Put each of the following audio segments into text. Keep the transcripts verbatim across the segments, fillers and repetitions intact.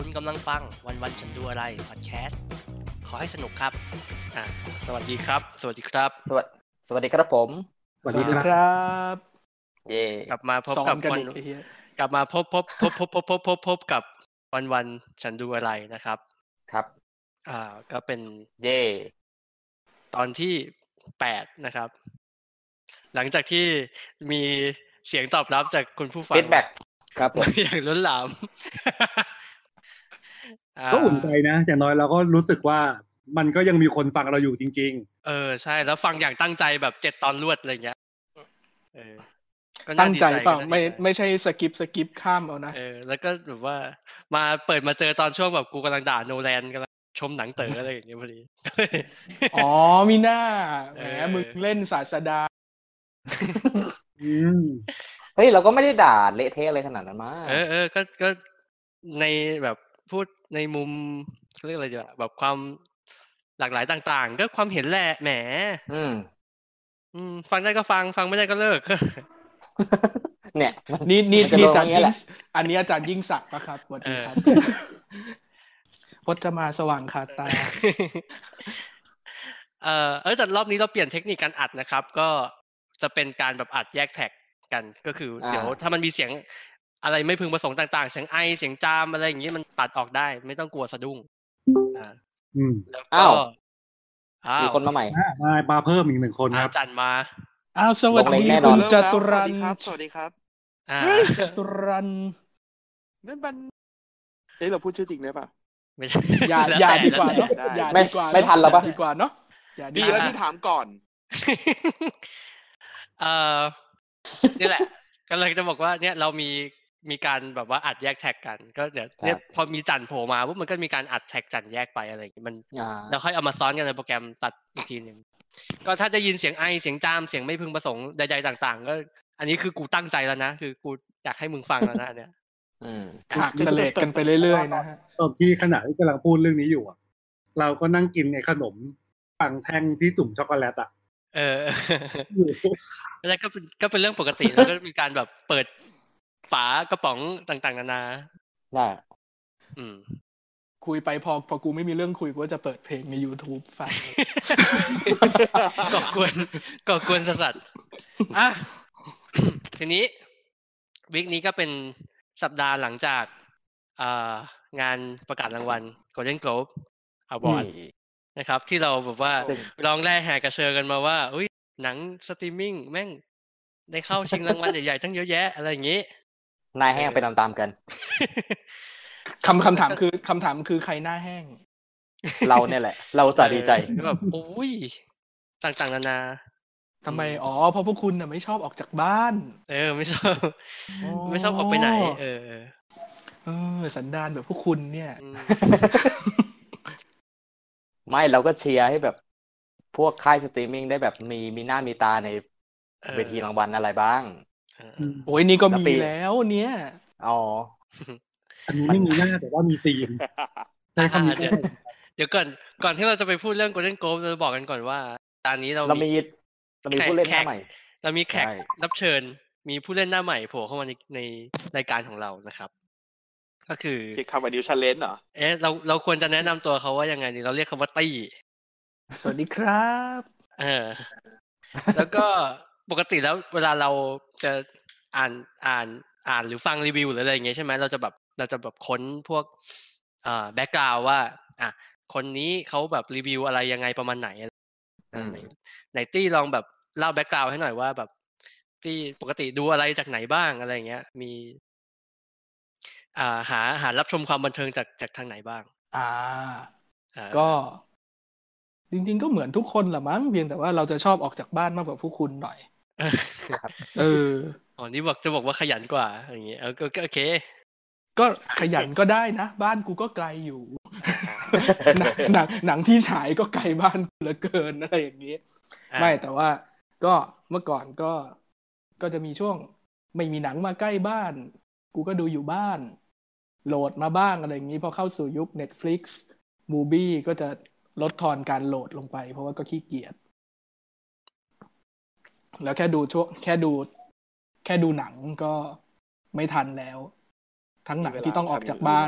กำลังฟังวันวันฉันดูอะไรพอดแคสต์ขอให้สนุกครับอ่าสวัสดีครับสวัสดีครับสวัสสวัสดีครับผมสวัสดีครับเย่กลับมาพบกับวันกลับมาพบพบพบพบพบพบพบพบกับวันวันฉันดูอะไรนะครับครับอ่าก็เป็นเย่ตอนที่แปดนะครับหลังจากที่มีเสียงตอบรับจากคุณผู้ฟัง feedback ครับผมอย่างล้นหลามก็อุ่นใจนะอย่างน้อยเราก็รู้สึกว่ามันก็ยังมีคนฟังเราอยู่จริงๆเออใช่แล้วฟังอย่างตั้งใจแบบเจ็ดตอนรวดอะไรเงี้ยเออตั้งใจเปล่าไม่ไม่ใช่สกิปสกิปข้ามเอานะเออแล้วก็แบบว่ามาเปิดมาเจอตอนช่วงแบบกูกำลังด่าโนแลนกำลังชมหนังเต๋ออะไรอย่างเงี้ยพอดีอ๋อมีหน้าแหมมึงเล่นศาสดาอืมเฮ้ยเราก็ไม่ได้ด่าเละเทะอะไรขนาดนั้นมาเออเออก็ก็ในแบบพูดในมุมเรียกอะไรดีอ่ะแบบความหลากหลายต่างๆก็ความเห็นแหละแหมอืมอืมฟังได้ก็ฟังฟังไม่ได้ก็เลิกเนี่ยนี่นี่นี่อาจารย์ยิ่งอันนี้อาจารย์ยิ่งศักดิ์นะครับสวัสดีครับพจมาสว่างคาตาเออเออแต่รอบนี้เราเปลี่ยนเทคนิคการอัดนะครับก็จะเป็นการแบบอัดแยกแท็กกันก็คือเดี๋ยวถ้ามันมีเสียงอะไรไม่พึงประสงค์ต่างๆเสียงไอเสียงจามอะไรอย่างงี้มันตัดออกได้ไม่ต้องกลัวสะดุ้งอ่าอืมแล้วก็มีคนมาใหม่มามาเพิ่มอีกหนึ่งคนครับจันมาอ้าวสวัสดีคุณจตุรันสวัสดีครับอ่าจตุรันนั่นมันเอ้ยเราพูดชื่อจริงได้ป่ะไม่ใช่อย่าอย่าดีกว่าเนาะอย่าดีกว่าไม่ทันแล้วป่ะดีกว่าเนาะดีแล้วที่ถามก่อนเอ่อนี่แหละก็เลยจะบอกว่าเนี่ยเรามีมีการแบบว่าอัดแยกแท็กกันก็เดี๋ยวเนี่ยพอมีจันโผล่มาปุ๊บมันก็มีการอัดแท็กจันแยกไปอะไรอย่างงี้มันแล้วค่อยเอามาซ้อนกันในโปรแกรมตัดอีกทีนึงก็ถ้าจะยินเสียงไอเสียงจามเสียงไม่พึงประสงค์ใดๆต่างๆก็อันนี้คือกูตั้งใจแล้วนะคือกูอยากให้มึงฟังแล้วนะเนี่ยอืมหักเสลดกันไปเรื่อยๆนะฮะตอนที่ขณะที่กำลังพูดเรื่องนี้อยู่อ่ะเราก็นั่งกินไอ้ขนมปังแท่งที่จุ่มช็อกโกแลตอ่ะเออแล้วก็เป็นก็เป็นเรื่องปกติแล้วก็มีการแบบเปิดฝากระป๋องต่างๆนานาได้อืมคุยไปพอพอกูไม่มีเรื่องคุยกูก็จะเปิดเพลงใน YouTube ฟังก่อกวนก่อกวนสัสๆอ่ะทีนี้วีคนี้ก็เป็นสัปดาห์หลังจากอ่างานประกาศรางวัล Golden Globe Award นะครับที่เราแบบว่าร้องแร่แห่กระเชอกันมาว่าอุ้ยหนังสตรีมมิ่งแม่งได้เข้าชิงรางวัลใหญ่ๆทั้งเยอะแยะอะไรอย่างงี้หน้าแห้งไปตามๆกันคำคำถามคือคำถามคือใครหน้าแห้งเราเนี่ยแหละเราสาดีใจแบบโอ้ยต่างๆนานาทำไมอ๋อเพราะพวกคุณน่ะไม่ชอบออกจากบ้านเออไม่ชอบไม่ชอบออกไปไหนเออเออสันดานแบบพวกคุณเนี่ยไม่เราก็เชียร์ให้แบบพวกค่ายสตรีมมิ่งได้แบบมีมีหน้ามีตาในเวทีรางวัลอะไรบ้างโอ้ยนี่ก็มีแล้วเนี่ยอ๋ออันนี้ไม่มีหน้าแต่ว่ามีธีมใช่คำนี้เดี๋ยวก่อนก่อนที่เราจะไปพูดเรื่อง Golden Globe เราจะบอกกันก่อนว่าตอนนี้เรามีเรามีผู้เล่นหน้าใหม่เรามีแขกรับเชิญมีผู้เล่นหน้าใหม่โผล่เข้ามาในในรายการของเรานะครับก็คือเรียกคำว่า New Challenge เหรอเอ๊ะเราเราควรจะแนะนำตัวเขาว่ายังไงดีเราเรียกเขาว่าตี้สวัสดีครับเออแล้วก็ปกติแล้วเวลาเราจะอ่านอ่านอ่านหรือฟังรีวิวหรืออะไรอย่างเงี้ยใช่ไหมเราจะแบบเราจะแบบค้นพวกอ่าแบ็คกราวด์ว่าอ่ะคนนี้เขาแบบรีวิวอะไรยังไงประมาณไหนไหนไหนตี้ลองแบบเล่าแบ็คกราวด์ให้หน่อยว่าแบบตี้ปกติดูอะไรจากไหนบ้างอะไรอย่างเงี้ยมีอ่าหาหารับชมความบันเทิงจากจากทางไหนบ้างอ่าก็จริงๆก็เหมือนทุกคนแหละมั้งเพียงแต่ว่าเราจะชอบออกจากบ้านมากกว่าผู้คุณหน่อยเอออ๋อนี่บอกจะบอกว่าขยันกว่าอย่างเงี้ยก็โอเคก็ขยันก็ได้นะบ้านกูก็ไกลอยู่หนังหนังที่ฉายก็ไกลบ้านเหลือเกินอะไรอย่างนี้ไม่แต่ว่าก็เมื่อก่อนก็ก็จะมีช่วงไม่มีหนังมาใกล้บ้านกูก็ดูอยู่บ้านโหลดมาบ้างอะไรอย่างนี้พอเข้าสู่ยุค Netflix Movie ก็จะลดทอนการโหลดลงไปเพราะว่าก็ขี้เกียจแล้วแค่ดูช่วงแค่ดูแค่ดูหนังก็ไม่ทันแล้วทั้งหนังที่ต้องออกจากบ้านและ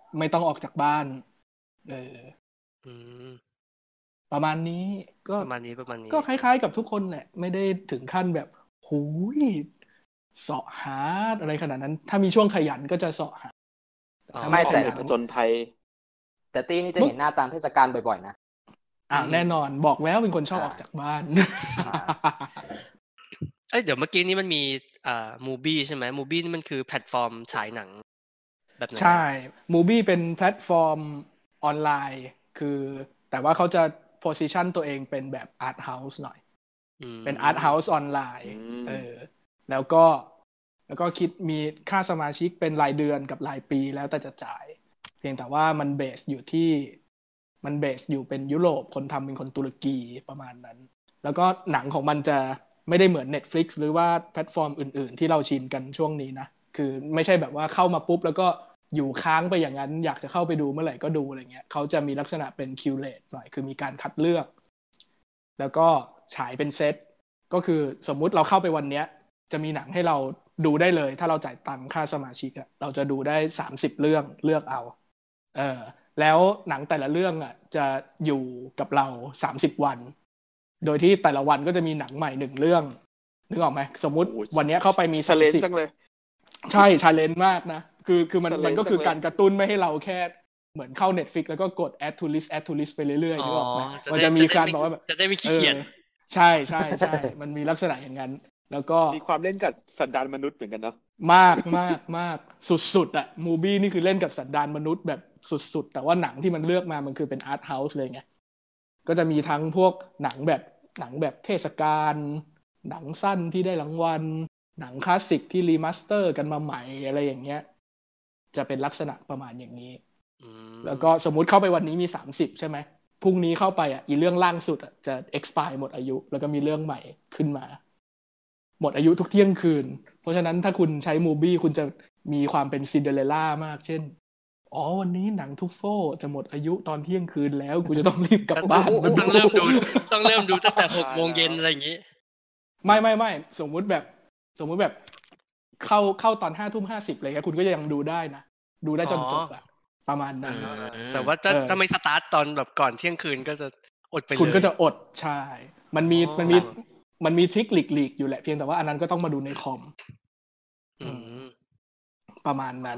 ไม่ต้องออกจากบ้านเอออืมประมาณนี้ก็ประมาณนี้ประมาณนี้ก็คล้ายๆกับทุกคนแหละไม่ได้ถึงขั้นแบบหูยเสาะหาอะไรขนาดนั้น ถ้ามีช่วงขยันก็จะเสาะหาอ๋อถ้าไม่ออกแต่ไปผจญภัยแต่ตี้นี่จะเห็นหน้าตามเทศกาลบ่อยๆนะอ่าแน่นอนบอกแล้วเป็นคนชอบอ่าออกจากบ้านอ่าเอ้ยเดี๋ยวเมื่อกี้นี้มันมีอ่ามูบี้ใช่ไหมมูบี้นี่มันคือแพลตฟอร์มฉายหนังแบบไหนใช่ Movie เป็นแพลตฟอร์มออนไลน์คือแต่ว่าเขาจะ position ตัวเองเป็นแบบ Art House หน่อยอืมเป็น Art House ออนไลน์อืมเออแล้วก็แล้วก็คิดมีค่าสมาชิกเป็นรายเดือนกับรายปีแล้วแต่จะจ่าย เพียงแต่ว่ามันเบสอยู่ที่มันเบสอยู่เป็นยุโรปคนทำเป็นคนตุรกีประมาณนั้น แล้วก็หนังของมันจะไม่ได้เหมือน Netflix หรือว่าแพลตฟอร์มอื่นๆที่เราชินกันช่วงนี้นะคือไม่ใช่แบบว่าเข้ามาปุ๊บแล้วก็อยู่ค้างไปอย่างนั้นอยากจะเข้าไปดูเมื่อไหร่ก็ดูอะไรเงี้ยเขาจะมีลักษณะเป็นคิวเรตหน่อยคือมีการคัดเลือกแล้วก็ฉายเป็นเซตก็คือสมมุติเราเข้าไปวันเนี้ยจะมีหนังให้เราดูได้เลยถ้าเราจ่ายตังค่าสมาชิกอะเราจะดูได้สามสิบเรื่องเลือกเอาเออแล้วหนังแต่ละเรื่องอ่ะจะอยู่กับเราสามสิบวันโดยที่แต่ละวันก็จะมีหนังใหม่หนึ่งเรื่องนึกออกไหมสมมุติโอ้โหวันนี้เข้าไปมีชาสามเลนสิบจังเลยใช่ชาเลนจ์มากนะคือคือมัน challenge มันก็คือจังเลยการกระตุ้นไม่ให้เราแค่เหมือนเข้า Netflix แล้วก็กด add to list add to list ไปเรื่อยๆนึกออกไหมมันจะมีการบอกว่าแบบจะได้ไม่ขี้เกียจออใช่ใช่ใช่ มันมีลักษณะอย่างนั้นแล้วก็มีความเล่นกับสันดานมนุษย์เหมือนกันเนาะมากมากมากสุดๆอะมูบี้นี่คือเล่นกับสันดานมนุษย์แบบสุดๆแต่ว่าหนังที่มันเลือกมามันคือเป็นอาร์ตเฮาส์เลยไงก็จะมีทั้งพวกหนังแบบหนังแบบเทศกาลหนังสั้นที่ได้รางวัลหนังคลาสสิกที่รีมาสเตอร์กันมาใหม่อะไรอย่างเงี้ยจะเป็นลักษณะประมาณอย่างนี้อืมแล้วก็สมมุติเข้าไปวันนี้มีสามสิบใช่ไหมพรุ่งนี้เข้าไปอ่ะอีเรื่องล่างสุดอ่ะจะ expire หมดอายุแล้วก็มีเรื่องใหม่ขึ้นมาหมดอายุทุกเที่ยงคืนเพราะฉะนั้นถ้าคุณใช้มูบี้คุณจะมีความเป็นซินเดอเรลล่ามากเช่นอ๋อวันนี้หนังทุฟโฟจะหมดอายุตอนเที่ยงคืนแล้วกูจะต้องรีบกลับบ้านต้องเริ่มดูต้องเริ่มดูตั้งแต่หกโมงเย็นอะไรอย่างงี้ไม่ไม่ไม่สมมุติแบบสมมุติแบบเข้าเข้าตอนห้าทุ่มห้าสิบอะไรเงี้ยคุณก็ยังดูได้นะดูได้จนจบอะประมาณนั้นอืมแต่ว่าถ้าเออถ้าไม่สตาร์ทตอนแบบก่อนเที่ยงคืนก็จะอดไปเลยคุณก็จะอดใช่มันมีอ๋อมันมีมันมีทริคหลีกๆอยู่แหละเพียงแต่ว่าอันนั้นก็ต้องมาดูในคอมอืมประมาณนั้น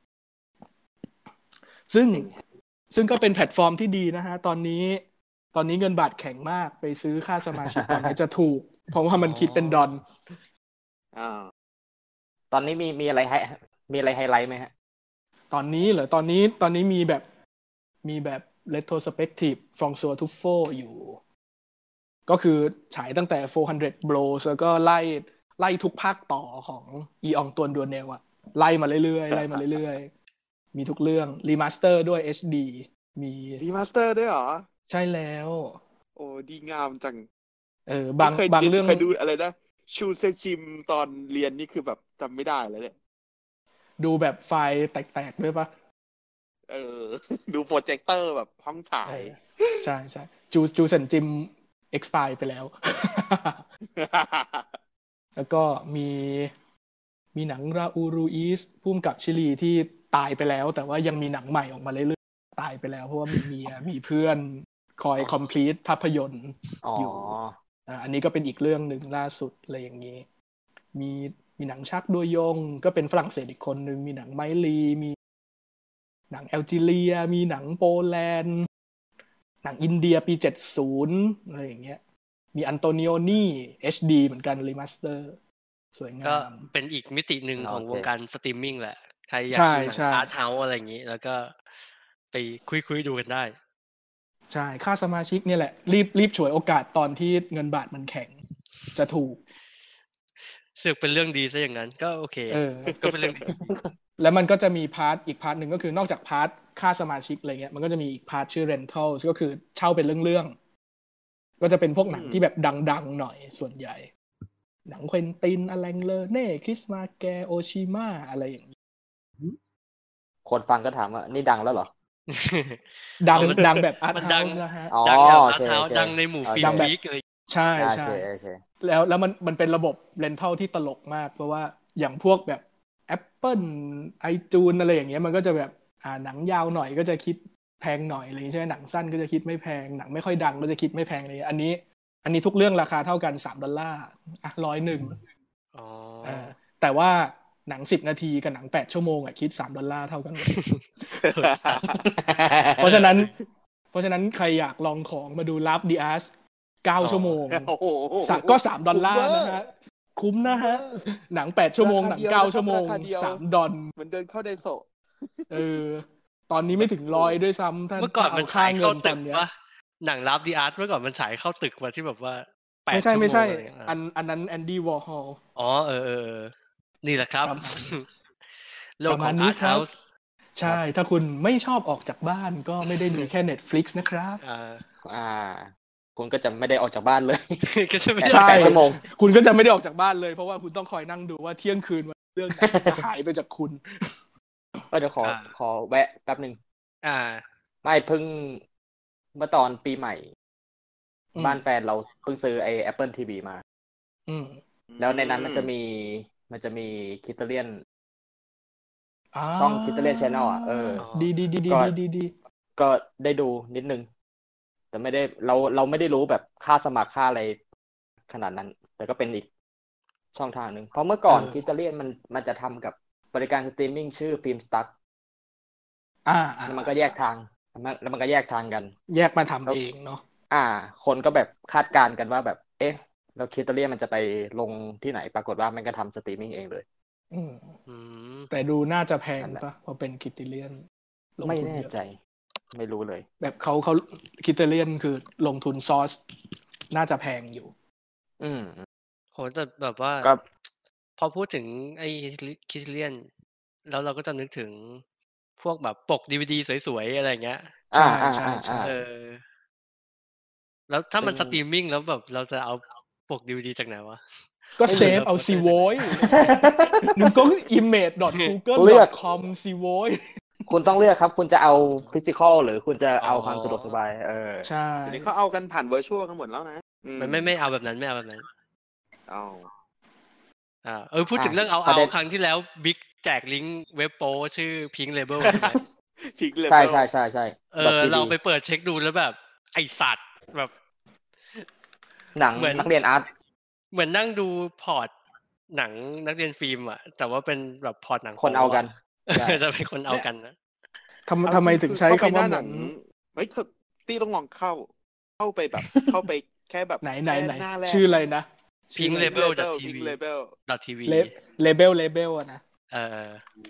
ซึ่งซึ่งก็เป็นแพลตฟอร์มที่ดีนะฮะตอนนี้ตอนนี้เงินบาทแข็งมากไปซื้อค่าสมาชิกตอนนี้จะถูกเพราะว่ามันคิดเป็นดอลอ่าตอนนี้มีมีอะไรให้มีอะไรไฮไลท์ไหมฮะตอนนี้เหรอตอนนี้ตอนนี้มีแบบมีแบบ retrospective from Seoul to Four อยู่ ก็คือฉายตั้งแต่โฟร์ฮันเดรด Blows แล้วก็ไล่ไล่ทุกภาคต่อของอีอองตวนดัวเนลอะไล่มาเรื่อยๆไล่มาเรื่อยๆมีทุกเรื่องรีมาสเตอร์ด้วย เอช ดี มีรีมาสเตอร์ด้วยเหรอใช่แล้วโอ้ดีงามจังเออบางเคยบางเรื่องเคยดูอะไรนะชูเซชิมตอนเรียนนี่คือแบบจำไม่ได้แล้วเนี่ยดูแบบไฟล์แตกๆด้วยปะเออ ดูโปรเจคเตอร์แบบห้องฉายใช่ใช่จูจูเซนจิม expire ไปแล้ว แล้วก็มีมีหนังราอูรูอีสพุ่มกับชิลีที่ตายไปแล้ว แต่ว่ายังมีหนังใหม่ออกมาเรื่อยๆตายไปแล้วเพราะว่ามีเมีย มีเพื่อนคอยคอมพลีทภาพยนตร์อ๋ออยู่อ่าอันนี้ก็เป็นอีกเรื่องหนึ่งล่าสุดอะไรอย่างนี้ มีมีหนังชักโดยงก็เป็นฝรั่งเศสอีกคนหนึ่งมีหนังไมลีมีหนังแอลจีเรีย มีหนังโปแลนด์หนังอินเดียปีเจ็ดสิบอะไรอย่างเงี้ยมีอันโตนิโอนี่ เอช ดี เหมือนกันรีมาสเตอร์สวยงาก็มเป็นอีกมิติหนึ่งของโอเควงการสตรีมมิ่งแหละ ใครอยากใช่ดูหนังใช่อาร์ตเฮาส์อะไรอย่างนี้ แล้วก็ไปคุยๆดูกันได้ใช่ค่าสมาชิกเนี่ยแหละรีบรีบฉวยโอกาสตอนที่เงินบาทมันแข็งจะถูกเสือกเป็นเรื่องดีซะอย่างนั้น ก็โอเคเออก็เป็นเรื่องดีแล้วมันก็จะมีพาร์ทอีกพาร์ทหนึ่งก็คือนอกจากพาร์ทค่าสมาชิกอะไรเงี้ยมันก็จะมีอีกพาร์ทชื่อ rental ก็คือเช่าเป็นเรื่องๆก็จะเป็นพวกหนังที่แบบดังๆหน่อยส่วนใหญ่ หนังเควินตินอแลงเลอเน่คริสมาแกโอชิมาอะไรอย่างนี้คนฟังก็ถามว่านี่ดังแล้วเหรอดังเอามันดังแบบอาร์ตมันเฮาดังส์นะฮะอ๋อดังอย่างโออาร์เคตเฮาโอส์เคดังในหมู่โอเคฟิล์มวีคอะไรใช่โอใช่เคโอเคแล้วแล้วมันมันเป็นระบบ rental ที่ตลกมากเพราะว่าอย่างพวกแบบ Apple iTunes อะไรอย่างเงี้ยมันก็จะแบบอ่าหนังยาวหน่อยก็จะคิดแพงหน่อยอะไรใช่ไหมหนังสั้นก็จะคิดไม่แพงหนังไม่ค่อยดังก็จะคิดไม่แพงเลยอันนี้อันนี้ทุกเรื่องราคาเท่ากันสามดอลลาร์อ่ะร้อยหนึ่งอ๋อแต่ว่าหนังสิบนาทีกับหนังแปดชั่วโมงอ่ะคิดสามดอลลาร์เท่ากันหมด เพราะฉะนั้นเพราะฉะนั้นใครอยากลองของมาดู Love the Us เก้าชั่วโมงก็สามดอลลาร์นะฮะคุ้มนะฮะหนังแปดชั่วโมงหนังเก้าชั่วโมงสามดอลเหมือนเดินเข้าไดโซะเออตอนนี้ไม่ถึงร้อยด้วยซ้ำถ้าเมื่อก่อนมันฉายเข้าตึกวะหนัง Love the Us เมื่อก่อนมันฉายเข้าตึกมาที่แบบว่าไม่ใช่ไม่ใช่อันอันนั้นแอนดี้วอร์ฮอลอ๋อเออๆนี่แหละครับโลกของ Art House ใช่ถ้าคุณไม่ชอบออกจากบ้านก็ไม่ได้มีแค่ Netflix นะครับอ่าอ่าคุณก็จะไม่ได้ออกจากบ้านเลยก็จะไม่ได้แปดชั่วโมงคุณก็จะไม่ได้ออกจากบ้านเลยเพราะว่าคุณต้องคอยนั่งดูว่าเที่ยงคืนวันเรื่องไหนจะหายไปจากคุณก็เดี๋ยวขอขอแวะแป๊บนึงอ่าไม่เพิ่งเมื่อตอนปีใหม่บ้านแฟนเราเพิ่งซื้อไอ้ Apple ที วี มาอืมแล้วในนั้นมันจะมีมันจะมีคิตเตอร์เลียนช่องคิตเตอร์เลียน Channel อ่ะเออดีๆๆๆๆก็ได้ดูนิดนึงแต่ไม่ได้เราเราไม่ได้รู้แบบค่าสมัครค่าอะไรขนาดนั้นแต่ก็เป็นอีกช่องทางนึงเพราะเมื่อก่อนคิตเตอร์เลียนมันมันจะทำกับบริการสตรีมมิ่งชื่อฟิล์มสตั๊กอ่าแล้วมันก็แยกทางแล้วมันก็แยกทางกันแยกมาทำเองเนาะอ่าคนก็แบบคาดการณ์กันว่าแบบเอ๊ะแล้วคิตเตอร์เลียนมันจะไปลงที่ไหนปรากฏว่ามันก็ทำสตรีมมิ่งเองเลยอืมแต่ดูน่าจะแพงปะเพราะเป็นคิตเตอร์เลียนไม่แน่ใจไม่รู้เลยแบบเขาเขาคิตเตอร์เลียนคือลงทุนซอสน่าจะแพงอยู่อืมโหแต่แบบว่าพอพูดถึงไอ้คิตเตอร์เลียนแล้วเราก็จะนึกถึงพวกแบบปก ดี วี ดี สวยๆอะไรเงี้ยใช่ใช่ใช่เออแล้วถ้ามันสตรีมมิ่งแล้วแบบเราจะเอาปก ดี วี ดี จากไหนวะก็เซฟเอาซีโว้ยนึงก็ อิมเมจ ดอท กูเกิล ดอท คอม ซีโว้ยคุณต้องเลือกครับคุณจะเอาฟิสิคอลหรือคุณจะเอาความสะดวกสบายเออใช่ทีนี้เขาเอากันผ่านเวอร์ชวลกันหมดแล้วนะมันไม่ไม่เอาแบบนั้นไม่เอาแบบนั้นเอาอ่าเออพูดถึงเรื่องเอาเอาครั้งที่แล้วบิ๊กแจกลิงก์เว็บโป้ชื่อ Pink Label ใช่ไหม Pink Label ใช่ใช่ใช่ใช่เออเราไปเปิดเช็คดูแล้วแบบไอสัตว์แบบหนังนักเรียนอาร์ตเหมือนนั่งดูพอร์ตหนังนักเรียนฟิล์มอ่ะแต่ว่าเป็นแบบพอร์ตหนังคนเอากันจะเป็นคนเอากันนะทำทำไมถึงใช้คำว่าหนังเฮ้ยตี้ต้องลองเข้าเข้าไปแบบเข้าไปแค่แบบไหนไหนไหนชื่ออะไรนะ Pink Label ดอท ที วี ดอท ที วี Label Label อ่ะนะเออ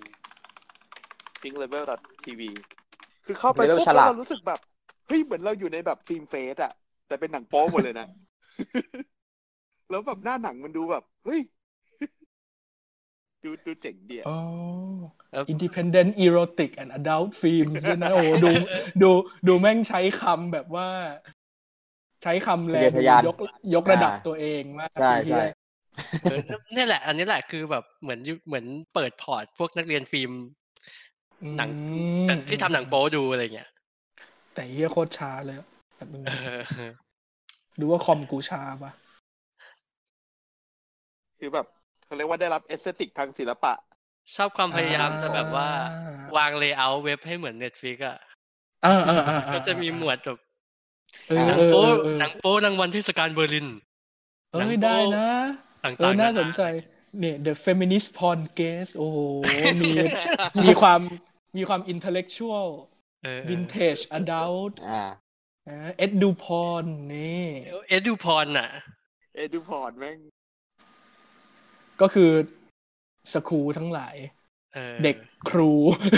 Pink Label ดอท ที วี คือเข้าไปปุ๊บเรารู้สึกแบบเฮ้ยเหมือนเราอยู่ในแบบฟิล์มเฟสอะแต่เป็นหนังโป๊หมดเลยนะแล้วแบบหน้าหนังมันดูแบบเฮ้ยดูดูเจ๋งดีอ่ะอ๋อ Independent Erotic and Adult Films ด้วยนะโอ้ดูดูดูแม่งใช้คำแบบว่าใช้คำแรงยกยกระดับตัวเองมากใช่ใช่นี่แหละอันนี้แหละคือแบบเหมือนเหมือนเปิดพอร์ตพวกนักเรียนฟิล์มหนังที่ทำหนังโป๊ดูอะไรเงี้ยแต่เฮียโคตรช้าเลยแบบนึงดูว่าคอมกูช้าปะคือแบบเขาเรียกว่าได้รับเอสเธติกทางศิลปะชอบความพยายามจะแบบว่าวางเลเยอร์เว็บให้เหมือน Netflix อ่ะก็จะมีหมวดแบบหนังโป๊หนังโป๊รางวัลเทศกาลเบอร์ลินเอ้ยได้นะเออน่าสนใจเนี่ย The Feminist Porn Gaze โอ้โหมีมีความมีความ intellectual vintage adult อ่าเอ็ดดูพรนี่เอ็ดดูพรน่ะเอ็ดดูพรแม่งก็คือสครูทั้งหลายเด็กครู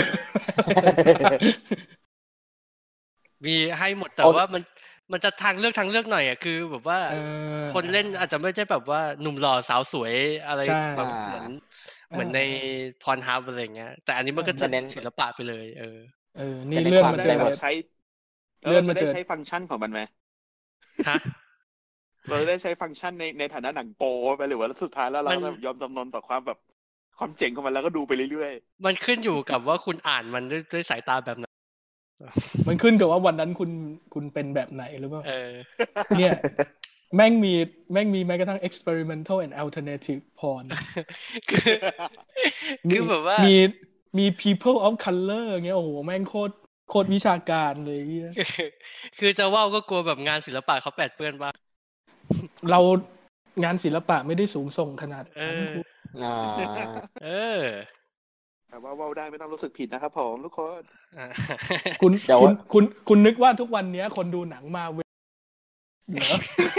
มีให้หมดแต่ว่ามันมันจะทางเลือกทางเลือกหน่อยอ่ะคือแบบว่าคนเล่นอาจจะไม่ใช่แบบว่าหนุ่มหล่อสาวสวยอะไรแบบเหมือนเหมือนในพรฮับอะไรเงี้ยแต่อันนี้มันก็จะศิลปะไปเลยเออเออนี่เลื่อนมาเจอใช้เลื่อนมาเจอใช้ฟังก์ชันของมันไหมฮะเราได้ใช้ฟังก์ชันในในฐานะหนังโป๊ไปหรือว่าสุดท้ายแล้วเราก็ยอมจำนนต่อความแบบความเจ๋งของมันแล้วก็ดูไปเรื่อยๆมันขึ้นอยู่กับว่าคุณอ่านมันด้วยด้วยสายตาแบบไหนมันขึ้นกับว่าวันนั้นคุณคุณเป็นแบบไหนหรือเปล่าเออเนี่ยแม่งมีแม่งมีแม้กระทั่ง experimental and alternative porn คือคือแบบว่ามีมี people of color เงี้ยโอ้โหแม่งโคตรโคตรวิชาการเลยคือจะว่าวก็กลัวแบบงานศิลปะเขาแปดเปื้อนป่ะเรางานศิลปะไม่ได้สูงส่งขนาดนั้นคุณอ่าเออแต่ว่าว่าวได้ไม่ต้องรู้สึกผิดนะครับผมทุกคนคุณคุณคุณคุณนึกว่าทุกวันนี้คนดูหนังมาเวลเหรอ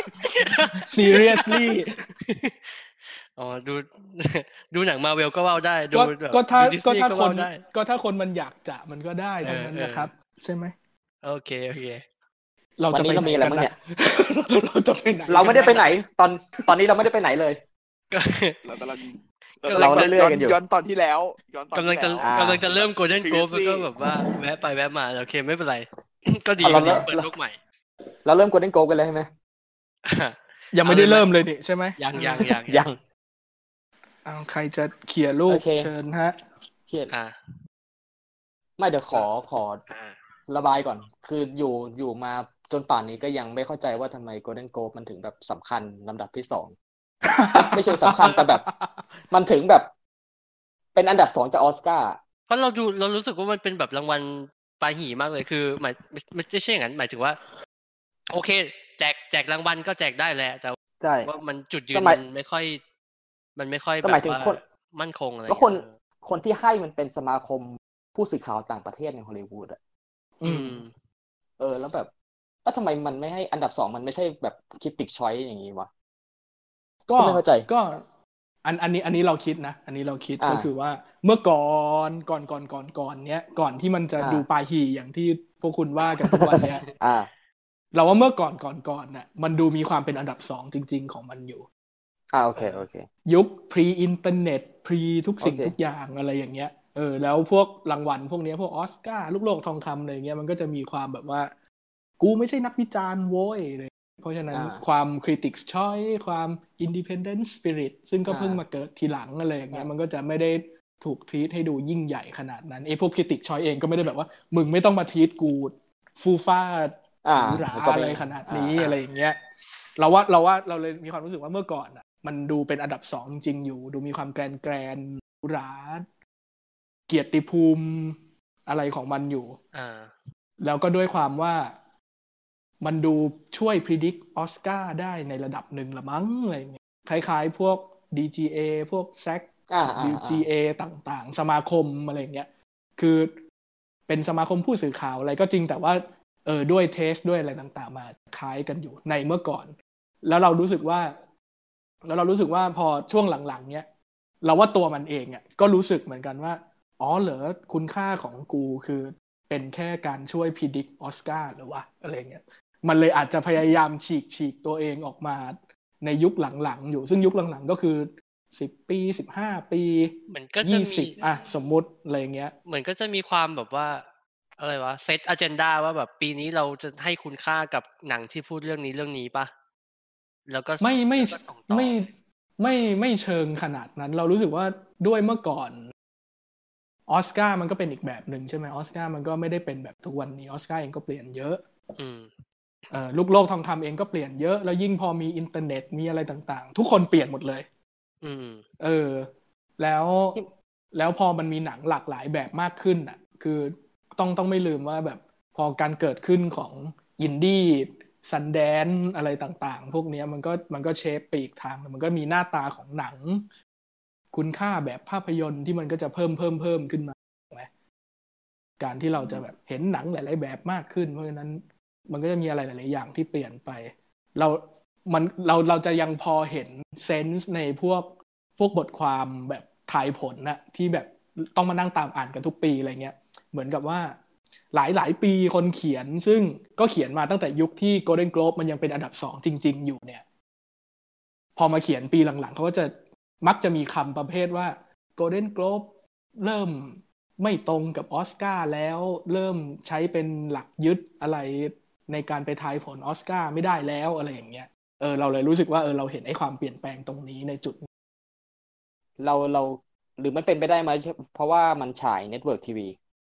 seriously อ๋อดูดูหนังมาเวลก็ว่าวได้ดูก็ถ้าก็ถ้าคนก็ถ้าคนมันอยากจะมันก็ได้เท่านั้นนะครับใช่ไหมโอเคโอเคเราจะไปมีอะไรบ้างเนี่ยเราจะไปไหนเราไม่ได้ไปไหนตอนตอนนี้เราไม่ได้ไปไหนเลยเรากำลังเราเรื่อยๆกันอยู่ย้อนตอนที่แล้วย้อนตอนกำลังจะกำลังจะเริ่ม Golden Globe แล้วก็แบบว่าแวะไปแวะมาโอเคไม่เป็นไรก็ดีก็ดีเปิดโลกใหม่เราเริ่ม Golden Globe กันเลยใช่ไหมยังไม่ได้เริ่มเลยนี่ใช่ไหมยังยังยังยังเอาใครจะเขียนรูปเชิญฮะเขียนอ่าไม่เดี๋ยวขอขอระบายก่อนคืออยู่อยู่มาจนป่านนี้ก็ยังไม่เข้าใจว่าทำไม Golden Globe มันถึงแบบสำคัญลำดับที่สองไม่ใช่สำคัญแต่แบบมันถึงแบบเป็นอันดับสองจากออสการ์เพราะเราดูเรารู้สึกว่ามันเป็นแบบรางวัลปาหี่มากเลยคือหมายไม่ใช่อย่างนั้นหมายถึงว่าโอเคแจกแจกรางวัลก็แจกได้แหละแต่ว่ามันจุดยืนมันไม่ค่อยมันไม่ค่อยแบบว่ามั่นคงอะไรแล้วคนคนที่ให้มันเป็นสมาคมผู้สื่อข่าวต่างประเทศในฮอลลีวูดอ่ะอืมเออแล้วแบบแล้วทำไมมันไม่ให้อันดับสองมันไม่ใช่แบบคิดติกช้อยอย่างงี้วะก็ไม่เข้าใจก็อันอันนี้อันนี้เราคิดนะอันนี้เราคิดก็คือว่าเมื่อก่อนก่อนก่อนก่อนก่อนเนี้ยก่อนที่มันจะดูปาหี่อย่างที่พวกคุณว่ากันทุกวันเนี้ยเราว่าเมื่อก่อนก่อนก่อนน่ะมันดูมีความเป็นอันดับสองจริงๆของมันอยู่อ่าโอเคโอเคยุค pre อินเทอร์เน็ต pre ทุกสิ่งทุกอย่างอะไรอย่างเงี้ยเออแล้วพวกรางวัลพวกนี้พวกออสการ์ลูกโลกทองคำอะไรเงี้ยมันก็จะมีความแบบว่ากูไม่ใช่นักวิจารณ์โว้ยเลยเพราะฉะนั้นความ critics choice ความ independent spirit ซึ่งก็เพิ่งมาเกิดทีหลังอะไรอย่างเงี้ยมันก็จะไม่ได้ถูกทีทให้ดูยิ่งใหญ่ขนาดนั้นไอ้พวก critics choice เองก็ไม่ได้แบบว่ามึงไม่ต้องมาทีทกูฟูฟ้าหรูหราอะไรขนาดนี้อะไรอย่างเงี้ยเราว่าเราว่าเราเลยมีความรู้สึกว่าเมื่อก่อนอ่ะมันดูเป็นอันดับสองจริงๆอยู่ดูมีความแกรนแกรนหรูหราเกียรติภูมิอะไรของมันอยู่แล้วก็ด้วยความว่ามันดูช่วย predict ออสการ์ได้ในระดับหนึ่งละมั้งอะไรเงี้ยคล้ายๆพวก ดี จี เอ พวก แซค ดี จี เอ ต่างๆสมาคมอะไรเงี้ยคือเป็นสมาคมผู้สื่อข่าวอะไรก็จริงแต่ว่าเออด้วยเทสด้วยอะไรต่างๆมาคล้ายกันอยู่ในเมื่อก่อนแล้วเรารู้สึกว่าแล้วเรารู้สึกว่าพอช่วงหลังๆเนี้ยเราว่าตัวมันเองอ่ะก็รู้สึกเหมือนกันว่าอ๋อเหรอคุณค่าของกูคือเป็นแค่การช่วย predict ออสการ์หรือวะอะไรเงี้ยมันเลยอาจจะพยายามฉีกฉีกตัวเองออกมาในยุคหลังๆอยู่ซึ่งยุคหลังๆก็คือสิบปีสิบห้าปีมันก็จะมีอ่ะสมมุติอะไรเงี้ยเหมือนก็จะมีความแบบว่าอะไรวะเซตอเจนดาว่าแบบปีนี้เราจะให้คุณค่ากับหนังที่พูดเรื่องนี้เรื่องนี้ป่ะแล้วก็ไม่ไม่ไม่ไม่ไม่เชิงขนาดนั้นเรารู้สึกว่าด้วยเมื่อก่อนออสการ์มันก็เป็นอีกแบบหนึ่งใช่ไหมออสการ์มันก็ไม่ได้เป็นแบบทุกวันนี้ออสการ์เองก็เปลี่ยนเยอะอืมเอ่อลูกโลกทองคำเองก็เปลี่ยนเยอะแล้วยิ่งพอมีอินเทอร์เน็ตมีอะไรต่างๆทุกคนเปลี่ยนหมดเลยอืมเออแล้วแล้วพอมันมีหนังหลากหลายแบบมากขึ้นอ่ะคือต้องต้องไม่ลืมว่าแบบพอการเกิดขึ้นของอินดี้ซันแดนอะไรต่างๆพวกนี้มันก็มันก็เชฟไปอีกทางมันก็มีหน้าตาของหนังคุณค่าแบบภาพยนตร์ที่มันก็จะเพิ่มเพิ่มเพิ่มขึ้นมาถูกไหมการที่เราจะแบบเห็นหนังหลายๆแบบมากขึ้นเพราะฉะนั้นมันก็จะมีอะไรหลายๆอย่างที่เปลี่ยนไปเรามันเราเราจะยังพอเห็นเซนส์ในพวกพวกบทความแบบทายผลนะที่แบบต้องมานั่งตามอ่านกันทุกปีอะไรเงี้ยเหมือนกับว่าหลายหลายปีคนเขียนซึ่งก็เขียนมาตั้งแต่ยุคที่ Golden Globe มันยังเป็นอันดับสองจริงๆอยู่เนี่ยพอมาเขียนปีหลังๆเขาก็จะมักจะมีคำประเภทว่า Golden Globe เริ่มไม่ตรงกับออสการ์แล้วเริ่มใช้เป็นหลักยึดอะไรในการไปทายผลออสการ์ไม่ได้แล้วอะไรอย่างเงี้ยเออเราเลยรู้สึกว่าเออเราเห็นไอ้ความเปลี่ยนแปลงตรงนี้ในจุดเราเราหรือมันเป็นไปได้ไหมเพราะว่ามันฉายเน็ตเวิร์กทีวี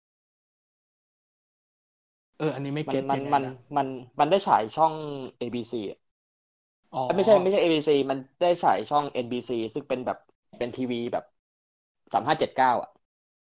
เอออันนี้ไม่เก็ตมันมันมันมันได้ฉายช่อง เอ บี ซี อ๋อไม่ใช่ไม่ใช่ เอ บี ซี มันได้ฉายช่อง เอ็น บี ซี ซึ่งเป็นแบบเป็นทีวีแบบสามห้าเจ็ดเก้าอ่ะ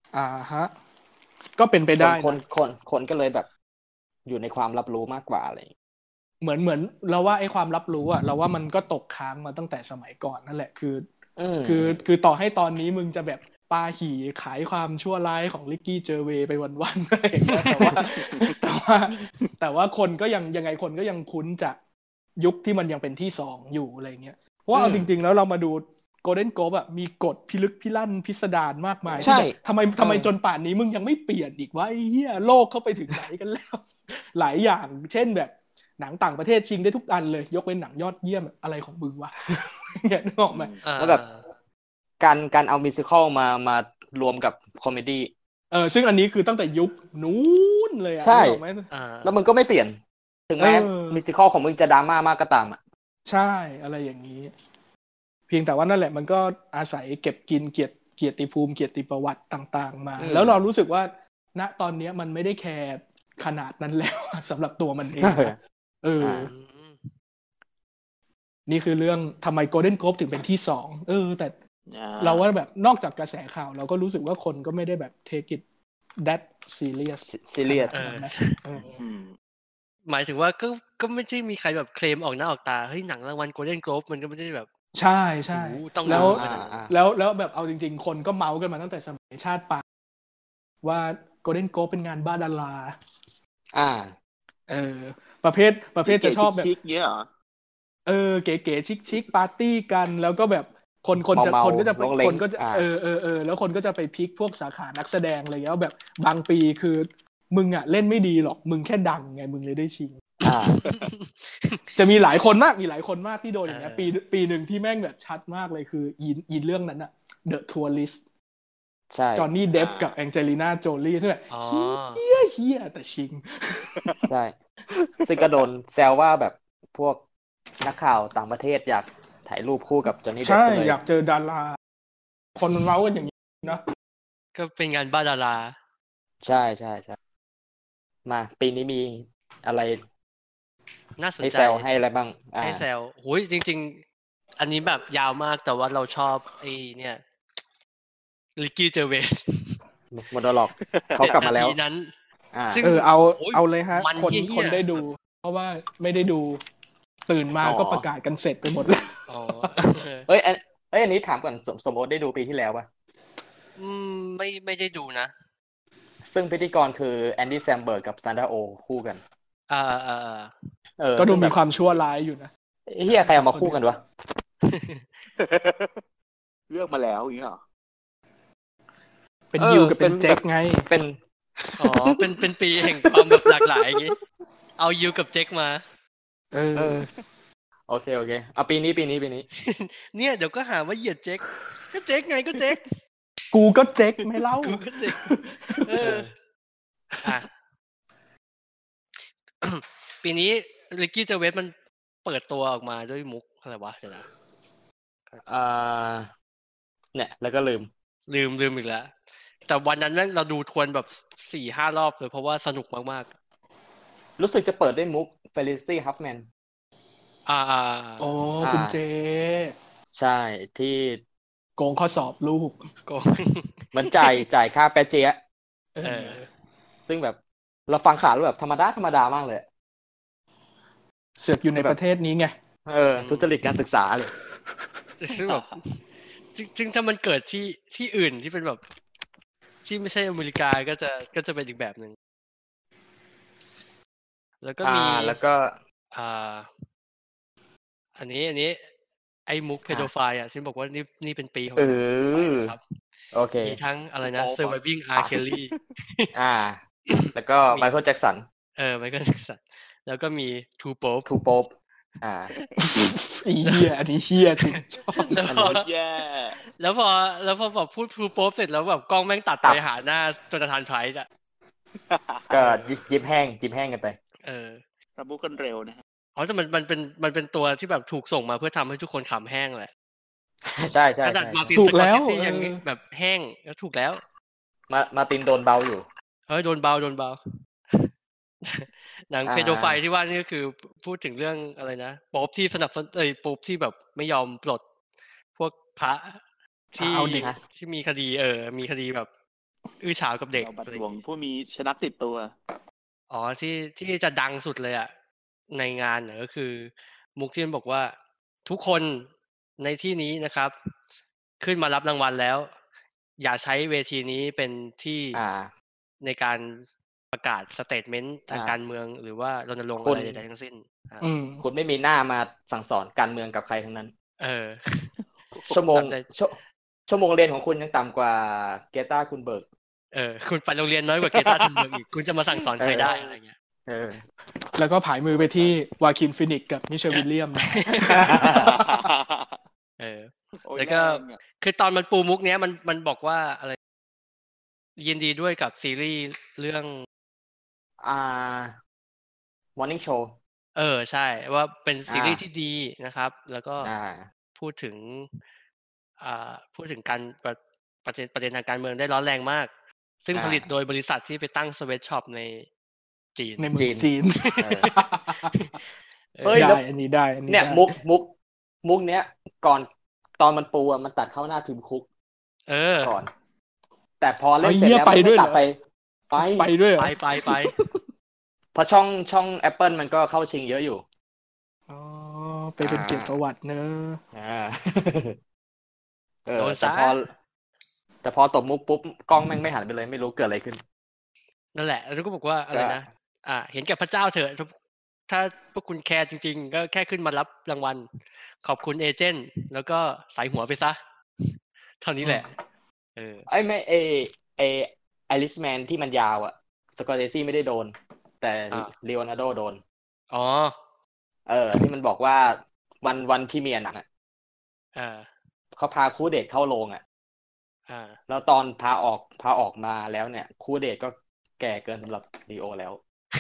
อ่าฮะก็เป็นไปได้คนนะคนคนก็เลยแบบอยู่ในความรับรู้มากกว่าอะไรอย่างเงี้ยเหมือนเหมือนเราว่าไอ้ความรับรู้อะเราว่ามันก็ตกค้างมาตั้งแต่สมัยก่อนนั่นแหละคืออืมคือคือต่อให้ตอนนี้มึงจะแบบปาหี่ขายความชั่วร้ายของลิกกี้เจอเวย์ไปวันๆอะไรอย่างเงี้ยแต่ว่าแต่ว่าแต่ว่าคนก็ยังยังไงคนก็ยังคุ้นจากยุคที่มันยังเป็นที่สองอยู่อะไรเงี้ยเพราะว่าเอาจริงๆแล้วเรามาดูโกลเด้นโกลบอะมีกฎพิลึกพิลั่นพิสดารมากมายใช่ที่แบบทำไมทำไมจนป่านนี้มึงยังไม่เปลี่ยนอีกวะไอ้เหี้ยโลกเข้าไปถึงไหนกันแล้ว หลายอย่างเช่นแบบหนังต่างประเทศชิงได้ทุกอันเลยยกเว้นหนังยอดเยี่ยมอะไรของมึงวะ เนี่ยนึกออกไหมแล้วแบบการการเอามิวสิคอลมามารวมกับคอมเมดี้เออซึ่งอันนี้คือตั้งแต่ยุคนู้นเลยอะใช่นึกออกไหมอ่าแล้วมึงก็ไม่เปลี่ยน ถึงแม้เออมิวสิคอลของมึงจะดราม่ามากก็ตามอ่ะใช่อะไรอย่างนี้ เพียงแต่ว่านั่นแหละมันก็อาศัยเก็บกินเกียรติเกียรติภูมิเกียรติประวัติต่างๆมาอืมแล้วเรารู้สึกว่าณตอนนี้มันไม่ได้แคร์ขนาดนั้นแล้ว สำหรับตัวมันเองนะเอออ่าอืมนี่คือเรื่องทำไม Golden Globe ถึงเป็นที่สองเออ แต่อ่าเราว่าแบบนอกจากกระแสข่าวเราก็รู้สึกว่าคนก็ไม่ได้แบบ take it that serious ซีเรียสขนาดนั้นนะเอออืมหมายถึงว่าก็ก็ไม่ได้มีใครแบบเคลมออกหน้าออกตาเฮ้ยหนังรางวัล Golden Globe มันก็ไม่ได้แบบใช่ใช่โอ้โหต้องแล้วขนาดนั้นอ่าแล้วแล้วแบบเอาจริงๆ คนก็เมาส์กันมาตั้งแต่สมัยชาติปางว่า Golden Globe เป็นงานบ้าดาราอ่าเออ ประเภทประเภทจะชอบแบบชิคๆเงี้ยเหรอเออเก๋ๆชิคๆปาร์ตี้กันแล้วก็แบบคนคนจะเมาๆคนก็จะไปลงเล้งคนก็จะอ่าเออเออเออแล้วคนก็จะไปพิกพวกสาขานักแสดงอะไรเงี้ยแบบบางปีคือมึงอ่ะเล่นไม่ดีหรอกมึงแค่ดังไงมึงเลยได้ชิงอ่าจะมีหลายคนมากมีหลายคนมากที่โดนอย่างเงี้ยเออปีปีหนึ่งที่แม่งแบบชัดมากเลยคืออีนอีนเรื่องนั้นอะ The Tourist ใช่จอห์นนี่เดฟกับแองเจลิน่าโจลี่ใช่ไหมอ๋อเฮี้ยเฮี้ยแต่ชิงใช่ ซึ่งก็โดนแซวว่าแบบพวกนักข่าวต่างประเทศอยากถ่ายรูปคู่กับจอห์นนี่เดฟใช่เลยอยากเจอดารา คนมันเมาส์กันอย่างนี้นะก็เป็นงานบ้าดาราใช่ใช่ใช่มาปีนี้มีอะไรน่าสนให้ใจแซวให้อะไรบ้างอ่าให้แซวโหยจริง ๆ อันนี้แบบยาวมากแต่ว่าเราชอบไอ้เนี่ยลิกกี้เจอเวสโมโนล็อกเขากลับมาแล้วเจ็ดนทีนั้นอ่าซึ่งเออเอาโอ้ยเอาเลยฮะมันคนเหี้ยๆคนได้ดู เพราะว่าไม่ได้ดูตื่นมาอ๋อก็ประกาศกันเสร็จไปหมดแล้วอ๋อเอ้ยอันเอ้ยอันนี้ถามก่อนสมสมโอ๊ตได้ดูปีที่แล้วป่ะอืมไม่ไม่ได้ดูนะซึ่งพิธีกรคือแอนดี้แซมเบิร์กกับซานดราโอคู่กันอ่าอ่าอ่าเออก็ดูซึ่งมีแบบความชั่วร้ายอยู่นะเฮียใครเอามาคู่กันวะเลือกมาแล้วอย่างเงี้ยเหรอเป็นเออยิวกับเป็นเป็นเจ็คไงเป็นอ๋อเป็นเป็นปีแห่งความแบบหลากหลายอย่างงี้ เอายูกับเจ็คมาเออเออ โอเคโอเคเอาปีนี้ปีนี้ปีนี้เนี่ยเดี๋ยวก็หาว่าเหยียดเจ็คก็เจ็คไงก็เจ็คกูก็เจ็คไม่เล่ากูก็เจ็คเอออ่ะ ปีนี้ลิกกี้เจเวสมันเปิดตัวออกมาด้วยมุกอะไรวะเดี๋ยวนะอ่าเนี่ยแล้วก็ลืมลืมลืมอีกแล้ว แต่วันนั้นแม่งเราดูทวนแบบสี่ห้ารอบเลยเพราะว่าสนุกมากรู้สึกจะเปิดด้วยมุกเฟลิซี่ฮัฟแมนๆอ่าอ่าโอ้อ่าคุณเจใช่ที่โกงข้อสอบลูกโกงเหมือนจ่าย จ่ายค่าแปะเจี๊ยะเอเอออซึ่งแบบเราฟังข่าวแล้วแบบธรรมดาธรรมดามากเลยเสือกอยู่ในประเทศนี้ไงเออทุจริตการศึกษาเลยซึ่งแบบซึ่งถ้ามันเกิดที่ที่อื่นที่เป็นแบบ ที่ไม่ใช่อเมริกาก็จะก็จะเป็นอีกแบบหนึ่งแล้วก็อ่ามีแล้วก็อ่า อันนี้อันนี้ ไอ้มุกเพโดไฟล์อ่ะที่บอกว่านี่นี่เป็นปีของเอหนังอครับโอเคมีทั้งอะไรนะ Surviving R Kelly อ่า แล้วก็ไมเคิลแจ็คสันเออไม่ก็สัตว์แล้วก็มี Two Pope ทูโป๊ปอ่าไอ้เฮียอันนี้เฮียจริงชอบแล้วอันพอนี้แย่แล้วพอแล้วพอแบบพูด Two Pope เสร็จแล้วแบบกล้องแม่งตัดตัไปดหาหน้าโจนาธานไพรส์อ่ะก็ยิบยิบแห้งยิบแห้งกันไปเออระบุกันเร็วนะฮะอ๋อแต่มันมันเป็นมันเป็นตัวที่แบบถูกส่งมาเพื่อทำให้ทุกคนขำแห้งแหละใช่ใช่ขนาดใช่มาร์ตินถูสกกอแล้ร์วเซซียังเออแบบแห้งก็ถูกแล้วมามาตินโดนเบาอยู่เฮ้ยโดนเบาโดนเบา หนังอ่าเพโดไฟล์ที่ว่านี่ก็คือพูดถึงเรื่องอะไรนะโป๊ปที่สนับสนุนเอ้ยโป๊ปที่แบบไม่ยอมปลดพวกพระที่เอาดิที่มีคดีเออ มีคดีแบบอื้อฉาวกับเด็กบัตรหลวงผู้มีชนักติดตัวอ๋อที่ที่จะดังสุดเลยอ่ะในงานเนี่ยก็คือมุกที่มันบอกว่าทุกคนในที่นี้นะครับขึ้นมารับรางวัลแล้วอย่าใช้เวทีนี้เป็นที่ในการประกาศสเตทเมนต์ทางการเมืองหรือว่ารณรงค์อะไรใดๆทั้งสิ้นคุณไม่มีหน้ามาสั่งสอนการเมืองกับใครทั้งนั้นเออชั่วโมงชั่วโมงเรียนของคุณยังต่ำกว่าเกตาคุณเบิร์กเออคุณไปโรงเรียนน้อยกว่าเกตาคุณเบิร์กอีกคุณจะมาสั่งสอนใครได้อะไรเงี้ยเออแล้วก็ผายมือไปที่วาคินฟินิกกับมิเชลวิลเลียมเออแล้วก็คือตอนมันปูมุกเนี้ยมันมันบอกว่าอะไรยินดีด้วยกับซีรีส์เรื่องอ่า Morning Show เออใช่ว่าเป็นซีรีส์ที่ดีนะครับแล้วก็พูดถึงอ่าพูดถึงการประเด็นประเด็นทางการเมืองได้ร้อนแรงมากซึ่งผลิตโดยบริษัทที่ไปตั้งสเวทช็อปในจีนในเมืองจีนเฮ้ยได้อันนี้ได้อันนี้เนี่ยมุกมุกมุกเนี้ยก่อนตอนมันปูอ่ะมันตัดเข้าหน้าทีมคุกเออก่อนแต่พอเล่นเสร็จแล้วมันตัดไปไปไปด้วยไปไปไปเพราะช่องช่อง Apple มันก็เข้าชิงเยอะอยู่อ๋อไปเป็นเกียรติประวัติเนอะอ่าเออแต่พอแต่พอตบมุกปุ๊บกล้องแม่งไม่หันไปเลยไม่รู้เกิดอะไรขึ้นนั่นแหละแล้วก็บอกว่าอะไรนะอ่าเห็นแก่พระเจ้าเถอะถ้าพวกคุณแคร์จริงๆก็แค่ขึ้นมารับรางวัลขอบคุณเอเจนต์แล้วก็ใส่หัวไปซะเท่านี้แหละเออไอ้ไม่เอเอไอริชแมนที่มันยาวอ่ะสกอร์เซซี่ไม่ได้โดนแต่เลโอนาร์โดโดนอ๋อเออที่มันบอกว่าวันวันพรีเมียร์หนังอ่ะอ่าเขาพาคู่เดทเข้าโรงอ่ะอ่าแล้วตอนพาออกพาออกมาแล้วเนี่ยคู่เดทก็แก่เกินสำหรับลีโอแล้ว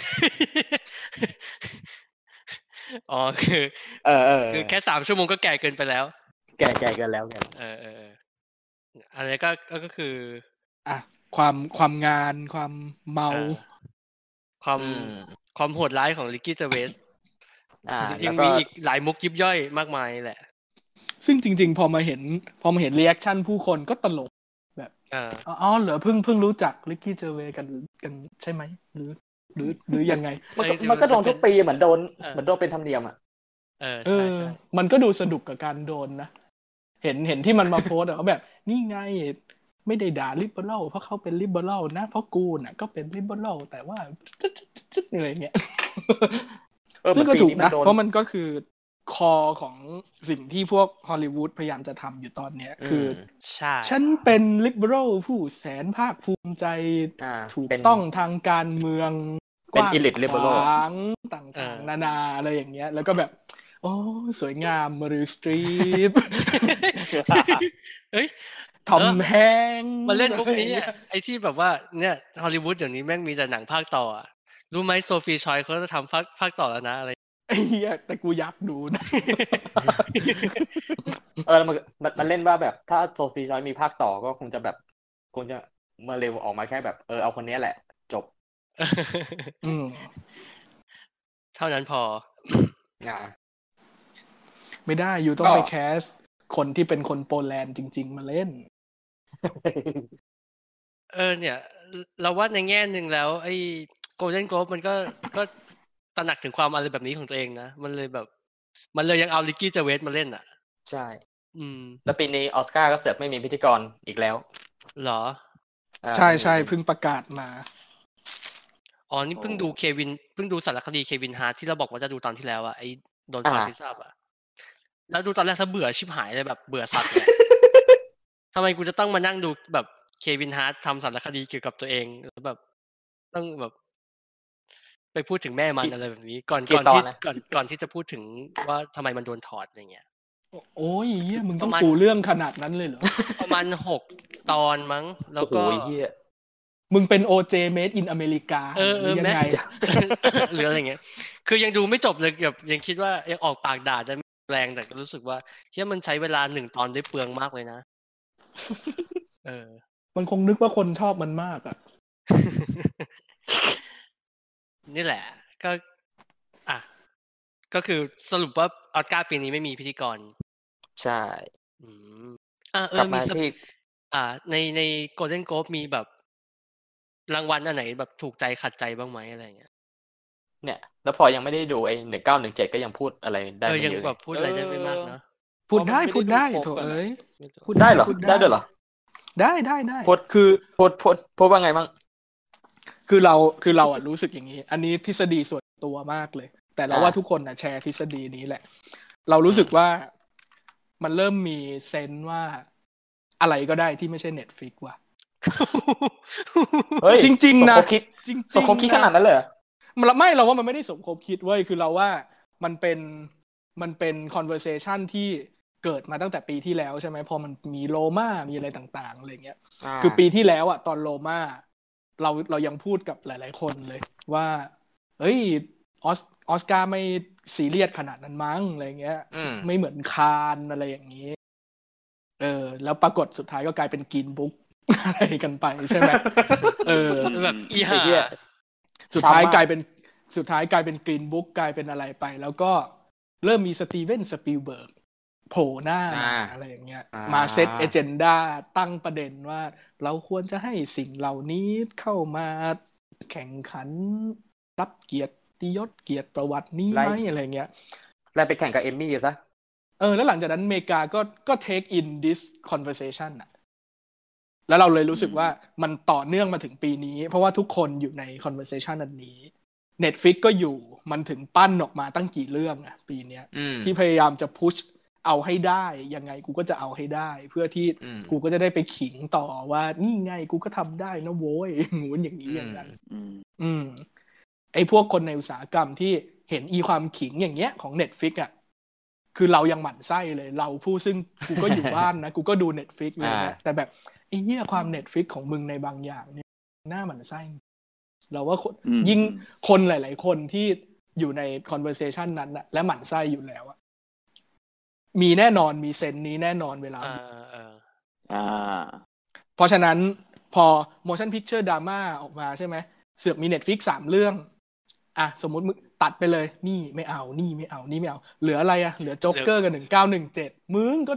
อ๋อคือเออเออคือแค่สามชั่วโมงก็แก่เกินไปแล้วแก่แก่เกินแล้วเนี่ยเออเอออะไรก็ก็คืออ่ะความความงานความเมาความความโหดร้ายของลิกกี้เจเวสยังมีอีกหลายมุกยิบย่อยมากมายแหละซึ่งจริงๆพอมาเห็นพอมาเห็นรีแอคชั่นผู้คนก็ตลกแบบอ๋อเหรอเพิ่งเพิ่งรู้จักลิกกี้เจเวสกันกันใช่ไหมหรือหรือหรือยังไงมันก็โดนทุกปีเหมือนโดนเหมือนโดนเป็นธรรมเนียมอ่ะเออใช่ใช่มันก็ดูสนุกกับการโดนนะเห็นเห็นที่มันมาโพสต์อะแบบนี่ไงไม่ได้ด่าลิเบอรัลเพราะเขาเป็นลิเบอรัลนะเพราะกูน่ะก็เป็นลิเบอรัลแต่ว่าจุดๆอะไรเงี้ยซึ่งก็ถูกนะเพราะมันก็คือคอของสิ่งที่พวกฮอลลีวูดพยายามจะทำอยู่ตอนเนี้ยคือฉันเป็นลิเบอรัลผู้แสนภาคภูมิใจถูกต้องทางการเมืองกว้างขวางต่างๆนานาอะไรอย่างเงี้ยแล้วก็แบบโอ้สวยงามมาริลสตรีปเฮ้ยทอมแฮงมาเล่นมุกนี้อ่ะไอ้ที่แบบว่าเนี่ยฮอลลีวูดเดี๋ยวนี้แม่งมีแต่หนังภาคต่ออ่ะรู้ไหมโซฟีชอยเขาจะทำภาคภาคต่อแล้วนะอะไรไอ้เหี้ยแต่กูอยากดูนะเออมันมันเล่นว่าแบบถ้าโซฟีชอยมีภาคต่อก็คงจะแบบคงจะเมื่อเร็วออกมาแค่แบบเออเอาคนนี้แหละจบอืมเท่านั้นพออ่าไม่ได้อยู่ต้องไปแคสคนที่เป็นคนโปแลนด์จริงๆมาเล่นเออเนี่ยเราว่าในแง่นึงแล้วไอ้ Golden Globe มันก็ก็ตระหนักถึงความอะไรแบบนี้ของตัวเองนะมันเลยแบบมันเลยยังเอาลิกกี้เจเวสมาเล่นอ่ะใช่อืมแล้วปีนี้ออสการ์ก็เสือกไม่มีพิธีกรอีกแล้วเหรอใช่ๆเพิ่งประกาศมาอ๋อนี่เพิ่งดูเควินเพิ่งดูสารคดีเควินฮาร์ทที่เราบอกว่าจะดูตอนที่แล้วอ่ะไอ้โดนฟาพิซซ่าอ่ะแล้วดูตอนแรกซะเบื่อชิบหายเลยแบบเบื่อสัตว์เลยทำไมกูจะต้องมานั่งดูแบบเควินฮาร์ททำสารคดีเกี่ยวกับตัวเองแล้วแบบต้องแบบไปพูดถึงแม่มันอะไรแบบนี้ก่อนก่อนที่ก่อนก่อนที่จะพูดถึงว่าทำไมมันโดนถอดอย่างเงี้ยโอ้ยเหี้ยมึงต้องปูเรื่องขนาดนั้นเลยเหรอประมาณหกตอนมั้งแล้วก็มึงเป็น โอ เจ Made in America เออๆยังไงหรืออะไรเงี้ยคือยังดูไม่จบเลยแบบยังคิดว่ายังออกปากด่าได้แรงแต่ก็รู้สึกว่าเหี้ยมันใช้เวลาหนึ่งตอนได้เปลืองมากเลยนะเออมันคงนึกว่าคนชอบมันมากอ่ะนี่แหละก็อ่ะก็คือสรุปว่าออสการ์ปีนี้ไม่มีพิธีกรใช่อืมอ่ะเออมีอ่าในใน Golden Globe มีแบบรางวัลอันไหนแบบถูกใจขัดใจบ้างไหมอะไรเงี้ยเนี่ยแล้วพอยังไม่ได้ดูไอ้หนึ่งเก้าหนึ่งเจ็ดก็ยังพูดอะไรได้ไม่เยอะเออยังแบบพูดอะไรได้ไม่มากเนาะพูดได้พูดได้โถเอ้ยพูดได้เหรอได้ด้วยเหรอได้ได้ได้พูดคือพูดพูดพูดว่าไงบ้างคือเราคือเราอ่ะรู้สึกอย่างนี้อันนี้ทฤษฎีส่วนตัวมากเลยแต่เราว่าทุกคนน่ะแชร์ทฤษฎีนี้แหละเรารู้สึกว่ามันเริ่มมีเซนส์ว่าอะไรก็ได้ที่ไม่ใช่ Netflix ว่ะเฮ้ยจริงๆนะจริงๆสมคบคิดขนาดนั้นเลยมันไม่เราว่ามันไม่ได้สมคบคิดเว้ยคือเราว่ามันเป็นมันเป็น conversation ที่เกิดมาตั้งแต่ปีที่แล้วใช่ไหมพอมันมีโรม่ามีอะไรต่างๆอะไรเงี้ยคือปีที่แล้วอ่ะตอนโรม่าเราเรายังพูดกับหลายๆคนเลยว่าเฮ้ยออสออสการ์ไม่ซีเรียสขนาดนั้นมั้งอะไรเงี้ยไม่เหมือนคานอะไรอย่างนี้เออแล้วปรากฏสุดท้ายก็กลายเป็นกรีนบุ๊กอะไรกันไปใช่ไหมเออแบบอีห่าสุดท้ายกลายเป็นสุดท้ายกลายเป็นกรีนบุ๊กกลายเป็นอะไรไปแล้วก็เริ่มมีสตีเวนสปีลเบิร์กโผล่หน้ามาอะไรอย่างเงี้ยมาเซตเอเจนดาตั้งประเด็นว่าเราควรจะให้สิ่งเหล่านี้เข้ามาแข่งขันรับเกียรติยศเกียรติประวัตินี้ไหมอะไรเงี้ยแล้วไปแข่งกับเอมมี่ซะเออแล้วหลังจากนั้นอเมริกาก็ก็ take in this conversation อ่ะแล้วเราเลยรู้สึกว่ามันต่อเนื่องมาถึงปีนี้เพราะว่าทุกคนอยู่ใน conversation อันนี้ Netflix ก็อยู่มันถึงปั้นออกมาตั้งกี่เรื่องอ่ะปีเนี้ยที่พยายามจะ push เอาให้ได้ยังไงกูก็จะเอาให้ได้เพื่อที่กูก็จะได้ไปขิงต่อว่านี่ไงกูก็ทำได้นะโว้ยงูอย่างนี้อย่างนั้นอืมไอ้พวกคนในอุตสาหกรรมที่เห็นอีความขิงอย่างเงี้ยของ Netflix อ่ะคือเรายังหมั่นไส้เลยเราผู้ซึ่งกูก็อยู่บ้านนะกูก็ดู Netflix เลยนะแต่แบบไอ้เหี้ยความ Netflix ของมึงในบางอย่างเนี่ยหน้าหมั่นไส้เราว่ายิ่งคนหลายๆคนที่อยู่ใน conversation นั้นน่ะและหมั่นไส้อยู่แล้วอะมีแน่นอนมีเซนนี้แน่นอนเวลาอ่าเพราะฉะนั้นพอ motion picture drama ออกมาใช่ไหมเสือกมี Netflix สามเรื่องอ่ะสมมุติมึงตัดไปเลยนี่ไม่เอานี่ไม่เอานี่ไม่เอาเหลืออะไรอ่ะเหลือโจ๊กเกอร์กับหนึ่งเก้าหนึ่งเจ็ดมึงก็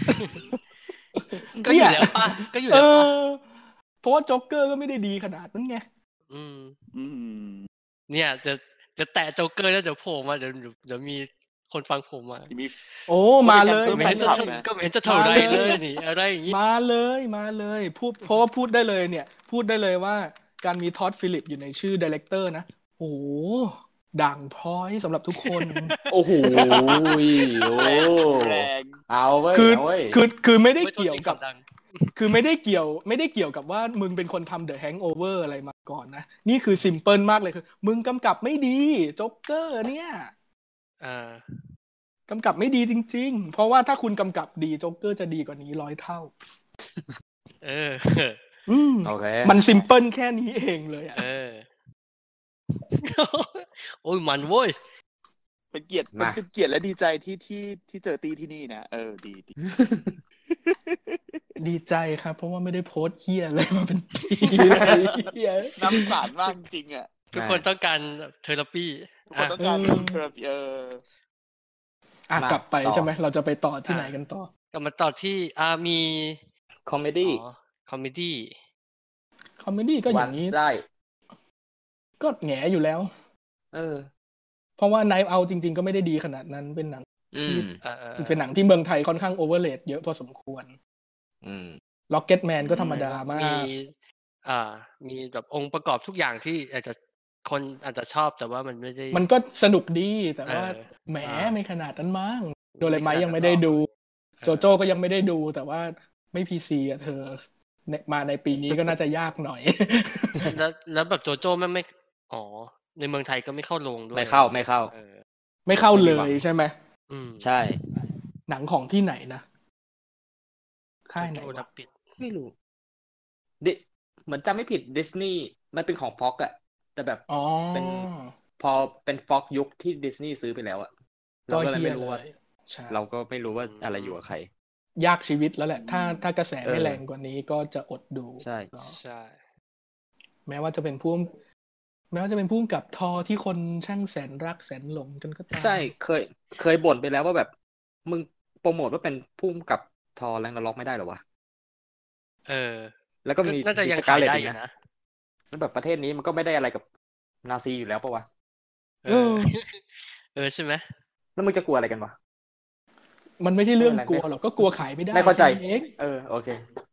ก็อยู่แล้วป่ะก็อยู่แล้วป่ะเพราะว่าโจ๊กเกอร์ก็ไม่ได้ดีขนาดนั้นไงอืมอืมเนี่ยจะจะแตะโจ๊กเกอร์แล้วเดี๋ยวโผล่มาเดี๋ยวเดี๋ยวมีคนฟังผมอ่ะโอ้มาเลยก็ไม่เห็นจะก็ไม่เห็นจะเท่าไรเลยนี่อะไรอย่างงี้มาเลยมาเลยพูดเพราะว่าพูดได้เลยเนี่ยพูดได้เลยว่าการมีท็อดฟิลิปอยู่ในชื่อไดเรคเตอร์นะโอ้ด่างพร้อยสำหรับทุกคนโอ้โหโอ้แรงเอาเว้ยคือคือคือไม่ได้เกี่ยวกับคือไม่ได้เกี่ยวไม่ได้เกี่ยวกับว่ามึงเป็นคนทำ The Hangover อะไรมาก่อนนะนี่คือซิมเพิลมากเลยคือมึงกำกับไม่ดีโจ๊กเกอร์เนี่ยอ่ากำกับไม่ดีจริงๆเพราะว่าถ้าคุณกำกับดีโจ๊กเกอร์จะดีกว่านี้ร้อยเท่าเอออืมโอเคมันซิมเพิลแค่นี้เองเลยอ่ะเออโอ้ยมันโว้ยเป็นเกียรติเป็นเกียรติและดีใจที่ที่ที่เจอตีที่นี่นะเออดีดีดีใจครับเพราะว่าไม่ได้โพสเหี้ยอะไรมาเป็นปีน้ำสารมากจริงอ่ะทุกคนต้องการเทอราปีทุกคนต้องการเทอราปีเอออ่ะกลับไปใช่ไหมเราจะไปต่อที่ไหนกันต่อกลับมาต่อที่อ่ามีคอมเมดี้คอมเมดี้คอมเมดี้ก็อย่างนี้ได้ก็แหงอยู่แล้วเออเพราะว่า Knife Out จริงๆก็ไม่ได้ดีขนาดนั้นเป็นหนังที่เป็นหนังที่เมืองไทยค่อนข้างโอเวอร์เรทเยอะพอสมควรอืม Rocketman ก็ธรรมดามากมีอ่ามีแบบองค์ประกอบทุกอย่างที่อาจจะคนอาจจะชอบแต่ว่ามันไม่ได้มันก็สนุกดีแต่ว่าแหมไม่ขนาดนั้นมั้งโดเรมอนยังไม่ได้ดูโจโจ้ก็ยังไม่ได้ดูแต่ว่าไม่ พี ซี อ่ะเธอมาในปีนี้ก็น่าจะยากหน่อยแล้วแล้วแบบโจโจ้ไม่ไม่อ๋อในเมืองไทยก็ไม่เข้าโรงด้วยไม่เข้าไม่เข้าไม่เข้าเลยใช่ไหมอืมใช่หนังของที่ไหนนะค่ายไหนวะไม่รู้ดิเหมือนจำไม่ผิดดิสนีย์มันเป็นของ Fox อ่ะแต่แบบเป็นพอเป็น Fox ยุคที่ดิสนีย์ซื้อไปแล้วอ่ะเราก็เลยไม่รู้ว่าเราก็ไม่รู้ว่าอะไรอยู่กับใครยากชีวิตแล้วแหละถ้าถ้ากระแสไม่แรงกว่านี้ก็จะอดดูใช่ใช่แม้ว่าจะเป็นผู้แม้ว่าจะเป็นผู้กับทอที่คนช่างแสนรักแสนหลงกันก็ตามใช่เคยเคยบ่นไปแล้วว่าแบบมึงโปรโมทว่าเป็นผู้กับทอแรงนรกไม่ได้หรอวะเออแล้วก็มีน่าจะยังขายได้อยู่นะแล้วแบบประเทศนี้มันก็ไม่ได้อะไรกับนาซีอยู่แล้วปะวะเออ เออใช่ไหมแล้วมึงจะกลัวอะไรกันวะมันไม่ใช่เรื่องไม่เป็นไรกลัวหรอกก็กลัวขายไม่ได้ไม่เข้าใจแค่นั้นเองเออโอเค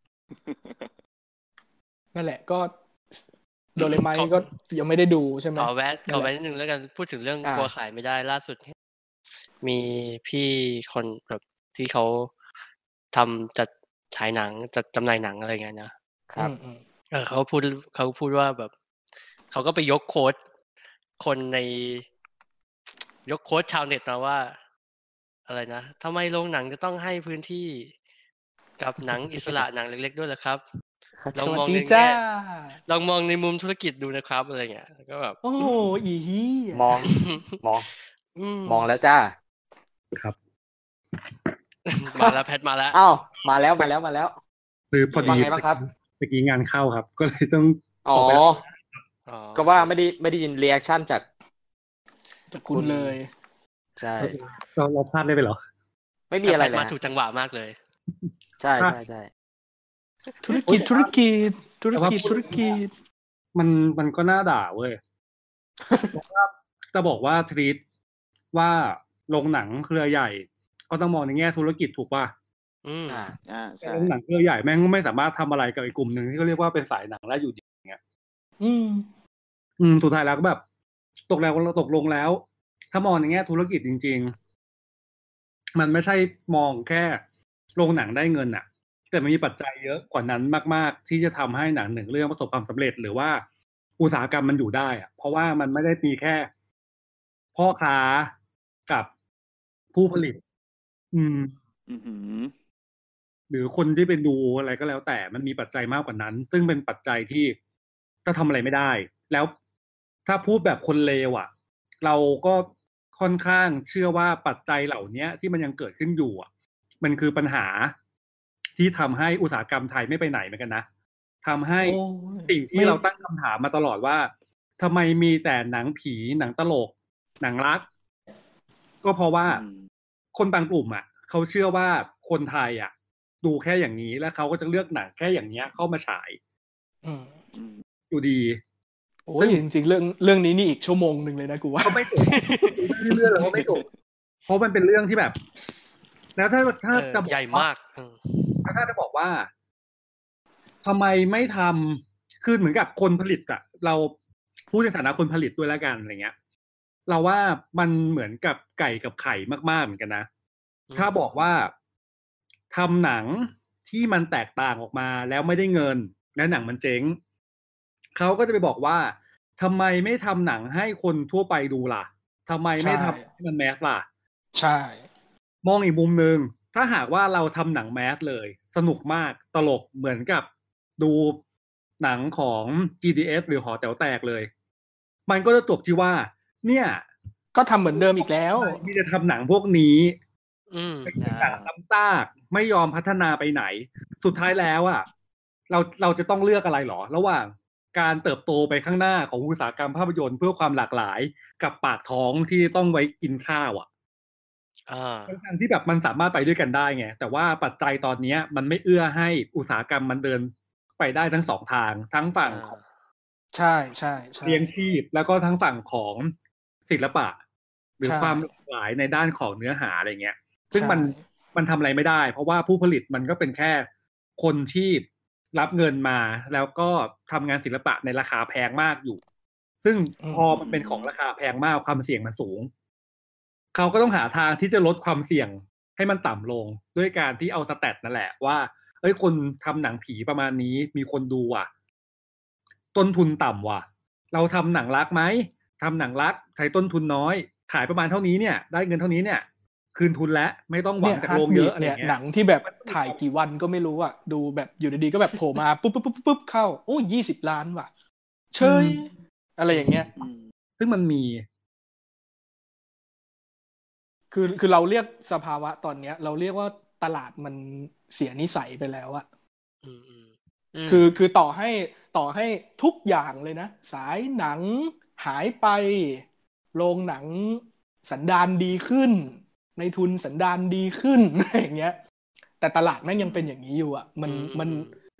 นั่นแหละก็โดเรมอนก็ยังไม่ได้ดูใช่ไหมขอแวะนั่ขนอแหละแวะนิดนึงแล้วกันพูดถึงเรื่องอ่ากลัวขายไม่ได้ล่าสุด มีพี่คนแบบที่เขาทำจัดฉายหนังจัดจำหน่ายหนังอะไรเงี้ยนะครับอืมเออเขาพูดเขาพูดว่าแบบเขาก็ไปยกโค้ดคนในยกโค้ดชาวเน็ตมาว่าอะไรนะทำไมโรงหนังจะต้องให้พื้นที่กับหนังอิสระ หนังเล็กๆด้วยล่ะครับ ลองสวัสมองดีในจ้าแง่ลองมองในมุมธุรกิจดูนะครับอะไรเงี้ยแล้วก็แบบโอ้อีเหี้ยมองมองอืมมองแล้วจ้าครับมาแล้วแพทมาแล้วอ้าวมาแล้วมาแล้วมาแล้วคือพอดีว่าไงบ้างครับเมื่อกี้งานเข้าครับ ก็เลยต้องอ๋อออกไปอ๋อก็ว่าไม่ได้ไม่ได้ยินรีแอคชั่นจากจากคุณเลยใช่เราเราพลาดได้ไปเหรอไม่มีอะไรแพทเลยมาฮะถูกจังหวะมากเลยใช่ใช่ใช่ธุรกิจธุรกิจธุรแต่ว่ากิจธุรกิจมันมันก็น่าด่าเว้ย เพราะว่าจะบอกว่าทรีตว่าโรงหนังเครือใหญ่ ก็ต้องมองในแง่ธุรกิจถูกป่ะอืมอ่าอ่าแต่ใช่โรงหนังเครือใหญ่แม่งไม่สามารถทำอะไรกับไอ้กลุ่มหนึ่งที่เขาเรียกว่าเป็นสายหนังได้อยู่ดีอย่างเงี้ยอืมอืมสุดท้ายแล้วก็แบบ ตกแล้วตกลงแล้ว ถ้ามองในแง่ธุรกิจจริง ๆ มันไม่ใช่มองแค่โรงหนังได้เงินอะแต่มันมีปัจจัยเยอะกว่านั้นมาก ๆ ที่จะทำให้หนังหนึ่งเรื่องประสบความสำเร็จหรือว่าอุตสาหกรรมมันอยู่ได้อะเพราะว่ามันไม่ได้มีแค่พ่อค้ากับผู้ผลิต อืมอือหือหรือคนที่เป็นดูอะไรก็แล้วแต่มันมีปัจจัยมากกว่านั้น ซึ่งเป็นปัจจัยที่ก็ทำอะไรไม่ได้ แล้วถ้าพูดแบบคนเลวอ่ะ เราก็ค่อนข้างเชื่อว่าปัจจัยเหล่านี้ที่มันยังเกิดขึ้นอยู่อ่ะ มันคือปัญหาที่ทำให้อุตสาหกรรมไทยไม่ไปไหนเหมือนกันนะทำให้โอ้ยสิ่งที่ไม่เราตั้งคำถามมาตลอดว่าทำไมมีแต่หนังผีหนังตลก หนังรัก ก็เพราะว่าอืมคนบางกลุ่มอ่ะเขาเชื่อว่าคนไทยอ่ะ ดูแค่อย่างนี้แล้วเขาก็จะเลือกหนังแค่อย่างเนี้ยเข้ามาฉายอืมอืมอยู่ดีโอ้ยจริงๆเรื่องเรื่องนี้นี่อีกชั่วโมงหนึ่งเลยนะกูว่าก็ไม่ถูกไม่ได้เรื่องแล้วก็ไม่ถูกเพราะมันเป็นเรื่องที่แบบ แล้วถ้าถ้าเออจะบอกใหญ่ว่มากเออถ้าจะบอกว่าทำไมไม่ทำคือเหมือนกับคนผลิตอะเราพูดในฐานะคนผลิตด้วยแล้วกันอะไรเงี้ย เราว่ามันเหมือนกับไก่กับไข่มากๆเหมือนกันนะ ถ้าบอกว่าทำหนังที่มันแตกต่างออกมาแล้วไม่ได้เงินและหนังมันเจ๊งเขาก็จะไปบอกว่าทำไมไม่ทำหนังให้คนทั่วไปดูล่ะทำไมไม่ทำให้มันแมสล่ะใช่มองอีกมุมหนึ่งถ้าหากว่าเราทำหนังแมสเลย สนุกมากตลกเหมือนกับดูหนังของ จี ดี เอส หรือหอแต๋วแตกเลย มันก็จะจบที่ว่า เนี่ยก็ทำเหมือนเดิมอีกแล้วมีจะทำหนังพวกนี้อืมเป็นหนังซ้ำซากไม่ยอมพัฒนาไปไหน สุดท้ายแล้วอ่ะเราเราจะต้องเลือกอะไรหรอ ระหว่างการเติบโตไปข้างหน้าของอุตสาหกรรมภาพยนตร์เพื่อความหลากหลายกับปากท้องที่ต้องไว้กินข้าวอ่ะอ่าทั้งที่แบบมันสามารถไปด้วยกันได้ไงแต่ว่าปัจจัยตอนนี้มันไม่เอื้อให้อุตสาหกรรมมันเดินไปได้ทั้งสองทางทั้งฝั่งของใช่ใช่ใช่เลี้ยงชีพแล้วก็ทั้งฝั่งของศิลปะ หรือใช่ความหลากหลายในด้านของเนื้อหาอะไรเงี้ยซึ่งมันใช่มันทำอะไรไม่ได้ เพราะว่าผู้ผลิตมันก็เป็นแค่คนที่รับเงินมาแล้วก็ทำงานศิลปะในราคาแพงมากอยู่ ซึ่งพอมันเป็นของราคาแพงมากความเสี่ยงมันสูงเขาก็ต้องหาทางที่จะลดความเสี่ยงให้มันต่ำลงด้วยการที่เอาสแตทนั่นแหละว่าเอ้ยคนทำหนังผีประมาณนี้มีคนดูอ่ะต้นทุนต่ำว่ะเราทำหนังรักไหมทำหนังรักใช้ต้นทุนน้อยขายประมาณเท่านี้เนี่ยได้เงินเท่านี้เนี่ยคืนทุนแล้วไม่ต้องหวังจากโรงเยอะอะไรเนี่ยเงี้ยหนังที่แบบถ่ายกี่วันก็ไม่รู้อ่ะดูแบบอยู่ดีๆก็แบบโผล่มา ปุ๊บปุ๊บปุ๊บปุ๊บเข้าโอ้ยยี่สิบล้านว่ะเชยอะไรอย่างเงี้ยอืมซึ่งมันมีคือคือเราเรียกสภาวะตอนเนี้ย เราเรียกว่าตลาดมันเสียนิสัยไปแล้วอะอืมอืมมคือคือต่อให้ต่อให้ทุกอย่างเลยนะสายหนังหายไปโรงหนังสันดานดีขึ้นในทุนสันดานดีขึ้น อะไรอย่างเงี้ยแต่ตลาดแม่งยังเป็นอย่างนี้อยู่อะมันมัน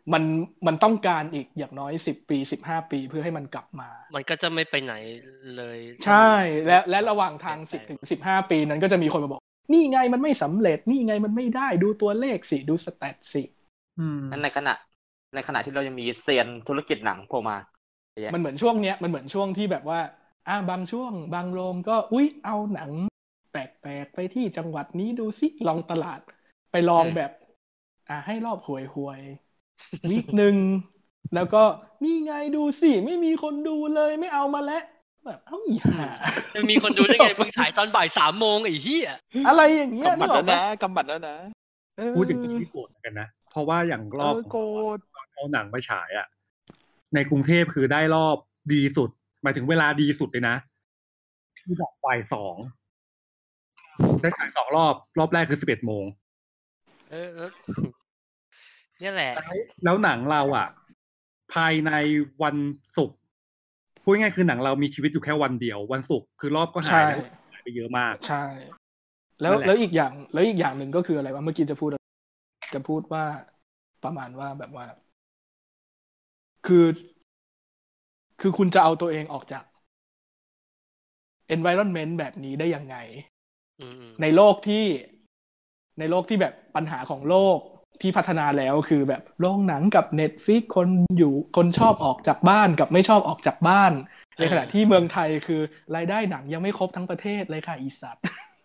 มันมันต้องการอีกอย่างน้อยสิบปีสิบห้าปีเพื่อให้มันกลับมามันก็จะไม่ไปไหนเลยใช่และและระหว่างทางสิบถึงสิบห้าปีนั้นก็จะมีคนมาบอกนี่ไงมันไม่สำเร็จนี่ไงมันไม่ได้ดูตัวเลขสิดูสแตทสิอืมในขณะในขณะที่เรายังมีเซียนธุรกิจหนังโผล่มามันเหมือนช่วงเนี้ยมันเหมือนช่วงที่แบบว่าอ่าบางช่วงบางโรงก็อุ๊ยเอาหนังแปลกๆไปที่จังหวัดนี้ดูสิลองตลาดไปลองแบบอ่าให้รอบหวยๆวีคนึงแล้วก็นี่ไงดูสิไม่มีคนดูเลยไม่เอามาแล้วแบบเอ้าอีห่าจะมีคนดูได้ไงมึงฉายตอนบ่ายสามโมงไอ้เหี้ยอะไรอย่างเงี้ยกำบัดแล้วนะกำบัดแล้วนะพูดถึงที่โกรธกันนะเพราะว่าอย่างรอบโกรธเอาหนังมาฉายอ่ะในกรุงเทพคือได้รอบดีสุดหมายถึงเวลาดีสุดเลยนะที่แบบบ่ายสองได้ฉายสองรอบรอบแรกคือสิบเอ็ดโมงเออเนี่ยแหละแล้วหนังเราอ่ะภายในวันศุกร์พูดง่ายคือหนังเรามีชีวิตอยู่แค่วันเดียววันศุกร์คือรอบก็หายไปเยอะมากใช่แล้วแล้วอีกอย่างแล้วอีกอย่างหนึ่งก็คืออะไรวะเมื่อกี้จะพูดจะพูดว่าประมาณว่าแบบว่าคือคือคุณจะเอาตัวเองออกจาก environment แบบนี้ได้ยังไงในโลกที่ในโลกที่แบบปัญหาของโลกที่พัฒนาแล้วคือแบบโรงหนังกับ Netflix คนอยู่คนชอบออกจากบ้านกับไม่ชอบออกจากบ้านในขณะที่เมืองไทยคือรายได้หนังยังไม่ครบทั้งประเทศเลยค่ะอีสัตว์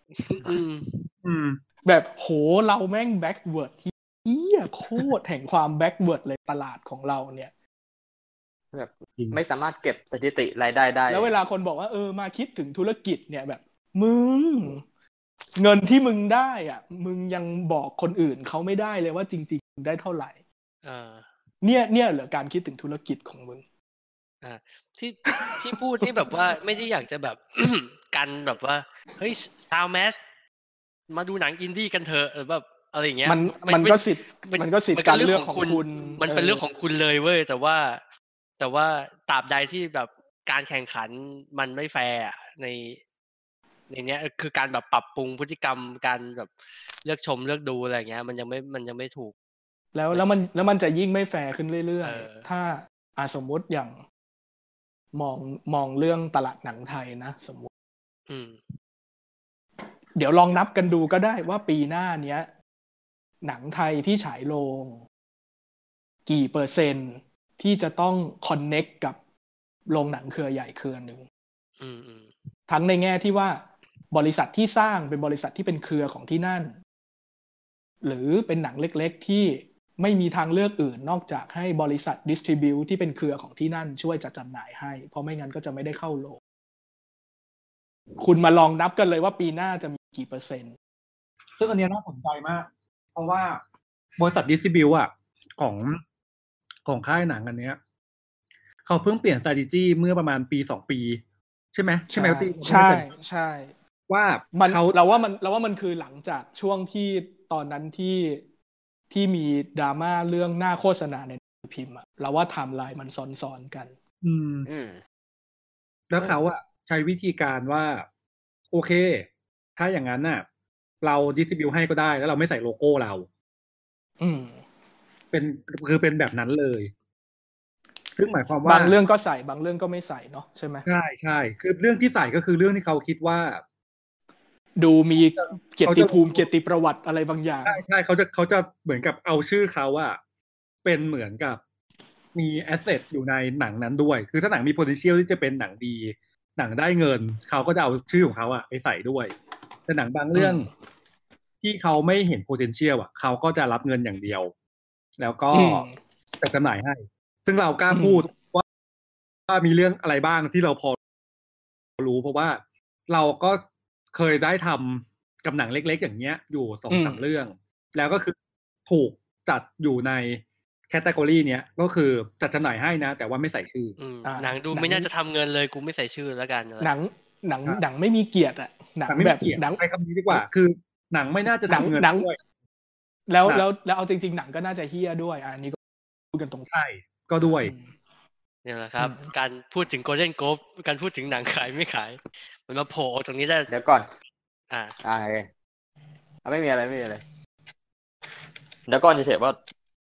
แบบโหเราแม่ง backward ที่เหี้ยโคตรแห่งความ backward เลยตลาดของเราเนี่ยแบบไม่สามารถเก็บสถิติรายได้ได้แล้วเวลาคนบอกว่าเออมาคิดถึงธุรกิจเนี่ยแบบมึงเงินที่มึงได้อ่ะมึงยังบอกคนอื่นเขาไม่ได้เลยว่าจริงๆมึงได้เท่าไหร่อ่าเนี่ยเนี่ยเหรอการคิดถึงธุรกิจของมึงอ่าที่ที่พูดนี่แบบว่าไม่ได้อยากจะแบบ กันแบบว่าเฮ้ยชาวแมสมาดูหนังอินดี้กันเถอะหรือแบบอะไรอย่างเงี้ยมันมันก็สิทธิ์มันก็สิทธิ์การเลือกของคุณมันเป็นเรื่องของคุณเลยเว้ยแต่ว่าแต่ว่าตราบใดที่แบบการแข่งขันมันไม่แฟร์ในในเนี้ยคือการแบบปรับปรุงพฤติกรรมการแบบเลือกชมเลือกดูอะไรเงี้ยมันยังไม่มันยังไม่ถูกแล้วแล้วมันแล้วมันจะยิ่งไม่แฟร์ขึ้นเรื่อยๆถ้าอ่ะสมมติอย่างมองมองเรื่องตลาดหนังไทยนะสมมติอืมเดี๋ยวลองนับกันดูก็ได้ว่าปีหน้าเนี้ยหนังไทยที่ฉายโรงกี่เปอร์เซ็นต์ที่จะต้องคอนเน็กกับโรงหนังเครือใหญ่เครือหนึ่งทั้งในแง่ที่ว่าบริษัทที่สร้างเป็นบริษัทที่เป็นเครือของที่นั่นหรือเป็นหนังเล็กๆที่ไม่มีทางเลือกอื่นนอกจากให้บริษัทดิสทริบิวที่เป็นเครือของที่นั่นช่วยจัดจำหน่ายให้เพราะไม่งั้นก็จะไม่ได้เข้าโรงคุณมาลองนับกันเลยว่าปีหน้าจะมีกี่เปอร์เซ็นต์ซึ่งอันนี้น่าสนใจมากเพราะว่าบริษัทดิสทริบิวอ่ะของของค่ายหนังอันเนี้ยเขาเพิ่งเปลี่ยน strategy เมื่อประมาณปีสองปีใช่ไหมใช่ไหมพี่ใช่ใช่ว่ามันเราว่ามันเราว่ามันคือหลังจากช่วงที่ตอนนั้นที่ที่มีดราม่าเรื่องหน้าโฆษณาในพิมพ์อะเราว่าไทม์ไลน์มันซ้อนๆกันอืมแล้วเขาอะใช้วิธีการว่าโอเคถ้าอย่างนั้นน่ะเราดิสทริบิวให้ก็ได้แล้วเราไม่ใส่โลโก้เราอืมเป็นคือเป็นแบบนั้นเลยซึ่งหมายความว่าบางเรื่องก็ใส่บางเรื่องก็ไม่ใส่เนาะใช่ไหมใช่ใช่คือเรื่องที่ใส่ก็คือเรื่องที่เขาคิดว่าดูมีเกียรติภูมิเกียรติประวัติอะไรบางอย่างใช่ใช่เขาจะเขาจะเหมือนกับเอาชื่อเขาอะเป็นเหมือนกับมีแอสเซทอยู่ในหนังนั้นด้วยคือถ้าหนังมี potential ที่จะเป็นหนังดีหนังได้เงินเขาก็จะเอาชื่อของเขาอะไปใส่ด้วยแต่หนังบางเรื่องที่เขาไม่เห็น potential อะเขาก็จะรับเงินอย่างเดียวแล้วก็จะจำหน่ายให้ซึ่งเรากล้าพูดว่าว่ามีเรื่องอะไรบ้างที่เราพอรู้เพราะว่าเราก็เคยได้ทำกับหนังเล็กๆอย่างเงี้ยอยู่ สองสาม เรื่องแล้วก็คือถูกจัดอยู่ในแคตตากรีเนี้ยก็คือจัดจำหน่ายให้นะแต่ว่าไม่ใส่ชื่อหนังดูไม่น่าจะทำเงินเลยกูไม่ใส่ชื่อแล้วกันหนังหนังหนังไม่มีเกียรติอ่ะหนังแบบหนังใช้คำนี้ดีกว่าคือหนังไม่น่าจะทำเงินด้วยแล้วแล้วแล้วเอาจริงๆหนังก็น่าจะเฮี้ยด้วยอันนี้ก็พูดกันตรงใช่ก็ด้วยเนี่ยแหละครับการพูดถึง Golden Globe การพูดถึงหนังขายไม่ขายมันมาโผล่ตรงนี้ได้เดี๋ยวก่อนอ่าอ่าโอเคไม่มีอะไรไม่มีอะไรเดี๋ยวก่อนจะเฉยว่า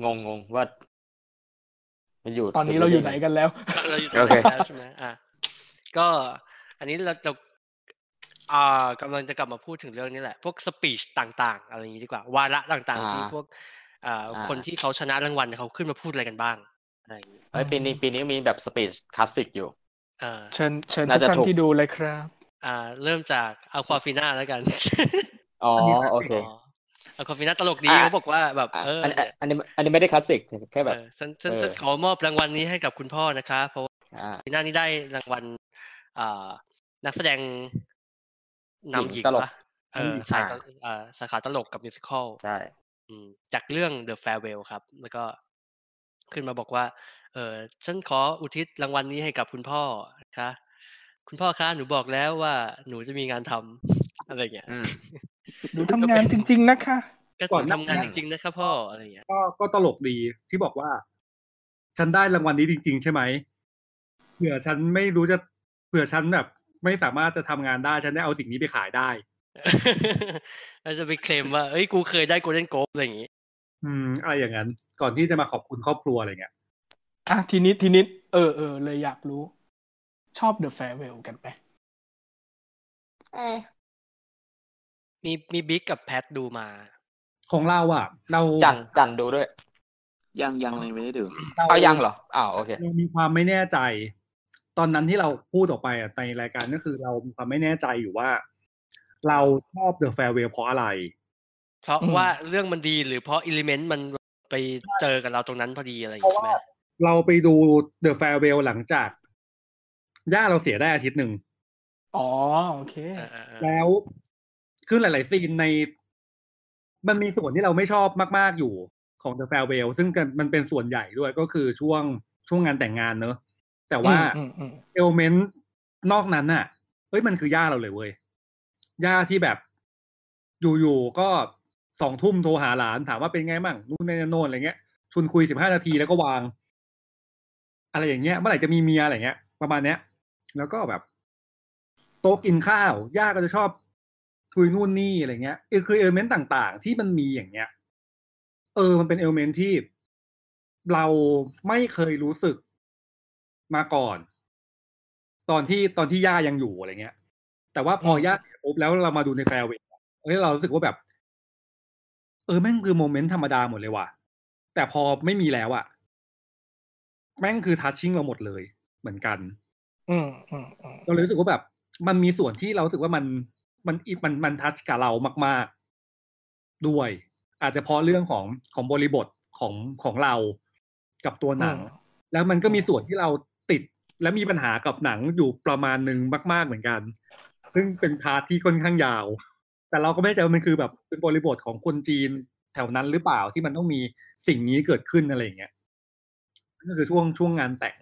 งงงว่ามันอยู่ตอนนี้เราอยู่ไหนกันแล้วเราอยู่ตรงไหนแล้วใช่ไหมอ่ะก็อันนี้เราจะอ่ากำลังจะกลับมาพูดถึงเรื่องนี้แหละพวกสปีชต่างๆอะไรอย่างนี้ดีกว่าวาระต่างๆที่พวกอ่าคนที่เขาชนะรางวัลเขาขึ้นมาพูดอะไรกันบ้างอะไรอย่างนี้เฮ้ยปีนี้ปีนี้มีแบบสปีชคลาสสิกอยู่อ่าเชิญเชิญทุกท่านที่ดูเลยครับอ่าเริ่มจากอัลควาฟิน่าแล้วกันอ๋อโอเคอัลควาฟิน่าตลกดีเขาบอกว่าแบบเอออันนี้อันนี้ไม่ได้คลาสสิกแค่แบบฉันฉันฉันขอมอบรางวัลนี้ให้กับคุณพ่อนะคะเพราะว่าฟิน่านี้ได้รางวัลอ่านักแสดงนำหญิงป่ะเออสายอ่าสาขาตลกกับมิวสิคอลใช่จากเรื่อง The Farewell ครับแล้วก็ขึ้นมาบอกว่าเออฉันขออุทิศรางวัลนี้ให้กับคุณพ่อนะคะคุณพ่อคะหนูบอกแล้วว่าหนูจะมีงานทำอะไรเงี้ยหนูทำงานจริงๆนะคะก็ก่อนทำงานจริงๆนะครับพ่ออะไรเงี้ยก็ก็ตลกดีที่บอกว่าฉันได้รางวัลนี้จริงๆใช่ไหมเผื่อฉันไม่รู้จะเผื่อฉันแบบไม่สามารถจะทำงานได้ฉันได้เอาสิ่งนี้ไปขายได้เราจะไปเคลมว่าเอ้ยกูเคยได้โกลเด้นโกลบอะไรอย่างงี้อืมอะไรอย่างนั้นก่อนที่จะมาขอบคุณครอบครัวอะไรเงี้ยอ่ะทีนี้ทีนี้เออเออเลยอยากรู้ชอบ The Farewell กันไหมเอ๊ะมีมีบิ๊กกับแพทดูมาของเราอ่ะเราจันจันดูด้วยยังยังเลยไม่ได้ดูเอายังเหรออ้าวโอเคเรามีความไม่แน่ใจตอนนั้นที่เราพูดออกไปอ่ะในรายการก็คือเรามีความไม่แน่ใจอยู่ว่าเราชอบ The Farewell เพราะอะไรเพราะว่าเรื่องมันดีหรือเพราะอิเลเมนต์มันไปเจอกับเราตรงนั้นพอดีอะไรอย่างเงี้ยใช่ไหมเราไปดู The Farewell หลังจากย่าเราเสียได้อาทิตย์หนึ่งอ๋อโอเคแล้วคือหลายๆซีนในมันมีส่วนที่เราไม่ชอบมากๆอยู่ของ The Farewell ซึ่งมันเป็นส่วนใหญ่ด้วยก็คือช่วงช่วงงานแต่งงานเนอะแต่ว่าเอลเมนต์นอกนั้นน่ะเฮ้ยมันคือย่าเราเลยเว้ยย่าที่แบบอยู่ๆก็สองทุ่มโทรหาหลานถามว่าเป็นไงมั่งนู่นนี่โน่นอะไรเงี้ยชวนคุยสิบห้านาทีแล้วก็วางอะไรอย่างเงี้ยเมื่อไหร่จะมีเมียอะไรเงี้ยประมาณเนี้ยแล้วก็แบบโต๊ะกินข้าวย่าก็จะชอบคุยนู่นนี่อะไรเงี้ยคือเอลเมนต์ต่างๆที่มันมีอย่างเงี้ยเออมันเป็นเอลเมนต์ที่เราไม่เคยรู้สึกมาก่อนตอนที่ตอนที่ย่ายังอยู่อะไรเงี้ยแต่ว่าพอย่าเสียปุ๊บแล้วเรามาดูในแฟร์เวย์เฮ้ยเรารู้สึกว่าแบบเออแม่งคือโมเมนต์ธรรมดาหมดเลยว่ะแต่พอไม่มีแล้วอ่ะแม่งคือทัชชิ่งเราหมดเลยเหมือนกันอืมอืมอืมเราเลยรู้สึกว่าแบบมันมีส่วนที่เรารู้สึกว่ามันมันมันมันทัชกับเรามากๆด้วยอาจจะเพราะเรื่องของของบริบทของของเรากับตัวหนังแล้วมันก็มีส่วนที่เราติดและมีปัญหากับหนังอยู่ประมาณนึงมากๆเหมือนกันซึ่งเป็นพาร์ทที่ค่อนข้างยาวแต่เราก็ไม่แน่ใจว่ามันคือแบบเป็นบริบทของคนจีนแถวนั้นหรือเปล่าที่มันต้องมีสิ่งนี้เกิดขึ้นอะไรอย่างเงี้ยก็คือช่วงช่วงงานแต่ง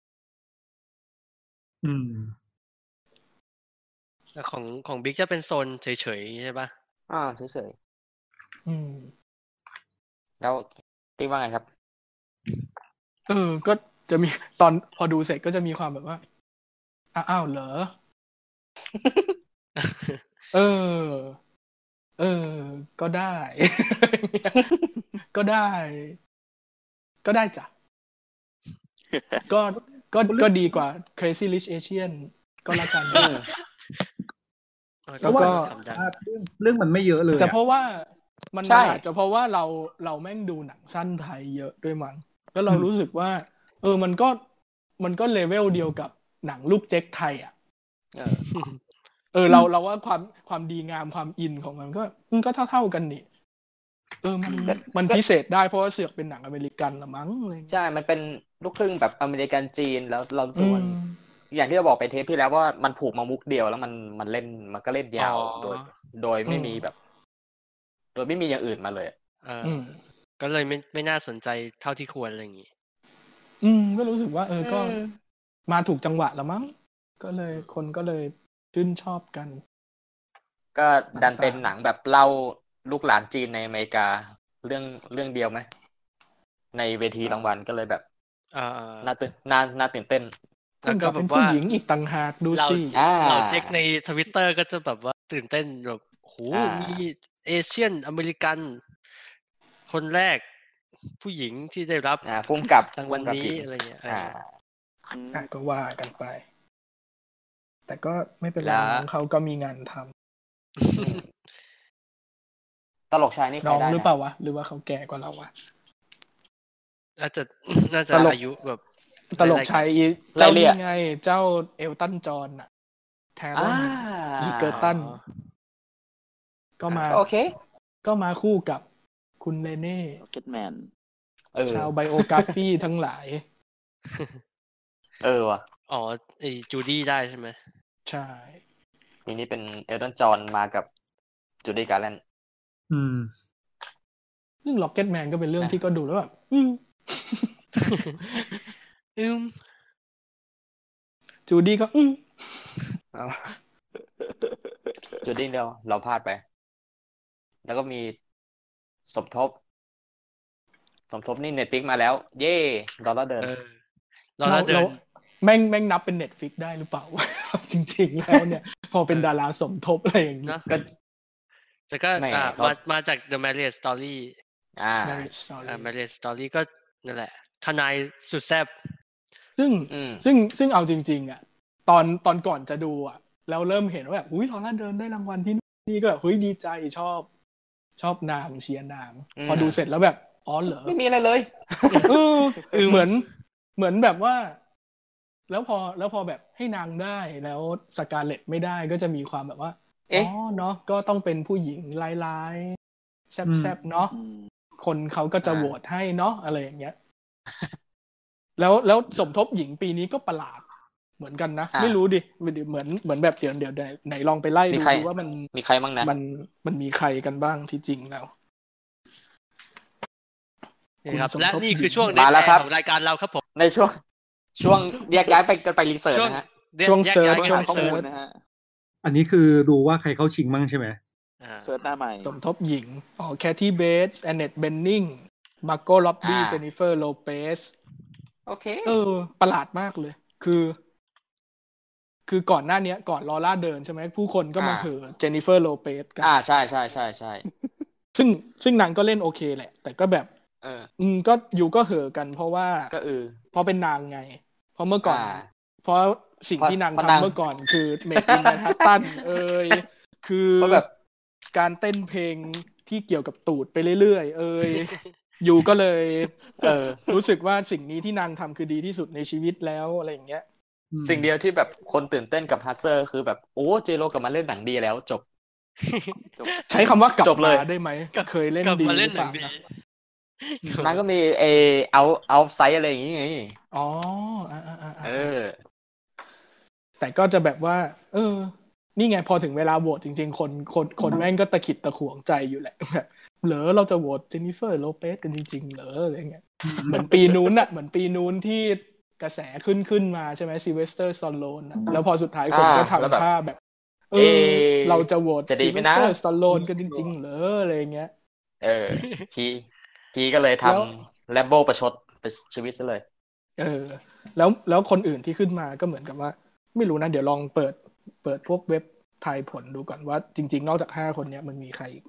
อืมของของบิ๊กจะเป็นโซนเฉยๆใช่ป่ะอ่าเฉยๆอืมแล้วติ๊กว่าไงครับเออก็จะมีตอนพอดูเสร็จก็จะมีความแบบว่าอ้าวเหรอเออเออก็ได้ ก็ได้ก็ได้จ้ะก็ก็ก็ดีกว่า Crazy Rich Asian ก็แล้วกันแล้วก็เรื่องเรื่องมันไม่เยอะเลยจะเพราะว่ามันอาจจะเพราะว่าเราเราแม่งดูหนังสั้นไทยเยอะด้วยมั้งแล้วเรารู้สึกว่าเออมันก็มันก็เลเวลเดียวกับหนังลูกเจ๊กไทยอ่ะเออเราเราว่าความความดีงามความอินของมันก็มันก็เท่าๆกันนี่เออมันมันพิเศษได้เพราะว่าเสือกเป็นหนังอเมริกันละมั้งอะไรใช่มันเป็นลูกครึ่งแบบอเมริกันจีนแล้วเราส่วนอย่างที่เราบอกไปเทปที่แล้วว่ามันผูกมามุกเดียวแล้วมันมันเล่นมันก็เล่นยาวโดยโดยไม่มีแบบโดยไม่มีอย่างอื่นมาเลยเออก็เลยไม่ไม่น่าสนใจเท่าที่ควรอะไรอย่างงี้อืมก็รู้สึกว่าเออก็มาถูกจังหวะละมั้งก็เลยคนก็เลยชื่นชอบกันก็ดันเป็นหนังแบบเล่าลูกหลานจีนในอเมริกาเรื่องเรื่องเดียวไหมในเวทีรางวัลก็เลยแบบน่าตื่นน่าน่าตื่นเต้นแล้วก็แบบว่าผู้หญิงอีกต่างหากดูสิเราเช็คใน Twitter ก็จะแบบว่าตื่นเต้นแบบโหมีเอเชียนอเมริกันคนแรกผู้หญิงที่ได้รับอ่าพุ่มกับรางวัลนี้อะไรเงี้ยอ่าอ่ะก็ว่ากันไปแต่ก็ไม่เป็นไรแล้วน้องเขาก็มีงานทำตลกชายนี่ใครน้องได้หรือนะเปล่าวะหรือว่าเขาแก่กว่าเราวะน่าจะน่าจะตลกอายุแบบตลกชัยเจ้านี่ไงเจ้าเอลตันจอห์นน่ะแทรอนอ่าอีเกอร์ตันอ๋อก็มาโอเคก็มาคู่กับคุณเรเน่ Rocketman เออชาวไบโอกราฟีทั้งหลายเออว่ะอ๋อไอจูดี้ได้ใช่ไหมใช่ทีนี้เป็นเอลตันจอห์นมากับจูดี้การ์แลนด์อืมซึ่ง Rocketman ก็เป็นเรื่องนะที่ก็ดูแล้วแบบอืมอืมจูดี้ก็อืมเอาจูดี้เดียวเราพลาดไป แล้วก็มีสมทบ สมทบนี่เน็ตฟิกมาแล้ว เย่ดอลลาร์เดินเออเราเราเดินแม่งแม่งนับเป็น Netflix ได้หรือเปล่า จริงๆแล้วเนี่ย พอเป็นดาราสมทบอะไรอย่างนี้เนอะก็แต่ก็ไม่อ่าเขามามาจาก The Marriage Story อ่า Marriage Story อ่า Marriage Story ก็นั่นแหละทนายสุดแซ่บซึ่งอืมซึ่งซึ่งเอาจริงๆอ่ะตอนตอนก่อนจะดูอ่ะแล้วเริ่มเห็นว่าแบบอุ้ยลอร่าเดินได้รางวัลที่นี่ก็แบบเฮ้ยดีใจชอบ ชอบนางเชียร์นางอืมพอดูเสร็จแล้วแบบอ๋อเหรอไม่มีอะไรเลยเออเหมือนเหมือนแบบว่า แล้วพอแล้วพอแบบให้นางได้แล้วสกาเลตไม่ได้ก็จะมีความแบบว่าอ๋เอ๊ะอเนาะก็ต้องเป็นผู้หญิงร้ายๆแซ่บๆเนาะอืมคนเขาก็จะอ่าโหวตให้เนาะอะไรอย่างเงี้ย แล้วแล้วสมทบหญิงปีนี้ก็ประหลาดเหมือนกันนะอ่ะไม่รู้ดิเหมือนเหมือนแบบเดี๋ยวเดี๋ยวไหนลองไปไล่มีดูใครดิว่ามันมีใครบ้างนะมันมันมีใครกันบ้างที่จริงแล้วนี่ครับคุณสมและทบนี่คือหญิงช่วงมาเด็ดแล้วแอครับร์ของรายการเราครับผมในช่วง ช่วงแยกย้ายไปกันไปรีเสิร์ชช่วงนะฮะเด็ดช่วงแยกเซิร์ชย้ายช่วงกันข้อเซิมูร์ลชนะฮะอันนี้คือดูว่าใครเข้าชิงมั่งใช่ไหมอ่าเซิร์ชหน้าใหม่สมทบหญิงอ๋อแคทตี้เบสแอนเนตเบนนิงมาโกล็อบบี้อ่าเจนนิเฟอร์โลเปสโอเคเออ ประหลาดมากเลย คือ คือก่อนหน้านี้ก่อนลอร่าเดินใช่ไหมผู้คนก็มาอ่าเห่อเจนนิเฟอร์โลเปสกันอ่าใช่ใช่ใช่ใช่ซึ่งซึ่งนางก็เล่นโอเคแหละ แต่ก็แบบเอออืมก็อยู่ก็เห่อกัน เพราะว่าก็เออเพราะเป็นนางไง เพราะเมื่อก่อนอ่าเพราะสิ่งเพราะที่นางเพราะนางทำเมื่อก่อนคือเมดอินแมนฮัตตันเอ่ยคือเพราะแบบการเต้นเพลงที่เกี่ยวกับตูดไปเรื่อยๆเอ่ยอยู่ก็เลยเออรู้สึกว่าสิ่งนี้ที่นางทำคือดีที่สุดในชีวิตแล้วอะไรอย่างเงี้ยสิ่งเดียวที่แบบคนตื่นเต้นกับฮัสเซอร์คือแบบโอ้เจโรกลับมาเล่นหนังดีแล้วจบจบใช้คำว่ากลับจบเลยมาได้ไหมเคยเล่นกลับดีมาหเล่รืนอหเปนังล่าดีนะนั่นก็มีเอเอาเอาไซส์อะไรอย่างงี้ไงอ๋ออ่าอ่าอ่าเออแต่ก็จะแบบว่า เออ นี่ไงพอถึงเวลาโหวตจริงๆ คนคนคนแม่งก็ตะขิดตะขวงใจอยู่แหละแบบเหรอเราจะโหวตเจนนิเฟอร์โลเปสกันจริงๆเหรออะไรเงี้ยเหมือนปีนู้นอะเหมือนปีนู้นที่กระแสขึ้นขึ้นมาใช่ไหมซิเวสเตอร์ซอลโลนแล้วพอสุดท้ายคนก็อ่าแล้วแบบทำท่าแบบ เอเอ๊อะ เราจะโหวตจะดีซิไหมเวสนะเตอร์ซอลโลนกันจริงๆเหรออะไรเงี้ยเออ ทีทีก็เลยทแล้วำแลมโบประชดไปชีวิตซะเลยเออ แล้วแล้วคนอื่นที่ขึ้นมาก็เหมือนกับว่า ไม่รู้นะเดี๋ยวลองเปิดเปิดพวกเว็บทายผลดูก่อนว่าจริงๆนอกจากห้าคนเนี้ยมันมีใครอีก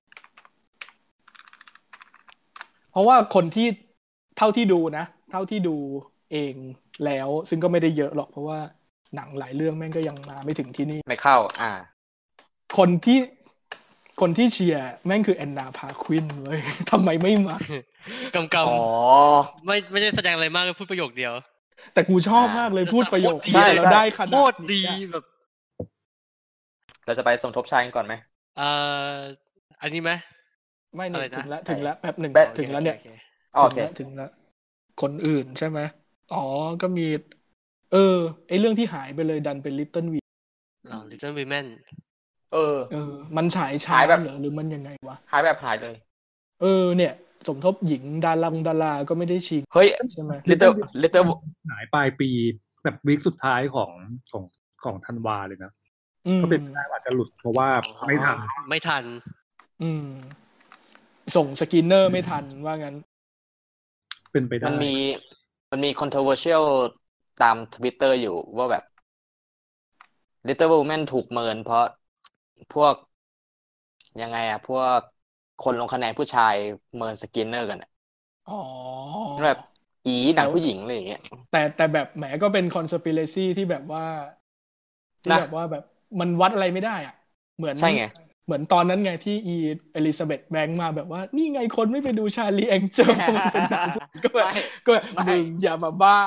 เพราะว่าคนที่เท่าที่ดูนะเท่าที่ดูเองแล้วซึ่งก็ไม่ได้เยอะหรอกเพราะว่าหนังหลายเรื่องแม่งก็ยังมาไม่ถึงที่นี่ไม่เข้า อ่าคนที่คนที่เชียร์แม่งคือแอนนาพาควินเว้ย ทำไมไม่มากำกอ๋อำไม่ไม่ได้แสดงอะไรมากพูดประโยคเดียวแต่กูชอบมากเลยพูดประโยคใช่เดียวแล้วใช่ได้ขนาดโคตรดีนี้อะแบบเราจะไปสมทบชายกันก่อนไหมเอ่ออันนี้ไหมไม่อะไรเนี่ยนะถึงแล้วถึงแล้วแป๊บหนึ่งแป๊บถึงแล้วเนี่ยโอเคถึงแล้วถึงแล้วคนอื่นใช่ไหมอ๋อก็มี เออไอเรื่องที่หายไปเลยดันเป็น Little V อ๋อ Little Women เออเออ มันฉายช้าหายแบบเหรอหรือมันยังไงวะหายแบบหายเลยเออเนี่ย สมทบหญิงดาราดาราก็ไม่ได้ชิงเฮ้ยใช่ไหม little little หายปลายปีแบบวีคสุดท้ายของของของธันวาเลยนะอืมก็เป็นไปได้ว่าจะหลุดเพราะว่าไม่ทันไม่ทันอืม ส่งสกินเนอร์ไม่ทันว่างั้นเป็นไปได้มันมีมันมี controversial ตาม Twitter อยู่ว่าแบบ Little Women ถูกเมินเพราะพวกยังไงอะพวกคนลงคะแนนผู้ชายเมินสกินเนอร์กันอะอ๋อแบบอีหนังผู้หญิงอะไรอย่างเงี้ยแต่แต่แบบแหมก็เป็น conspiracy ที่แบบว่าที่นะแบบว่าแบบมันวัดอะไรไม่ได้อ่ะเหมือนใช่ไงเหมือนตอนนั้นไงที่อีเอลิซาเบธแบงค์มาแบบว่านี่ไงคนไม่ไปดูชาลีแองเจิลมันเป็นหนังผู้หญิงก็แบบไม่ก็แบบไม่มึงอย่ามาบ้า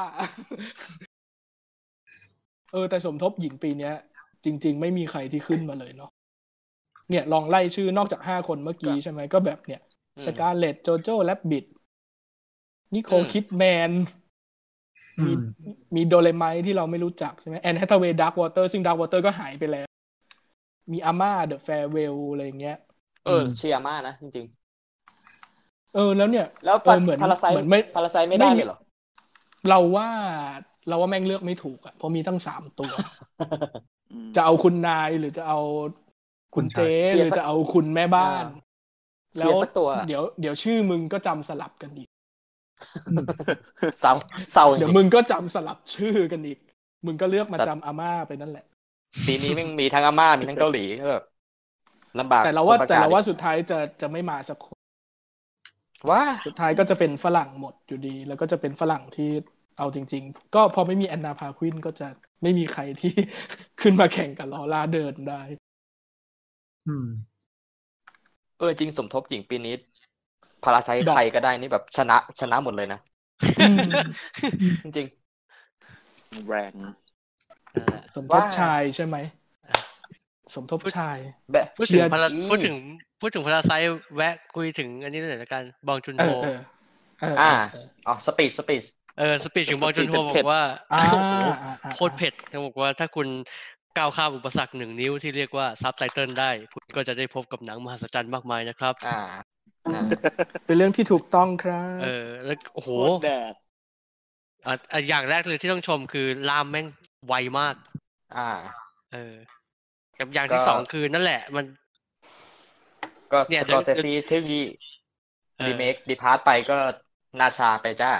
เออแต่สมทบหญิงปีเนี้ย จริง ๆ ไม่มีใครที่ขึ้นมาเลยเนาะเนี่ยลองไล่ชื่อนอกจากห้าคนเมื่อกี้ใช่ไหมก็แบบเนี่ยสกาเลตโจโจ้แรบบิทนิโคลคิดแมนมีมีโดเรไมที่เราไม่รู้จักใช่ไหมแอนแฮทเวย์ดาร์ควอเตอร์ซึ่งดาร์ควอเตอร์ก็หายไปแล้วมีอาม่าเดอะแฟร์เวลอะไรอย่างเงี้ยเออเชียร์มากนะจริงๆเออแล้วเนี่ยแล้วเออเหมือนพาราไซต์เหมือนไม่พาราไซต์ไม่ได้เลยเหรอเราว่าเราว่าแม่งเลือกไม่ถูกอ่ะเพราะมีตั้งสามตัว จะเอาคุณนายหรือจะเอาคุณเจหรือจะเอาคุณแม่บ้านแล้วเดี๋ยวเดี๋ยวชื่อมึงก็จำสลับกันอีกเศร้าเศร้าเดี๋ยวมึงก็จำสลับชื่อกันอีกมึงก็เลือกมาจำอาม่าไปนั่นแหละปีนี้แม่งมีทั้งอาม่ามีทั้งเกาหลีก็แบบลำบากแต่เราว่าแต่เราว่าสุดท้ายจะจะไม่มาสักคนว่าสุดท้ายก็จะเป็นฝรั่งหมดอยู่ดีแล้วก็จะเป็นฝรั่งที่เอาจริงๆก็พอไม่มีแอนนาพาควินก็จะไม่มีใครที่ ขึ้นมาแข่งกับลอร่าเดินได้อืมเออจริงสมทบหญิงปีนี้พาราไซต์ใครก็ได้นี่แบบชนะชนะหมดเลยนะจริงแรงสมทบชายใช่ไหมสมทบชายพูดถึงพูดถึงพูดถึงพาราไซต์แวะคุยถึงอันนี้หน่อยละกันบองจุนโฮอ่าอ๋อสปีดสปีดเออสปีดถึงบองจุนโฮบอกว่าโคตรเผ็ดเขาบอกว่าถ้าคุณก้าวข้ามอุปสรรคหนึ่งนิ้วที่เรียกว่าซับไตเติลได้คุณก็จะได้พบกับหนังมหัศจรรย์มากมายนะครับอ่าเป็นเรื่องที่ถูกต้องครับเออแล้วโอ้โหอ่ะอย่างแรกเลยที่ต้องชมคือล่ามแม่งไวมากอ่าเออกับอย่างที่สองคือนั่นแหละมันก็สกอร์เซซีที่รีเมคดีพาร์ตไปก็นาชาไปจ้า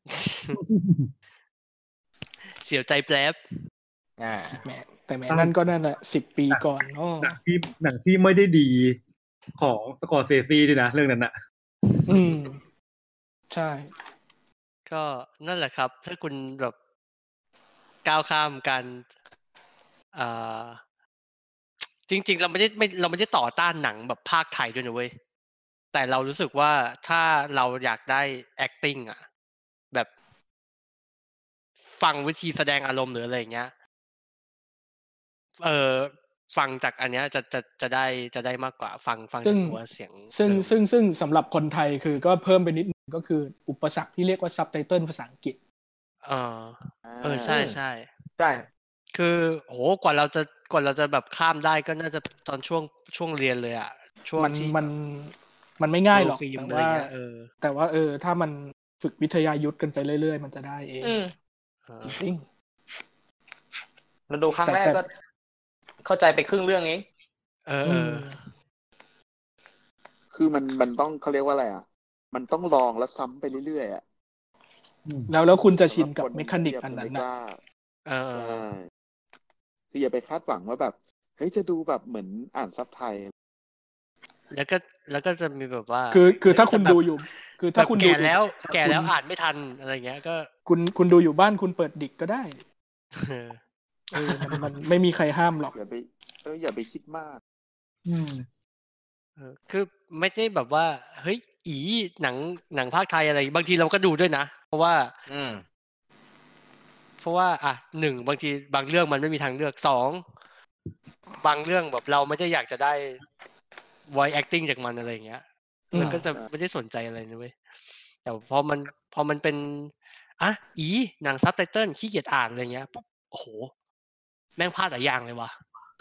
เสียใจแป๊บอ่าแหมแต่แม้นั่นก็นั่นแหละสิบปีก่อนเนาะหนังที่หนังที่ไม่ได้ดีของสกอร์เซซีด้วยนะเรื่องนั้นน่ะอืมใช่ก็นั่นแหละครับถ้าคุณแบบก้าวข้ามการอ่าจริงๆเราไม่ได้ไม่เราไม่ได้ต่อต้านหนังแบบภาคไทยด้วยนะเว้ยแต่เรารู้สึกว่าถ้าเราอยากได้ acting อ่ะแบบฟังวิธีแสดงอารมณ์หรืออะไรอย่างเงี้ยเออฟังจากอันเนี้ยจะจะจะได้จะได้มากกว่าฟังฟังจากตัวเสียงซึ่งซึ่งซึ่งสำหรับคนไทยคือก็เพิ่มไปนิดนึงก็คืออุปสรรคที่เรียกว่าซับไตเติลภาษาอังกฤษเออเออใช่ใช่ใช่คือโหกว่าเราจะกว่าเราจะแบบข้ามได้ก็น่าจะตอนช่วงช่วงเรียนเลยอ่ะช่วงที่มันมันไม่ง่ายหรอกแต่ว่าเออแต่ว่าเออถ้ามันฝึกวิทยายุทธกันไปเรื่อยๆมันจะได้เองจริงเราดูครั้งแรกก็เข้าใจไปครึ่งเรื่องเองเออเออคือมันมันต้องเขาเรียกว่าอะไรอ่ะมันต้องลองแล้วซ้ำไปเรื่อยๆอ่ะแล้วแล้วคุณจะชินกับเมคานิกอันนั้นนะเออใช่คืออย่าไปคาดหวังว่าแบบเฮ้ยจะดูแบบเหมือนอ่านซับไทยแล้วก็แล้วก็จะมีแบบว่าคือคือถ้าคุณดูอยู่คือถ้าคุณดูแก่แล้วแก่แล้วอ่านไม่ทันอะไรเงี้ยก็คุณคุณดูอยู่บ้านคุณเปิดดิกก็ได้เออมันมันไม่มีใครห้ามหรอกอย่าไปเอออย่าไปคิดมากอืมเออคือไม่ได้แบบว่าเฮ้ยอีหนังหนังภาคไทยอะไรบางทีเราก็ดูด้วยนะเพราะว่าอืมเพราะว่าอ่ะหนึ่งบางทีบางเรื่องมันไม่มีทางเลือกสองบางเรื่องแบบเราไม่ได้อยากจะได้ voice acting จากมันอะไรอย่างเงี้ยมันก็จะไม่ได้สนใจอะไรนะเว้ยแต่พอมันพอมันเป็นอ่ะอีหนังซับไตเติลขี้เกียจอ่านอะไรเงี้ยปุ๊บโอ้โหแม่งพลาดหลายอย่างเลยว่ะ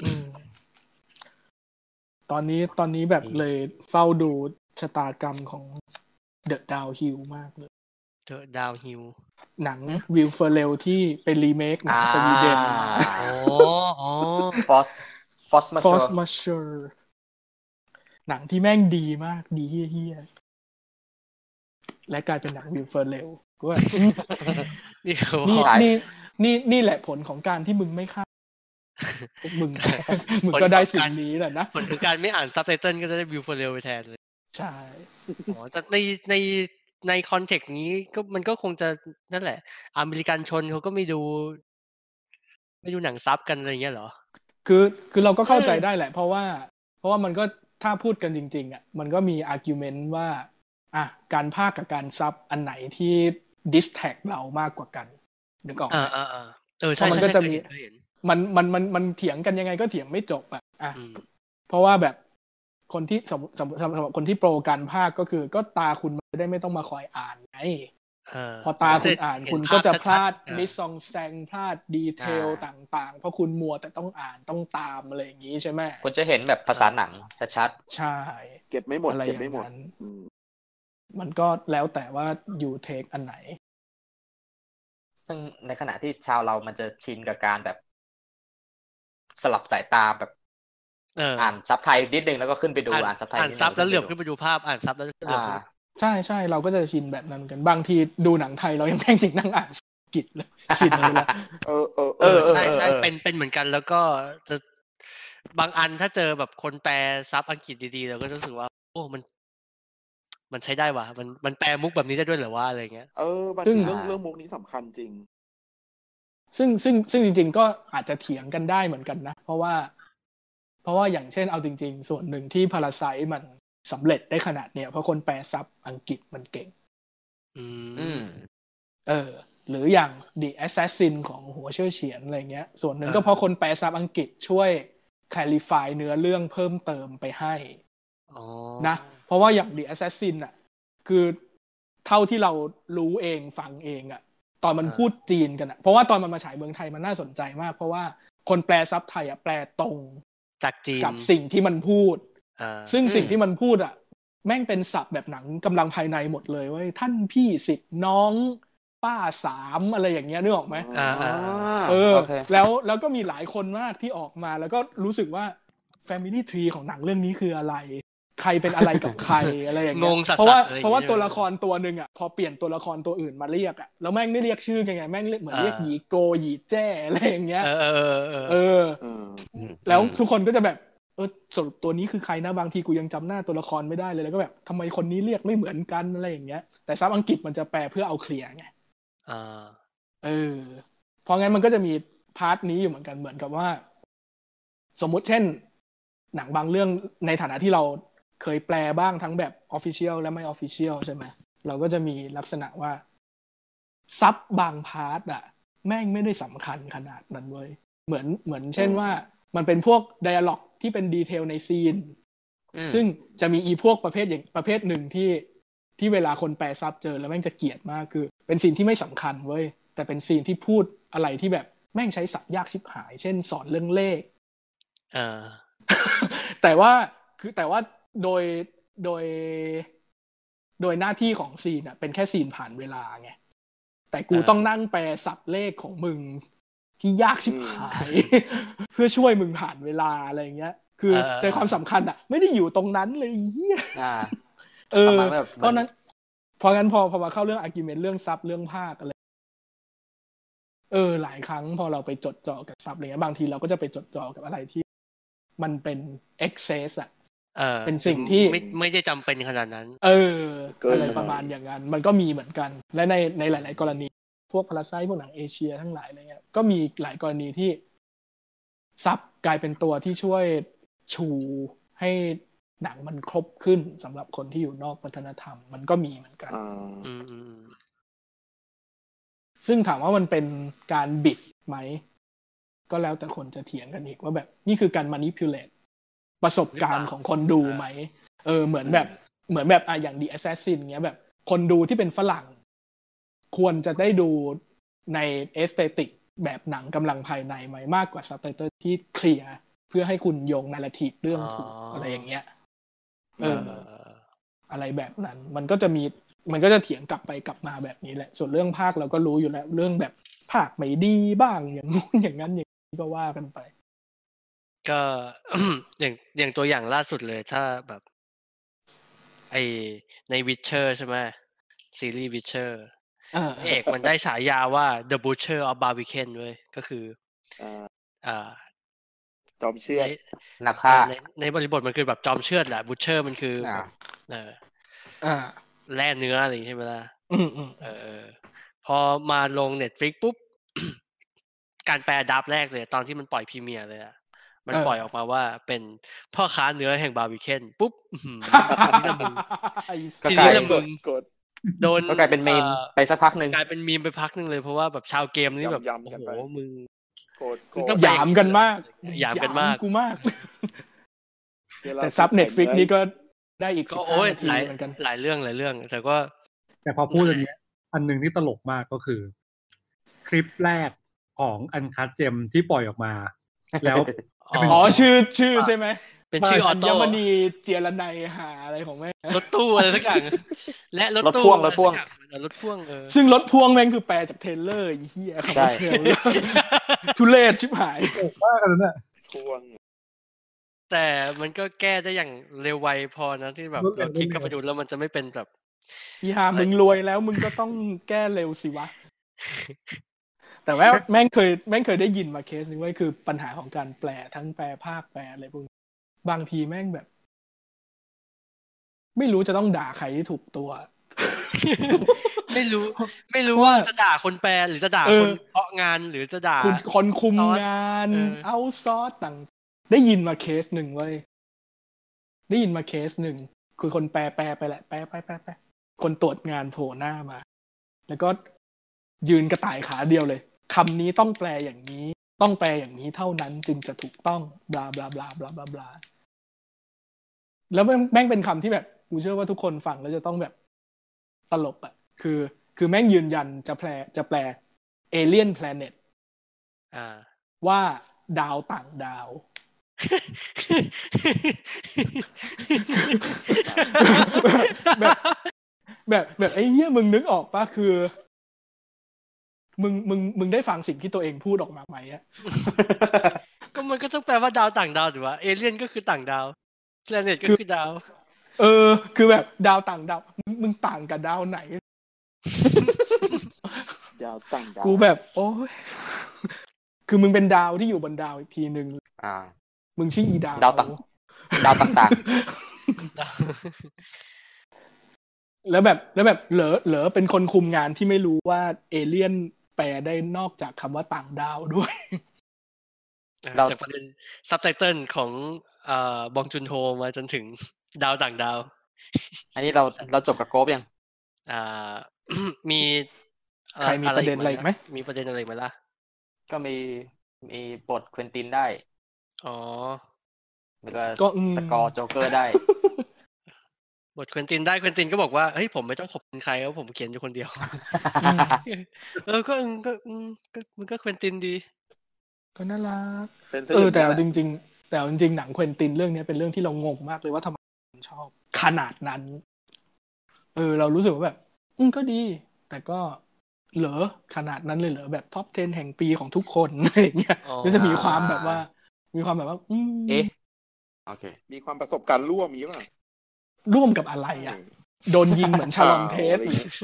ตอนนี้ตอนนี้แบบเลยเฝ้าดูชะตากรรมของ The Downhill มากเลย The Downhill หนังวิลเฟอร์เรลที่เป็นรีเมคหนังสวีเดนอ๋ออ๋อ Force Force Force Majeure หนังที่แม่งดีมากดีเหี้ยๆและกลายเป็นหนังวิลเฟอร์เรลก็ว่านี่นี่นี่นี่แหละผลของการที่มึงไม่คาดมึงมึงก็ได้สิ่งนี้แหละนะผลของการไม่อ่านซับไตเติลก็จะได้วิวเฟอร์เรลไปแทนเลยใช่อ๋อแต่ในในในคอนเทกต์นี้ก็มันก็คงจะนั่นแหละอเมริกันชนเขาก็ไม่ดูไม่ดูหนังซับกันอะไรเงี้ยเหรอคือคือเราก็เข้าใจได้แหละเพราะว่าเพราะว่ามันก็ถ้าพูดกันจริงๆอ่ะมันก็มีอาร์กิวเมนต์ว่าอ่ะการพากย์กับการซับอันไหนที่ดิสแท็กเรามากกว่ากันนึกออกมั้ยอ่าๆๆเออใช่ๆมันก็จะมีมันมันมันมันเถียงกันยังไงก็เถียงไม่จบอ่ะอ่ะเพราะว่าแบบคนที่สำสำสำหรับคนที่โปรการพากย์ก็คือก็ตาคุณมันจะได้ไม่ต้องมาคอยอ่านไงพอตาคุณอ่านคุณก็จะพลาดมิสซองแซงพลาดดีเทลต่างๆเพราะคุณมัวแต่ต้องอ่านต้องตามอะไรอย่างงี้ใช่ไหมคุณจะเห็นแบบภาษาหนังชัดๆใช่เก็บไม่หมดเก็บไม่หมดมันก็แล้วแต่ว่าอยู่เทคอันไหนซึ่งในขณะที่ชาวเรามันจะชินกับการแบบสลับสายตาแบบอ่านซับไทยนิดนึงแล้วก็ขึ้นไปดูอ่านซับไทยอ่านซับแล้วเหลือบขึ้นไปดูภาพอ่านซับแล้วเหลือบใช่ๆเราก็จะชินแบบนั้นกันบางทีดูหนังไทยเรายังแม่งจริงนั่งอ่านอังกฤษเลยชินเลยละเออๆเออใช่ๆเป็นเป็นเหมือนกันแล้วก็จะบางอันถ้าเจอแบบคนแปลซับอังกฤษดีๆเราก็รู้สึกว่าโอ้มันมันใช้ได้ว่ะมันมันแปลมุกแบบนี้ได้ด้วยเหรอวะอะไรเงี้ยเออบางทีเรื่องเรื่องมุกนี้สำคัญจริงซึ่งซึ่งซึ่งจริงๆก็อาจจะเถียงกันได้เหมือนกันนะเพราะว่าเพราะว่าอย่างเช่นเอาจริงๆส่วนหนึ่งที่ Parasite มันสำเร็จได้ขนาดเนี้ยเพราะคนแปลซับอังกฤษมันเก่งอืมเออหรืออย่าง The Assassin ของหัวเชี่ยวเฉียนอะไรเงี้ยส่วนหนึ่งก็เพราะคนแปลซับอังกฤษช่วย clarify เนื้อเรื่องเพิ่มเติมไปให้นะเพราะว่าอย่าง The Assassin อ่ะคือเท่าที่เรารู้เองฟังเองอ่ะตอนมันพูดจีนกันอ่ะเพราะว่าตอนมันมาฉายเมืองไทยมันน่าสนใจมากเพราะว่าคนแปลซับไทยอ่ะแปลตรงจากจีนกับสิ่งที่มันพูดซึ่งสิ่งที่มันพูดอ่ะแม่งเป็นศัพท์แบบหนังกำลังภายในหมดเลยเว้ยท่านพี่สิทธิ์น้องป้าสามอะไรอย่างเงี้ยนึกออกไหมเออแล้วแล้วก็มีหลายคนมากที่ออกมาแล้วก็รู้สึกว่า Family Tree ของหนังเรื่องนี้คืออะไรใครเป็นอะไรกับใครอะไรอย่างเงี้ยเพราะว่าเพราะว่าตัวละครตัวนึงอ่ะพอเปลี่ยนตัวละครตัวอื่นมาเรียกอ่ะแล้วแม่งไม่เรียกชื่อกันไงแม่งเหมือนเรียกหยีโกหยีแจ้อะไรอย่างเงี้ยเออเออแล้วทุกคนก็จะแบบเออสรุปตัวนี้คือใครนะบางทีกูยังจำหน้าตัวละครไม่ได้เลยแล้วก็แบบทำไมคนนี้เรียกไม่เหมือนกันอะไรอย่างเงี้ยแต่ซับอังกฤษมันจะแปลเพื่อเอาเคลียร์ไงอ่าเออเพราะงั้นมันก็จะมีพาร์ทนี้อยู่เหมือนกันเหมือนกับว่าสมมุติเช่นหนังบางเรื่องในฐานะที่เราเคยแปลบ้างทั้งแบบ official และไม่ official ใช่ไหมเราก็จะมีลักษณะว่าซับบางพาร์ทอะแม่งไม่ได้สำคัญขนาดนั้นเว้ยเหมือนเหมือนเช่นว่ามันเป็นพวก dialogue ที่เป็นดีเทลในซีนซึ่งจะมีอีพวกประเภทอย่างประเภทหนึ่งที่ที่เวลาคนแปลซับเจอแล้วแม่งจะเกลียดมากคือเป็นซีนที่ไม่สำคัญเว้ยแต่เป็นซีนที่พูดอะไรที่แบบแม่งใช้ศัพท์ยากชิบหายเช่นสอนเรื่องเลขอ่าแต่ว่าคือแต่ว่าโดยโดยโดยหน้าที่ของซีนอ่ะเป็นแค่ซีนผ่านเวลาไงแต่กูต้องนั่งแปลศัพท์เลขของมึงที่ยากชิบหายเพื่อช่วยมึงผ่านเวลาอะไรเงี้ยคือใจความสำคัญอ่ะไม่ได้อยู่ตรงนั้นเลยเฮียเออเพราะนั้นเพราะงั้นพอพอมาเข้าเรื่องอาร์กิวเมนต์เรื่องซับเรื่องภาคอะไรเออหลายครั้งพอเราไปจดจ่อกับซับอะไรเงี้ยบางทีเราก็จะไปจดจ่อกับอะไรที่มันเป็น excess อ่ะเป็นสิ่งที่ไม่ไม่ได้จำเป็นขนาดนั้นเอออะไรประมาณอย่างนั้นมันก็มีเหมือนกันและในในหลายๆกรณีพวกพาราไซต์พวกหนังเอเชียทั้งหลายอะไรเงี้ยก็มีหลายกรณีที่ซับกลายเป็นตัวที่ช่วยชูให้หนังมันครบขึ้นสำหรับคนที่อยู่นอกวัฒนธรรมมันก็มีเหมือนกันซึ่งถามว่ามันเป็นการบิดไหมก็แล้วแต่คนจะเถียงกันอีกว่าแบบนี่คือการ manipulate ประสบการณ์ของคนดูไหมเออเหมือนแบบเหมือนแบบอ่ะอย่าง The Assassin เงี้ยแบบคนดูที่เป็นฝรั่งควรจะได้ดูในเอสเธติกแบบหนังกำลังภายในไหมมากกว่าซับไตเติลที่เคลียร์เพื่อให้คุณโยงนาราทีฟเรื่องถูกอะไรอย่างเงี้ยเอออะไรแบบนั้นมันก็จะมีมันก็จะเถียงกลับไปกลับมาแบบนี้แหละส่วนเรื่องภาคเราก็รู้อยู่แล้วเรื่องแบบภาคไม่ดีบ้างอย่างนู้นอย่างนั้นอย่างนี้ก็ว่ากันไปก็ อย่างอย่างตัวอย่างล่าสุดเลยถ้าแบบไอใน Witcher ใช่ไหมซีรีส์ Witcher เอกมันได้ฉายาว่า The Butcher of Barbican เว้ยก็คืออ่าจอมเชือดนักฆ่าในในบริบทมันคือแบบจอมเชือดแหละ Butcher มันคือแบบเออแล่เนื้ออะไรอย่างงี้ใช่ไหมล่ะอืมอืมเออพอมาลง Netflix ปุ๊บ การแปลดับแรกเลยตอนที่มันปล่อยพรีเมียร์เลยอะมันปล่อยออกมาว่าเป็นพ่อค้าเนื้อแห่งบาร์บีเคนปุ๊บทีนี้ละมึงทีนี้ละมึงโดนก็กลายเป็นมีมไปสักพักนึงกลายเป็นมีมไปพักนึงเลยเพราะว่าแบบชาวเกมนี่แบบโอ้โหมึงหยามกันมากหยามกันมากกูมากแต่ซับ Netflix นี่ก็ได้อีกสิบห้านาทีเหมือนกันหลายเรื่องหลายเรื่องแต่ก็แต่พอพูดอย่างเงี้ยอันนึงที่ตลกมากก็คือคลิปแรกของอันคัทเจมที่ปล่อยออกมาแล้วอ๋อชื่อชื่อใช่ไหมเป็นชื่อออโต้ยมณีเจรนัยหาอะไรของแม่รถตู้อะไรสักอย่างและรถตู้รถพ่วงรถพ่วงรถพ่วงเออซึ่งรถพ่วงแม่งคือแปลจากเทรลเลอร์ไอ้เหี้ยครับเทรลเลอร์ทุเรศชิบหายโอ้มากเลยนะพ่วงแต่มันก็แก้ได้อย่างเร็วไวพอนะที่แบบเราคลิกเข้าไปดูแล้วมันจะไม่เป็นแบบอีห่ามึงรวยแล้วมึงก็ต้องแก้เร็วสิวะแต่ว่าแม่งเคยแม่งเคยได้ยินมาเคสนึงไว้คือปัญหาของการแปลทั้งแปลภาคแปลอะไรพวกนี้บางทีแม่งแบบไม่รู้จะต้องด่าใครที่ถูกตัวไม่รู้ไม่รู้ว่าจะด่าคนแปลหรือจะด่าคนเพาะงานหรือจะด่าคนคุมงานเอาซอสต่างได้ยินมาเคสหนึ่งไว้ได้ยินมาเคสหนึ่งคือคนแปลแปลไปแหละแปลไปแปลไปคนตรวจงานโผล่หน้ามาแล้วก็ยืนกระต่ายขาเดียวเลยคำนี้ต้องแปลอย่างนี้ต้องแปลอย่างนี้เท่านั้นจึงจะถูกต้องบลาบลาบลาบลาบลาบลาแล้วแม่งเป็นคำที่แบบกูเชื่อว่าทุกคนฟังแล้วจะต้องแบบตลกอ่ะคือคือแม่งยืนยันจะแปลจะแปล Alien Planet อ่าว่าดาวต่างดาวแบบแบบแบบไอ้เหี้ยมึงนึกออกป่ะคือมึงมึงมึงได้ฟังสิ่งที่ตัวเองพูดออกมาไหมอ่ะก็มันก็ต้องแปลว่าดาวต่างดาวถูกป่ะเอเลี่ยนก็คือต่างดาว planet ก็คือดาวเออคือแบบดาวต่างดาวมึงต่างกับดาวไหนดาวต่างดาวกูแบบโอ้ยคือมึงเป็นดาวที่อยู่บนดาวอีกทีนึงอ่ามึงชื่ออีดาวดาวต่างดาวต่างๆแล้วแบบแล้วแบบเหลอเหลอเป็นคนคุมงานที่ไม่รู้ว่าเอเลี่ยนแปลได้นอกจากคำว่าต่างดาวด้วยจากประเด็นซับไตเติลของเอ่อบองจุนโฮมาจนถึงดาวต่างดาวอันนี้เราเราจบกับโกฟยังอ่ามีใครมีประเด็นอะไรไหมมีประเด็นอะไรไหมล่ะก็มีมีบทเควินตินได้อ๋อแล้วก็สกอร์โจ๊กเกอร์ได้บทเควินตินได้เควินตินก็บอกว่าเฮ้ยผมไม่ต้องขอบคุณใครเพราะผมเขียนอยู่คนเดียวเออก็ก็ก็มันก็เควินตินดีก็น่ารักเออแต่จริงๆแต่จริงๆหนังเควินตินเรื่องนี้เป็นเรื่องที่เรางงมากเลยว่าทำไมคนชอบขนาดนั้นเออเรารู้สึกว่าแบบอืมก็ดีแต่ก็เหรอขนาดนั้นเลยเหรอแบบท็อปสิบแห่งปีของทุกคนอะไรอย่างเงี้ยก็จะมีความแบบว่ามีความแบบว่าอืมเอ๊ะโอเคมีความประสบการณ์ร่วมมีป่ะร่วมกับอะไรอ่ะโดนยิงเหมือนชาลอนเทส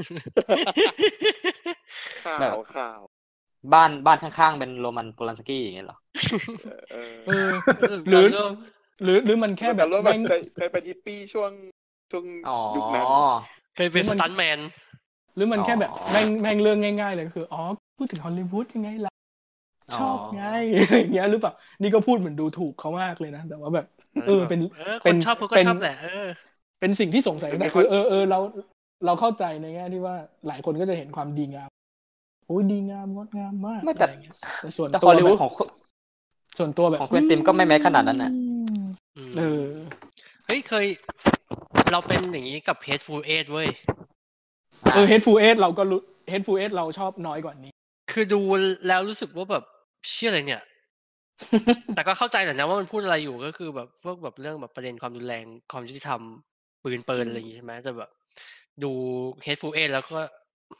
ข่าวข่าวบ้านบ้านข้างๆเป็นโรมันโปลันสกี้อย่างเงี้ยเหรอเออหรือหรือหรือมันแค่แบบเคยเคยเป็นฮิปปี้ช่วงช่วงยุคนั้นเคยเป็นสตันท์แมนหรือมันแค่แบบแม่งแม่งเรื่องง่ายๆเลยคืออ๋อพูดถึงฮอลลีวูดยังไงล่ะชอบไงอย่างเงี้ยหรือเปล่านี่ก็พูดเหมือนดูถูกเขามากเลยนะแต่ว่าแบบเออเป็นเป็นชอบก็ชอบแหละเออเป็นสิ่งที่สงสัยแต่คือเออเออเราเราเข้าใจในแง่ที่ว่าหลายคนก็จะเห็นความดีงามโอ้ยดีงามงดงามมากไม่แต่ส่วนตัวของส่วนตัวแบบของเควินตินก็ไม่แม้ขนาดนั้นนะเออเฮ้ยเคยเราเป็นอย่างนี้กับ Hateful Eight เว้ยเออ Hateful Eight เราก็รู้ Hateful Eight เราชอบน้อยกว่านี้คือดูแล้วรู้สึกว่าแบบเชื่ออะไรเนี่ยแต่ก็เข้าใจแหละนะว่ามันพูดอะไรอยู่ก็คือแบบพวกแบบเรื่องแบบประเด็นความรุนแรงความยุติธรรมปืนเปิลอะไรอย่างงี้ใช่ไหมแต่แบบดู Hateful Eight แล้วก็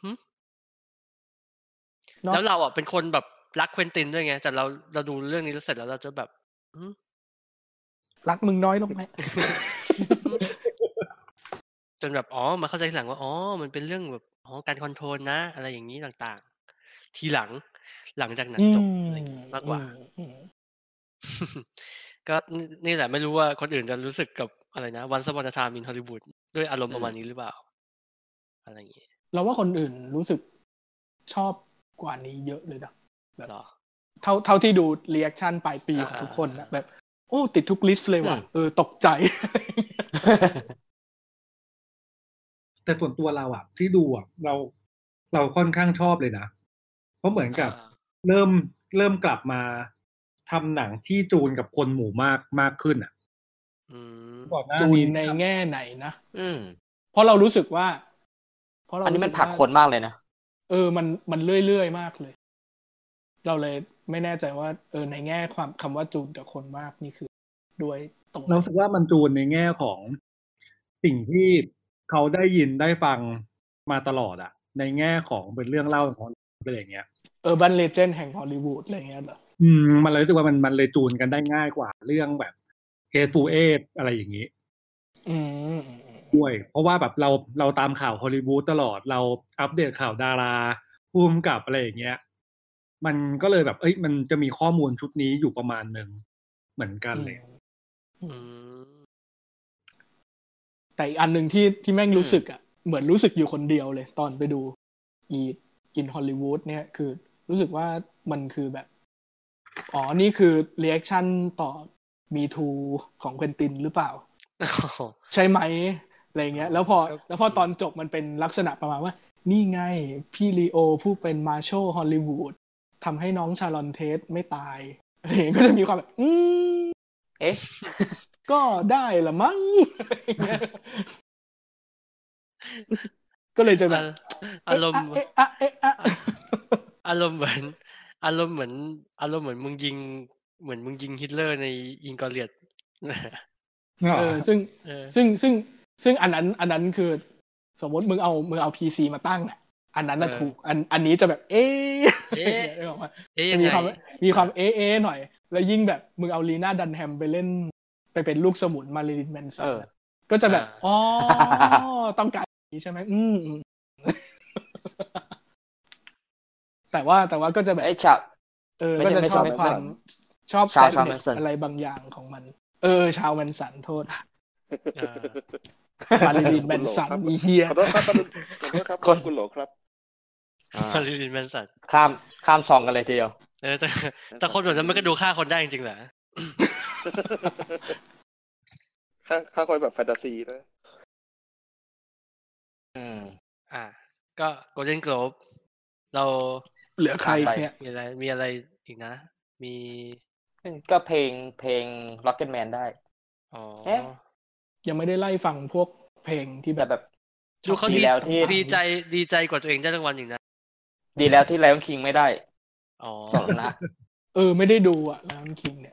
แล้วเราอ่ะเป็นคนแบบรักเควินตินด้วยไงแต่เราเราดูเรื่องนี้แล้วเสร็จแล้วเราจะแบบรักมึงน้อยลงไหมจนแบบอ๋อมาเข้าใจทีหลังว่าอ๋อมันเป็นเรื่องแบบอ๋อการคอนโทรลนะอะไรอย่างนี้ต่างๆทีหลังหลังจากหนังจบอะไรมากกว่าก็นี่แหละไม่รู้ว่าคนอื่นจะรู้สึกกับอะไรนะ Once Upon a Time in Hollywood ด้วยอารมณ์ประมาณนี้หรือเปล่าอะไรอย่างงี้เราว่าคนอื่นรู้สึกชอบกว่านี้เยอะเลยนะแบบเท่าเท่าที่ดูรีแอคชั่นปลายปีของทุกคนนะแบบโอ้ติดทุกลิสต์เลยว่ะเออตกใจแต่ส่วนตัวเราอ่ะที่ดูอ่ะเราเราค่อนข้างชอบเลยนะเพราะเหมือนกับเริ่มเริ่มกลับมาทำหนังที่จูนกับคนหมู่มากมากขึ้นอ่ะจูนในแง่ไหนนะอืมเพราะเรารู้สึกว่าเพราะเราอันนี้มันผลักคนมากเลยนะเออมันมันเรื่อยๆมากเลยเราเลยไม่แน่ใจว่าเออในแง่ความคำว่าจูนกับคนมากนี่คือด้วยตรงเราสึกว่ามันจูนในแง่ของสิ่งที่เขาได้ยินได้ฟังมาตลอดอะในแง่ของเป็นเรื่องเล่าของอะไรอย่างเงี้ยเออบันเลเจนด์แห่งฮอลลีวูดอะไรเงี้ยเหรออืมมันเลยรู้สึกว่ามันมันเลยจูนกันได้ง่ายกว่าเรื่องแบบเฮดฟูลเอฟอะไรอย่างงี้อืมด้วยเพราะว่าแบบเราเราตามข่าวฮอลลีวูดตลอดเราอัปเดตข่าวดาราผู้กำกับอะไรอย่างเงี้ยมันก็เลยแบบเอ้ยมันจะมีข้อมูลชุดนี้อยู่ประมาณนึงเหมือนกันเลยแต่อีกอันหนึ่งที่ที่แม่งรู้สึกอ่ะเหมือนรู้สึกอยู่คนเดียวเลยตอนไปดูอีอินฮอลลีวูดเนี่ยคือรู้สึกว่ามันคือแบบอ๋อนี่คือรีแอคชั่นต่อ Me Too ของเควินตินหรือเปล่า ใช่ไหมอะไรเงี้ยแล้วพอแล้วพอตอนจบมันเป็นลักษณะประมาณว่านี่ไงพี่ลีโอผู้เป็นมาร์โชลฮอลลีวูดทำให้น้องชาลอนเทสไม่ตายอะไรเงี้ยก็จะมีความแบบอืมเอ๊ะก็ได้ละมั้งก็เลยจะแบบอารมณ์เอ๊ะอะเอ๊ะอะอารมณ์เหมือนอารมณ์เหมือนอารมณ์เหมือนมึงยิงเหมือนมึงยิงฮิตเลอร์ในอิงกอเรียดเออซึ่งซึ่งซึ่งซึ่งอันนั้นอันนั้นคือสมมติมึงเอามึงเอา พี ซี มาตั้งน่ะอันนั้นน่ะถูกอันอันนี้จะแบบเอ๊ะเอ๊ะมีความมีความเอ๊ะๆหน่อยแล้วยิ่งแบบมึงเอาลีน่าดันแฮมไปเล่นไปเป็นลูกสมุนมาริลินแมนสันก็จะแบบอ๋อต้องการอย่างนี้ใช่ไหมอืมแต่ว่าแต่ว่าก็จะแบบเออก็จะชอบความชอบแซดเนสอะไรบางอย่างของมันเออชาวแมนสันโทษมาริลินแมนสันอีเฮียขอโทษครับขอโทษครับคุณโหลครับมาริลินแมนสันข้ามข้ามช่องกันเลยทีเดียวเออแต่แต่คนแบบนั้นมันก็ดูฆ่าคนได้จริงๆเหรอฆ่าฆ่าคนแบบแฟนตาซีด้วยอืมอ่ะก็ Golden Globe เราเหลือใครเนี่ยมีอะไรมีอะไรอีกนะมีก็เพลงเพลง Rocketman ได้อ๋อยังไม่ได้ไล่ฟังพวกเพลงที่แบบแบบดูเขาดีแล้วที่ดีใจดีใจกว่าตัวเองได้รางวัลอีกนะดีแล้วที่ Lion King ไม่ได้อ๋อนะเออไม่ได้ดูอ่ะ Lion King เนี่ย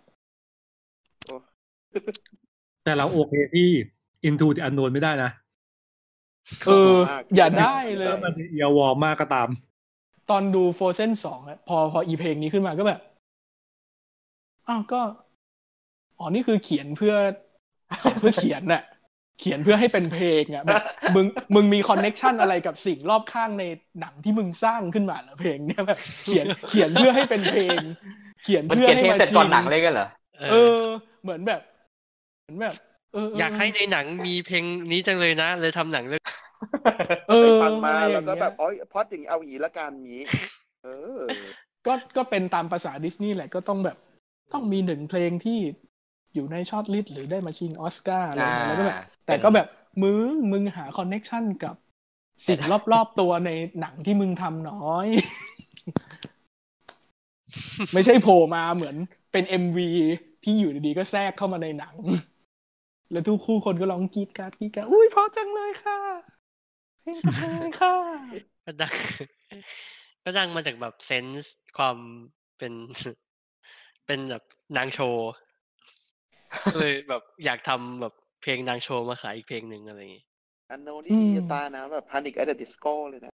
แต่เราโอเคที่ Into the Unknown ไม่ได้นะเอออย่าได้เลยมันเอียวอมากก็ตามตอนดู Frozen สองอ่ะพอพออีเพลงนี้ขึ้นมาก็แบบอ้าวก็อ๋อนี่คือเขียนเพื่อเขียนเพื่อเขียนน่ะเขียนเพื่อให้เป็นเพลงอ่ะแบบมึงมึงมีคอนเนคชั่นอะไรกับสิ่งรอบข้างในหนังที่มึงสร้างขึ้นมาเหรอเพลงเนี่ยแบบเขียนเขียนเพื่อให้เป็นเพลงเขียนเพื่อให้มาเสร็จก่อนหนังเลยกันเหรอเออเหมือนแบบเหมือนแบบเอออยากให้ในหนังมีเพลงนี้จังเลยนะเลยทำหนังเรื่องเออฟังมาแล้วก็แบบอ๋อพอดอย่างเอาอีละกันนี้เออก็ก็เป็นตามภาษาดิสนีย์แหละก็ต้องแบบต้องมีหนึ่งเพลงที่อยู่ในช็อตลิสต์หรือได้มาชิงออสการ์อะไรอย่างเงี้ยแล้วก็แบบแต่ก็แบบมึงมึงหาคอนเนคชั่นกับสิ่งรอบๆตัวในหนังที่มึงทำน้อย ไม่ใช่โผล่มาเหมือนเป็น เอ็ม วี ที่อยู่ดีๆก็แทรกเข้ามาในหนังแล้วทุกคู่คนก็ร้องกรี๊ดกราดกรี๊ดกราดอุ้ยเพราะจังเลยค่ะเพลงเพราะเลยค่ะก็ดังก็ดังมาจากแบบเซนส์ความเป็นเป็นแบบนางโชว์เลยแบบอยากทำแบบเพลงนางโชว์มาขายอีกเพลงหนึ่งอะไรอย่างงี้อันโนนี่ดีตานะแบบ Panic at the Disco เลยนะ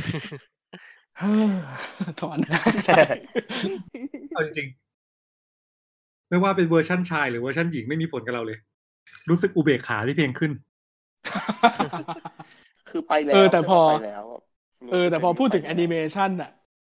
ถอนใช่เอาจริงๆไม่ว่าเป็นเวอร์ชั่นชายหรือเวอร์ชั่นหญิงไม่มีผลกับเราเลยรู้สึกอุเบกขาที่เพลงขึ้นคือไปแล้วเออแต่พอไปแล้วเออแต่พอพูดถึงแอนิเมชันน่ะ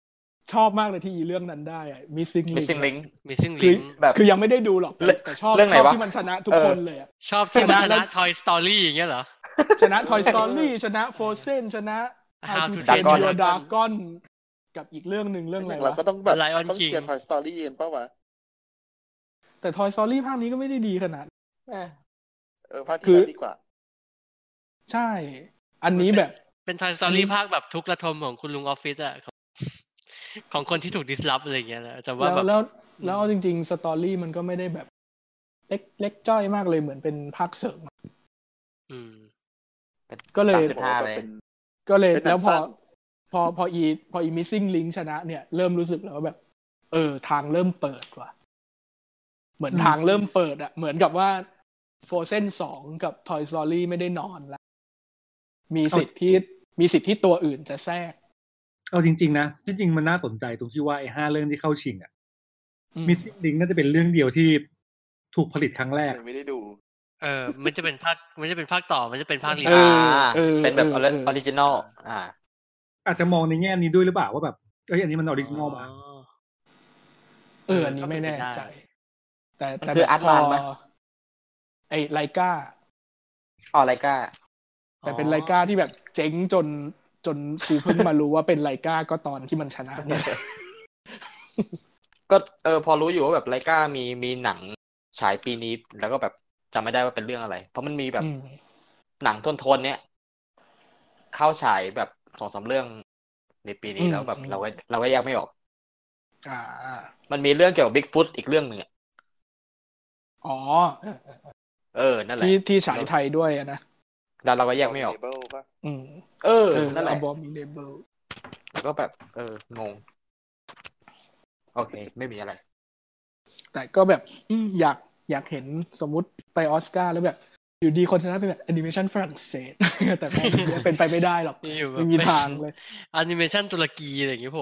ชอบมากเลยที่อีเรื่องนั้นได้อะ Missing Link Missing Link Missing คือ Link แบบคือยังไม่ได้ดูหรอกแต่แต่ชอบเรื่องไหชนอบวะที่มันชนะทุกคนเลยอะชอบที่มันชชนะนะ Toy Story อย่างเงี้ยเหรอชนะ Toy Story ชนะ Frozen ชนะ How How to to Train Train Your Your Dragon Dragon กับอีกเรื่องนึงเรื่องอะไรเราวะก็ต้องแบบ Lion ต้อง King เชียร์ Toy Story เองป่าวะแต่ Toy Story ภาคนี้ก็ไม่ได้ดีขนาดเออเออภาคคืที่อแล้วดีกว่าใช่ อันนี้แบบเป็น Toy Story ภาคแบบทุกข์ระทมของคุณลุงออฟฟิศอะของของคนที่ถูกดิสรับอะไรอย่างเงี้ยนะแต่ว่าแล้วแบบแล้วแล้วเอาจริงๆสตอรี่มันก็ไม่ได้แบบเล็กเล็กจ้อยมากเลยเหมือนเป็นภาคเสริมอืมก็เลยสามจุดห้า เลยเป็นก็เลยเป็นหนังแล้วพอสั้นพอพออีพออี Missing Link ชนะเนี่ยเริ่มรู้สึกแล้วว่าแบบ เออทางเริ่มเปิดว่ะเหมือนทางเริ่มเปิดอะเหมือนกับว่า Frozen สองกับ Toy Story ไม่ได้นอนแล้วมีสิทธิ์ที่มีสิทธิ์ที่ตัวอื่นจะแทรกเอาจริงๆนะจริงๆมันน่าสนใจตรงที่ว่าไอ้ห้าเรื่องที่เข้าชิงอ่ะอืม Missing Link น่าจะเป็นเรื่องเดียวที่ถูกผลิตครั้งแรกยังไม่ได้ดูเออมันจะเป็นภาคมันจะเป็นภาคต่อมันจะเป็นภาครีเอมาออ่าเออเป็นแบบเอออเอออริจินอลอ่าอาจจะมองในแง่นี้ด้วยหรือเปล่าว่าแบบเอ้ยอันนี้มันออริจินอลมาเอออันนี้ไม่แน่ใจ แต่มันแต่คือแบบอาร์ตพอมานไหมไอ้ไลกาอ๋อไรก้าแต่เป็นไลกาที่แบบเจ๊งจนจนกูเพิ่งมารู้ว่าเป็นไลกาก็ตอนที่มันชนะเนี่ยก็เออพอรู้อยู่ว่าแบบไรก้ามีมีหนังฉายปีนี้แล้วก็แบบจำไม่ได้ว่าเป็นเรื่องอะไร เพราะมันมีแบบอืมหนังทนๆเนี้ยเข้าฉายแบบสองสามเรื่องในปีนี้อืมแล้วแบบอืมเราก็เราก็แยกไม่ออกอ่ามันมีเรื่องเกี่ยวกับบิ๊กฟุตอีกเรื่องหนึ่งอะอ๋อเออเออนั่นแหละที่ที่ฉายไทยด้วยอะนะแล้วเราก็แยกไม่ออก Abominable ป่ะอืมเออเออนั่นแหละ Abominable แล้วก็แบบ เอองง โอเค ไม่มีอะไรแต่ก็แบบอืมอยากอยากเห็นสมมุติไปออสการ์แล้วแบบ อยู่ดีคนชนะเป็นแบบแอนิเมชันฝรั่งเศส แต่แม่งเป็นไปไม่ได้หรอกนี่อยู่แบบไม่มีทางเลยแอนิเมชันตุรกีอะไรอย่างเงี้ยผม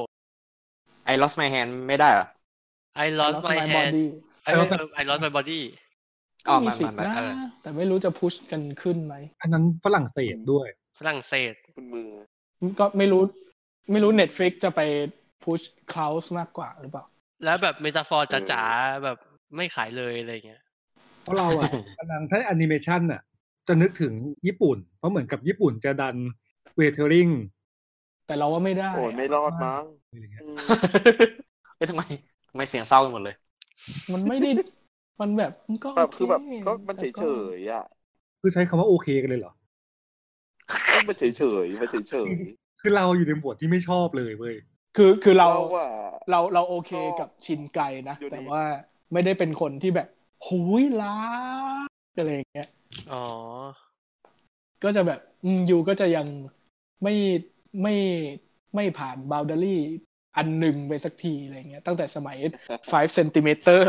I lost my hand ไม่ได้เหรอ I lost Lost my My hand Body เออเออ I lost my body อ๋อก็มีมันสิทมันธิ์มันนะเออแต่ไม่รู้จะพุชกันขึ้นไหมอันนั้นฝรั่งเศสด้วยฝรั่งเศสคุณมือก็ไม่รู้ไม่รู้ Netflix จะไปพุช Klaus มากกว่าหรือเปล่าแล้วแบบเมตาฟอร์จ๋าๆแบบไม่ขายเลยอะไรอย่างเงี้ยเพราะเราอ่ะ อันนั้นถ้าแอนิเมชันอ่ะ จะนึกถึงญี่ปุ่น เพราะเหมือนกับญี่ปุ่นจะดันเวเทอริงแต่เราว่าไม่ได้โอ้ยไม่รอดมั้งอะไรอย่างเงี้ยอืมเอ้ยทำไมทำไมเสียงเศร้ากันหมดเลยมันไม่ได้ มันแบบมันก็แบบโเคือแบบก็มันแต่เฉยๆอ่ะคือใช้คำว่าโอเคกันเลยเหรอก็มันเฉยๆมันเฉยคือเราอยู่ในหมวดที่ไม่ชอบเลยเว้ยคือคือๆเราเราอ่ะเราเราโอเคชอบกับชินไกนะอยู่ดีแต่ว่าไม่ได้เป็นคนที่แบบหุยล้าอะไรอย่างเงี้ยอ๋อก็จะแบบอืมยูก็จะยังไม่ไม่ไม่ผ่านบาวดารี่อันหนึ่งไปสักทีอะไรเงี้ยตั้งแต่สมัย five centimeter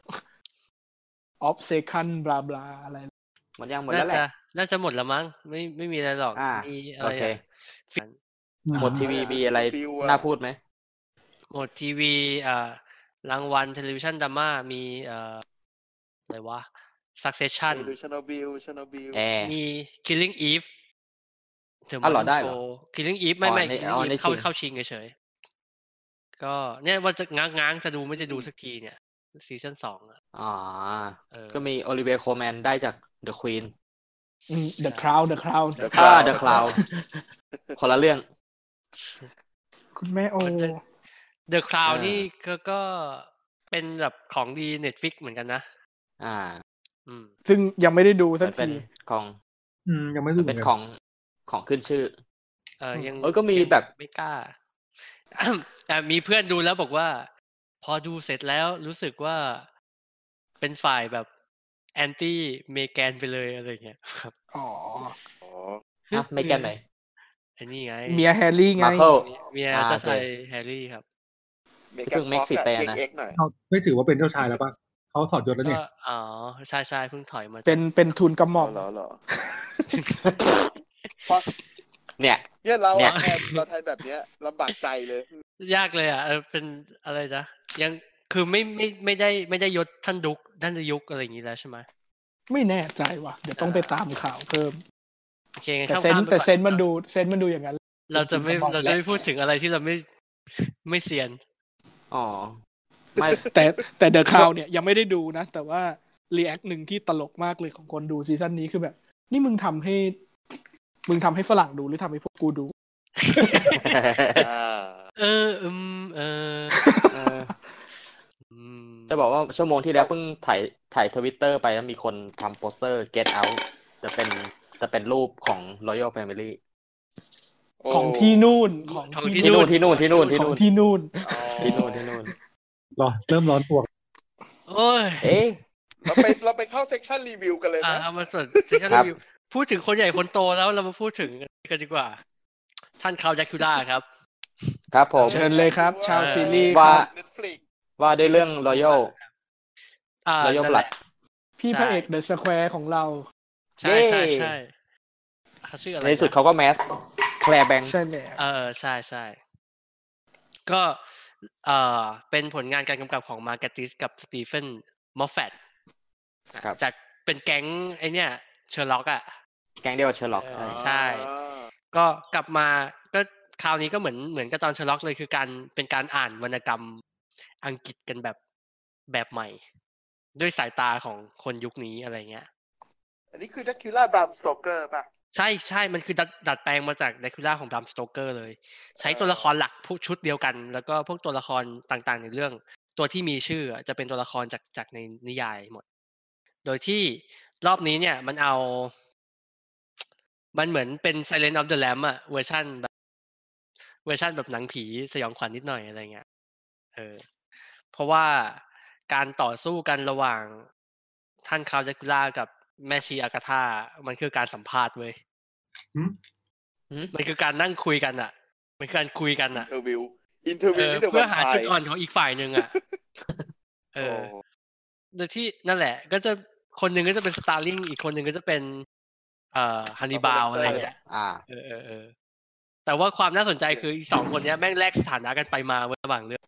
of second บลาบลาอะไรหมดยังหมดน่าแล้วแหจะละน่าจะหมดแล้วมั้งไม่ไม่มีอะไรหรอกอ่ามีอะโอไรเคอะฟินหมดทีวีมีอะไรฟิวอะน่าพูดไหมหมดทีวีอ่ารางวัลเทเลวิชันดราม่ามีเอ่ออะไรวะ Succession ดูชโนบิลชโนบิลแอร์มี Killing Eve ถึงอ๋อเหรอ Morning ได้เหรอ Show Killing Eve ไม่ไม่อ๋อใน Killing อ๋อ Eve ในเข้าชิงเข้าชิงเฉยๆก็เนี่ยว่าจะง้างง้างๆจะดูไม่จะดูสักทีเนี่ยซีซั่นสองอ่ะอ๋อเออก็มีโอลิเวียโคแมนได้จาก The Queen อืม The Crown The Crown The อ่า Crown The Cloud คนละเรื่องคุณแม่โอมันจะ The Crown เออนี่ก็ก็เป็นแบบของดี Netflix เหมือนกันนะอ่าอืมซึ่งยังไม่ได้ดูสัมักนเป็นทีของอืมยังไม่มัรู้นเหมืเป็อน นกันของของขึ้นชื่อเออยังเออก็มีแบบไม่กล้า แต่มีเพื่อนดูแล้วบอกว่า พอดูเสร็จแล้วรู้สึกว่าเป็นฝ่ายแบบแอนตี้เมแกนไปเลยอะไรเงี้ยครับอ๋ออ๋อฮะไม่แกนไหนไอ้นี่ไงเมียแฮร์รี่ไงมาเคิลเมียอ่าเจ้าโอเคชายแฮร์รี่ครับเมที่กาเพิ่งฟ็ make อกสิทธิ์อะไปอะนะเอ็กซ์หน่อยเขาไม่ถือว่าเป็นเจ้าชายแล้วปะเขาถอดยศแล้วก็เนี่ยอ๋อใช่ใช่เพิ่งถอยมาจากเป็นเป็นทุนกระหม่อมเหรอเหรอเพราะเนี่ยเนี่ยเราเนี่อะยแทนเราแทนแบบเนี้ยลำบากใจเลยยากเลยอ่ะเออเป็นอะไรนะยังคือไม่ไม่ไม่ได้ไม่ได้ยศท่านดุกท่านยุกอะไรอย่างนี้แล้วใช่ไหมไม่แน่ใจว่ะ เดี๋ยวต้องไปตามข่าวเพิ่มโอเคงั้นแต่ข้ามเซนข้ามไปแต่ก่อนเซนมันดูเซนมันดูอย่างนั้นเราจะไม่เป็นทุนกระหม่อมเราจะไม่พูดถึงอะไรที่เราไม่ไม่เซียนอ๋อไม่แต่แต่เดอะคาวเนี่ยยังไม่ได้ดูนะแต่ว่ารีแอคหนึ่งที่ตลกมากเลยของคนดูซีซั่นนี้คือแบบนี่มึงทำให้มึงทำให้ฝรั่งดูหรือทำให้พวกกูดูเอออืมเออจะบอกว่าชั่วโมงที่แล้วเพิ่งถ่ายถ่าย Twitter ไปแล้วมีคนทำโปสเตอร์ Get Out จะเป็นจะเป็นรูปของ Royal Family ของที่นู่นของที่นู่นที่นู่นที่นู่นที่นู่นที่นู่นที่นู่นที่นู่นรอเริ่มร้อนตัวโอ้ยเอ๊ะเราไปเราไปเข้าเซกชันรีวิวกันเลยนะอ่ามาส่วนเซกชันรีวิวพูดถึงคนใหญ่คนโตแล้วเรามาพูดถึงกันดีกว่าท่านคาวแดคูล่าครับครับผมเชิญเลยครับชาวซีรีส์ว่าว่าด้วยเรื่อง Royal อ่า Royal Blood พี่พระเอกเดอะสแควร์ของเราใช่ใช่ใช่เขาชื่ออะไรในสุดเขาก็แมสแคลร์แบงค์ใช่แหละเออใช่ใช่ก็เอ่อเป็นผลงานการกำกับของมาร์กาติสกับสตีเฟนมอฟแฟตจากเป็นแก๊งไอเนี้ยเชอร์ล็อกอะแก๊งเดียวกับเชอร์ล็อกใช่ก็กลับมาก็คราวนี้ก็เหมือนเหมือนกับตอนเชอร์ล็อกเลยคือการเป็นการอ่านวรรณกรรมอังกฤษกันแบบแบบใหม่ด้วยสายตาของคนยุคนี้อะไรเงี้ยอันนี้คือแดคูล่าบรามสโตเกอร์ป่ะใช่ใช่มันคือดัดดัดแปลงมาจากแดคูล่าของบรามสโตเกอร์เลยใช้ตัวละครหลักผู้ชุดเดียวกันแล้วก็พวกตัวละครต่างๆในเรื่องตัวที่มีชื่อจะเป็นตัวละครจากจากในนิยายหมดโดยที่รอบนี้เนี่ยมันเอามันเหมือนเป็น Silence of the Lambs อะเวอร์ชันแบบเวอร์ชันแบบหนังผีสยองขวัญนิดหน่อยอะไรเงี้ยเออเพราะว่าการต่อสู้กันระหว่างท่านคาวแดคูล่ากับแม่ชีอากาธามันคือการสัมภาษณ์เว้ยมันคือการนั่งคุยกันอ่ะมันคือการคุยกันอ่ะอินเทอร์วิวอินเทอร์วิวเพื่อหาจุดอ่อนของอีกฝ่ายนึงอ่ะเออโดยที่นั่นแหละก็จะคนนึงก็จะเป็นสตาร์ลิงอีกคนนึงก็จะเป็นเอ่อฮันนิบาลอะไรอย่างเงี้ยอ่าเออเออแต่ว่าความน่าสนใจคืออีกสองคนเนี้ยแม่งแลกสถานะกันไปมาระหว่างเรื่อง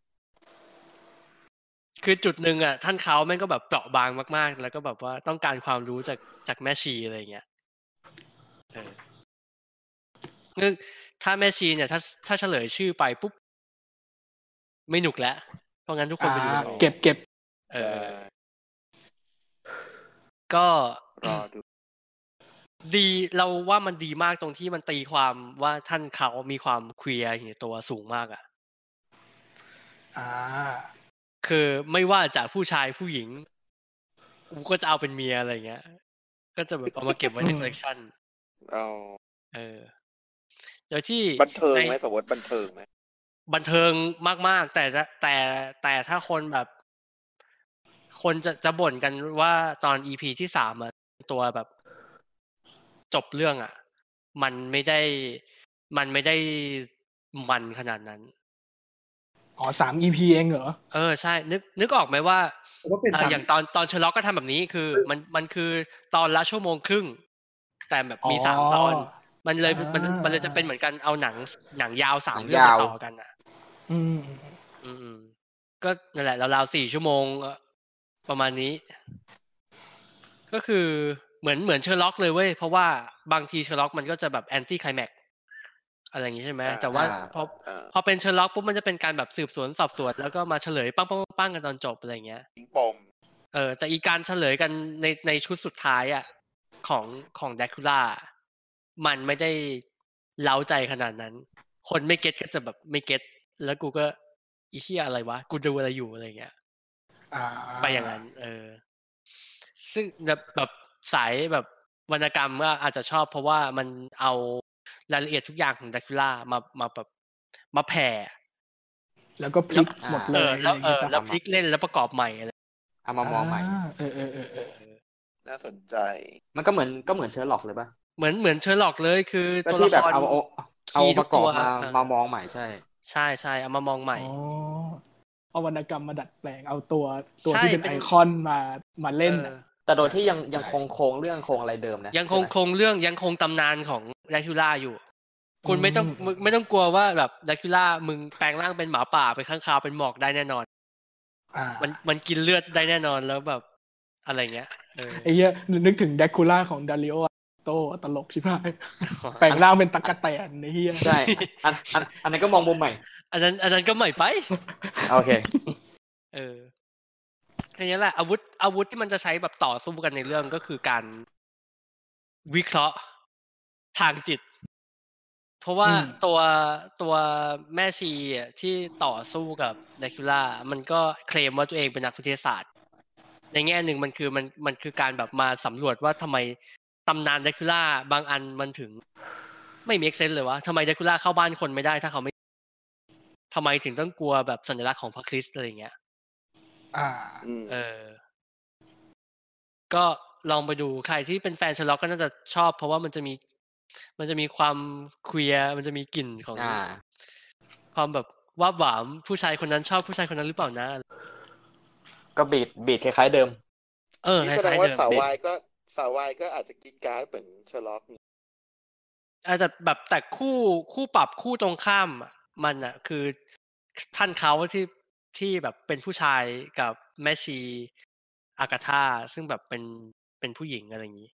คือจุดนึงอ่ะท่านเขาแม่งก็แบบเปราะบางมากๆแล้วก็แบบว่าต้องการความรู้จากจากแม่ชีอะไรอย่างเงี้ยเออคือถ้าแม่ชีเนี่ยถ้าถ้าเฉลยชื่อไปปุ๊บไม่หนุกแล้วเพราะงั้นทุกคนไปดูเก็บเก็บเออก็รอดูดีเราว่ามันดีมากตรงที่มันตีความว่าท่านเขามีความเคลียร์ในตัวสูงมากอ่ะอ่าคือไม่ว่าจากผู้ชายผู้หญิงกูก็จะเอาเป็นเมียอะไรเงี้ยก็จะแบบเอามาเก็บไว้ในคอลเลคชั่นอ๋อเออโดยที่บันเทิงไหมสมมติบันเทิงไหมบันเทิงมากๆแต่แต่แต่ถ้าคนแบบคนจะจะบ่นกันว่าตอน อี พี ที่สามอ่ะตัวแบบจบเรื่องอ่ะมันไม่ได้มันไม่ได้มันขนาดนั้นอ๋อสาม อี พี เองเหรอเออใช่นึกนึกออกไหมว่าอย่างตอนตอนเชอร์ล็อกก็ทำแบบนี้คือมันมันคือตอนละชั่วโมงครึ่งแต่แบบมีสามตอนมันเลยมันมันเลยจะเป็นเหมือนกันเอาหนังหนังยาวสามเรื่องมาต่อกันอ่ะอืมอืมก็นั่นแหละราวๆสี่ชั่วโมงประมาณนี้ก็คือเหมือนเหมือนเชอร์ล็อกเลยเว้ยเพราะว่าบางทีเชอร์ล็อกมันก็จะแบบแอนตี้ไคลแม็กซ์อะไรอย่างงี้ใช่ไหมแต่ว่าพอพอเป็นเชอร์ล็อกปุ๊บมันจะเป็นการแบบสืบสวนสอบสวนแล้วก็มาเฉลยปั้งๆปั้งกันตอนจบอะไรเงี้ยปมเออแต่อีการเฉลยกันในในชุดสุดท้ายอ่ะของของแดคูล่ามันไม่ได้เล้าใจขนาดนั้นคนไม่เก็ตก็จะแบบไม่เก็ตแล้วกูก็อีเหี้ยอะไรวะกูดูอะไรอยู่อะไรเงี้ยไปอย่างนั้นเออซึ่งแบบแบบสายแบบวรรณกรรมก็อาจจะชอบเพราะว่ามันเอารายละเอียดทุกอย่างของแดคูล่ามามาแบบมาแผ่แล้วก็พลิกหมดเลยเออแล้วเออแล้วพลิกเล่นแล้วประกอบใหม่อะไรเอามามองใหม่เออเออเออเออน่าสนใจมันก็เหมือนก็เหมือนเชอร์ล็อกเลยป่ะเหมือนเหมือนเชอร์ล็อกเลยคือตัวละครเอาเอาประกอบมามามองใหม่ใช่ใช่ใช่เอามามองใหม่อ๋อเอาวรรณกรรมมาดัดแปลงเอาตัวตัวที่เป็นไอคอนมามาเล่นแต่โดยที่ยังยังคงโครงเรื่องโครงอะไรเดิมนะยังคงโครงเรื่องยังคงตำนานของแดคูล่าอยู่คุณไม่ต้องไม่ต้องกลัวว่าแบบแดคูล่ามึงแปลงร่างเป็นหมาป่าเป็นข้างคาวเป็นหมอกได้แน่นอนมันมันกินเลือดได้แน่นอนแล้วแบบอะไรเงี้ยไอ้เหี้ยนึกถึงแดคูล่าของดาริโอโตตลกชิบหายแปลงร่างเป็นตั๊กแตนไอ้เหี้ยใช่อันอันอันนั้นก็มองมุมใหม่อันนั้นอันนั้นก็ใหม่ไปโอเคเออแค่นี้แหละอาวุธอาวุธที่มันจะใช้แบบต่อสู้กันในเรื่องก็คือการวิเคราะห์ทางจิตเพราะว่าตัวตัวแม่ชีที่ต่อสู้กับเดคูล่ามันก็เคลมว่าตัวเองเป็นนักวิทยาศาสตร์ในแง่หนึ่งมันคือมันมันคือการแบบมาสำรวจว่าทำไมตำนานเดคูล่าบางอันมันถึงไม่มีเอ็กเซนส์เลยวะทำไมเดคูล่าเข้าบ้านคนไม่ได้ถ้าเขาไม่ทำไมถึงต้องกลัวแบบสัญลักษณ์ของพระคริสต์อะไรอย่างเงี้ยอ่าเออก็ลองไปดูใครที่เป็นแฟนเชอร์ล็อกก็น่าจะชอบเพราะว่ามันจะมีมันจะมีความเคลียร์มันจะมีกลิ่นของความแบบว่าหวามผู้ชายคนนั้นชอบผู้ชายคนนั้นหรือเปล่านะก็บีดบีดคล้ายๆเดิมเออคล้ายๆเดิมแสดงว่าสาววายก็สาววายก็อาจจะกินการ์ดเหมือนเชอร์ล็อกอาจจะแบบแต่คู่คู่ปรับคู่ตรงข้ามมันอ่ะคือท่านเขาที่ที่แบบเป็นผู้ชายกับแม่ชีอากาธาซึ่งแบบเป็นเป็นผู้หญิงอะไรอย่างนี้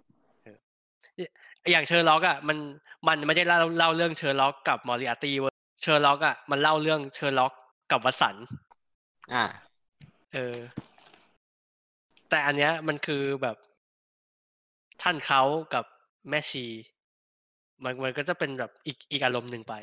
อย่างเชอร์ล็อกอ่ะมันมันไม่ได้เล่าเล่าเรื่องเชอร์ล็อกกับมอริอาร์ตี้เว้ยเชอร์ล็อกอ่ะมันเล่าเรื่องเชอร์ล็อกกับวัตสันอ่าเออแต่อันเนี้ยมันคือแบบท่านเขากับแม่ชีมันมันก็จะเป็นแบบอีกอีกอารมณ์หนึ่งไป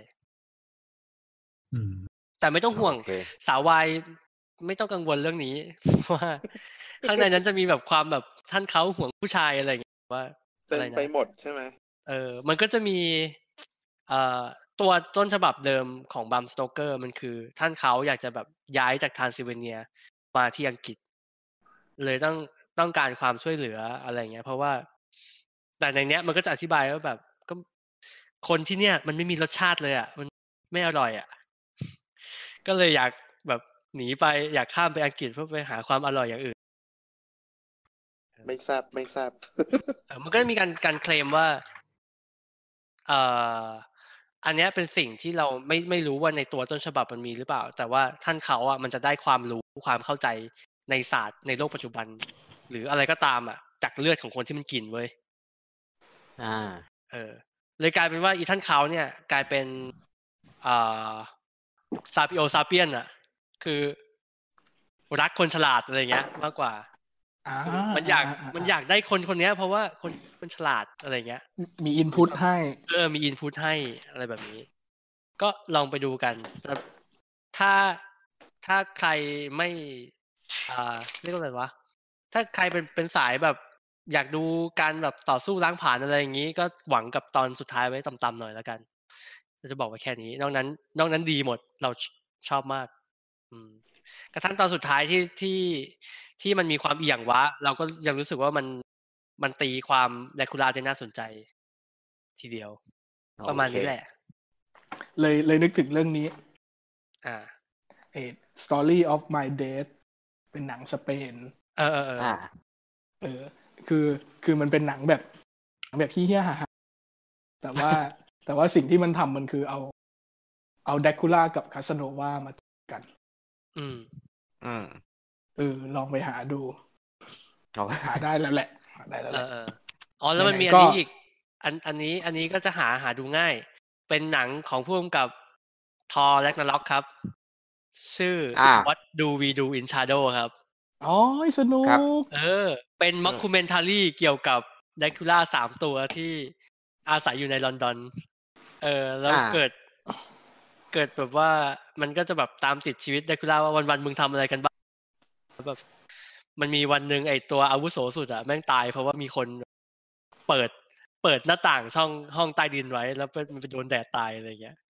แต่ไม่ต้องห่วง okay. สาววายไม่ต้องกังวลเรื่องนี้ว่าข้างในนั้นจะมีแบบความแบบท่านเขาห่วงผู้ชายอะไรอย่างเงี้ยว่าอะไรนะไปหมดใช่ไหมเออมันก็จะมีเอ่อตัวต้นฉบับเดิมของบัมสโตเกอร์มันคือท่านเขาอยากจะแบบย้ายจากทรานซิลเวเนียมาที่อังกฤษเลยต้องต้องการความช่วยเหลืออะไรเงี้ยเพราะว่าแต่ในเนี้ยมันก็จะอธิบายว่าแบบก็คนที่เนี้ยมันไม่มีรสชาติเลยอ่ะมันไม่อร่อยอ่ะก็เลยอยากแบบหนีไปอยากข้ามไปอังกฤษเพื่อไปหาความอร่อยอย่างอื่นไม่ทราบไม่ทราบมันก็มีการการเคลมว่าเอ่ออันนี้เป็นสิ่งที่เราไม่ไม่รู้ว่าในตัวต้นฉบับมันมีหรือเปล่าแต่ว่าท่านเขาอ่ะมันจะได้ความรู้ความเข้าใจในศาสตร์ในโลกปัจจุบันหรืออะไรก็ตามอ่ะจากเลือดของคนที่มันกินเว้ยอ่าเออเลยกลายเป็นว่าอีท่านเขาเนี่ยกลายเป็นอ่าซาปิโอซาเปียนอ่ะคือรักคนฉลาดอะไรเงี้ยมากกว่ามันอยากมันอยากได้คนคนนี้เพราะว่าคนมันฉลาดอะไรเงี้ยมีอินพุตให้เออมีอินพุตให้อะไรแบบนี้ก็ลองไปดูกันถ้าถ้าใครไม่อ่าเรียกว่าอะไรวะถ้าใครเป็นเป็นสายแบบอยากดูการแบบต่อสู้ล้างผลาญอะไรอย่างนี้ก็หวังกับตอนสุดท้ายไว้ต่ำๆหน่อยแล้วกันจะบอกไว้แค่นี้นอกนั้นนอกนั้นดีหมดเราชอบมากอืมกระทั่งตอนสุดท้ายที่ที่ที่มันมีความเอี่ยงวะเราก็ยังรู้สึกว่ามันมันตีความแดคูล่าได้น่าสนใจทีเดียวประมาณนี้แหละเลยเลยนึกถึงเรื่องนี้อ่าเอ่อ Story of My Death เป็นหนังสเปนเออเออเออเออคือคือมันเป็นหนังแบบหนังแบบขี้เหี้ยหาแต่ว่าแต่ว่าสิ่งที่มันทำมันคือเอาเอาแดคูล่ากับคาสโนวามากันอืมอืมเออลองไปหาดูหาได้แล้วแหละหาได้แล้วแหละอ๋อแล้วมันมีอันนี้อีกอันอันนี้อันนี้ก็จะหาหาดูง่ายเป็นหนังของผู้กำกับทอร์แร็กนาร็อกครับชื่อ What Do We Do in Shadow ครับอ๋อสนุกเออเป็นม็อกคูเมนทารีเกี่ยวกับแดคูล่าสามตัวที่อาศัยอยู่ในลอนดอนเออแล้วเกิดเกิดแบบว่ามันก็จะแบบตามติดชีวิตแดคูล่าว่าวันๆมึงทำอะไรกันบ้างแบบมันมีวันนึงไอตัวอาวุโสสุดอ่ะแม่งตายเพราะว่ามีคนเปิดเปิดหน้าต่างช่องห้องใต้ดินไว้แล้วมันไปโดนแดดตายอะไรเงี้ย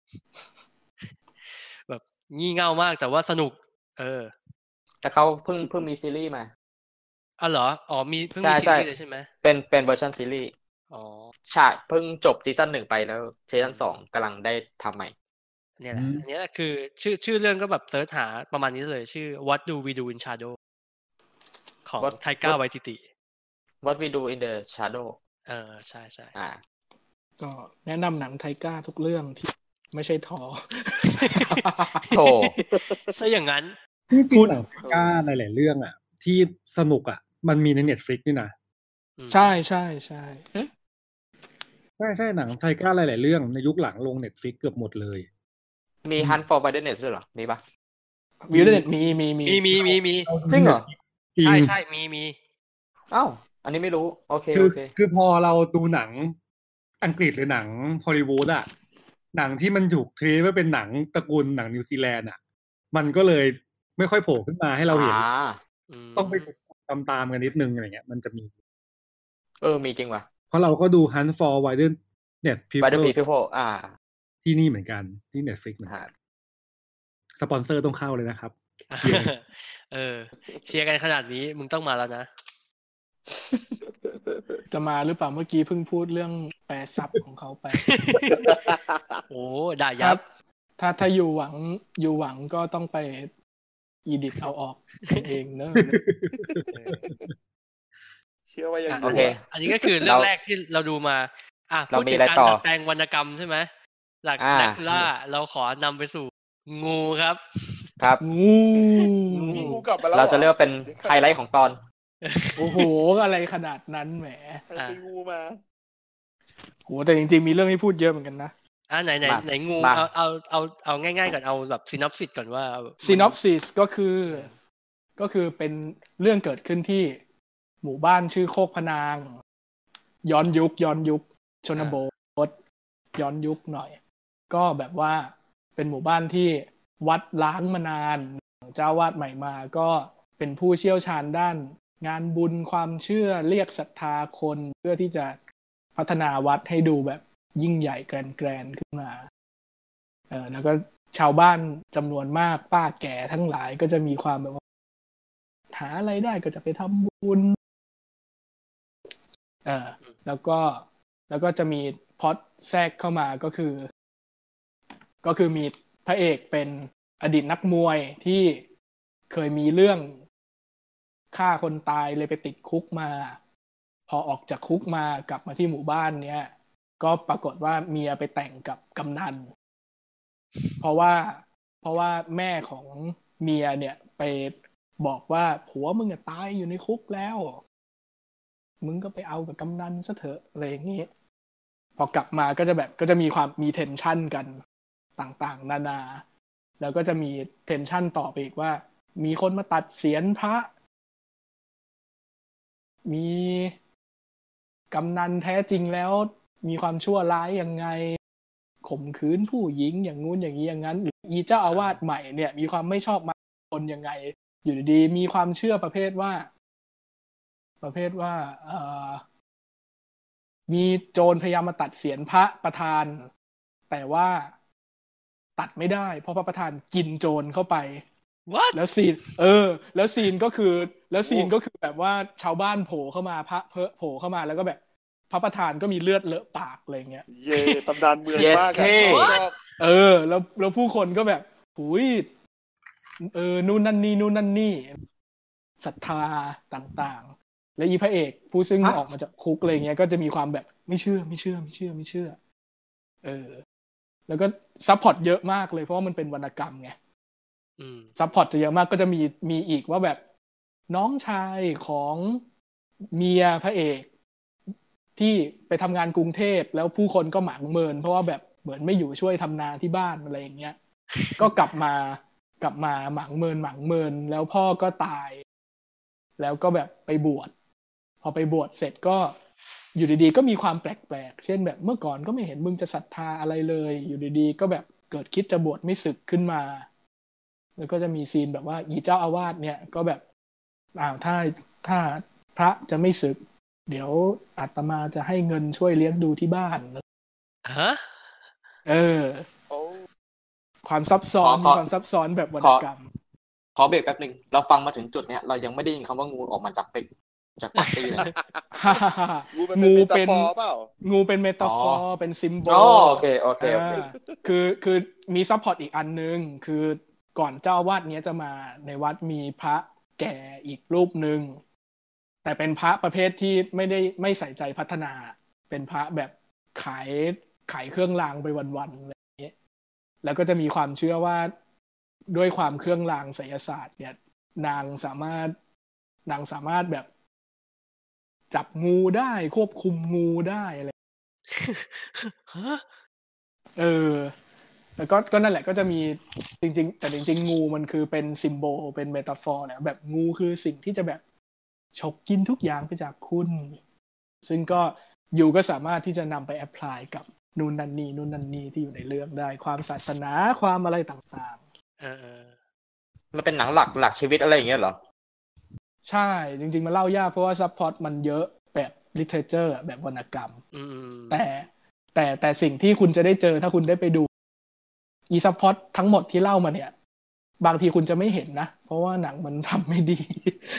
แบบงี่เง่ามากแต่ว่าสนุกเออแต่เขาเพิ่งเพิ่งมีซีรีส์มาอ๋อเหรออ๋อมีเพิ่งมีซีรีส์เลยใช่ไหมเป็นเป็นเวอร์ชันซีรีส์อ๋อใช่เพิ่งจบซีซั่นหนึ่งไปแล้วซีซั่นสองกำลังได้ทำใหม่เนี่ยแหละอันนี้คือชื่อชื่อเรื่องก็แบบเสิร์ชหาประมาณนี้เลยชื่อ What Do We Do in Shadow ของไทก้าไวติติ What We Do in the Shadow เออใช่ใช่อ่าก็แนะนำหนังไทก้าทุกเรื่องที่ไม่ใช่ทอโธ่ซะอย่างนั้นที่จริงหนังไทก้าในหลายเรื่องอ่ะที่สนุกอ่ะมันมีใน Netflix นี่นะใช่ใช่ใช่ใช่ใช่หนังไทก้าหลายๆเรื่องในยุคหลังลง Netflix เกือบหมดเลยมี Hunt for Wilderness ด้วยเหรอมีปะ Wilderness มีมีมีมีมีมีมีจริงเหรอใช่ใช่มีมีอ้าวอันนี้ไม่รู้โอเคคืโออเคคือพอเราดูหนังอังกฤษหรือหนังฮอลลีวูดอะหนังที่มันถูกเทรดว่าเป็นหนังตระกูลหนังนิวซีแลนด์อะมันก็เลยไม่ค่อยโผล่ขึ้นมาให้เราเห็นอ่าต้องไปตามตามๆกันนิดนึงอะไรเงี้ยมันจะมีเออมีจริงว่ะเพราะเราก็ดู Hunt for Wilderness Wild People People อ่าที่นี่เหมือนกันที่ Netflix เหมือนกันสปอนเซอร์ต้องเข้าเลยนะครับเออเชียร์กันขนาดนี้มึงต้องมาแล้วนะจะมาหรือเปล่าเมื่อกี้เพิ่งพูดเรื่องแปลซับของเขาไปโอ้ด่ายับถ้าถ้าอยู่หวังอยู่หวังก็ต้องไปอีดิทเอาออกเองเนอะเชื่อว่ายังโอเคอันนี้ก็คือเรื่องแรกที่เราดูมาอ่ะพูดถึงการดัดแปลงวรรณกรรมใช่ไหมจากแดกคูล่าเราขอนำไปสู่งูครับครับงูนี่งูกลับมาแล้วเราจะเรียกว่าเป็นไฮไลท์ของตอนโอ้โหอะไรขนาดนั้นแหมไปงูมาโหแต่จริงๆมีเรื่องให้พูดเยอะเหมือนกันนะอ่ะไหนไหนไหนงูเอาเอาเอาเอาง่ายๆก่อนเอาแบบซีนอปซิสก่อนว่าซีนอปซิสก็คือก็คือเป็นเรื่องเกิดขึ้นที่หมู่บ้านชื่อโคกพนางย้อนยุคย้อนยุคชนบทย้อนยุคหน่อยก็แบบว่าเป็นหมู่บ้านที่วัดล้างมานานเจ้าวาดใหม่มาก็เป็นผู้เชี่ยวชาญด้านงานบุญความเชื่อเรียกศรัทธาคนเพื่อที่จะพัฒนาวัดให้ดูแบบยิ่งใหญ่แกรนๆขึ้นมาเออแล้วก็ชาวบ้านจำนวนมากป้าแก่ทั้งหลายก็จะมีความแบบว่าหาอะไรได้ก็จะไปทำบุญเออแล้วก็แล้วก็จะมีพล็อตแทรกเข้ามาก็คือก็คือมีพระเอกเป็นอดีตนักมวยที่เคยมีเรื่องฆ่าคนตายเลยไปติดคุกมาพอออกจากคุกมากลับมาที่หมู่บ้านเนี้ยก็ปรากฏว่าเมียไปแต่งกับกำนันเพราะว่าเพราะว่าแม่ของเมียเนี่ยไปบอกว่าผัวมึงอะตายอยู่ในคุกแล้วมึงก็ไปเอากับกำนันซะเถอะอะไรอย่างงี้พอกลับมาก็จะแบบก็จะมีความมีเทนชั่นกันต่างๆนานาแล้วก็จะมีเทนชั่นต่อไปอีกว่ามีคนมาตัดเศียรพระมีกำนันแท้จริงแล้วมีความชั่วร้ายยังไงข่มขืนผู้หญิงอย่างงู้นอย่างนี้อย่างนั้นหรืออีเจ้าอาวาสใหม่เนี่ยมีความไม่ชอบมาคนยังไงอยู่ดีๆมีความเชื่อประเภทว่าประเภทว่าเอ่อมีโจรพยายามมาตัดเศียรพระประธานแต่ว่าตัดไม่ได้เพราะพระประธานกินโจรเข้าไป What? แล้วซีนเออแล้วซีนก็คือแล้วซีนก็คือแบบว่าชาวบ้านโผล่เข้ามาพระเพอโผล่เข้ามาแล้วก็แบบพระประธานก็มีเลือดเลอะปากอะไรเงี้ยเย่ตำนานเมืองมากอะเออแล้วแล้วผู้คนก็แบบหุยเออนู่นนั่นนี่นู่นนั่นนี่ศรัทธาต่างๆและอีพระเอกผู้ซึ่งออกมาจากคุกอะไรเงี้ยก็จะมีความแบบไม่เชื่อไม่เชื่อไม่เชื่อไม่เชื่อเออแล้วก็ซัพพอร์ตเยอะมากเลยเพราะว่ามันเป็นวรรณกรรมไงซัพพอร์ตจะเยอะมากก็จะมีมีอีกว่าแบบน้องชายของเมียพระเอกที่ไปทำงานกรุงเทพแล้วผู้คนก็หมางเมินเพราะว่าแบบเหมือนไม่อยู่ช่วยทำนาที่บ้านอะไรอย่างเงี้ย ก็กลับมากลับมาหมางเมินหมางเมินแล้วพ่อก็ตายแล้วก็แบบไปบวชพอไปบวชเสร็จก็อยู่ดีๆก็มีความแปลกๆเช่นแบบเมื่อก่อนก็ไม่เห็นมึงจะศรัทธาอะไรเลยอยู่ดีๆก็แบบเกิดคิดจะบวชไม่สึกขึ้นมาแล้วก็จะมีซีนแบบว่าอีเจ้าอาวาสเนี่ยก็แบบอ้าวถ้าถ้าพระจะไม่สึกเดี๋ยวอาตมาจะให้เงินช่วยเลี้ยงดูที่บ้านฮะเออความซับซ้อนความซับซ้อนแบบวรรณกรรมขอเบรกแป๊บนึงเราฟังมาถึงจุดเนี้ยเรายังไม่ได้ยินคำว่างูออกมาจากเป็กจากปากตีเลยงูเป็นงูเป็นเมตาฟอร์เป็นซิมโบลโอเคโอเคโอเคคือคือมีซัพพอร์ตอีกอันนึงคือก่อนเจ้าวาดนี้จะมาในวัดมีพระแก่อีกรูปนึงแต่เป็นพระประเภทที่ไม่ได้ไม่ใส่ใจพัฒนาเป็นพระแบบขายขายเครื่องรางไปวันๆอะไรอย่างนี้แล้วก็จะมีความเชื่อว่าด้วยความเครื่องรางไสยศาสตร์เนี่ยนางสามารถนางสามารถแบบจับงูได้ควบคุมงูได้อะไรเออแล้วก็ก็นั่นแหละก็จะมีจริงๆแต่จริงๆงูมันคือเป็นซิมโบลเป็นเมตาฟอร์แหละแบบงูคือสิ่งที่จะแบบฉกกินทุกอย่างไปจากคุณซึ่งก็ยูก็สามารถที่จะนำไปแอพพลายกับนู่นนั่นนี่นู่นนั่นนี่ที่อยู่ในเรื่องได้ความศาสนาความอะไรต่างๆเออมันเป็นหนังหลักหลักชีวิตอะไรอย่างเงี้ยเหรอใช่จริงๆมันเล่ายากเพราะว่าซับพล็อตมันเยอะแบบลิเทเจอร์แบบวรรณกรรมแต่แต่แต่สิ่งที่คุณจะได้เจอถ้าคุณได้ไปดูอีซับพล็อตทั้งหมดที่เล่ามาเนี่ยบางทีคุณจะไม่เห็นนะเพราะว่าหนังมันทำไม่ดี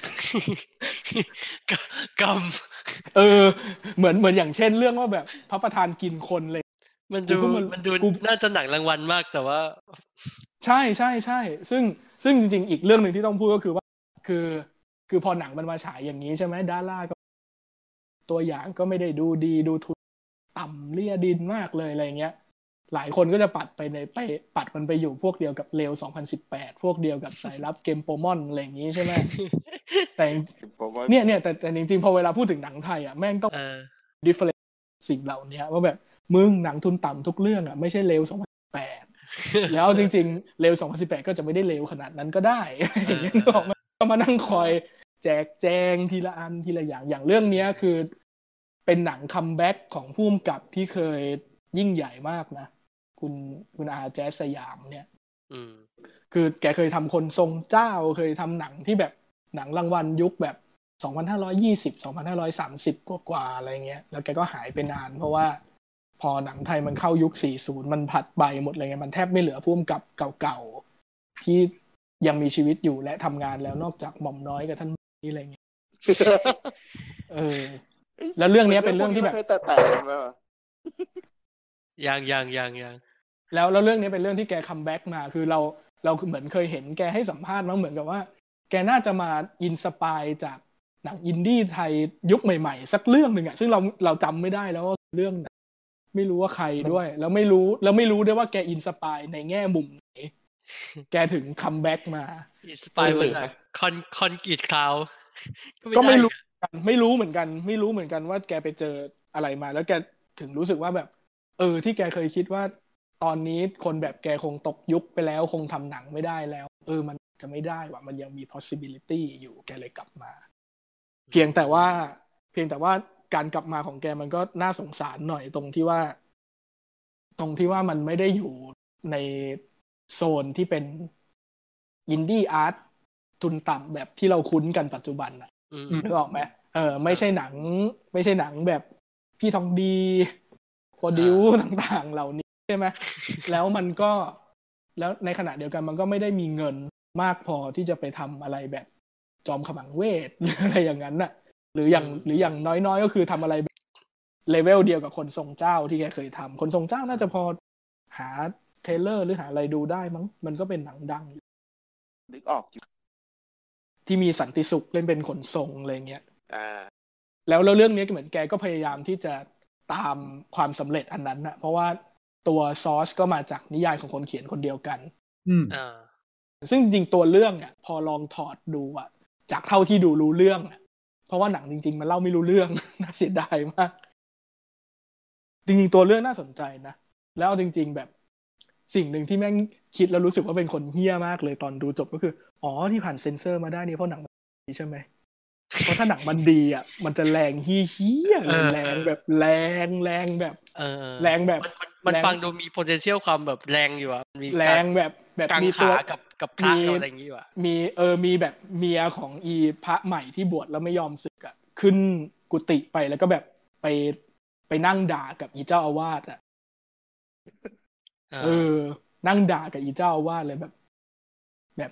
กรรมเออเหมือนเหมือนอย่างเช่นเรื่องว่าแบบพระประธานกินคนเลยมันดูมันดูน่าจะหนังรางวัลมากแต่ว่าใช่ใช่ใช่ซึ่งซึ่งจริงๆอีกเรื่องหนึ่งที่ต้องพูดก็คือว่าคือคือพอหนังมันมาฉายอย่างนี้ใช่ไหมดาราก็ตัวอย่างก็ไม่ได้ดูดีดูทุนต่ำเลี่ยดินมากเลยอะไรเงี้ยหลายคนก็จะปัดไปในไปปัดมันไปอยู่พวกเดียวกับเลวสองพันสิบแปดพวกเดียวกับสายลับเกมโปมอนอะไรอย่างนี้ใช่ไหมแต่เนี่ยเนี่ยแต่แต่จริงๆพอเวลาพูดถึงหนังไทยอ่ะแม่งต้อง different สิ่งเหล่านี้ว่าแบบมึงหนังทุนต่ำทุกเรื่องอ่ะไม่ใช่เลวสองพันสิบแปดแล้วจริงๆเลวสองพันสิบแปดก็จะไม่ได้เลวขนาดนั้นก็ได้อย่างเงี้ยนึกออกมั้ยก็มานั่งคอยแจกแจงทีละอันทีละอย่างอย่างเรื่องนี้คือเป็นหนังคัมแบ็กของผู้กำกับที่เคยยิ่งใหญ่มากนะคุณคุณอาแจ๊สสยามเนี่ยคือแกเคยทำคนทรงเจ้าเคยทำหนังที่แบบหนังรางวัลยุคแบบสองพันห้าร้อยยี่สิบ สองพันห้าร้อยสามสิบกว่าๆอะไรเงี้ยแล้วแกก็หายไปนานเพราะว่าพอหนังไทยมันเข้ายุคสี่สิบมันผลัดใบหมดเลยไงมันแทบไม่เหลือผู้กำกับเก่าๆที่ยังมีชีวิตอยู่และทำงานแล้วนอกจากหม่อมน้อยกับท่านนี่อะไรเงี้ยเออแล้วเรื่องนี้เป็นเรื่องที่แบบเคยแตะๆกันมั้ยยังยังยังยังแล้วแล้วเรื่องนี้เป็นเรื่องที่แกคัมแบ็กมาคือเราเราเหมือนเคยเห็นแกให้สัมภาษณ์มั้งเหมือนกับว่าแกน่าจะมาอินสปายจากหนังอินดี้ไทยยุคใหม่ๆสักเรื่องนึงอ่ะซึ่งเราเราจำไม่ได้แล้วว่าเรื่องไหนไม่รู้ว่าใครด้วยแล้วไม่รู้แล้วไม่รู้ด้วยว่าแกอินสปายในแง่มุมไหนแกถึงคัมแบ็กมาอินสปายมาจากคอนคอนกรีตคลาวด์ก็ไม่รู้กันไม่รู้เหมือนกันไม่รู้เหมือนกันว่าแกไปเจออะไรมาแล้วแกถึงรู้สึกว่าแบบเออที่แกเคยคิดว่าตอนนี้คนแบบแกคงตกยุคไปแล้วคงทำหนังไม่ได้แล้วเออมันจะไม่ได้ว่ะมันยังมี possibility อยู่แกเลยกลับมาเพียงแต่ว่าเพียงแต่ว่าการกลับมาของแกมันก็น่าสงสารหน่อยตรงที่ว่าตรงที่ว่ามันไม่ได้อยู่ในโซนที่เป็นอินดี้อาร์ตทุนต่ำแบบที่เราคุ้นกันปัจจุบันอ่ะนึกออกไหมเออไม่ใช่หนังไม่ใช่หนังแบบพี่ทองดีโปรดิวต่างๆเหล่านี้ใช่ไหมแล้วมันก็แล้วในขณะเดียวกันมันก็ไม่ได้มีเงินมากพอที่จะไปทำอะไรแบบจอมขมังเวทหรืออะไรอย่างนั้นน่ะหรืออย่างหรืออย่างน้อยๆก็คือทำอะไรแบบเลเวลเดียวกับคนทรงเจ้าที่แกเคยทำคนทรงเจ้าน่าจะพอหาเทรลเลอร์หรือหาอะไรดูได้มั้งมันก็เป็นหนังดังอยู่นึกออกที่มีสันติสุขเล่นเป็นขนส่งอะไรเงี้ยอ่าแล้วแล้วเรื่องนี้ก็เหมือนแกก็พยายามที่จะตามความสำเร็จอันนั้นนะเพราะว่าตัวซอสก็มาจากนิยายของคนเขียนคนเดียวกันอืมอ่าซึ่งจริงๆตัวเรื่องเนี่ยพอลองถอดดูอ่ะจากเท่าที่ดูรู้เรื่องอ่ะเพราะว่าหนังจริงๆมันเล่าไม่รู้เรื่อง น่าเสียดายมากจริงๆตัวเรื่องน่าสนใจนะแล้วจริงๆแบบสิ่งหนึ่งที่แม่งคิดแล้วรู้สึกว่าเป็นคนเหี้ยมากเลยตอนดูจบก็คืออ๋อที่ผ่านเซ็นเซอร์มาได้นี่เพราะหนังมันดีใช่ไหมเพราะถ้าหนังมันดีอ่ะมันจะแรงเหี้ยเลยแรงแบบแรงแรงแบบแรงแบบมันฟังดูมี potential ความแบบแรงอยู่อ่ะมีแรงแบบแบบมีตัวกับกับพระอะไรอย่างงี้ว่ะมีเออมีแบบเมียของอีพระใหม่ที่บวชแล้วไม่ยอมสึกอ่ะขึ้นกุฏิไปแล้วก็แบบไปไปนั่งด่ากับอีเจ้าอาวาสอ่ะเออนั่งด่ากับอีเจ้าอาวาสเลยแบบแบบ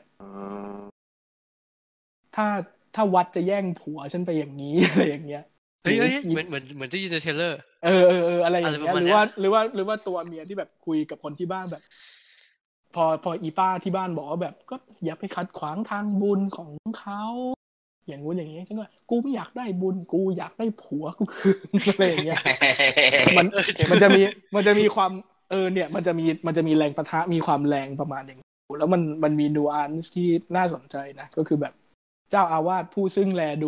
ถ้าถ้าวัดจะแย่งผัวฉันไปอย่างนี้อะไรอย่างเงี้ยเฮ้ยๆเหมือนเหมือนเหมือนที่ยินในเทรลเลอร์เออๆๆอะไรอย่างเงี้ยหรือว่าหรือว่าหรือว่าตัวเมียที่แบบคุยกับคนที่บ้านแบบพอพออีป้าที่บ้านบอกว่าแบบก็อย่าไปขัดขวางทางบุญของเขาอย่างงู้นอย่างงี้ฉันว่ากูไม่อยากได้บุญกูอยากได้ผัวกูคืนอะไรอย่างเงี้ยมันมันจะมีมันจะมีความเออเนี่ยมันจะมีมันจะมีแรงปะทะมีความแรงประมาณอย่างแล้วมันมันมีนูอันซ์ที่น่าสนใจนะก็คือแบบเจ้าอาวาสผู้ซึ่งแลดู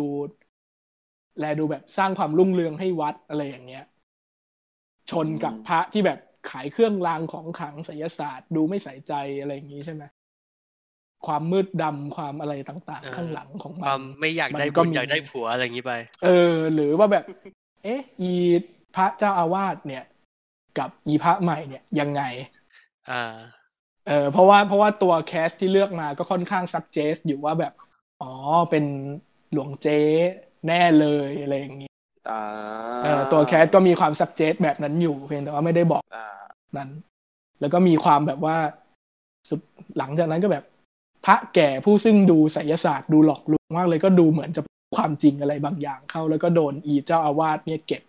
แลดูแบบสร้างความรุ่งเรืองให้วัดอะไรอย่างเงี้ยชนกับพระที่แบบขายเครื่องรางของขลังไสยศาสตร์ดูไม่ใส่ใจอะไรอย่างนี้ใช่ไหมความมืดดำความอะไรต่างๆข้างหลังของมันความไม่อยากได้บุญอยากได้ผัวอะไรอย่างนี้ไปเออหรือว่าแบบเอ๊ะอีพระเจ้าอาวาสเนี่ยกับอีพระใหม่เนี่ยยังไงอ่าเออเพราะว่าเพราะว่าตัวแคสที่เลือกมาก็ค่อนข้างซักเจสอยู่ว่าแบบอ๋อเป็นหลวงเจ๊แน่เลยอะไรอย่างนี้อ่าเออตัวแคสก็มีความซักเจสแบบนั้นอยู่เพียงแต่ว่าไม่ได้บอกนั้นแล้วก็มีความแบบว่าสุดหลังจากนั้นก็แบบพระแก่ผู้ซึ่งดูไสยศาสตร์ดูหลอกลวงมากเลยก็ดูเหมือนจะความจริงอะไรบางอย่างเข้าแล้วก็โดนอีเจ้าอาวาสเนี่ยเก็บ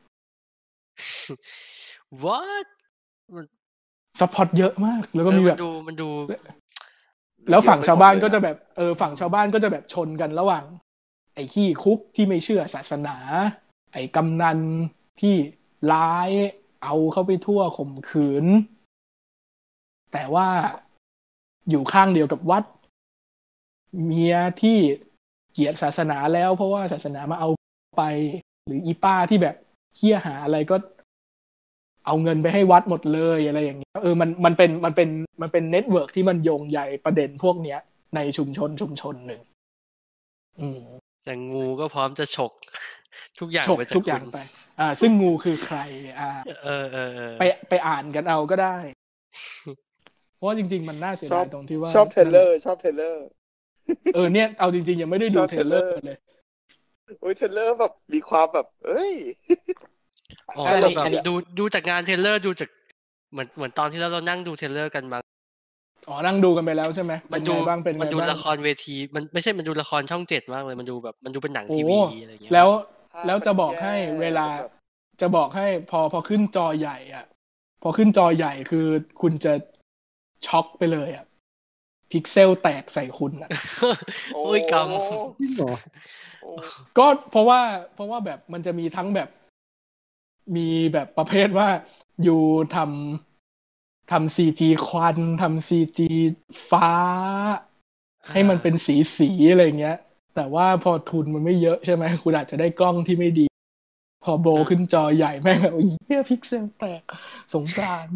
what ซัพพอร์ตเยอะมากแล้วก็มีแบบมันดูมันดูแล้วฝั่งชาวบ้านก็จะแบบเออฝั่งชาวบ้านก็จะแบบชนกันระหว่างไอ้ขี้คุกที่ไม่เชื่อศาสนาไอ้กำนันที่ร้ายเอาเข้าไปทั่วข่มขืนแต่ว่าอยู่ข้างเดียวกับวัดเมียที่เกลียดศาสนาแล้วเพราะว่าศาสนามาเอาไปหรืออีป้าที่แบบเหี้ยหาอะไรก็เอาเงินไปให้วัดหมดเลยอะไรอย่างเงี้ยเออมันมันเป็นมันเป็นมันเป็นเน็ตเวิร์กที่มันโยงใยประเด็นพวกเนี้ยในชุมชนชุมชนหนึ่งอืมแต่งูก็พร้อมจะฉกทุกอย่างไปทุกอย่างไปอ่าซึ่งงูคือใครอ่าเออเออเออไปไปอ่านกันเอาก็ได้เพราะจริงๆมันน่าเสียดายตรงที่ว่าชอบเทเลอร์ชอบเทเลอร์เออเนี่ยเอาจริงๆยังไม่ได้ดูเทเลอร์เลยโอ้ยเทเลอร์แบบมีความแบบเอ้ยอ๋อแบบดูดูจากงานเทเลอร์ดูจากเหมือนเหมือนตอนที่เราเรานั่งดูเทเลอร์กันมาอ๋อนั่งดูกันไปแล้วใช่ไหมมันดูบ้างเป็นมันดูละครเวทีมันไม่ใช่มันดูละครช่องเจ็ดมากเลยมันดูแบบมันดูเป็นหนังทีวีอะไรเงี้ยแล้วแล้วจะบอกให้เวลาจะบอกให้พอพอขึ้นจอใหญ่อ่ะพอขึ้นจอใหญ่คือคุณจะช็อกไปเลยอ่ะพิกเซลแตกใส่คุณอ่ะโอ้ยกำจริงเหรอก็เพราะว่าเพราะว่าแบบมันจะมีทั้งแบบมีแบบประเภทว่าอยู่ทำทำซีจีควันทำซีจีฟ้าให้มันเป็นสีสีอะไรเงี้ยแต่ว่าพอทุนมันไม่เยอะใช่ไหมคุณอาจจะได้กล้องที่ไม่ดีพอโบขึ้นจอใหญ่แม่งแบบเหี้ยพิกเซลแตกสงสาร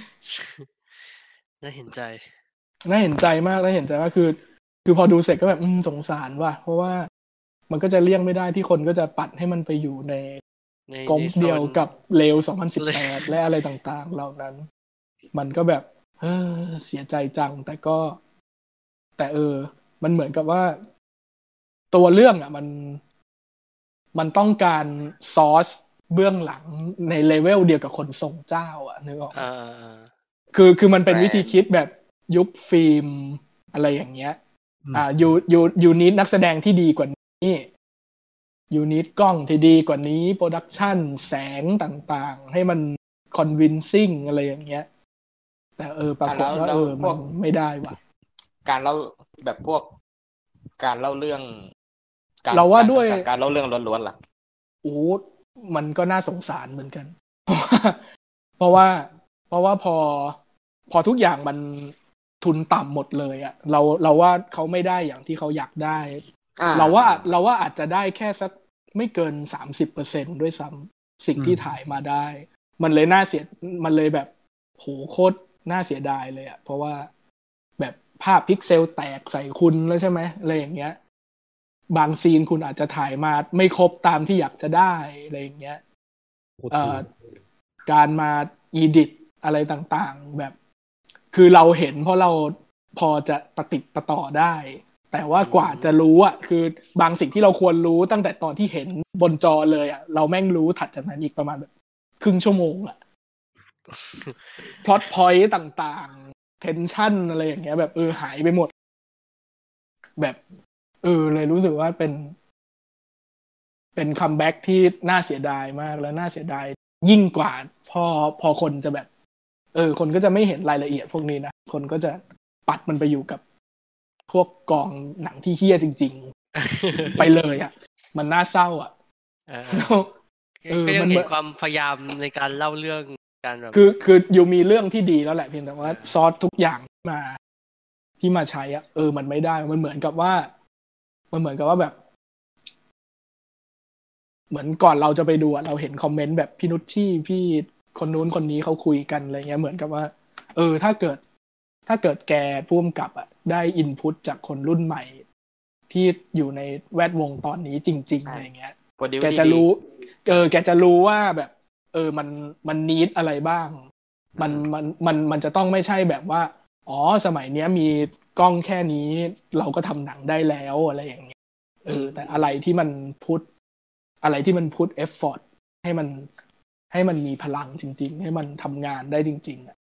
น่าเห็นใจน่าเห็นใจมากน่าเห็นใจมากคือคือพอดูเสร็จก็แบบอืมสงสารว่ะเพราะว่ามันก็จะเลี่ยงไม่ได้ที่คนก็จะปัดให้มันไปอยู่ในกลมเดียวกับเลวสองพันสิบแปดและอะไรต่างๆเหล่านั้นมันก็แบบเออเสียใจจังแต่ก็แต่เออมันเหมือนกับว่าตัวเรื่องอ่ะมันมันต้องการซอสเบื้องหลังในเลเวลเดียวกับคนทรงเจ้าอ่ะนึกออกอ่าคือคือมันเป็นวิธีคิดแบบยุคฟิล์มอะไรอย่างเงี้ยอ่ายูยูยูนิตนักแสดงที่ดีกว่านี้ยูนิตกล้องที่ดีกว่านี้โปรดักชันแสงต่างๆให้มันคอนวินซิ่งอะไรอย่างเงี้ยแต่เออปรากฏว่าเออมันไม่ได้ว่ะการเล่าแบบพวกการเล่าเรื่องเราว่าด้วยการเล่าเรื่องล้วนๆล่ะโอ้มันก็น่าสงสารเหมือนกันเพราะว่าเพราะว่าพอพอทุกอย่างมันทุนต่ำหมดเลยอ่ะเราเราว่าเขาไม่ได้อย่างที่เขาอยากได้เราว่าเราว่าอาจจะได้แค่สักไม่เกิน สามสิบเปอร์เซ็นต์ ด้วยซ้ำสิ่งที่ถ่ายมาได้มันเลยน่าเสียมันเลยแบบโหโคตรน่าเสียดายเลยอ่ะเพราะว่าแบบภาพพิกเซลแตกใส่คุณแล้วใช่ไหมอะไรอย่างเงี้ยบางซีนคุณอาจจะถ่ายมาไม่ครบตามที่อยากจะได้อะไรอย่างเงี้ยเอ่อการมาอีดิทอะไรต่างๆแบบคือเราเห็นเพราะเราพอจะประติดประต่อได้แต่ว่ากว่าจะรู้อ่ะคือบางสิ่งที่เราควรรู้ตั้งแต่ตอนที่เห็นบนจอเลยอ่ะเราแม่งรู้ถัดจากนั้นอีกประมาณแบบครึ่งชั่วโมงอ่ะพล็อตพอยต์ต่างๆเทนชั่นอะไรอย่างเงี้ยแบบเออหายไปหมดแบบเออเลยรู้สึกว่าเป็นเป็นคัมแบ็กที่น่าเสียดายมากและน่าเสียดายยิ่งกว่าพอพอคนจะแบบเออคนก็จะไม่เห็นรายละเอียดพวกนี้นะคนก็จะปัดมันไปอยู่กับพวกกองหนังที่เฮี้ยจริงๆ ไปเลยอ่ะมันน่าเศร้าอ่ะเออก็ยังเห็นความพยายามในการเล่าเรื่องการแบบคือคืออยู่มีเรื่องที่ดีแล้วแหละเพียงแต่ว่าซอสทุกอย่างมาที่มาใช้อ่ะเออมันไม่ได้มันเหมือนกับว่ามันเหมือนกับว่าแบบเหมือนก่อนเราจะไปดูเราเห็นคอมเมนต์แบบพี่นุชชี่พี่คนนู้นคนนี้เขาคุยกันอะไรเงี้ยเหมือนกับว่าเออถ้าเกิดถ้าเกิดแกผู้กำกับอ่ะได้อินพุตจากคนรุ่นใหม่ที่อยู่ในแวดวงตอนนี้จริงๆอะไรเงี้ยแกจะรู้เออแกจะรู้ว่าแบบเออมันมันนีดอะไรบ้างมันมันมันมันจะต้องไม่ใช่แบบว่าอ๋อสมัยเนี้ยมีกล้องแค่นี้เราก็ทำหนังได้แล้วอะไรอย่างเงี้ยเออแต่อะไรที่มันพุทอะไรที่มันพุทเอฟฟอร์ตให้มันให้มันมีพลังจริงๆให้มันทำงานได้จริงๆอ่ะ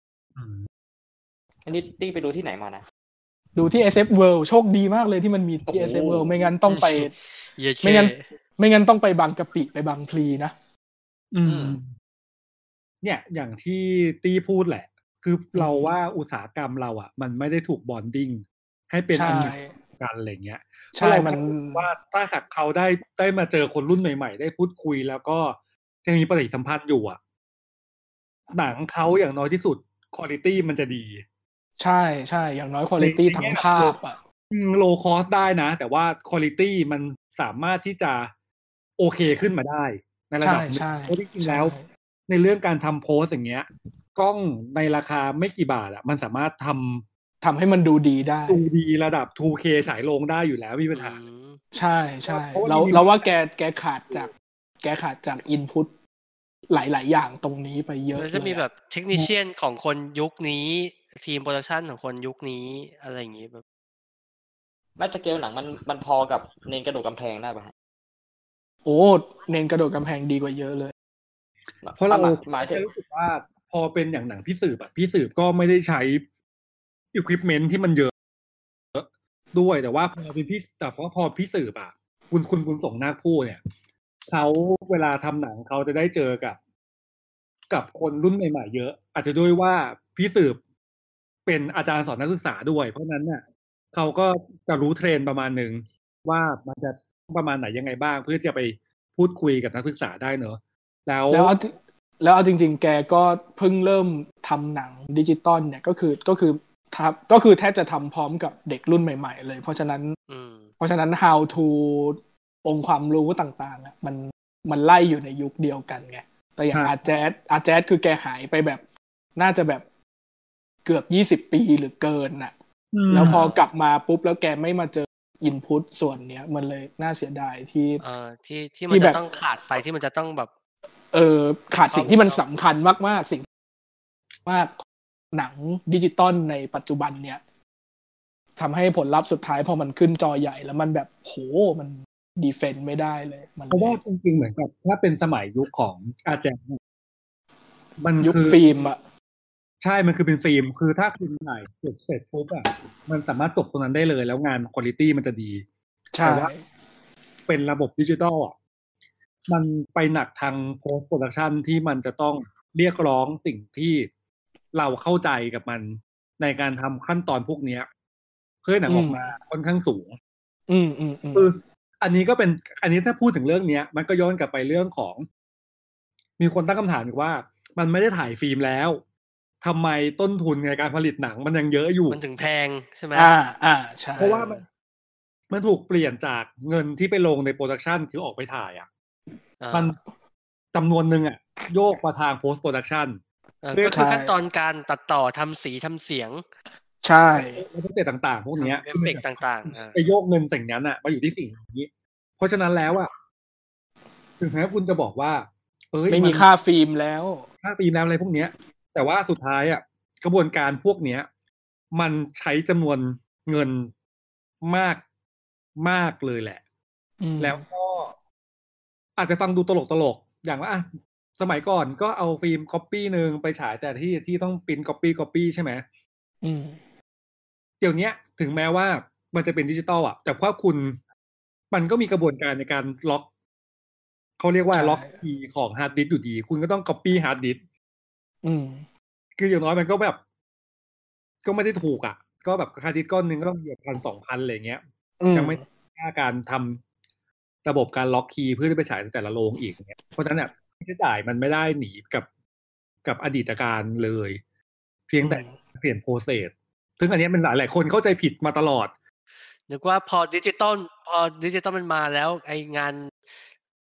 อันนี้ตี้ไปดูที่ไหนมานะดูที่ เอส เอฟ World โชคดีมากเลยที่มันมีที่ เอส เอฟ World ไม่งั้นต้องไปไม่งั้นไม่งั้นต้องไปบางกะปิไปบางพลีนะอืมเนี่ยอย่างที่ตี้พูดแหละคือเราว่าอุตสาหกรรมเราอ่ะมันไม่ได้ถูกบอนดิ้งให้เป็นอันเดียวกันอะไรเงี้ยใช่มันว่าถ้าหากเขาได้ได้มาเจอคนรุ่นใหม่ๆได้พูดคุยแล้วก็จะมีปฏิสัมพันธ์อยู่อ่ะหนังเขาอย่างน้อยที่สุดควอลิตี้มันจะดีใช่ใช่อย่างน้อยควอลิตี้ทั้งภาพอ่ะโลคอสได้นะแต่ว่าควอลิตี้มันสามารถที่จะโอเคขึ้นมาได้ในระดับใช่เพราะจริงๆแล้วในเรื่องการทำโพสอย่างเงี้ยกล้องในราคาไม่กี่บาทอ่ะมันสามารถทำทำให้มันดูดีได้ดูดีระดับ ทู เค ฉายลงได้อยู่แล้วไม่มีปัญหาใช่ใช่เราเราว่าแกแกขาดจากแกขาดจากอินพุตหลายๆอย่างตรงนี้ไปเยอะเลยจะมีแบบเทคนิเชียนของคนยุคนี้ทีมโปรดักชันของคนยุคนี้อะไรอย่างงี้แบบไม่สเกลหนังมันมันพอกับเนนกระโดดกำแพงได้ป่ะโอ้เนนกระโดดกำแพงดีกว่าเยอะเลยเพราะเราหมายถึงรู้สึกว่าพอเป็นอย่างหนังพี่สืบอะพี่สืบก็ไม่ได้ใช้อุปกรณ์ที่มันเยอะด้วยแต่ว่าพอเป็นพี่แต่เพราะพอพี่สืบอะคุณคุณคุณส่งนาคผู้เนี่ยเขาเวลาทำหนังเขาจะได้เจอกับกับคนรุ่นใหม่ๆเยอะอาจจะด้วยว่าพี่สืบเป็นอาจารย์สอนนักศึกษาด้วยเพราะนั้นเนี่ยเขาก็จะรู้เทรนด์ประมาณนึงว่ามันจะประมาณไหนยังไงบ้างเพื่อจะไปพูดคุยกับนักศึกษาได้เนอะแล้วแล้วแล้วเอาจริงๆแกก็เพิ่งเริ่มทำหนังดิจิตอลเนี่ยก็คือก็คือทับก็คือแทบจะทำพร้อมกับเด็กรุ่นใหม่ๆเลยเพราะฉะนั้นเพราะฉะนั้น how to องค์ความรู้ต่างๆอ่ะมันมันไล่อยู่ในยุคเดียวกันไงแต่อย่างอาแจ๊ดอาแจ๊ดคือแกหายไปแบบน่าจะแบบเกือบยี่สิบปีหรือเกินน่ะแล้วพอกลับมาปุ๊บแล้วแกไม่มาเจออินพุตส่วนเนี้ยมันเลยน่าเสียดายที่เอ่อที่ที่มันจะต้องขาดไปที่มันจะต้องแบบเออขาดสิ่งที่มันสำคัญมากๆสิ่งมากหนังดิจิตอลในปัจจุบันเนี่ยทำให้ผลลัพธ์สุดท้ายพอมันขึ้นจอใหญ่แล้วมันแบบโหมันดีเฟนต์ไม่ได้เลยเพราะว่าจริงๆเหมือนกับถ้าเป็นสมัยยุคของอาแจกมันยุคฟิล์มอ่ะใช่มันคือเป็นฟิล์มคือถ้าคุณถ่ายเสร็จเสร็จปุ๊บอ่ะมันสามารถจบตรงนั้นได้เลยแล้วงานควอลิตี้มันจะดีแต่ว่าเป็นระบบดิจิตอลอ่ะมันไปหนักทางโพสต์โปรดักชันที่มันจะต้องเรียกร้องสิ่งที่เราเข้าใจกับมันในการทำขั้นตอนพวกนี้เพื่อหนังออกมาค่อนข้างสูงอืมอืมอืมคืออันนี้ก็เป็นอันนี้ถ้าพูดถึงเรื่องนี้มันก็ย้อนกลับไปเรื่องของมีคนตั้งคำถามอีกว่ามันไม่ได้ถ่ายฟิล์มแล้วทำไมต้นทุนในการผลิตหนังมันยังเยอะอยู่มันถึงแพงใช่ไหมอ่าอ่าใช่เพราะว่ามันมันถูกเปลี่ยนจากเงินที่ไปลงในโปรดักชันคือออกไปถ่ายอ่ะมันจำนวนหนึ่งอ่ะโยกมาทางโพสต์โปรดักชันก็คือขั้นตอนการตัดต่อทำสีทำเสียงใช่เอฟเฟกต์ต่างๆพวกนี้เอฟเฟกต์ต่างๆไปโยกเงินสิ่งนั้นอ่ะมาอยู่ที่สิ่งนี้เพราะฉะนั้นแล้วอ่ะถึงแม้คุณจะบอกว่าเอ้ยไม่มีค่าฟิล์มแล้วค่าฟิล์มแล้วอะไรพวกเนี้ยแต่ว่าสุดท้ายอ่ะกระบวนการพวกเนี้ยมันใช้จำนวนเงินมากมากเลยแหละแล้วก็อาจจะฟังดูตลกตลกอย่างว่าสมัยก่อนก็เอาฟิล์มก๊อปปี้นึงไปฉายแต่ที่ที่ต้องปริ้นก๊อปปี้ก๊อปปี้ใช่ไหมอืมเดี๋ยวนี้ถึงแม้ว่ามันจะเป็นดิจิตอลอ่ะแต่ว่าคุณมันก็มีกระบวนการในการล็อกเขาเรียกว่าล็อกคีย์ของฮาร์ดดิสก์อยู่ดีคุณก็ต้องก๊อปปี้ฮาร์ดดิสก์อืมคืออย่างน้อยมันก็แบบก็ไม่ได้ถูกอ่ะก็แบบฮาร์ดดิสก์ก้อนนึงก็ต้องเหยียบพันสองพันอะไรเงี้ยยังไม่ค่าการทำระบบการล็อกคีย์เพื่อที่ไปฉายในแต่ละโรงอีกเงี้ยเพราะฉะนั้นเนี่ยค่าใช้จ่ายมันไม่ได้หนีกับกับอดีตการเลยเพียงแต่เปลี่ยนโปรเซสซึ่งอันนี้เป็นหลายหลายคนเข้าใจผิดมาตลอดนึกว่าพอดิจิตอลพอดิจิตอลมันมาแล้วไองาน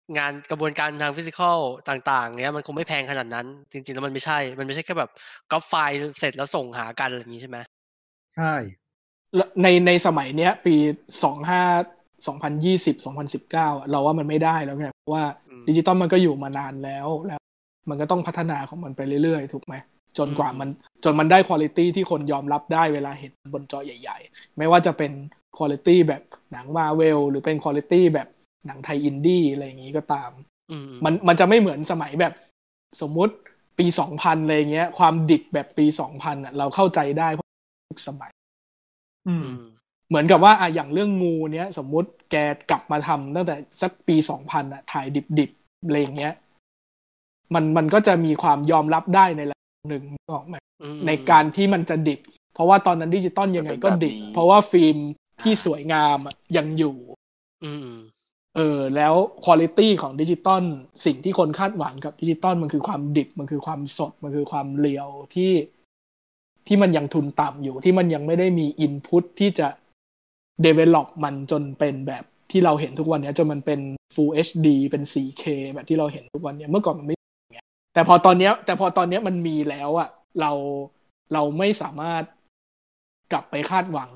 งานกระบวนการทางฟิสิกอลต่างๆเนี้ยมันคงไม่แพงขนาดนั้นจริงๆแล้วมันไม่ใช่มันไม่ใช่แค่แบบก๊อปไฟล์เสร็จแล้วส่งหากันอะไรอย่างนี้ใช่ไหมใช่ในในสมัยเนี้ยปีสองห้า สองพันยี่สิบ สองพันสิบเก้าเราว่ามันไม่ได้แล้วไงเพราะว่าดิจิตอลมันก็อยู่มานานแล้วแล้วมันก็ต้องพัฒนาของมันไปเรื่อยๆถูกไหมจนกว่ามันจนมันได้ควอลิตี้ที่คนยอมรับได้เวลาเห็นบนจอใหญ่ๆไม่ว่าจะเป็นควอลิตี้แบบหนัง Marvel หรือเป็นควอลิตี้แบบหนังไทยอินดี้อะไรอย่างนี้ก็ตามมันมันจะไม่เหมือนสมัยแบบสมมุติปีสองพันอะไรเงี้ยความดิบแบบปีสองพันอ่ะเราเข้าใจได้เพราะทุกสมัยอืมเหมือนกับว่าอ่ะอย่างเรื่องงูเนี้ยสมมุติแกกลับมาทำตั้งแต่สักปีสองพันอ่ะถ่ายดิบๆอะไรอย่างเงี้ยมันมันก็จะมีความยอมรับได้ในระดับหนึ่งออกมาในการที่มันจะดิบเพราะว่าตอนนั้นดิจิตอลยังไงก็ดิบเพราะว่าฟิล์มที่สวยงามยังอยู่เออแล้วควอลิตี้ของดิจิตอลสิ่งที่คนคาดหวังกับดิจิตอลมันคือความดิบมันคือความสดมันคือความเรียวที่ที่มันยังทุนต่ำอยู่ที่มันยังไม่ได้มีอินพุตที่จะ develop มันจนเป็นแบบที่เราเห็นทุกวันนี้จนมันเป็น Full เอช ดี เป็น โฟร์เค แบบที่เราเห็นทุกวันนี้เมื่อก่อนมันไม่อย่างเงี้ยแต่พอตอนนี้แต่พอตอนนี้มันมีแล้วอ่ะเราเราไม่สามารถกลับไปคาดหวัง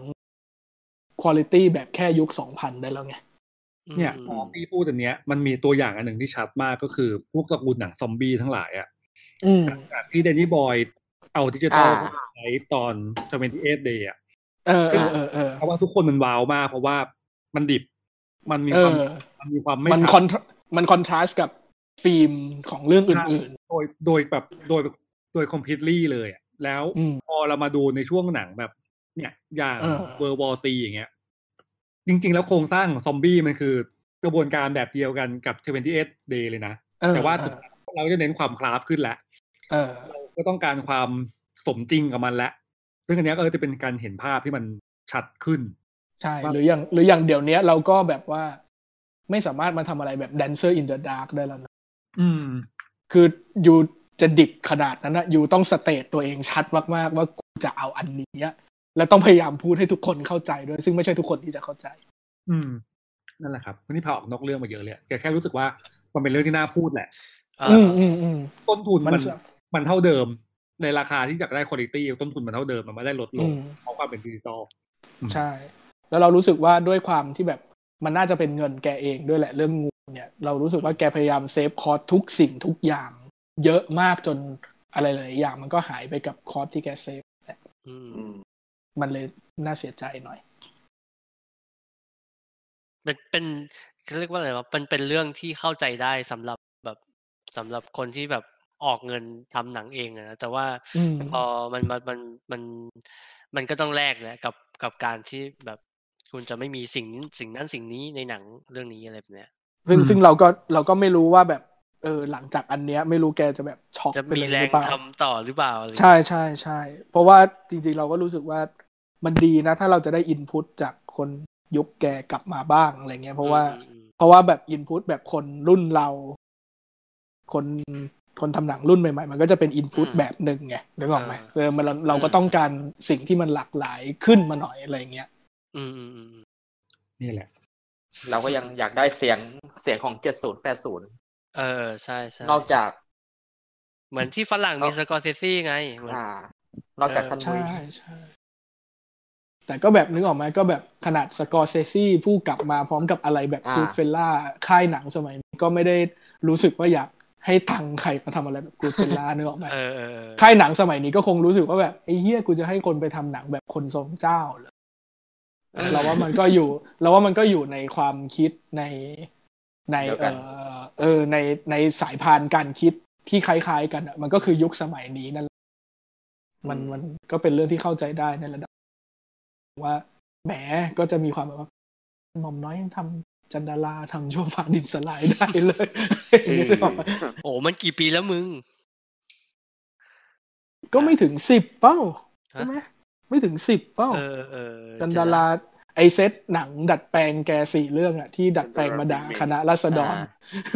quality แบบแค่ยุค สองพัน ได้แล้วไงเนี่ยพอพี่พูดอันเนี้ยมันมีตัวอย่างอันหนึ่งที่ชัดมากก็คือพวกตระกูลหนังซอมบี้ทั้งหลายอ่ะจากที่ Danny Boy เอาดิจิตอลใช้ตอนยี่สิบแปด Day อ่ะเออเออเออเออเพราะว่าทุกคนมันว้าวมากเพราะว่ามันดิบมันมีความมันมีความไม่มันคอนมันคอนทราสต์กับฟิล์มของเรื่องอื่นๆโดยโดยแบบโดยโดย completely เลยอ่ะแล้วพอเรามาดูในช่วงหนังแบบเนี่ยอย่าง World War C อย่างเงี้ยจริงๆแล้วโครงสร้างซอมบี้มันคือกระบวนการแบบเดียวกันกับยี่สิบแปด Day เลยนะแต่ว่าเราจะเน้นความคราฟขึ้นแล้วเราก็ต้องการความสมจริงกับมันแล้วซึ่งอันนี้ก็จะเป็นการเห็นภาพที่มันชัดขึ้นใช่หรืออย่างหรืออย่างเดี๋ยวนี้เราก็แบบว่าไม่สามารถมาทำอะไรแบบ Dancer in the Dark ได้แล้วนะอืมคืออยู่จะดิบขนาดนั้นนะอยู่ต้องสเตทตัวเองชัดมากๆว่ากูจะเอาอันนี้แล้วต้องพยายามพูดให้ทุกคนเข้าใจด้วยซึ่งไม่ใช่ทุกคนที่จะเข้าใจอืมนั่นแหละครับวันนี้พาออกนอกเรื่องมาเยอะเลยแกแค่รู้สึกว่ามันเป็นเรื่องที่น่าพูดแหละอืมอืมอืมต้นทุนมันมันเท่าเดิมในราคาที่อยากได้คุณภาพต้นทุนมันเท่าเดิมมันไม่ได้ลดลงเพราะความเป็นดิจิตอลใช่แล้วเรารู้สึกว่าด้วยความที่แบบมันน่าจะเป็นเงินแกเองด้วยแหละเรื่องงูเนี่ยเรารู้สึกว่าแกพยายามเซฟคอสทุกสิ่งทุกอย่างเยอะมากจนอะไรหลายอย่างมันก็หายไปกับคอสที่แกเซฟแหละมันเลยน่าเสียใจหน่อยเป็นเป็นเขาเรียกว่าอะไรวะเป็นเป็นเรื่องที่เข้าใจได้สำหรับแบบสำหรับคนที่แบบออกเงินทำหนังเองนะแต่ว่าพอมันมันมันมันมันก็ต้องแลกแหละกับกับการที่แบบคุณจะไม่มีสิ่งสิ่งนั้นสิ่งนี้ในหนังเรื่องนี้อะไรแบบเนี้ยซึ่งซึ่งเราก็เราก็ไม่รู้ว่าแบบเออหลังจากอันเนี้ยไม่รู้แกจะแบบช็อกไปเลยหรือเปล่าจะมีแรงทำต่อหรือเปล่าใช่ใช่ใช่เพราะว่าจริงๆเราก็รู้สึกว่ามันดีนะถ้าเราจะได้อินพุตจากคนยุคแกกลับมาบ้างอะไรเงี้ยเพราะว่าเพราะว่าแบบอินพุตแบบคนรุ่นเราคนคนทำหนังรุ่นใหม่ๆมันก็จะเป็นอินพุตแบบหนึ่งไงนึกออกไหมเออมันเราก็ต้องการสิ่งที่มันหลากหลายขึ้นมาหน่อยอะไรเงี้ยอืมนี่แหละเราก็ยังอยากได้เสียงเสียงของเจ็ดสิบ แปดสิบเออใช่ๆนอกจากเหมือนที่ฝรั่งมีสกอร์เซซี่ไงอ่านอกจากท่านมุ้ยใช่แต่ก็แบบนึกออกไหมก็แบบขนาดสกอร์เซซี่ผู้กลับมาพร้อมกับอะไรแบบกูดเฟลล่าค่ายหนังสมัยนี้ก็ไม่ได้รู้สึกว่าอยากให้ตังใครมาทำอะไรแบบกูดเฟลล่านึกออกไหมค่ายหนังสมัยนี้ก็คงรู้สึกว่าแบบไอ้เหี้ยกูจะให้คนไปทำหนังแบบคนทรงเจ้าเหรอเราว่ามันก็อยู่เราว่ามันก็อยู่ในความคิดในในเออเออในในสายพานการคิดที่คล้ายๆกันอ่ะมันก็คือยุคสมัยนี้นั่นมันมันก็เป็นเรื่องที่เข้าใจได้ในระดับว่าแหมก็จะมีความแบบว่าหม่อมน้อยยังทำจันดาราทำชั่วฟ้าดินสลายได้เลยโอ้มันกี่ปีแล้วมึงก็ไม่ถึงสิบเป้าใช่ไหมไม่ถึงสิบเป้าจันดาราไอเซตหนังดัดแปลงแกสี่เรื่องอะที่ดัดแปลงมาด่าคณะราษฎร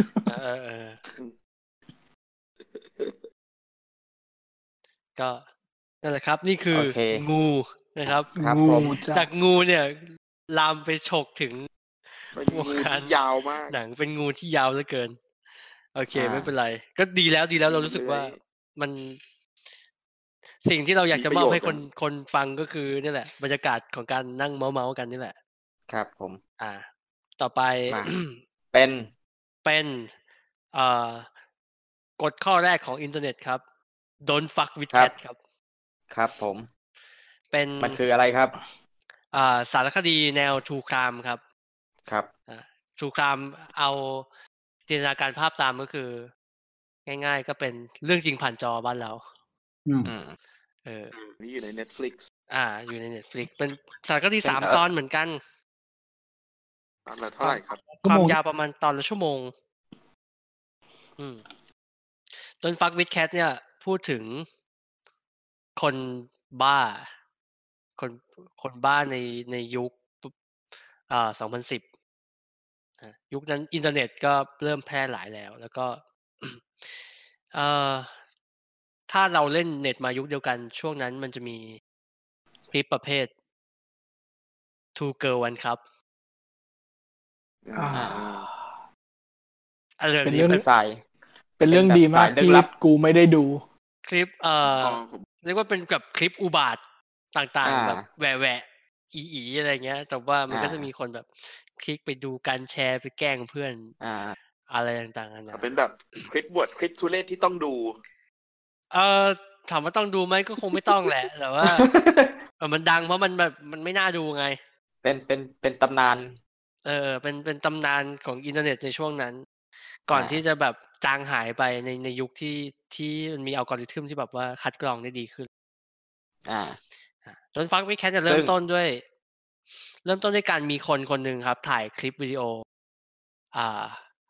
ก็นั่นแหละครับนี่คืองูนะครับงูจากงูเนี่ยลามไปฉกถึงเป็นงูที่ยาวมากหนังเป็นงูที่ยาวเหลือเกินโอเคไม่เป็นไรก็ดีแล้วดีแล้วเรารู้สึกว่ามันสิ่งที่เราอยากจะมอบให้คนคนฟังก็คือนี่แหละบรรยากาศของการนั่งเมาๆกันนี่แหละครับผมอ่าต่อไปเป็นเป็นเอ่อกฎข้อแรกของอินเทอร์เน็ตครับ Don't fuck with cat ครับครับผมเป็นมันคืออะไรครับอ่าสารคดีแนว True Crime ครับครับอ่า True Crime เอาจินตนาการภาพตามก็คือง่ายๆก็เป็นเรื่องจริงผ่านจอบ้านเราอืมเออนี่อยู่ใน Netflix อ่าอยู่ใน Netflix เป็นสารคดีสามตอนเหมือนกันตอนละเท่าไหร่ครับความยาวประมาณตอนละชั่วโมงอืมDon't fuck with cat เนี่ยพูดถึงคนบ้าคนคนบ้าในในยุคอ่าสองพันสิบอ่ายุคนั้นอินเทอร์เน็ตก็เริ่มแพร่หลายแล้วแล้วก็เอ่อถ้าเราเล่นเน็ตมายุคเดียวกันช่วงนั้นมันจะมีคลิปประเภท Two Girl One Cup อ่าอะไรแบบนี้เป็นสายเป็นเรื่องดีมากที่กูไม่ได้ดูคลิปเอ่อเรียกว่าเป็นกับคลิปอุบาทต่างๆแบบแหวะๆอีๆอะไรเงี้ยแต่ว่ามันก็จะมีคนแบบคลิกไปดูการแชร์ไปแกล้งเพื่อนอ่าอะไรต่างๆนะเป็นแบบคลิปบทคลิปทุเรศที่ต้องดูเออถามว่าต้องดูไหมก็คงไม่ต้องแหละแต่ว่าเออมันดังเพราะมันแบบมันไม่น่าดูไงเป็นเป็นเป็นตำนานเออเป็นเป็นตำนานของอินเทอร์เน็ตในช่วงนั้นก่อนที่จะแบบจางหายไปในในยุคที่ที่มันมีอัลกอริทึมที่แบบว่าคัดกรองได้ดีขึ้นอ่าจนฟังวิแคทจะเริ่มต้นด้วยเริ่มต้นด้วยการมีคนคนหนึ่งครับถ่ายคลิปวิดีโออ่า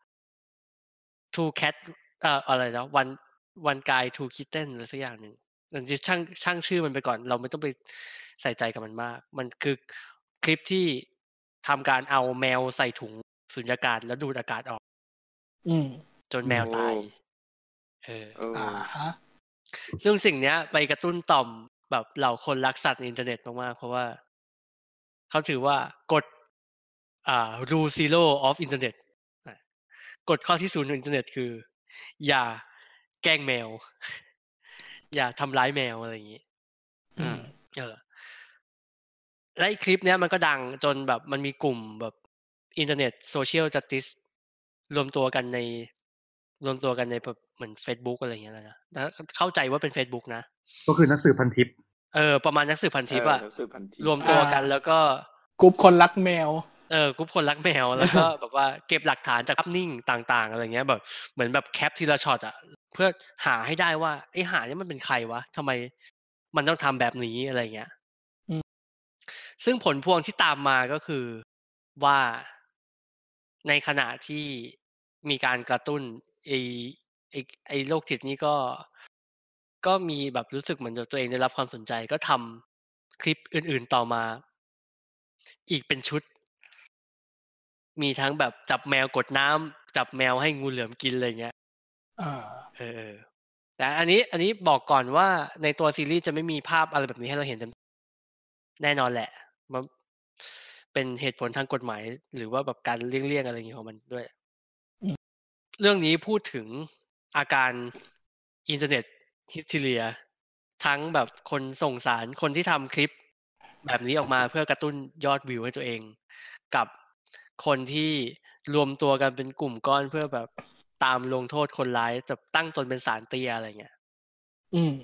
two cat เอ่ออะไรนะ one one guy two kitten อะไรสักอย่างหนึ่งช่างช่างชื่อมันไปก่อนเราไม่ต้องไปใส่ใจกับมันมากมันคือคลิปที่ทำการเอาแมวใส่ถุงสุญญากาศแล้วดูดอากาศออกอืมจนแมวตายเอออ่าฮะซึ่งสิ่งเนี้ยไปกระตุ้นต่อมแบบเหล่าคนรักสัตว์ในอินเทอร์เน็ตมากๆเพราะว่าเขาถือว่ากฎอ่า rule zero of internet กฎข้อที่ศูนย์ของอินเทอร์เน็ตคืออย่าแกล้งแมวอย่าทำร้ายแมวอะไรอย่างนี้อืมเออและคลิปเนี้ยมันก็ดังจนแบบมันมีกลุ่มแบบอินเทอร์เน็ตโซเชียลจัสติสรวมตัวกันในรวมตัวกันในแบบเหมือน Facebook อะไรอย่างเงี้ยนะแล้วเข้าใจว่าเป็น Facebook นะก็คือนักสืบพันทิปเออประมาณนักสืบพันทิปอ่ะรวมตัวกันแล้วก็กลุ่มคนรักแมวเออกลุ่มคนรักแมวแล้วก็แบบว่าเก็บหลักฐานจากภาพนิ่งต่างๆอะไรเงี้ยแบบเหมือนแบบแคปทีละช็อตอ่ะเพื่อหาให้ได้ว่าไอ้หาเนี่ยมันเป็นใครวะทำไมมันต้องทำแบบนี้อะไรเงี้ยซึ่งผลพวงที่ตามมาก็คือว่าในขณะที่มีการกระตุ้นไอ้ไอ้ไอ้โรคจิตนี้ก็ก็มีแบบรู้สึกเหมือนตัวเองได้รับความสนใจก็ทำคลิปอื่นๆต่อมาอีกเป็นชุดมีทั้งแบบจับแมวกดน้ำจับแมวให้งูเหลือมกินอะไรเงี้ยอ่าเออแต่อันนี้อันนี้บอกก่อนว่าในตัวซีรีส์จะไม่มีภาพอะไรแบบนี้ให้เราเห็นแน่นอนแหละมันเป็นเหตุผลทางกฎหมายหรือว่าแบบการเลี่ยงๆอะไรอย่างเงี้ยของมันด้วยเรื่องนี้พูดถึงอาการอินเทอร์เน็ตฮิสทีเรียทั้งแบบคนส่งสารคนที่ทำคลิปแบบนี้ออกมาเพื่อกระตุ้นยอดวิวให้ตัวเองกับคนที่รวมตัวกันเป็นกลุ่มก้อนเพื่อแบบตามลงโทษคนร้ายจะตั้งตนเป็นศาลเตี้ยอะไรเงี้ยอืม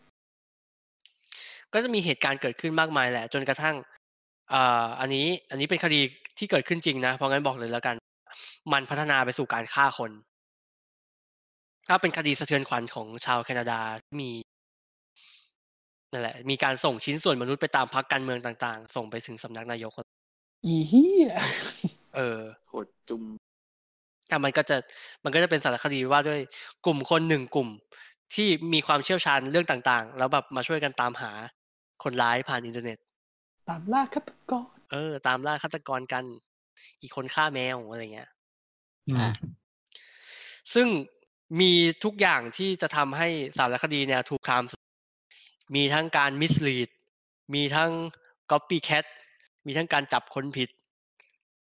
ก็จะมีเหตุการณ์เกิดขึ้นมากมายแหละจนกระทั่งอ่าอันนี้อันนี้เป็นคดีที่เกิดขึ้นจริงนะเพราะงั้นบอกเลยแล้วกันมันพัฒนาไปสู่การฆ่าคนถ้าเป็นคดีสะเทือนขวัญของชาวแคนาดาที่มีนั่นแหละมีการส่งชิ้นส่วนมนุษย์ไปตามพรรคการเมืองต่างๆส่งไปถึงสำนักนายกอีเหี้ยเออโหดจุ่มอ่ะมันก็จะมันก็จะเป็นสารคดีว่าด้วยกลุ่มคนหนึ่งกลุ่มที่มีความเชี่ยวชาญเรื่องต่างๆแล้วแบบมาช่วยกันตามหาคนร้ายผ่านอินเทอร์เน็ตตามล่าฆาตกรเออตามล่าฆาตกรกันอีกคนฆ่าแมวอะไรเงี้ยอ่าซึ่งมีทุกอย่างที่จะทำให้สารคดีแนว True Crime มีทั้งการ mislead มีทั้ง copycat มีทั้งการจับคนผิด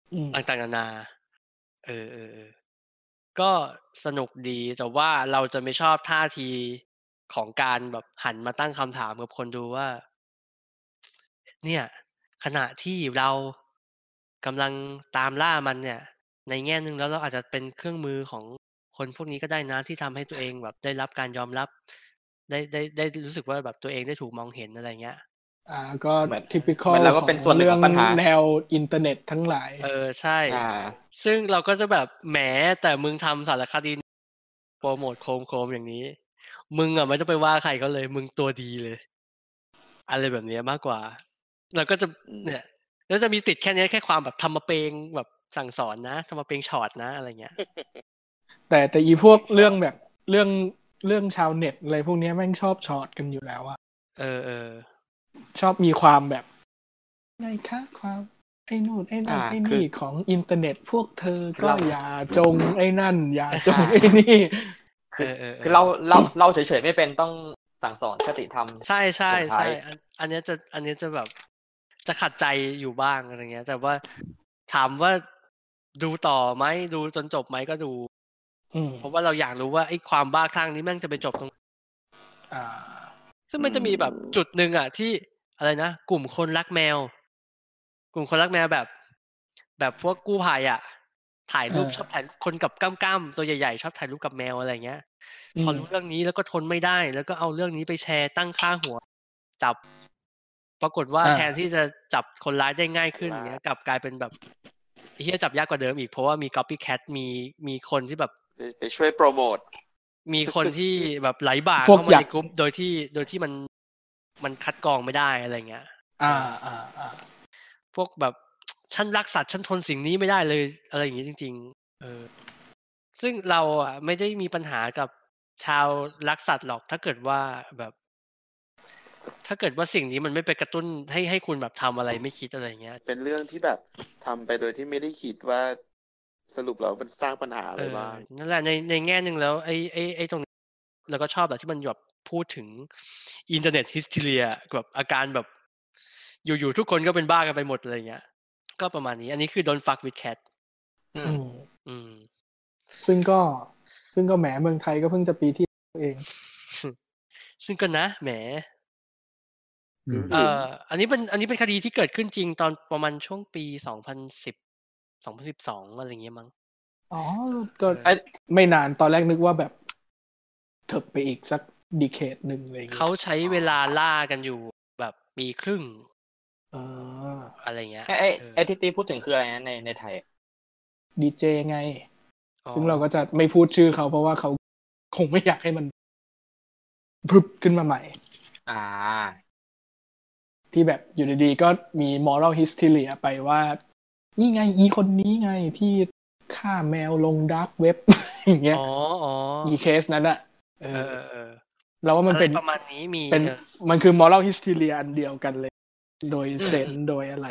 ต่างๆนานาเออเออก็สนุกดีแต่ว่าเราจะไม่ชอบท่าทีของการแบบหันมาตั้งคำถามกับคนดูว่าเนี่ยขณะที่เรากำลังตามล่ามันเนี่ยในแง่นึงแล้วเราอาจจะเป็นเครื่องมือของคนพวกนี้ก็ได้นะที่ทำให้ตัวเองแบบได้รับการยอมรับได้ได้ได้รู้สึกว่าแบบตัวเองได้ถูกมองเห็นอะไรเงี้ยอ่าก็ typical มันแล้วก็เป็นส่วนหนึ่งของปัญหาแนวอินเทอร์เน็ตทั้งหลายเออใช่ซึ่งเราก็จะแบบแหมแต่มึงทำสารคดีโปรโมทโคมโคมอย่างนี้มึงอ่ะไม่ต้องไปว่าใครเขาเลยมึงตัวดีเลยอะไรแบบนี้มากกว่าเราก็จะเนี่ยแล้วจะมีติดแค่นี้แค่ความแบบทำมาเพลงแบบสั่งสอนนะทำมาเพลงช็อตนะอะไรเงี้ยแต่แต่อีพวกเรื่องแบบเรื่องเรื่องชาวเน็ตอะไรพวกนี้แม่งชอบช็อตกันอยู่แล้วอะเออเออชอบมีความแบบไงคะความไอ้นู่นไอ้นั่นไอ้นี่ของอินเทอร์เน็ตพวกเธอก็อย่าจงไอ้นั่นอย่าจงไอ้นี่คือคือเราเราเราเฉยๆไม่เป็นต้องสั่งสอนคติธรรมใช่ใช่ใช่อันนี้จะอันนี้จะแบบจะขัดใจอยู่บ้างอะไรเงี้ยแต่ว่าถามว่าดูต่อไหมดูจนจบไหมก็ดูเพราะว่าเราอยากรู้ว่าไอ้ความบ้าคลั่งนี้แม่งจะไปจบตรงอ่าซึ่งมันจะมีแบบจุดหนึ่งอ่ะที่อะไรนะกลุ่มคนรักแมวกลุ่มคนรักแมวแบบแบบพวกกู้ภัยอ่ะถ่ายรูปชอบถ่ายคนกับกล้ามๆตัวใหญ่ๆชอบถ่ายรูปกับแมวอะไรเงี้ยพอรู้เรื่องนี้แล้วก็ทนไม่ได้แล้วก็เอาเรื่องนี้ไปแชร์ตั้งค่าหัวจับปรากฏว่าแทนที่จะจับคนร้ายได้ง่ายขึ้นอย่างเงี้ยกลับกลายเป็นแบบเฮียจับยากกว่าเดิมอีกเพราะว่ามี copycat มีมีคนที่แบบไปช่วยโปรโมทมีคนที่แบบไหลบ่าเข้ามาในกลุ่มโดยที่โดยที่มันมันคัดกรองไม่ได้อะไรเงี้ยอ่าอ่าอ่าพวกแบบฉันรักสัตว์ฉันทนสิ่งนี้ไม่ได้เลยอะไรอย่างงี้จริงๆเออซึ่งเราอ่ะไม่ได้มีปัญหากับชาวรักสัตว์หรอกถ้าเกิดว่าแบบถ้าเกิดว่าสิ่งนี้มันไม่ไปกระตุ้นให้ให้คุณแบบทำอะไรไม่คิดอะไรเงี้ยเป็นเรื่องที่แบบทำไปโดยที่ไม่ได้คิดว่าสรุปแล้วมันสร้างปัญหาอะไรบ้างนั่นแหละในในแง่นึงแล้วไอ้ไอ้ไอ้ตรงนี้เราก็ชอบแบบที่มันแบบพูดถึงอินเทอร์เน็ตฮิสทีเรียแบบอาการแบบอยู่ๆทุกคนก็เป็นบ้ากันไปหมดอะไรเงี้ยก็ประมาณนี้อันนี้คือ Don't Fuck with Cat อืมอืมซึ่งก็ซึ่งก็แหมเมืองไทยก็เพิ่งจะปีที่เองซึ่งก็นะแหมเอ่ออันนี้เป็นอันนี้เป็นคดีที่เกิดขึ้นจริงตอนประมาณช่วงปีสองพันสิบ สองพันสิบสองอะไรอย่างเงี้ยมั้งอ๋อก็ไม่นานตอนแรกนึกว่าแบบเถิบไปอีกสักดีเคดนึงอะไรอย่างเงี้ยเขาใช้เวลาล่ากันอยู่แบบปีครึ่งเอออะไรเงี้ยไอ้ไอ้ที่ตีพูดถึงคืออะไรนะในในไทยดีเจไงซึ่งเราก็จะไม่พูดชื่อเขาเพราะว่าเขาคงไม่อยากให้มันพรึบขึ้นมาใหม่อ่าที่แบบอยู่ดีๆก็มี moral hysteria ไปว่านี่ไงอีคนนี้ไงที่ฆ่าแมวลงดาร์กเว็บอย่างเงี้ยอ๋ออ๋ออีเคสนั้นอะเออเออเราว่ามันเป็นประมาณนี้มีเป็นมันคือ moral hysteria อันเดียวกันเลยโดยเซนโดยอะไร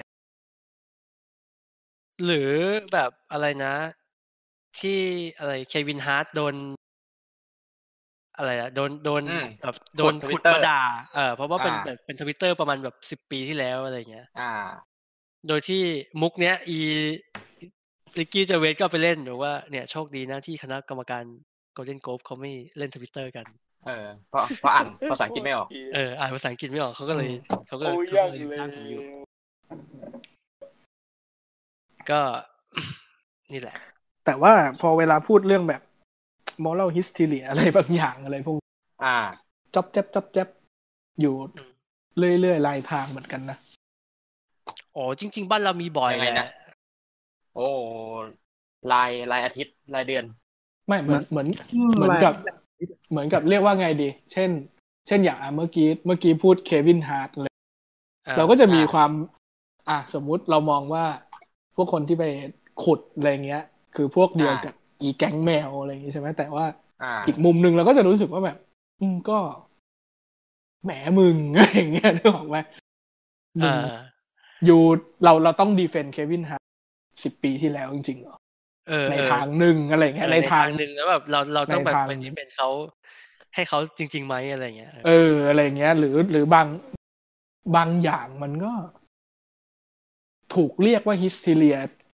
หรือแบบอะไรนะที่อะไรเควินฮาร์ตโดนอะไรอะโดนโดนแบบโดนขุดมาด่าเออเพราะว่าเป็นแบบเป็น Twitter ประมาณแบบสิบปีที่แล้วอะไรเงี้ยอ่าโดยที่มุกเนี้ยอีลิกกี้เจเวสก็ไปเล่นหรือว่าเนี่ยโชคดีนะที่คณะกรรมการ Golden Globe เขาไม่เล่น Twitter กันเออเพราะเพราะอ่านภาษาอังกฤษไม่ออกเอออ่านภาษาอังกฤษไม่ออกเขาก็เลยเขาก็เลยพากอยู่ก็นี่แหละแต่ว่าพอเวลาพูดเรื่องแบบ moral hysteria อะไรบางอย่างอะไรพวกอ่าจ๊อบแจ๊บจ๊อบแจ๊บอยู่เรื่อยๆรายทางเหมือนกันนะอ๋อจริงๆบ้านเรามีบ่อยแหละโอ้รายรายอาทิตย์รายเดือนไม่เหมือนเหมือนเหมือนกับเหมือนกับเรียกว่าไงดีเช่นเช่นอย่างเมื่อกี้เมื่อกี้พูดเควินฮาร์ตเลยเราก็จะมีความอ่ะสมมุติเรามองว่าพวกคนที่ไปขุดอะไรเงี้ยคือพวกเดียวกับอีแก๊งแมวอะไรอย่างงี้ใช่ไหมแต่ว่าอีกมุมนึงเราก็จะรู้สึกว่าแบบอืมก็แหมมึงอะไรอย่างเงี้ยนึกออกไหมอยู่เราเราต้องดีเฟนด์เควินฮาร์ตสิบปีที่แล้วจริงๆเหรอในทางหนึ่งอะไรเงี้ยในทางหนึ่งแล้วแบบเราเราต้องแบบไปดีเฟนด์เขาให้เขาจริงๆไหมอะไรเงี้ยเอออะไรเงี้ยหรือหรือบางบางอย่างมันก็ถูกเรียกว่าฮิสทีเรีย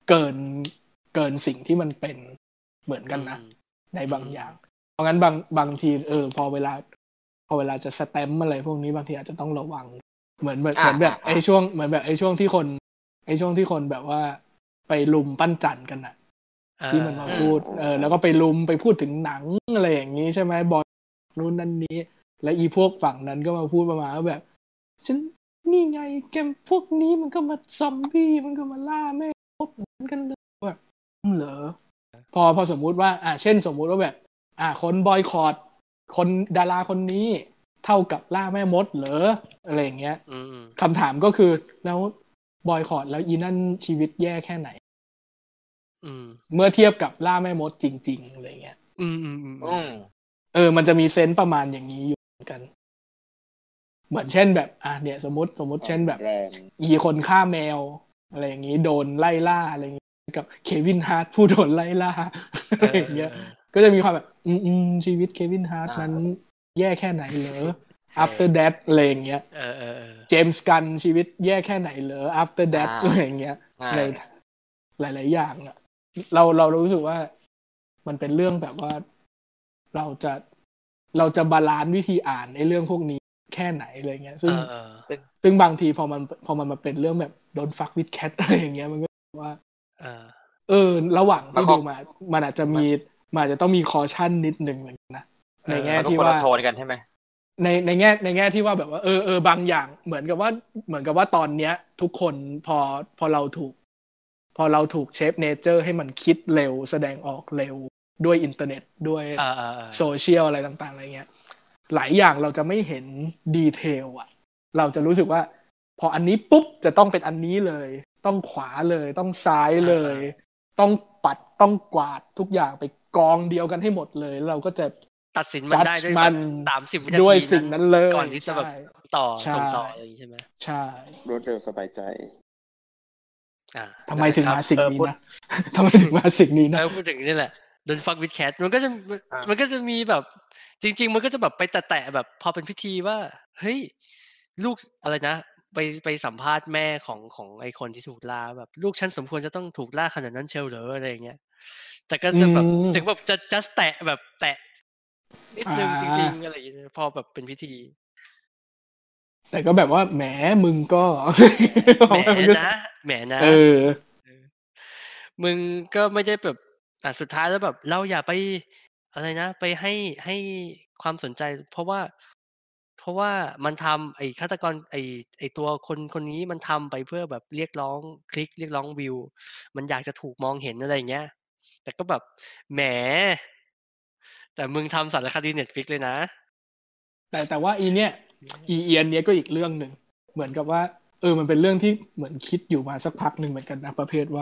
เกินเกินสิ่งที่มันเป็นเหมือนกันนะในบางอย่างเพราะงั้นบางบางทีเออพอเวลาพอเวลาจะสแตมป์อะไรพวกนี้บางทีอาจจะต้องระวังเหมือนเหมือนเหมือนแบบไอ้ช่วงเหมือนแบบไอ้ช่วงที่คนไอ้ช่วงที่คนแบบว่าไปลุมปั้นจันกันน่ะที่มันมาพูดเออแล้วก็ไปลุมไปพูดถึงหนังอะไรอย่างนี้ใช่ไหมบอยนู่นนั่นนี้และอีพวกฝั่งนั้นก็มาพูดประมาณว่าแบบฉันนี่ไงเกมพวกนี้มันก็มาซอมบี้มันก็มาล่าแม่มดเหมือนกันเลยแบบเหรอพอพอสมมุติว่าอ่าเช่นสมมุติว่าแบบอ่าคนบอยคอตคนดาราคนนี้เท่ากับล่าแม่มดเหรออะไรอย่างเงี้ยคำถามก็คือแล้วบอยคอตแล้วอีนั่นชีวิตแย่แค่ไหนเมื่อเทียบกับล่าแม่มดจริงๆอะไรเงี้ยอืมอืมอืมเออมันจะมีเซนส์ประมาณอย่างนี้อยู่เหมือนกันเหมือนเช่นแบบอ่ะเนี่ยสมมติสมมติเช่นแบบอีคนฆ่าแมวอะไรอย่างนี้โดนไล่ล่าอะไรอย่างนี้กับเควินฮาร์ทผู้โดนไล่ล่าอะไรอย่างเงี้ยก็จะมีความแบบอืมอืมชีวิตเควินฮาร์ทนั้นแย่แค่ไหนเหรอ after that อะไรอย่างเงี้ยเจมส์กันชีวิตแย่แค่ไหนเหรอ after that อะไรอย่างเงี้ยในหลายๆอย่างอ่ะเราเรารู้สึกว่ามันเป็นเรื่องแบบว่าเราจะเราจะบาลานซ์วิธีอ่านในเรื่องพวกนี้แค่ไหนอะไรเงี้ยซึ่งซึ่งบางทีพอมันพอมันมาเป็นเรื่องแบบ Don't fuck with cat อะไรอย่างเงี้ยมันก็ว่าเออระหว่างที่ดูมามันอาจจะมีมันอาจจะต้องมีคอชั่นนิดนึงเหมือนกันนะในแง่ที่ว่าโทนกันใช่ไหมในในแง่ในแง่ที่ว่าแบบว่าเออเออบางอย่างเหมือนกับว่าเหมือนกับว่าตอนเนี้ยทุกคนพอพอเราถูกพอเราถูกเชฟเนเจอร์ให้มันคิดเร็วแสดงออกเร็วด้วยอินเทอร์เน็ตด้วยโซเชียลอะไรต่างๆอะไรเงี้ยหลายอย่างเราจะไม่เห็นดีเทลอ่ะเราจะรู้สึกว่าพออันนี้ปุ๊บจะต้องเป็นอันนี้เลยต้องขวาเลยต้องซ้ายเลยต้องปัดต้องกวาดทุกอย่างไปกองเดียวกันให้หมดเลยเราก็จะตัดสินมันได้ด้วยแบบสามสิบวินาทีด้วยสิ่งนั้นเลยก่อนที่จะแบบต่อส่งต่ออะไรอย่างนี้ใช่ไหมใช่รวดเร็วสบายใจทำไมถึงมาสิ่งนี้นะทำไมถึงมาสิ่งนี้นะพูดถึงนี่แหละDon't fuck with cat มันก็จะมันก็จะมีแบบจริงๆมันก็จะแบบไปแตะๆแบบพอเป็นพิธีว่าเฮ้ยลูกอะไรนะไปไปสัมภาษณ์แม่ของของไอ้คนที่ถูกล่าแบบลูกฉันสมควรจะต้องถูกล่าขนาดนั้นเชียวเหรออะไรอย่างเงี้ยแต่ก็จะแบบถึงแบบจะ just แตะแบบแตะนิดนึงจริงๆอะไรอย่างเงี้ยพอแบบเป็นพิธีแต่ก็แบบว่าแหมมึงก็แหมนะแหมนะเออมึงก็ไม่ได้แบบอ่ะสุดท้ายแล้วแบบเราอย่าไปอะไรนะไปให้ให้ความสนใจเพราะว่าเพราะว่ามันทำไอ้ฆาตกรไอ้ไอ้ตัวคนคนนี้มันทำไปเพื่อแบบเรียกร้องคลิกเรียกร้องวิวมันอยากจะถูกมองเห็นอะไรอย่างเงี้ยแต่ก็แบบแหมแต่มึงทำสารคดี Netflix เลยนะแต่แต่ว่าอีเนี้ยอีเอียนเนี้ยก็อีกเรื่องนึงเหมือนกับว่าเออมันเป็นเรื่องที่เหมือนคิดอยู่มาสักพักนึงเหมือนกันนะประเภทว่า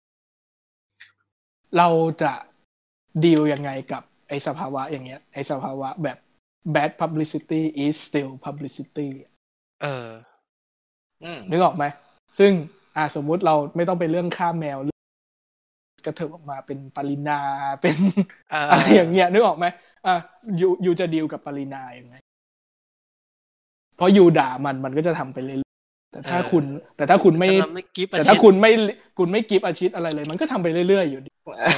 เราจะดีลยังไงกับไอ้สภาวะอย่างเงี้ยไอ้สภาวะแบบ bad publicity is still publicity เออนึกออกไหมซึ่งอ่าสมมุติเราไม่ต้องไปเรื่องฆ่าแมวกระเถิบออกมาเป็นปรินาเป็นอะไรอย่างเงี้ยนึกออกไหมอ่ะยูยูจะดีลกับปรินาอย่างไงเพราะยูด่ามันมันก็จะทำไปเรื่อยๆแต่ถ้าคุณแต่ถ้าคุณไม่แต่ถ้าคุณไม่คุณไม่กิฟต์อาชีพอะไรเลยมันก็ทำไปเรื่อยๆอยู่ดี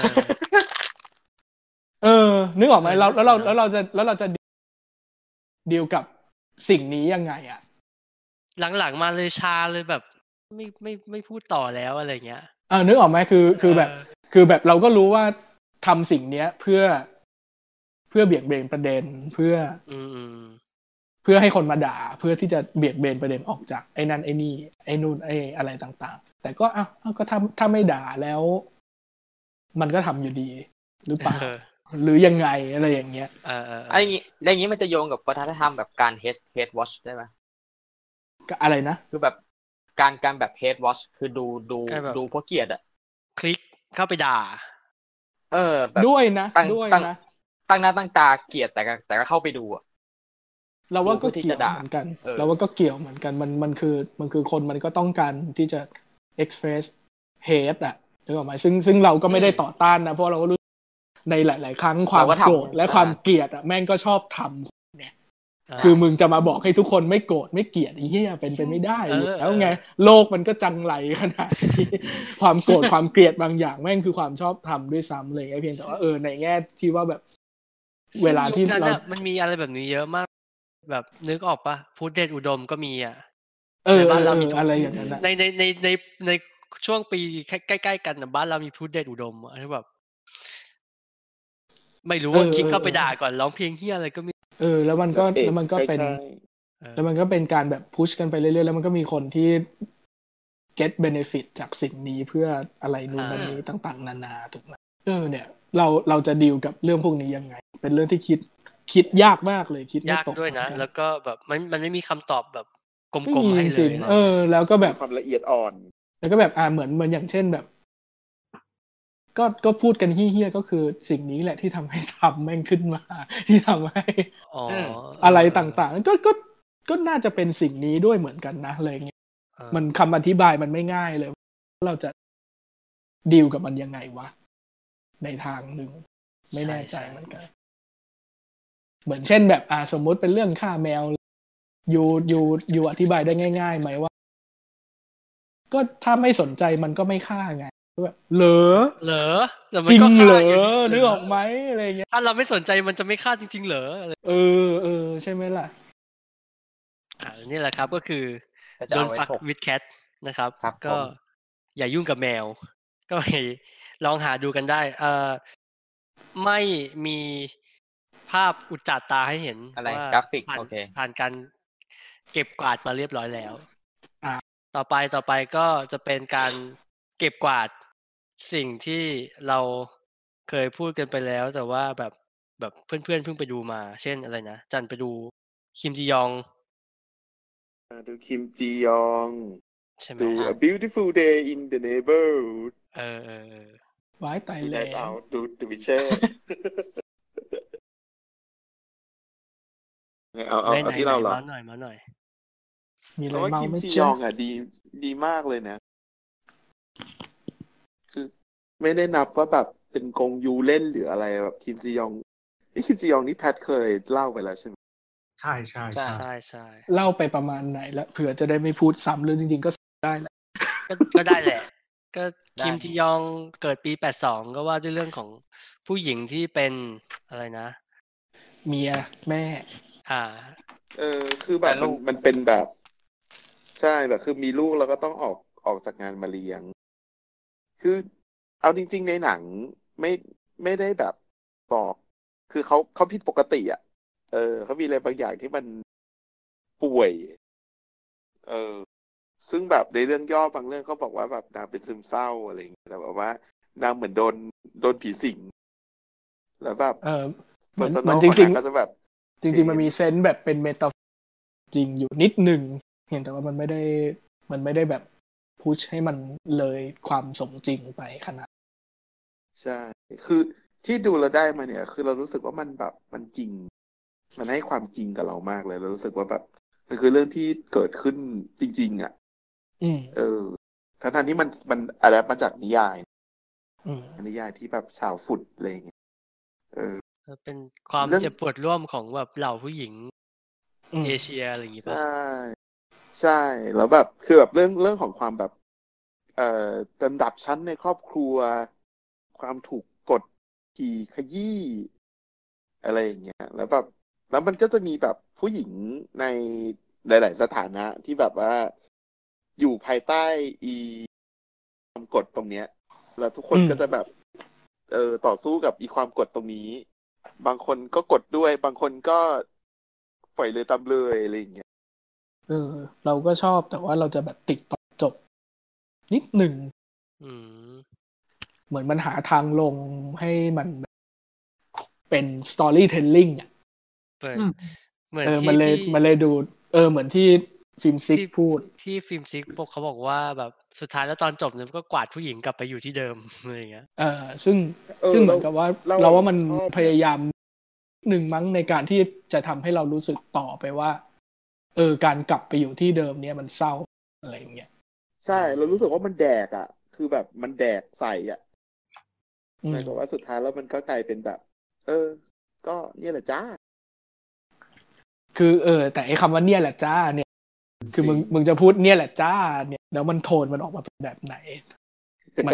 เออนึกออกไหมเราแล้วเราแล้วเราจะแล้วเราจะดีลกับสิ่งนี้ยังไงอ่ะหลังๆมาเลยชาเลยแบบไม่ไม่ไม่พูดต่อแล้วอะไรเงี้ยเออนึกออกไหมคือคือแบบคือแบบเราก็รู้ว่าทำสิ่งเนี้ยเพื่อเพื่อเบี่ยงเบนประเด็นเพื่อเพื่อให้คนมาด่าเพื่อที่จะเบี่ยงเบนประเด็นออกจากไอ้นั่นไอ้นี่ไอ้นู่นไอ้อะไรต่างๆแต่ก็อ้าวก็ถ้าถ้าไม่ด่าแล้วมันก็ทำอยู่ดีหรือเปล่าหรือยังไงอะไรอย่างเงี้ยเออไอ้งี้ไอ้งี้มันจะโยงกับวัฒนธรรมแบบการ hate hate watch ได้ไหมอะไรนะคือแบบการการแบบ hate watch คือดูดูดูเพราะเกลียดอะคลิกเข้าไปด่าเออแบบด้วยนะด้วยนะตั้งหน้าตั้งตาเกลียดแต่แต่ก็เข้าไปดูอะเราว่าก็เกี่ยวเหมือนกันเราว่าก็เกี่ยวเหมือนกันมันมันคือมันคือคนมันก็ต้องการที่จะ express hate อ่ะนึกออกไหมซึ่งซึ่งเราก็ไม่ได้ต่อต้านนะเพราะเราก็รู้ในหลายๆครั้งความโกรธและความเกลียดอ่ะแม่งก็ชอบทำเนี่ยคือมึงจะมาบอกให้ทุกคนไม่โกรธไม่เกลียดไอ้เหี้ยเป็นไปไม่ได้อยู่แล้วไงโลกมันก็จังไรขนาดนี้ความโกรธความเกลียดบางอย่างแม่งคือความชอบธรรมด้วยซ้ำเลยไอ้เพียงแต่ว่าเออในแง่ที่ว่าแบบเวลาที่เรามันมีอะไรแบบนี้เยอะมากแบบนึกออกปะพุทธเดชอุดมก็มีอ่ะเออบ้านเรามีอะไรอย่างนั้นในในในในในช่วงปีใกล้ๆกันนะบ้านเรามีพุทธเดชอุดมอ่ะที่แบบไม่รู้ว่าคิดเข้าไปด่าก่อนร้องเพลงเฮียอะไรก็ไม่เออแล้วมันก็แล้วมันก็เป็นแล้วมันก็เป็นการแบบพุชกันไปเรื่อยๆแล้วมันก็มีคนที่ get benefit จากสิ่งนี้เพื่ออะไรนู่นนั่นนี้ต่างๆนานาถูกไหมเออเนี่ยเราเราจะดีลกับเรื่องพวกนี้ยังไงเป็นเรื่องที่คิดคิดยากมากเลยคิดไม่ตกด้วยนะแล้วก็แบบมันมันไม่มีคำตอบแบบกลมๆให้เลยเออแล้วก็แบบความละเอียดอ่อนแล้วก็แบบอ่าเหมือนเหมือนอย่างเช่นแบบก็ก็พูดกันเฮี้ยๆก็คือสิ่งนี้แหละที่ทำให้ทำแม่งขึ้นมาที่ทำให้อะไรต่างๆก็ก็ก็น่าจะเป็นสิ่งนี้ด้วยเหมือนกันนะอะไรเงี้ยมันคำอธิบายมันไม่ง่ายเลยเราจะดีลกับมันยังไงวะในทางหนึ่งไม่แน่ใจเหมือนกันเหมือนเช่นแบบอ่าสมมุติเป็นเรื่องฆ่าแมวอยู่อยู่อยู่อธิบายได้ง่ายๆไหมว่าก็ถ้าไม่สนใจมันก็ไม่ฆ่าไงแบบเหรอเหรอจริงเหรอนึกออกไหมอะไรเงี้ยถ้าเราไม่สนใจมันจะไม่ฆ่าจริงๆเหรอเออเออใช่ไหมล่ะอ่านี่แหละครับก็คือ Don't fuck with cat นะครับก็อย่ายุ่งกับแมวก็ลองหาดูกันได้เอ่อไม่มีภาพอุจจาตาให้เห็นว่ากราฟิกโอเคผ่านการเก็บกวาดมาเรียบร้อยแล้วต่อไปต่อไปก็จะเป็นการเก็บกวาดสิ่งที่เราเคยพูดกันไปแล้วแต่ว่าแบบแบบเพื่อนๆเพิ่งไปดูมาเช่นอะไรนะจันไปดูคิมจียองดูคิมจียองใช่ไหมดู A Beautiful Day in the Neighborhood เออเออว้ายตายแล้วดู The Witcher เอาเอาเอาที่เราหรอมาหน่อยมาหน่อยมีอะไรเมาไม่เจอคิมจียองอ่ะดีดีมากเลยนะคือไม่ได้นับว่าแบบเป็นกงยูเล่นหรืออะไรแบบคิมจียองนี่คิมจียองนี่แพทเคยเล่าไปแล้วใช่ไหมใช่ใช่ใช่ใช่ใช่เล่าไปประมาณไหนแล้วเผื่อจะได้ไม่พูดซ้ำเรื่องจริงๆก็ได้แหละก็ก็ได้แหละก็คิมจียองเกิดปีแปดสองก็ว่าด้วยเรื่องของผู้หญิงที่เป็นอะไรนะเมียแม่อ่าเออคือแบบมันมันเป็นแบบใช่แบบคือมีลูกแล้วก็ต้องออกออกจากงานมาเลี้ยงคือเอาจริงๆในหนังไม่ไม่ได้แบบบอกคือเขาเขาผิดปกติอ่ะเออเขามีอะไรบางอย่างที่มันป่วยเออซึ่งแบบในเรื่องย่อบางเรื่องเขาบอกว่าแบบนางเป็นซึมเศร้าอะไรอย่างเงี้ยแต่แบบว่านางเหมือนโดนโดนผีสิงแล้วแบบเออเหมือนเหมือนจริงๆก็จะแบบจริงๆมันมีเซนส์แบบเป็นเมตาจริงอยู่นิดนึงเห็นแต่ว่ามันไม่ได้มันไม่ได้แบบพุชให้มันเลยความสมจริงไปขนาดใช่คือที่ดูเราได้มาเนี่ยคือเรารู้สึกว่ามันแบบมันจริงมันให้ความจริงกับเรามากเลยเรารู้สึกว่าแบบมันคือเรื่องที่เกิดขึ้นจริงๆอ่ะเออทั้งๆที่มันมันอะไรมาจากนิยายนิยายที่แบบชาวฟุตอะไรอย่างเงี้ยเออเป็นความเจ็บปวดร่วมของแบบเหล่าผู้หญิงเอเชียอะไรอย่างงี้ป่ะใช่ใช่แล้วแบบคือแบบเรื่องเรื่องของความแบบเอ่อลำดับชั้นในครอบครัวความถูกกดขี่ขยี้อะไรอย่างเงี้ยแล้วแบบแล้วมันก็จะมีแบบผู้หญิงในหลายๆสถานะที่แบบว่าอยู่ภายใต้อีความกดตรงเนี้ยแล้วทุกคนก็จะแบบเออต่อสู้กับอีความกดตรงนี้บางคนก็กดด้วยบางคนก็ปล่อยเลยตามเลยอะไรอย่างเงี้ยเออเราก็ชอบแต่ว่าเราจะแบบติดตอนจบนิดหนึ่งเหมือนมันหาทางลงให้มันเป็น storytelling อ่ะเหมือนเออมันเลยมันเลยดูเออเหมือนที่ฟิล์มซิกพูดที่ฟิล์มซิกพวกเขาบอกว่าแบบสุดท้ายแล้วตอนจบเนี่ยก็กวาดผู้หญิงกลับไปอยู่ที่เดิมอะไรอย่างเงี้ยเออซึ่งซึ่งเหมือนกับว่าเราว่ามันพยายามหนึ่งมั้งในการที่จะทำให้เรารู้สึกต่อไปว่าเออการกลับไปอยู่ที่เดิมเนี่ยมันเศร้าอะไรอย่างเงี้ยใช่เรารู้สึกว่ามันแดกอ่ะคือแบบมันแดกใส่อ่ะหมายความว่าสุดท้ายแล้วมันก็กลายเป็นแบบเออก็เนี่ยแหละจ้าคือเออแต่ไอ้คำว่าเนี่ยแหละจ้าเนี่ยคือมึงมึงจะพูดเนี่ยแหละจ้าเนี่ยแล้วมันโทนมันออกมาเป็นแบบไหนมัน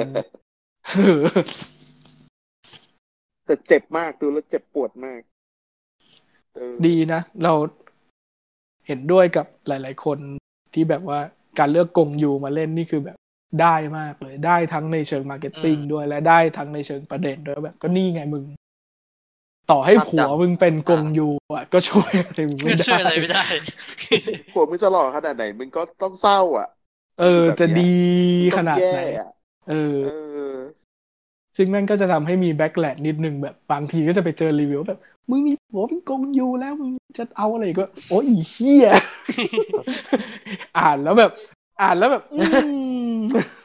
แต่เจ็บมากดูแล้วเจ็บปวดมากดีนะเราเห็นด้วยกับหลายๆคนที่แบบว่าการเลือกกงยูมาเล่นนี่คือแบบได้มากเลยได้ทั้งในเชิงมาร์เก็ตติ้งด้วยและได้ทั้งในเชิงประเด็นด้วยแบบก็นี่ไงมึงต่อให้ผัวมึงเป็นกงยูอ่ะก็ช่วยอะไรมึงไม่ได้ช่วยอะไรไม่ได้ผัวมึงจะหล่อขนาดไหนมึงก็ต้องเศร้าอ่ะเออจะดีขนาดไหนเออซึ่งนั่นก็จะทำให้มีแบ็คแลชนิดนึงแบบบางทีก็จะไปเจอรีวิวแบบมึงมีผัวเป็นกงยูแล้วมึงจะเอาอะไรก็โอ้ยเหี้ย อ่านแล้วแบบอ่านแล้วแบบอืม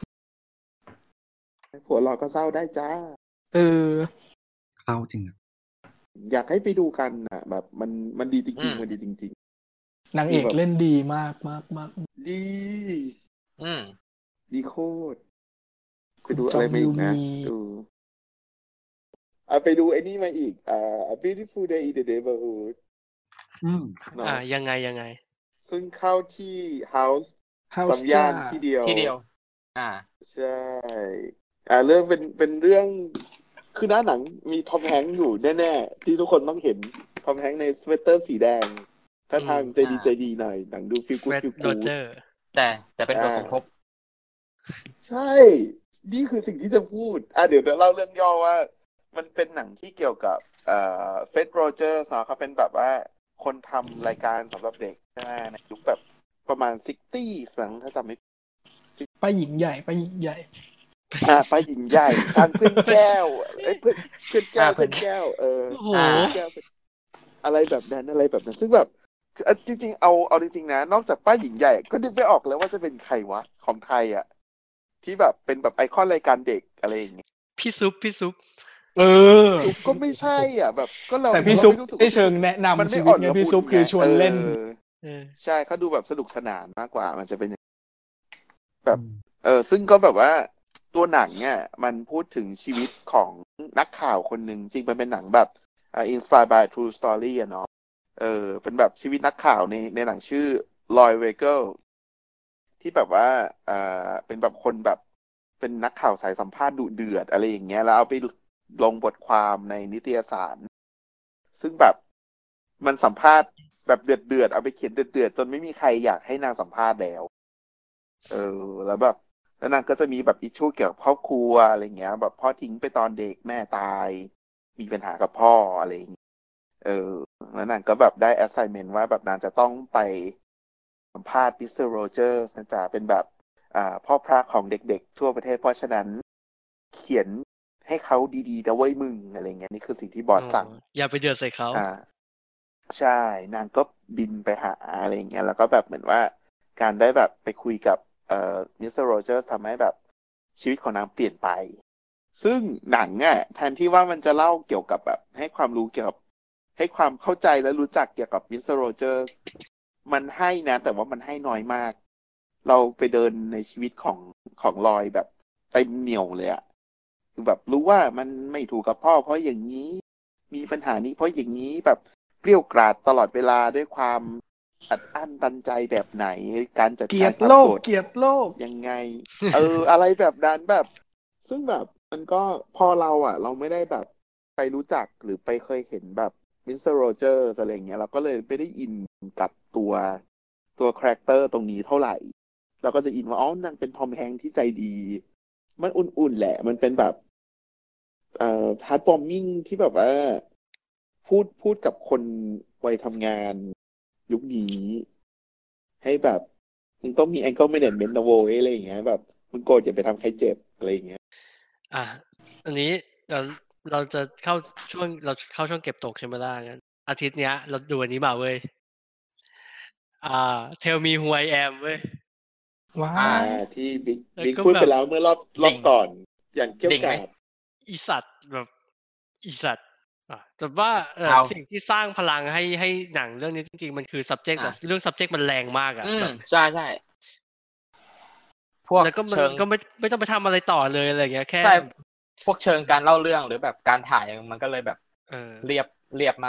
ผัวหล่อก็เศร้าได้จ้าเออเศร้าจริงอยากให้ไปดูกันอ่ะแบบมันมันดีจริงๆมันดีจริงๆนางเอกเล่นดีมากมากมากดีอืมดีโคตรไปดูอะไรมาอีกนะดูอ่ะไปดูไอ้นี่มาอีกอ่า A Beautiful Day in the Neighborhood อืมอ่ายังไงยังไงซึ่งเข้าที่ House สัญญาณที่เดียวที่เดียวอ่าใช่อ่าเรื่องเป็นเป็นเรื่องคือหน้าหนังมีทอมแฮงค์อยู่แน่ๆที่ทุกคนต้องเห็นทอมแฮงค์ในสเวตเตอร์สีแดงถ้าทางใจดีใจดีหน่อยหนังดูฟีลกู๊ดฟีลกู๊ดแต่แต่เป็นบทสมทบใช่นี่คือสิ่งที่จะพูดอ่ะเดี๋ยวเล่าเรื่องย่อว่ามันเป็นหนังที่เกี่ยวกับเอ่อเฟร็ดโรเจอร์สเขาเป็นแบบว่าคนทำรายการสำหรับเด็กใช่ไหมในยุคแบบประมาณซิกตี้สังถ้าจำไม่ป้าหญิงใหญ่ป้าหญิงใหญ่อ่าป้าหญิงใหญ่ช้างเพื่อนแก้วเอ้ยเพื่อนเพื่อนแก้วเพื่อนแก้วเออแก้วอะไรแบบนั้นอะไรแบบนั้นซึ่งแบบคือจริงๆเอาเอาจริงๆนะนอกจากป้าหญิงใหญ่ก็นึกไม่ออกแล้วว่าจะเป็นใครวะของไทยอ่ะที่แบบเป็นแบบไอคอนรายการเด็กอะไรอย่างเงี้ยพี่ซุปพี่ซุปเออก็ไม่ใช่อ่ะแบบก็เราแต่พี่ซุปได้เชิงแนะนำชีวิตไงพี่ซุปคือชวนเล่นใช่เขาดูแบบสนุกสนานมากกว่ามันจะเป็นแบบเออซึ่งก็แบบว่าตัวหนังเนี่ยมันพูดถึงชีวิตของนักข่าวคนหนึ่งจริงมันเป็นหนังแบบอ่า inspired by true story อ่ะเนาะเออเป็นแบบชีวิตนักข่าวในในหนังชื่อ Lloyd Weigel ที่แบบว่าอ่าเป็นแบบคนแบบเป็นนักข่าวสายสัมภาษณ์ดุเดือดอะไรอย่างเงี้ยแล้วเอาไปลงบทความในนิตยสารซึ่งแบบมันสัมภาษณ์แบบเดือดเดือดเอาไปเขียนเดือดเดือดจนไม่มีใครอยากให้นางสัมภาษณ์แล้วเออแล้วแบบแล้วนางก็จะมีแบบอิชชูเกี่ยวกับครอบครัวอะไรเงี้ยแบบพ่อทิ้งไปตอนเด็กแม่ตายมีปัญหากับพ่ออะไรอย่างเงี้ยเออแล้วนางก็แบบได้ assignment ว่าแบบนางจะต้องไปสัมภาษณ์มิสเตอร์โรเจอร์นะจ๊ะเป็นแบบอ่าพ่อพระของเด็กๆทั่วประเทศเพราะฉะนั้นเขียนให้เขาดีๆนะเว้ยมึงอะไรเงี้ยนี่คือสิ่งที่บอสสั่งอย่าไปเดือดใส่เขาอ่าใช่นางก็บินไปหาอะไรเงี้ยแล้วก็แบบเหมือนว่าการได้แบบไปคุยกับเอ่อมิสเตอร์โรเจอร์ทำให้แบบชีวิตของนางเปลี่ยนไปซึ่งหนังอ่ะแทนที่ว่ามันจะเล่าเกี่ยวกับแบบให้ความรู้เกี่ยวกับให้ความเข้าใจและรู้จักเกี่ยวกับมิสเตอร์โรเจอร์มันให้นะแต่ว่ามันให้น้อยมากเราไปเดินในชีวิตของของลอยแบบเต็มเหนี่ยวเลยอะคือแบบรู้ว่ามันไม่ถูกกับพ่อเพราะอย่างนี้มีปัญหานี้เพราะอย่างนี้แบบเกลี้ยวกราดตลอดเวลาด้วยความอัดอั้นตันใจแบบไหนการจัดการความโกรธเกลียดโลกยังไงเอออะไรแบบนั้นแบบซึ่งแบบมันก็พอเราอ่ะเราไม่ได้แบบไปรู้จักหรือไปเคยเห็นแบบมิสเตอร์โรเจอร์อะไรอย่างเงี้ยเราก็เลยไม่ได้อินกับตัวตัวคาแรคเตอร์ตรงนี้เท่าไหร่เราก็จะอินว่าอ๋อนางเป็นทอมแฮงค์ที่ใจดีมันอุ่นๆแหละมันเป็นแบบเอ่อฮาร์ดบอมมิ่งที่แบบว่าพูดพูดกับคนวัยทำงานยุคนี้ให้แบบมึงต้องมี anger management นะโว้ยอะไรอย่างเงี้ยแบบมึงโกรธอย่าไปทำใครเจ็บอะไรอย่างเงี้ยอ่ะอันนี้เราเราจะเข้าช่วงเราเข้าช่วงเก็บตกใช่ไหมล่ะงั้นอาทิตย์เนี้ยเราดูอันนี้มาเว้ยอ่า Tell Me Who I Am เว้ยว้าที่บิ๊กบิ๊กพูดไปแล้วเมื่อรอบรอบก่อนอย่างเกี่ยวกับอีสัตว์แบบอีสัตว์อ่ะแต่ว่าสิ่งที่สร้างพลังให้ให้หนังเรื่องนี้จริงๆมันคือ subject แต่เรื่อง subject มันแรงมากอ่ะแบบใช่ใช่พวกแล้วก็มันก็ไม่ไม่ต้องไปทำอะไรต่อเลยอะไรอย่างเงี้ยแค่พวกเชิงการเล่าเรื่องหรือแบบการถ่ายมันก็เลยแบบเรียบเรียบมาก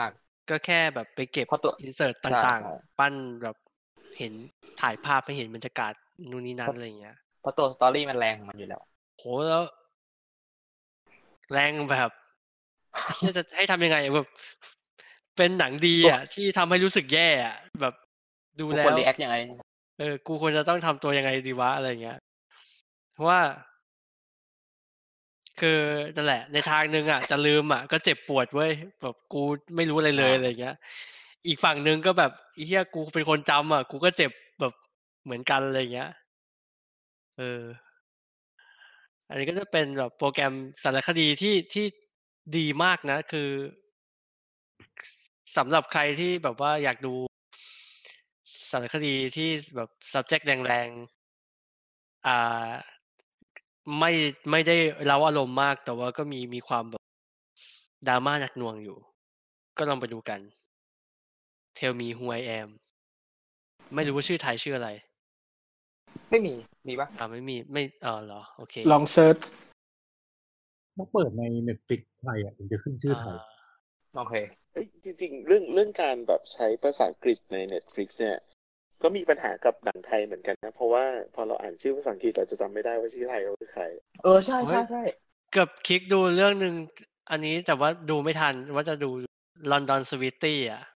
ก็แค่แบบไปเก็บเพราะตัวอินเสิร์ตใช่ต่างใช่ๆ ปั้นแบบเห็นถ่ายภาพให้เห็นบรรยากาศนู่นนี่นั่นอะไรอย่างเงี้ยเพราะตัวสตอรี่มันแรงของมันอยู่แล้วโหแล้ว แรงแบบเหี้ยจะให้ทำยังไงแบบ เป็นหนังดีอ่ะ ที่ทำให้รู้สึกแย่อ่ะแบบดูทุกแล้คนวรีแอคยังไงเออ กูควรจะต้องทำตัวยังไงดีวะอะไรอย่างเงี้ย เพราะว่า คือนั่นแหละ ในทางหนึ่งอ่ะ จะลืมอ่ะ ก็เจ็บปวดเว้ยแบบกูไม่รู้อะไรเลยอ่าอะไรอย่างเงี้ย อีกฝั่งหนึ่งก็แบบไอ้เหี้ยกูเป็นคนจำอ่ะ กูก็เจ็บแบบเหมือนกันอะไรอย่างเงี้ย เออ อันนี้ก็จะเป็นแบบโปรแกรมสารคดีที่ที่ดีมากนะ คือสำหรับใครที่แบบว่าอยากดูสารคดีที่แบบ subject แรงๆ อ่า ไม่ไม่ได้เร้าอารมณ์มาก แต่ว่าก็มีมีความแบบดราม่าหนักหน่วงอยู่ ก็ลองไปดูกัน Tell me who I am ไม่รู้ว่าชื่อไทยชื่ออะไรไม่มี มีปะอ่าไม่มีไม่เออเหรอ โอเคลองเซิร์ชต้องเปิดใน Netflix ไทยอ่ะถึงจะขึ้นชื่อไทยอ่าโอเคเอ้ยจริงๆเรื่องเรื่องการแบบใช้ภาษาอังกฤษใน Netflix เนี่ยก็มีปัญหากับหนังไทยเหมือนกันนะ เพราะว่าพอเราอ่านชื่อภาษาอังกฤษเราจะจำไม่ได้ว่าชื่อไทยเขาคือใครเออ ใช่ใช่ใช่เกือบคลิกดูเรื่องหนึ่งอันนี้แต่ว่าดูไม่ทันว่าจะดู London Sweetie อ่ะ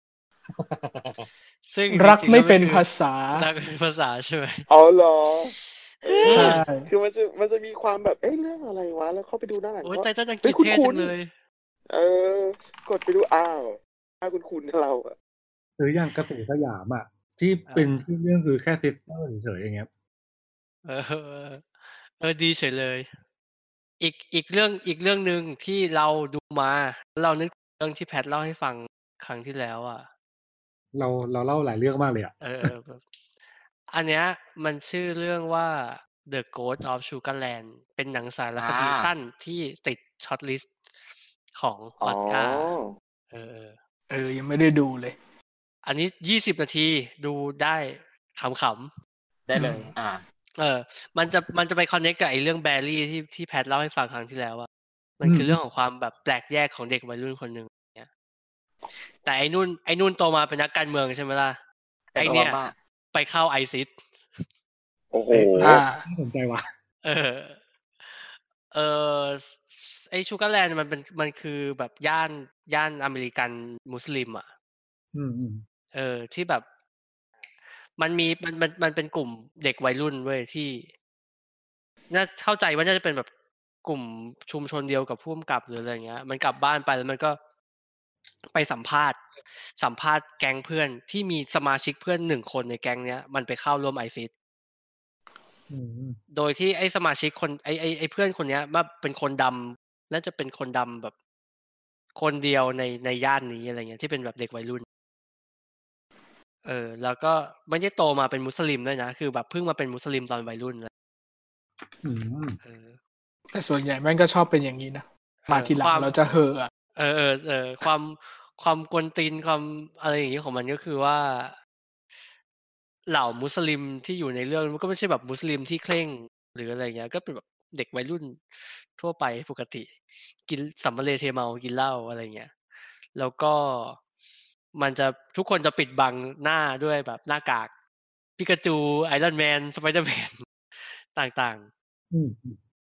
ซึ่งรักจงๆไม่แล้วเป็นคือภาษารักไม่เป็นภาษาใช่ไหมอ๋อเหรอเออใช่คือมันจะมันจะมีความแบบเอ้ยเรื่องอะไรวะแล้วเข้าไปดูหน้าหนังโอ้ยก็ไตเติ้ลอังกเฮ้ฤยษคุณเท่คุจัณงเลยเออกดไปดูอ้าวถ้าคุณคุณเราอะหรืออย่างเกษตรสยามอ่ะ ที่เป็นอ่าที่เรื่องคือแค่ซิสเตอร์เฉยๆอย่างเงี้ยเออเออดีเฉยเลย อีกอีกเรื่องอีกเรื่องหนึ่งที่เราดูมาเรานึกเรื่องที่แพทเล่าให้ฟังครั้งที่แล้วอ่ะเราเราเล่าหลายเรื่องมากเลยอ่ะเออเออแบบอันเนี้ยมันชื่อเรื่องว่า The Ghost of Sugarland เป็นหนังสารคดีอ่าสั้นที่ติดช็อตลิสต์ของออ๋ออสการ์เออเออเออ ยังไม่ได้ดูเลยอันนี้ยี่สิบนาทีดูได้ขำได้เลยอืมอ่าๆเออ มันจะมันจะไปคอนเนคกับไอ้เรื่องแบรี่ที่ที่แพทเล่าให้ฟังครั้งที่แล้วอะมันคือมเรื่องของความแบบแปลกแยกของเด็กวัยรุ่นคนหนึ่งเนี่ยแต่ไอ้นุ่นไอ้นุ่นโตมาเป็นนักการเมืองใช่ไหมล่ะเป็นไอ้โอเนี่ยบามาไปเข้าไอซิสโอ้โหอ่าน่าสนใจว่ะเออ เออไอชูการ์แลนด์มันเป็นมันคือแบบย่านย่านอเมริกันมุสลิมอ่ะอืมอืมเออ ที่แบบ มันมีมันมันมันเป็นกลุ่มเด็กวัยรุ่นเว้ยที่น่าเข้าใจว่าน่าจะเป็นแบบกลุ่มชุมชนเดียวกับผู้กำกับหรืออะไรเงี้ย มันกลับบ้านไปแล้วมันก็ไปสัมภาษณ์ สัมภาษณ์แก๊งเพื่อนที่มีสมาชิกเพื่อนหนึ่งคนในแก๊งเนี้ย มันไปเข้าร่วมไอซิสอืมโดยที่ไอ้สมาชิกคนไอ้ไอ้ไอ้เพื่อนคนเนี้ยว่าเป็นคนดำน่าจะเป็นคนดำแบบคนเดียวในในย่านนี้อะไรเงี้ยที่เป็นแบบเด็กวัยรุ่น เออ แล้วก็ไม่ได้โตมาเป็นมุสลิมด้วยนะคือแบบเพิ่งมาเป็นมุสลิมตอนวัยรุ่นเลยอืมเออแต่ส่วนใหญ่แม่งก็ชอบเป็นอย่างนี้นะ มาทีหลัคงวามเราจะเห่ออะเออเออเออความความกวนตีนความอะไรอย่างนี้ของมันก็คือว่า เหล่ามุสลิมที่อยู่ในเรื่องมันก็ไม่ใช่แบบมุสลิมที่เคร่งหรืออะไรเงี้ยก็เป็นแบบเด็กวัยรุ่นทั่วไปปกติ กินสัมมาเลเทเมากินเหล้าอะไรเงี้ยแล้วก็มันจะทุกคนจะปิดบังหน้าด้วยแบบหน้ากากปิกาจูไอรอนแมนสไปเดอร์แมน ต่างๆอืม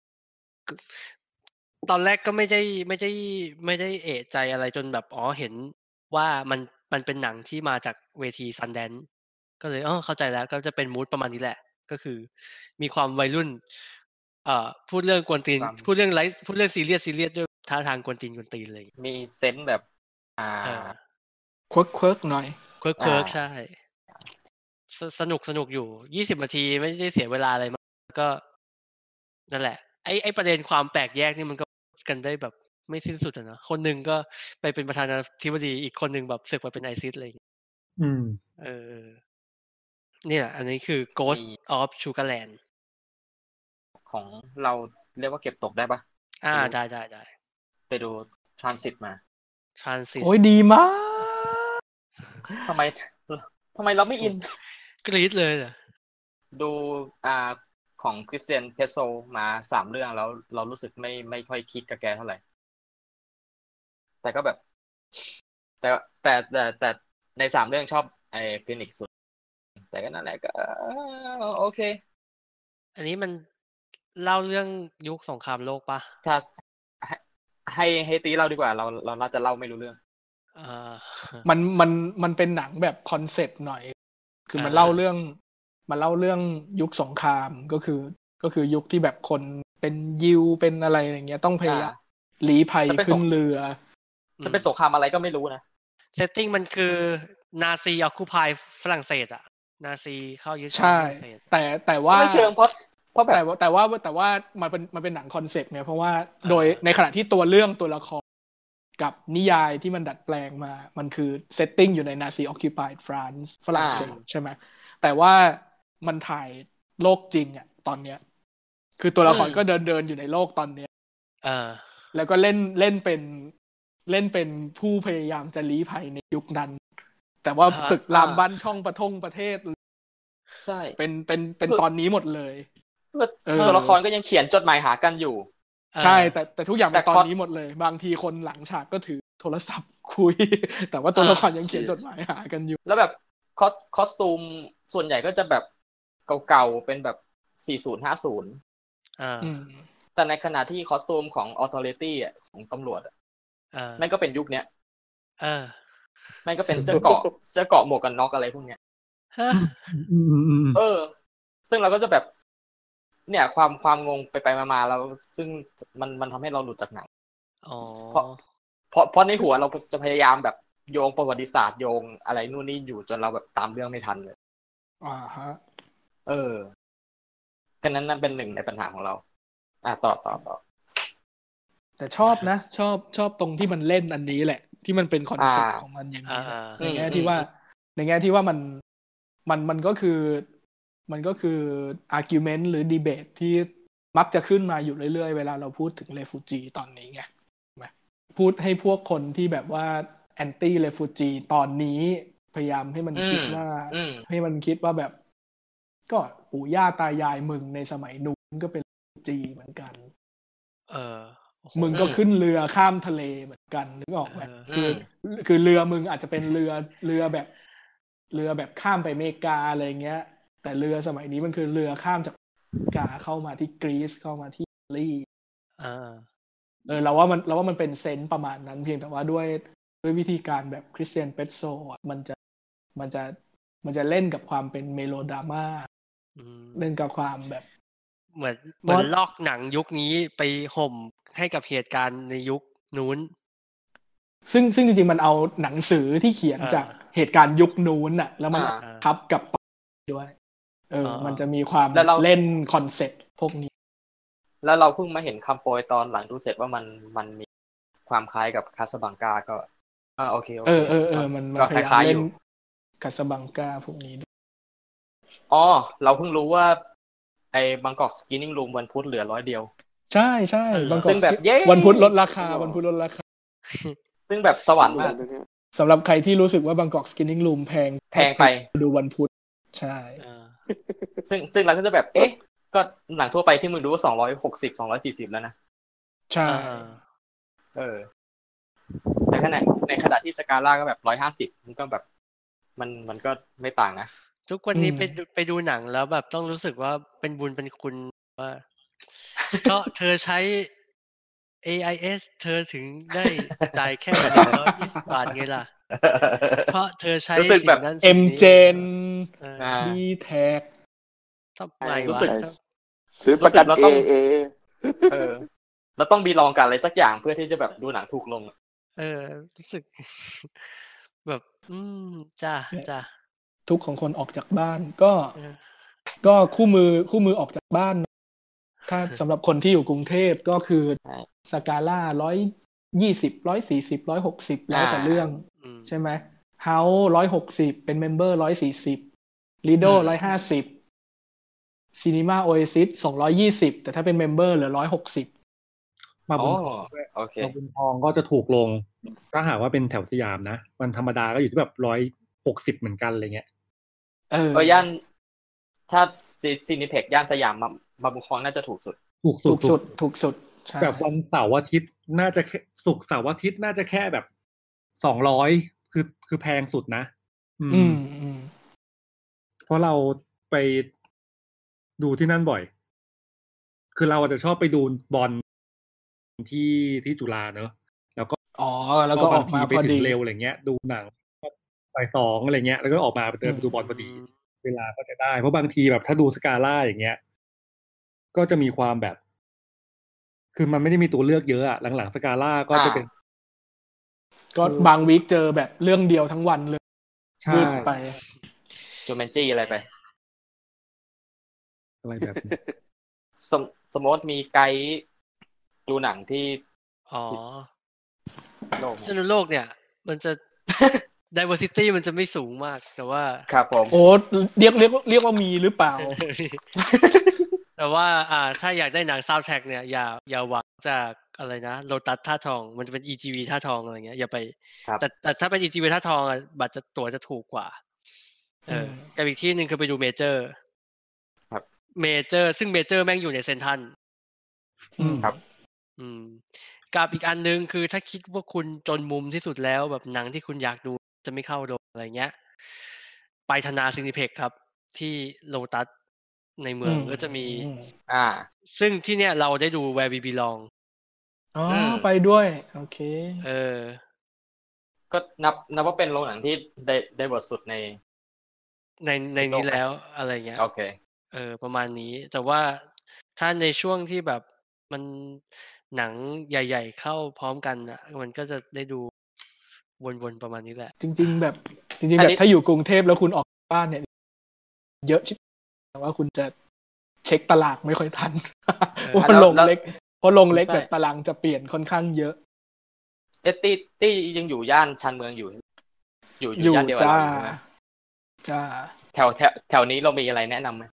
ตอนแรกก็ไม่ได้ไม่ได้ไม่ได้เอะใจอะไรจนแบบอ๋อเห็นว่ามันมันเป็นหนังที่มาจากเวทีซันแดนก็เลยอ๋อเข้าใจแล้วก็จะเป็นมูดประมาณนี้แหละก็คือมีความวัยรุ่นเอ่อพูดเรื่องกวนตีนความพูดเรื่องไลฟ์พูดเรื่องซีเรียสซีเรียสด้วยท่าทางกวนตีนกวนตีนอะไรอย่างเงี้ยมีเซนส์แบบ อ่าเออควิร์กควิร์กหน่อยเคิร์กเคิร์กอ่าใช่สสนุกสนุกอยู่ยี่สิบนาทีไม่ได้เสียเวลาอะไรมากก็นั่นแหละไอ้ไอ้ประเด็นความแปลกแยกนี่มันก็กันได้แบบไม่สิ้นสุดอะเนาะคนหนึ่งก็ไปเป็นประธานาธิบดีอีกคนหนึ่งแบบศึกมาเป็นไอซิสอะไรอย่างเงี้ยอืมเออเนี่ยอันนี้คือ Ghost มี of Sugarland ของเราเรียกว่าเก็บตกได้ปะอ่าไปดูได้ได้ได้ไปดูทรานสิตมา Transit โอ้ยดีมากทำไมทำไมเราไม่อินกรี๊ดเลยเหรอดูอ่าของคริสเตียนเพโซมาสามเรื่องแล้วเรารู้สึกไม่ไม่ค่อยคิดกับแกเท่าไหร่ แต่ก็แบบ แต่แต่แต่แต่ในสามเรื่องชอบไอ้ฟินิกซ์สุดแต่ก็นั่นแหละก็โอเคอันนี้มันเล่าเรื่องยุคสงครามโลกปะถ้าให้ให้ให้ตีเล่าดีกว่าเราเราน่าจะเล่าไม่รู้เรื่องอ่ามันมันมันเป็นหนังแบบคอนเซ็ปต์หน่อยคือมันเล่าเรื่องมันเล่าเรื่องยุคสงครามก็คือก็คือยุคที่แบบคนเป็นยิวเป็นอะไรอย่างเงี้ยต้องพยายามลี้ภัยขึ้นเรือจะเป็นสงครามอะไรก็ไม่รู้นะเซตติ้งมันคือนาซีออคูพายฝรั่งเศสอะนาซีเข้ายึดฝรั่งเศสแต่แต่ว่าไม่เชิงเพราะเพราะแบบแต่ว่าแต่ว่าแต่ว่ามันเป็นมันเป็นหนังคอนเซ็ปต์ไงเพราะว่าโดยในขณะที่ตัวเรื่องตัวละครกับนิยายที่มันดัดแปลงมามันคือเซตติ้งอยู่ในนาซีออคิวพายฟรานซ์ฝรั่งเศสใช่ไหมแต่ว่ามันถ่ายโลกจริงอ่ะตอนเนี้ยคือตัวละครก็เดินเดินอยู่ในโลกตอนเนี้ยอ่าแล้วก็เล่นเล่นเป็นเล่นเป็นผู้พยายามจะลี้ภัยในยุคนั้นแต่ว่าตึกรามบ้านช่องประทงประเทศใช่เป็นเป็นเป็นตอนนี้หมดเลยตัวละครก็ยังเขียนจดหมายหากันอยู่ใช่แต่แต่ทุกอย่างเป็นตอนนี้หมดเลยบางทีคนหลังฉากก็ถือโทรศัพท์คุยแต่ว่าตัวละครยังเขียนจดหมายหากันอยู่แล้วแบบคอสคอสตูมส่วนใหญ่ก็จะแบบเก่าๆเป็นแบบสี่สิบ ห้าสิบอ่าแต่ในขณะที่คอสตูมของ Authority อ่ะของตำรวจอ่ะอ่านั่นก็เป็นยุคเนี้ยเออนั่นก็เป็นเสื้อเกราะเสื้อเกราะหมวกกันน็อกอะไรพวกเนี้ยเออซึ่งเราก็จะแบบเนี่ยความความงงไปไปมาๆแล้วซึ่งมันมันทำให้เราหลุดจากหนังอ๋อเพราะเพราะเพราะในหัวเราจะพยายามแบบโยงประวัติศาสตร์โยงอะไรนู่นนี่อยู่จนเราแบบตามเรื่องไม่ทันเลยอ่าฮะเออแค่นั้นนั่นเป็นหนึ่งในปัญหาของเราอ่ะต่อต่อต่อแต่ชอบนะชอบชอบตรงที่มันเล่นอันนี้แหละที่มันเป็นคอนเซ็ปต์ของมันอย่างนี้ในแง่ที่ว่าในแง่ที่ว่ามันมันมันก็คือมันก็คือ argument หรือ debate ที่มักจะขึ้นมาอยู่เรื่อยๆเวลาเราพูดถึง refugee ตอนนี้ไงพูดให้พวกคนที่แบบว่า anti refugee ตอนนี้พยายามให้มันคิดว่าให้มันคิดว่าแบบก็ปู่ย่าตายายมึงในสมัยนู้นก็เป็น refugee เหมือนกันเออมึงก็ขึ้นเรือข้ามทะเลเหมือนกันนึกออกไหมคือคือเรือมึงอาจจะเป็นเรือเรือแบบเรือแบบข้ามไปอเมริกาอะไรเงี้ยแต่เรือสมัยนี้มันคือเรือข้ามจากอเมริกาเข้ามาที่กรีซเข้ามาที่อิตาลีอ่าเออเราว่ามันเราว่ามันเป็นเซนส์ประมาณนั้นเพียงแต่ว่าด้วยด้วยวิธีการแบบคริสเตียนเปโซมันจะมันจะมันจะเล่นกับความเป็นเมโลดราม่าเล่นกับความแบบเหมือนเหมือนลอกหนังยุคนี้ไปห่มให้กับเหตุการณ์ในยุคนู้นซึ่งซึ่งจริงๆมันเอาหนังสือที่เขียนจากเหตุการณ์ยุคนู้นน่ะแล้วมันทับกับด้วยเออมันจะมีความเล่นคอนเซ็ปต์พวกนี้แล้วเราเพิ่งมาเห็นคำโปรยตอนหลังดูเสร็จว่ามันมันมีความคล้ายกับคาสบังกาก็อ่าโอเคโอเคเออเออเออมันมันคล้ายๆอยู่คาสบังกาพวกนี้ด้วยอ๋อเราเพิ่งรู้ว่าไอ้บางกอกสกินนิ่งรูมวันพุธเหลือร้อยเดียวใช่ใช่บางกอกแบบวันพุธลดราคาวันพุธลดราคาซึ่งแบบสวรรค์มากสำหรับใครที่รู้สึกว่าบางกอกสกินนิ่งรูมแพงแพงไปดูวันพุธใช่ซึ่งซึ่งเราก็จะแบบเอ๊ะก็หนังทั่วไปที่มึงดูว่าสองร้อยหกสิบ สองร้อยสี่สิบแล้วนะใช่เออในขณะในขณะที่สกาล่าก็แบบหนึ่งร้อยห้าสิบมันก็แบบมันมันก็ไม่ต่างนะทุกวันนี้ไปไปดูหนังแล้วแบบต้องรู้สึกว่าเป็นบุญเป็นคุณว่าก็เธอใช้ เอ ไอ เอส เธอถึงได้จ่ายแค่หนึ่งร้อยยี่สิบบาทไงล่ะเพราะเธอใช้สิ่งนั้นเอ็ม เจน ดี แท็กทำไมวะซื้อประกัน เอ เอเออเราต้องมีลองกันอะไรสักอย่างเพื่อที่จะแบบดูหนังถูกลงเออรู้สึกแบบอืมจ้าจ้าทุกของคนออกจากบ้านก็ก็คู่มือคู่มือออกจากบ้านถ้าสำหรับคนที่อยู่กรุงเทพก็คือสกาล่าร้อยยี่สิบร้อยสี่สิบร้อยหกสิบแล้วแต่เรื่องใช่ไหมเฮาส์ร้อยหกสิบเป็นเมมเบอร์ร้อยสี่สิบลีโดร้อยห้าสิบซีนีมาโอเอซิสสองร้อยยี่สิบแต่ถ้าเป็นเมมเบอร์เหลือร้อยหกสิบมาบุญทองโอเคมาบุญทองก็จะถูกลงถ้าหากว่าเป็นแถวสยามนะมันธรรมดาก็อยู่ที่แบบร้อยหกสิบเหมือนกันอะไรเงี้ยเออย่านถ้าซีนิเพ็กย่านสยามมามาบุญทองน่าจะถูกสุดถูกสุดถูกสุดถูกสุดแบบวันเสาร์อาทิตย์น่าจะศุกร์เสาร์อาทิตย์น่าจะแค่แบบสองร้อยคือคือแพงสุดนะอือืมมอืมเพราะเราไปดูที่นั่นบ่อยคือเราอาจจะชอบไปดูบอลที่ที่จุฬาเนอะแล้วก็อ๋อแล้วก็ออกมาพอดีไปถึงเร็วอะไรเงี้ยดูหนังบ่ายสองอะไรเงี้ยแล้วก็ออกมาเดินไปดูบอลพอดีเวลาก็จะได้เพราะบางทีแบบถ้าดูสกาล่าอย่างเงี้ยก็จะมีความแบบคือมันไม่ได้มีตัวเลือกเยอะอะหลังๆสกาล่าก็จะเป็นก็บางวีคเจอแบบเรื่องเดียวทั้งวันเลยมืดไปจูแมนจี้อะไรไปอะไรแบบนี้สมสมมติมีไกด์ดูหนังที่อ๋อโลกสนุโลกเนี่ยมันจะ diversity มันจะไม่สูงมากแต่ว่าครับผมโอ้เรียกเรียกเรียกว่ามีหรือเปล่าแต่ว่าอ่าถ้าอยากได้หนังซาวด์แทร็กเนี่ยอย่าอย่าหวังจากอะไรนะโลตัสท่าทองมันจะเป็น อี จี วี ท่าทองอะไรเงี้ยอย่าไปแต่แต่ถ้าเป็น อี จี วี ท่าทองอ่ะบัตรจะตั๋วจะถูกกว่าเออกับอีกที่นึงคือไปดูเมเจอร์ครับเมเจอร์ซึ่งเมเจอร์แม่งอยู่ในเซ็นทรัลอืมครับอืมกับอีกอันนึงคือถ้าคิดว่าคุณจนมุมที่สุดแล้วแบบหนังที่คุณอยากดูจะไม่เข้าโรงอะไรเงี้ยไปธนาซินิเพ็กครับที่โลตัสในเมืองก็จะมีอ่าซึ่งที่เนี้ยเราได้ดู Where We Belong อ๋อไปด้วยโอเคเออก็นับนับว่าเป็นโรงหนังที่ได้ได้บทสุดในในในนี้แล้วอะไรเงี้ยโอเคเออประมาณนี้แต่ว่าถ้าในช่วงที่แบบมันหนังใหญ่ๆเข้าพร้อมกันอ่ะมันก็จะได้ดูวนๆประมาณนี้แหละจริงๆแบบจริงๆแบบถ้าอยู่กรุงเทพแล้วคุณออกบ้านเนี่ยเยอะชิบแต่ว่าคุณจะเช็คตารางไม่ค่อยทันเพราะลงเล็กเพราะลงเล็กแบบตารางจะเปลี่ยนค่อนข้างเยอะเอตี้ตี้ยังอยู่ย่านชานเมืองอยู่อยู่อยู่ย่านเดียวกันใช่ไหมจ้าแถวแถวแถวนี้เรามีอะไรแนะนำไหม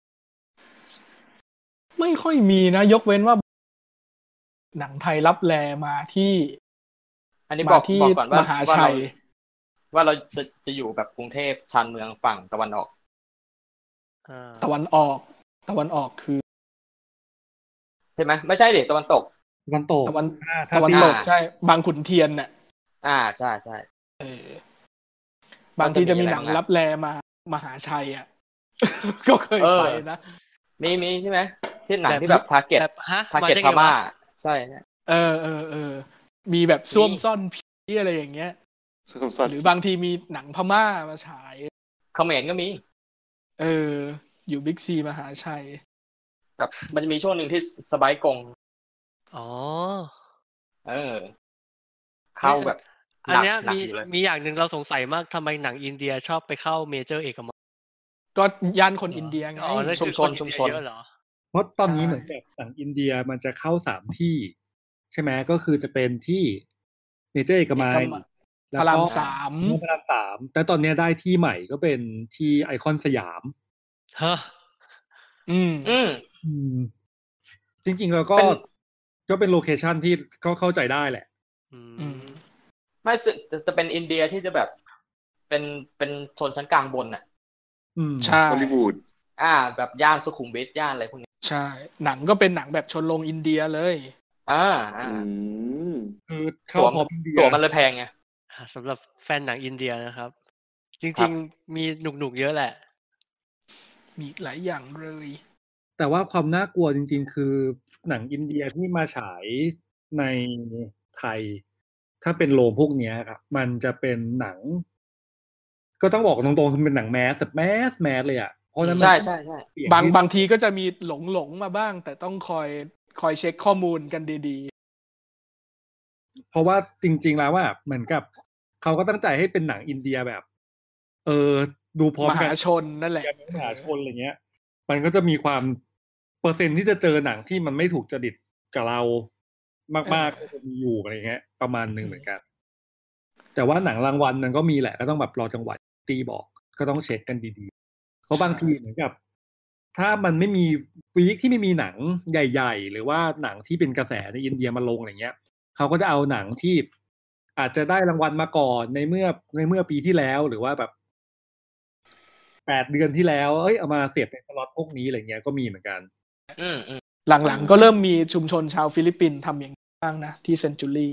ไม่ค่อยมีนะยกเว้นว่าหนังไทยรับแลมาที่อันนี้บอกที่บอกก่อนว่ามหาชัยว่าเราจะจะอยู่แบบกรุงเทพชานเมืองฝั่งตะวันออกตะวันออกตะวันออกคือใช่ไหมไม่ใช่ดิตะวันตกตะวันตกตะวันตะวันตกใช่บางขุนเทียนน่ะอ่าใช่ใช่เออบางทีจะมีหนังรับแลมามหาชัยอ่ะก็เคยไปนะมีมีใช่ไหมที่หนังที่แบบทาร์เก็ตทาร์เก็ตพม่าใช่เออเออเออมีแบบซ่วมซ่อนผีอะไรอย่างเงี้ยหรือบางทีมีหนังพม่ามาฉายเขมรก็มีเอออยู่บิ๊กซีมหาชัยแบบมันจะมีช่วงหนึ่งที่สบายกงอ๋อเออเข้าแบบอันเนี้ยมีมีอย่างหนึ่งเราสงสัยมากทำไมหนังอินเดียชอบไปเข้าเมเจอร์เอกมัยก็ย่านคนอินเดียไงชุมชนชุมชนเพราะตอนนี้เหมือนกับหนังอินเดียมันจะเข้าสามที่ใช่ไหมก็คือจะเป็นที่เมเจอร์เอกมัยพระรามสามพระรามสามแต่ตอนนี้ได้ที่ใหม่ก็เป็นที่ไอคอนสยามฮะอืมอืมอืมจริงๆแล้วก็ก็เป็นโลเคชันที่เขาเข้าใจได้แหละอืมไม่จะจะเป็นอินเดียที่จะแบบเป็นเป็นชนชั้นกลางบนอ่ะอืมใช่ฮอลลีวูดอ่าแบบย่านสุขุมวิทย่านอะไรพวกนี้ใช่หนังก็เป็นหนังแบบชนลงอินเดียเลยอ่าอ่าคือเข้าพออินเดียตัวมันเลยแพงไงสำหรับแฟนหนังอินเดียนะครับจริงๆมีหนุกๆเยอะแหละมีหลายอย่างเลยแต่ว่าความน่ากลัวจริงๆคือหนังอินเดียที่มาฉายในไทยถ้าเป็นโรงพวกนี้ครับมันจะเป็นหนังก็ต้องบอกตรงๆคือเป็นหนังแมสแบบแมสแมสเลยอ่ะเพราะนั้นใช่ใช่ใช่บางบางทีก็จะมีหลงหลงมาบ้างแต่ต้องคอยคอยเช็คข้อมูลกันดีๆเพราะว่าจริงๆแล้วว่าเหมือนกับเขาก็ตั้งใจให้เป็นหนังอินเดียแบบเออดูพร้อมกันมหาชนนั่นแหละมหาชนอะไรเงี้ยมันก็จะมีความเปอร์เซ็นต์ที่จะเจอหนังที่มันไม่ถูกจริตกับเรามากๆก็จะมีอยู่อะไรเงี้ยประมาณนึงเหมือนกันแต่ว่าหนังรางวัลมันก็มีแหละก็ต้องแบบรอจังหวะตีบอกก็ต้องเช็คกันดีๆเพราะบางทีเหมือนกับถ้ามันไม่มีวีคที่ไม่มีหนังใหญ่ๆหรือว่าหนังที่เป็นกระแสในอินเดียมาลงอะไรเงี้ยเขาก็จะเอาหนังที่อาจจะได้รางวัลมาก่อนในเมื่อในเมื่อปีที่แล้วหรือว่าแบบแปดเดือนที่แล้วเอ้ยเอามาเสียบในสล็อตพวกนี้อะไรเงี้ยก็มีเหมือนกันอืมหลังๆก็เริ่มมีชุมชนชาวฟิลิปปินส์ทำอย่างนี้บ้างนะที่เซนจูรี่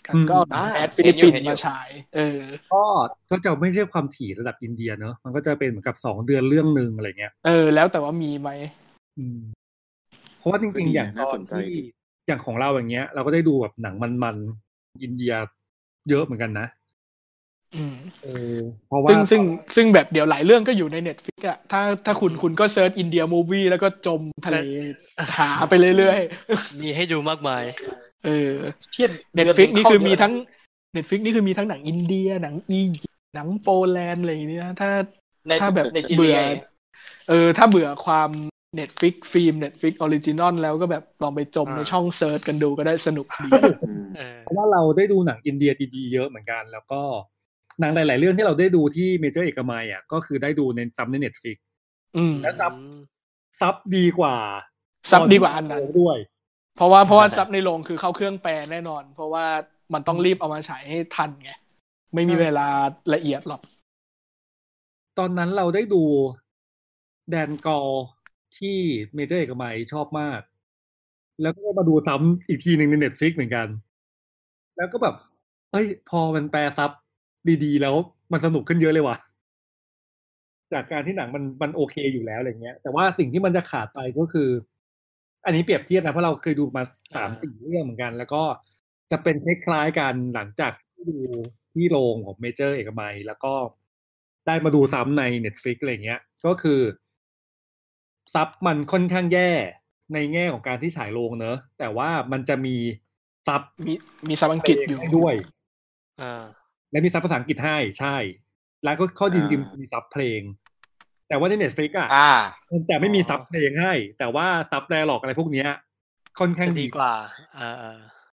กันก็เอาแอดฟิลิปปินส์มาฉายเออก็ก็จะไม่ใช่ความถี่ระดับอินเดียเนอะมันก็จะเป็นเหมือนกับสองเดือนเรื่องนึงอะไรเงี้ยเออแล้วแต่ว่ามีไหมอืมเพราะว่าจริงๆอย่างตอนที่อย่างของเราอย่างเงี้ยเราก็ได้ดูแบบหนังมันๆอินเดียเยอะเหมือนกันนะอืมเออเพราะว่าซึ่งซึ่งซึ่งแบบเดี๋ยวหลายเรื่องก็อยู่ใน Netflix อ่ะถ้าถ้าคุณคุณก็เซิร์ชอินเดียมูฟวี่แล้วก็จมทะเลหาไปเรื่อยๆมีให้ดูมากมายเออเทียบ Netflix นี่คือมีทั้ง Netflix นี่คือมีทั้งหนังอินเดียหนังอียิปต์หนังโปแลนด์อะไรอย่างเงี้ยถ้าถ้าแบบเบื่อเออถ้าเบื่อความ Netflix ฟิล์ม Netflix Original แล้วก็แบบลองไปจมในช่องเซิร์ชกันดูก็ได้สนุกดีเพราะว่าเราได้ดูหนังอินเดียดีๆเยอะเหมือนกันแล้วก็หนังหลายๆเรื่องที่เราได้ดูที่เมเจอร์เอกมัยอ่ะก็คือได้ดูในซับใน Netflix อืมและซับซับดีกว่าซับดีกว่าอันนั้นด้วยเพราะว่าเพราะว่าซับในโรงคือเข้าเครื่องแปลแน่นอนเพราะว่ามันต้องรีบเอามาฉายให้ทันไงไม่มีเวลาละเอียดหรอกตอนนั้นเราได้ดูแดนกอลที่เมเจอร์เอกมัยชอบมากแล้วก็มาดูซ้ำอีกทีหนึ่งใน Netflix เหมือนกันแล้วก็แบบเฮ้ยพอมันแปลซับดีๆแล้วมันสนุกขึ้นเยอะเลยว่ะจากการที่หนังมันมันโอเคอยู่แล้วอะไรเงี้ยแต่ว่าสิ่งที่มันจะขาดไปก็คืออันนี้เปรียบเทียบนะเพราะเราเคยดูมา สามสี่ เรื่องเหมือนกันแล้วก็จะเป็นคล้ายๆกันหลังจากที่ดูที่โรงของเมเจอร์เอกมัยแล้วก็ได้มาดูซ้ำใน Netflix อะไรเงี้ยก็คือซับมันค่อนข้างแย่ในแง่ของการที่ฉายโรงเนอะแต่ว่ามันจะมีซับมีมีซับอังกฤษอยู่ด้วยอ่าและมีซับภาษาอังกฤษให้ใช่แล้วก็ข้อดีจริงๆมีซับเพลงแต่ว่าใน Netflix อ่ะมันจะไม่มีซับเพลงให้แต่ว่าซับแปลหลอกอะไรพวกเนี้ยค่อนข้างดีกว่าอ่า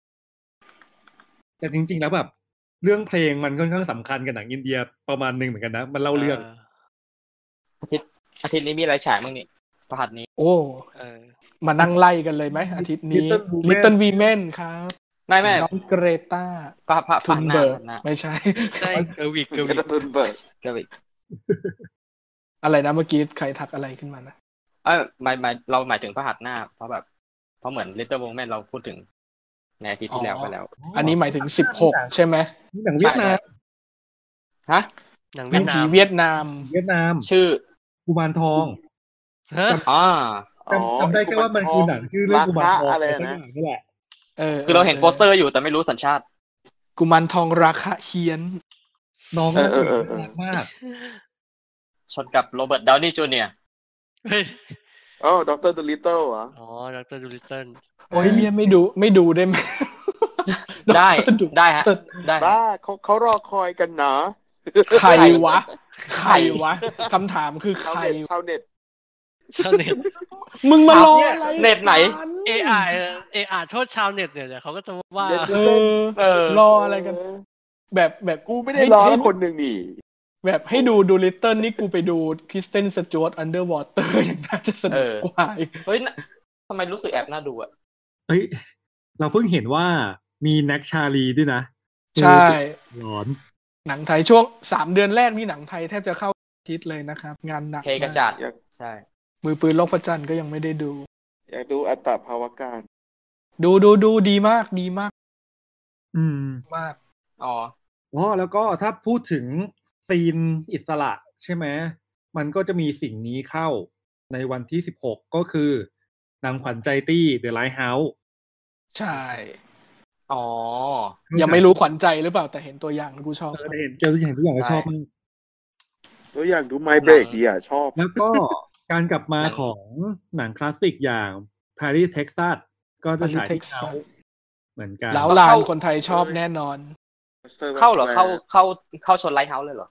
แต่จริงๆแล้วแบบเรื่องเพลงมันค่อนข้างสำคัญกับหนังอินเดียประมาณนึงเหมือนกันนะมันเล่าเรื่องอาทิตย์อาทิตย์นี้มีอะไรฉายบ้างนี่พฤหัสนี้โอ้เออมานั่งไล่กันเลยไหมอาทิตย์นี้ Little Women ครับไม่ไม่น้องเกรตาพระพระทุนเบิร์กไม่ใช่ใช่เกอร์วิกเกอร์วิกทุนเบิร์กเกอร์วิกอะไรนะเมื่อกี้ใครทักอะไรขึ้นมานะเออหมายหมายเราหมายถึงพฤหัสหน้าเพราะแบบเพราะเหมือน Little Women เราพูดถึงในอาทิตย์ที่แล้วไปแล้วอันนี้หมายถึงสิบหกใช่ไหมหนังเวียดนามฮะหนังเวียดนามเวียดนามเวียดนามชื่อกุมารทองอ๋อจำได้แค่ว่ามันคือหนังชื่อเรื่องกุมารทองอะไรนะนี่แหละเออคือเราเห็นโปสเตอร์อยู่แต่ไม่รู้สัญชาติกุมารทองราคาเฮียนน้องน่ารักมากชนกับโรเบิร์ตดาวนี่จูเนียร์เฮ้ยอ๋อด็อกเตอร์ดูลิตเติ้ลเหรออ๋อด็อกเตอร์ดูลิตเติ้ลโอ้ยเนี่ยไม่ดูไม่ดูได้ไหมได้ได้ฮะได้บ้าเขาเขารอคอยกันนะใครวะใครวะคำถามคือใครชาวเน็ตชาวเน็ตมึงมารออะไรเน็ตไหนเอ ไอ เอ ไอ โทษชาวเน็ตเนี่ยเขาก็จะว่าเออรออะไรกันแบบแบบกูไม่ได้รอแล้วคนนึงนี่แบบให้ดูดูลิตเติ้ลนี่กูไปดูคริสเตนสจ๊วตอันเดอร์วอเตอร์อย่างน่าจะสนุกกว่าเฮ้ยทำไมรู้สึกแอบน่าดูอ่ะเฮ้ยเราเพิ่งเห็นว่ามีแน็กชาลีด้วยนะใช่ร้อนหนังไทยช่วงสามเดือนแรกมีหนังไทยแทบจะเข้าทิศเลยนะครับงานหนักเทกระจาดใช่มือปืนโลกพระจันทร์ก็ยังไม่ได้ดูอยากดูอัตตภาวการดูดูดูดีมากดีมากอืมมากอ๋ออ๋อแล้วก็ถ้าพูดถึงซีนอิสระใช่ไหมมันก็จะมีสิ่งนี้เข้าในวันที่สิบหกก็คือหนังขวัญใจตี้ The Lighthouse ใช่อ๋อยังไม่รู้ขวัญใจหรือเปล่าแต่เห็นตัวอย่างแล้วกูชอบเออเห็นเจอตัวอย่างตัวอย่างก็ชอบมากตัวอย่างดู My Break ดีอ่ะชอบแล้วก็การกลับมาของหนังคลาสสิกอย่าง Paris Texas ก็จะฉายที่เขาเหมือนกันแล้วลานคนไทยชอบแน่นอนเข้าเหรอเข้าเข้าเข้าชนไลท์เฮาส์เลยเหรอ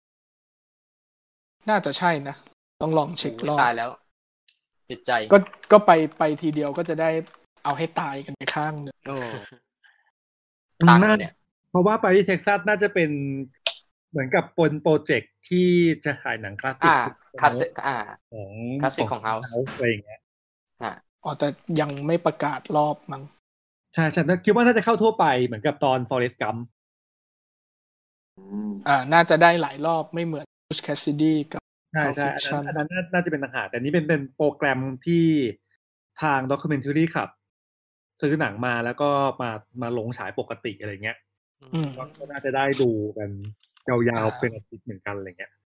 น่าจะใช่นะต้องลองเช็ครอบตายแล้วจิตใจก็ก็ไปไปทีเดียวก็จะได้เอาให้ตายกันไปข้างนึงโอ้ต่างเนี่ยเพราะว่า Paris Texas น่าจะเป็นเหมือนกับปนโปรเจกต์ที่จะถ่ายหนังคลาสสิกคลาสสิกอ่าของคลาสสิกของเฮาส์อะไรอย่างเงี้ยอ่าอ๋อแต่ยังไม่ประกาศรอบมั้งใช่ฉันคิดว่าน่าจะเข้าทั่วไปเหมือนกับตอน Forrest Gump อ่าน่าจะได้หลายรอบไม่เหมือน Butch Cassidy กับใช่ใช่อันนั้นน่าจะเป็นต่างหากแต่นี้เป็นเป็นโปรแกรมที่ทาง Documentary Club ซื้อหนังมาแล้วก็มามาลงฉายปกติอะไรเงี้ยก็น่าจะได้ดูกันยาวๆเป็นอาทิตย์เหมือนกันอะไรเงี้ย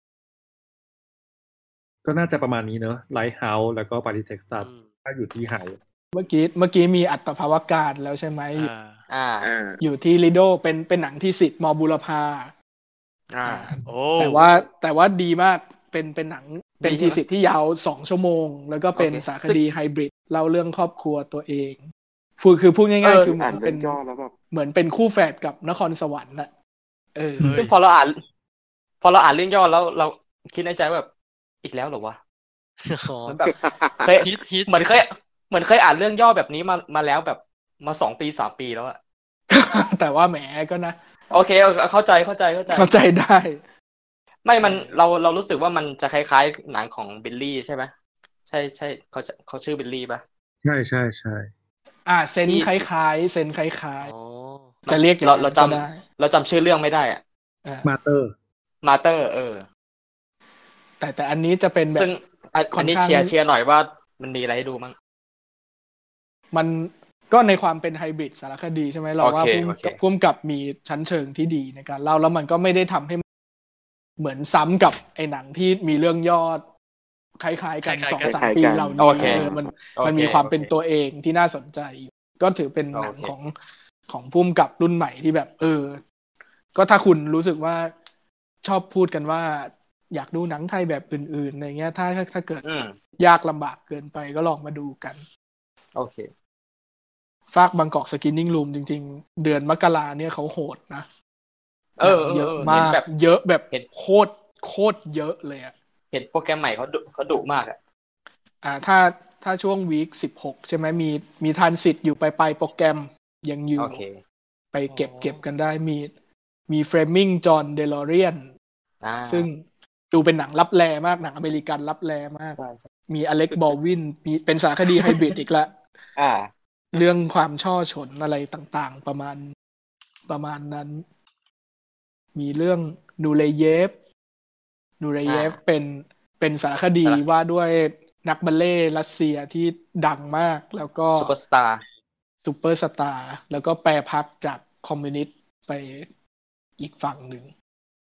ก็น่าจะประมาณนี้เนอะไลท์เฮาส์แล้วก็ปารีสเท็กซัสถ้าอยู่ที่ไฮเมื่อกี้เมื่อกี้มีอัตภาวการแล้วใช่ไหมอ่าอยู่ที่ลิโดเป็นเป็นหนังที่สิทธิ์มบุรพาอ่าโอ้แต่ว่าแต่ว่าดีมากเป็นเป็นหนังเป็นทีสิทธิ์ที่ยาวสองชั่วโมงแล้วก็เป็นสารคดีไฮบริดเล่าเรื่องครอบครัวตัวเองพูดคือพูดง่ายๆคือเหมือนเป็นเหมือนเป็นคู่แฝดกับนครสวรรค์น่ะเออซึ่งพอเราอ่านพอเราอ่านเรื่องย่อแล้วเราคิดในใจแบบอีกแล้วเหรอวะมันแบบเคยเหมือนเคยเหมือนเคยอ่านเรื่องย่อแบบนี้มามาแล้วแบบมาสองปีสามปีแล้วอะแต่ว่าแหมก็นะโอเคเข้าใจเข้าใจเข้าใจเข้าใจได้ไม่มันเราเรารู้สึกว่ามันจะคล้ายๆหนังของบิลลี่ใช่ไหมใช่ใช่เขาเขาชื่อบิลลี่ป่ะใช่ใช่ใช่อ่าเซนคล้ายๆเซนคล้ายๆจะเรียกเราเราจำเราจำชื่อเรื่องไม่ได้อ่ะมาเตอร์มาเตอร์เออแต่แต่อันนี้จะเป็นแบบซึ่งอันนี้เชียร์เชียร์หน่อยว่ามันมีอะไรให้ดูมั้งมันก็ในความเป็นไฮบริดสารคดีใช่ไหมเราว่าพุ่มกับมีชั้นเชิงที่ดีในการเล่าแล้วมันก็ไม่ได้ทำให้เหมือนซ้ำกับไอ้หนังที่มีเรื่องยอดคล้ายๆกัน สองสาม ปีเหล่านี้มันมันมีความเป็นตัวเองที่น่าสนใจก็ถือเป็นหนังของของพุ่มกับรุ่นใหม่ที่แบบเออก็ถ้าคุณรู้สึกว่าชอบพูดกันว่าอยากดูหนังไทยแบบอื่นๆอะไรเงี้ยถ้าถ้าเกิดยากลำบากเกินไปก็ลองมาดูกันโอเคฝากบางกอกสกินนิ่งรูมจริงๆเดือนมกราเนี่ยเขาโหดนะเออเยอะมากเยอะแบบโคตรโคตรเยอะเลยอ่ะเห็นโปรแกรมใหม่เขาดุเขาดุมากอ่ะอ่าถ้าถ้าช่วงวีคสิบหกใช่ไหมมีมีทันสิทธิ์อยู่ไปไปโปรแกรมยังอยู่ okay. ไปเก็บเก็บกันได้มีมีเฟรมมิ่งจอห์นเดลอเรียนซึ่งดูเป็นหนังลับแลมากหนังอเมริกันลับแลมากมีอเล็กบอลวินมีเป็นสารคดีไฮบริดอีกละอ่าเรื่องความช่อฉนอะไรต่างๆประมาณประมาณนั้นมีเรื่องนูเรเยฟนูเรเยฟเป็นเป็นสารคดีว่าด้วยนักบัลเล่ต์รัสเซียที่ดังมากแล้วก็ซุปเปอร์สตาร์ซุปเปอร์สตาร์แล้วก็แปรพักจากคอมมิวนิสต์ไปอีกฝั่งหนึ่ง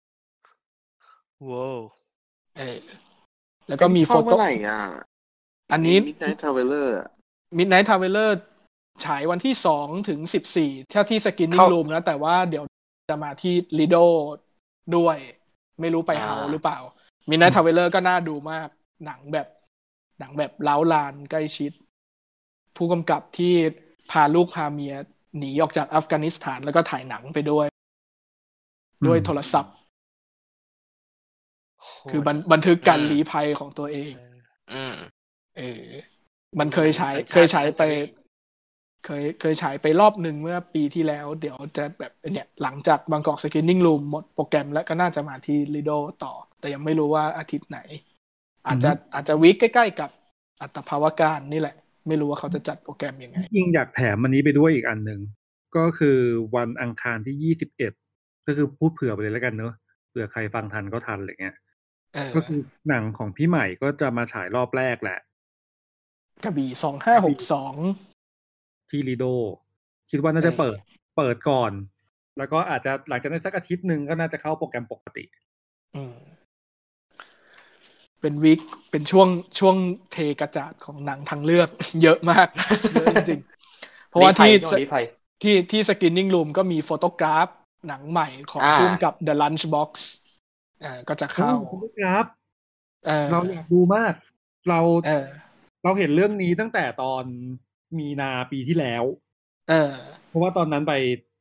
ว้าวเออแล้วก็มีโฟโต้อันนี้ Midnight Traveler Midnight Traveler ฉายวันที่สองถึงสิบสี่ถ้าที่สกินนิ่งรูมนะแต่ว่าเดี๋ยวจะมาที่ลิโดด้วยไม่รู้ไปเฮาหรือเปล่า Midnight Traveler ก็น่าดูมากหนังแบบหนังแบบเล้าลานใกล้ชิดผู้กำกับที่พาลูกพาเมียหนีออกจากอัฟกานิสถานแล้วก็ถ่ายหนังไปด้วยด้วยโทรศัพท์คือบันทึกการลี้ภัยของตัวเองอืมเออมันเคยฉายเคยฉายไปเคยเคยฉายไปรอบหนึ่งเมื่อปีที่แล้วเดี๋ยวจะแบบเนี่ยหลังจากบางกอกสกินนิ่งรูมหมดโปรแกรมแล้วก็น่าจะมาที่ลิโดต่อแต่ยังไม่รู้ว่าอาทิตย์ไหนอาจจะอาจจะวีคใกล้ๆกับอัตภาวการนี่แหละไม่รู้ว่าเขาจะจัดโปรแกรมยังไงจริงอยากแถมอันนี้ไปด้วยอีกอันนึงก็คือวันอังคารที่ยี่สิบเอ็ดก็คือพูดเผื่อไปเลยแล้วกันเนอะเผื่อใครฟังทันก็ทันอะไรเงี้ยก็คือหนังของพี่ใหม่ก็จะมาฉายรอบแรกแหละกระบี่สองห้าหกสองที่ลิโดคิดว่าน่าจะเปิดเปิดก่อนแล้วก็อาจจะหลังจากนั้นสักอาทิตย์นึงก็น่าจะเข้าโปรแกรมปกติอืมเป็นวีคเป็นช่วงช่วงเทกระจาดของหนังทางเลือกเยอะมากเยอะจริงๆเพราะว่าที่ที่ที่สกินนิ่งรูมก็มีโฟโตกราฟหนังใหม่ของพุ่มกับ The Lunchbox อ่าก็จะเข้าโฟโตกราฟเราอยากดูมากเราเราเห็นเรื่องนี้ตั้งแต่ตอนมีนาปีที่แล้วเออเพราะว่าตอนนั้นไป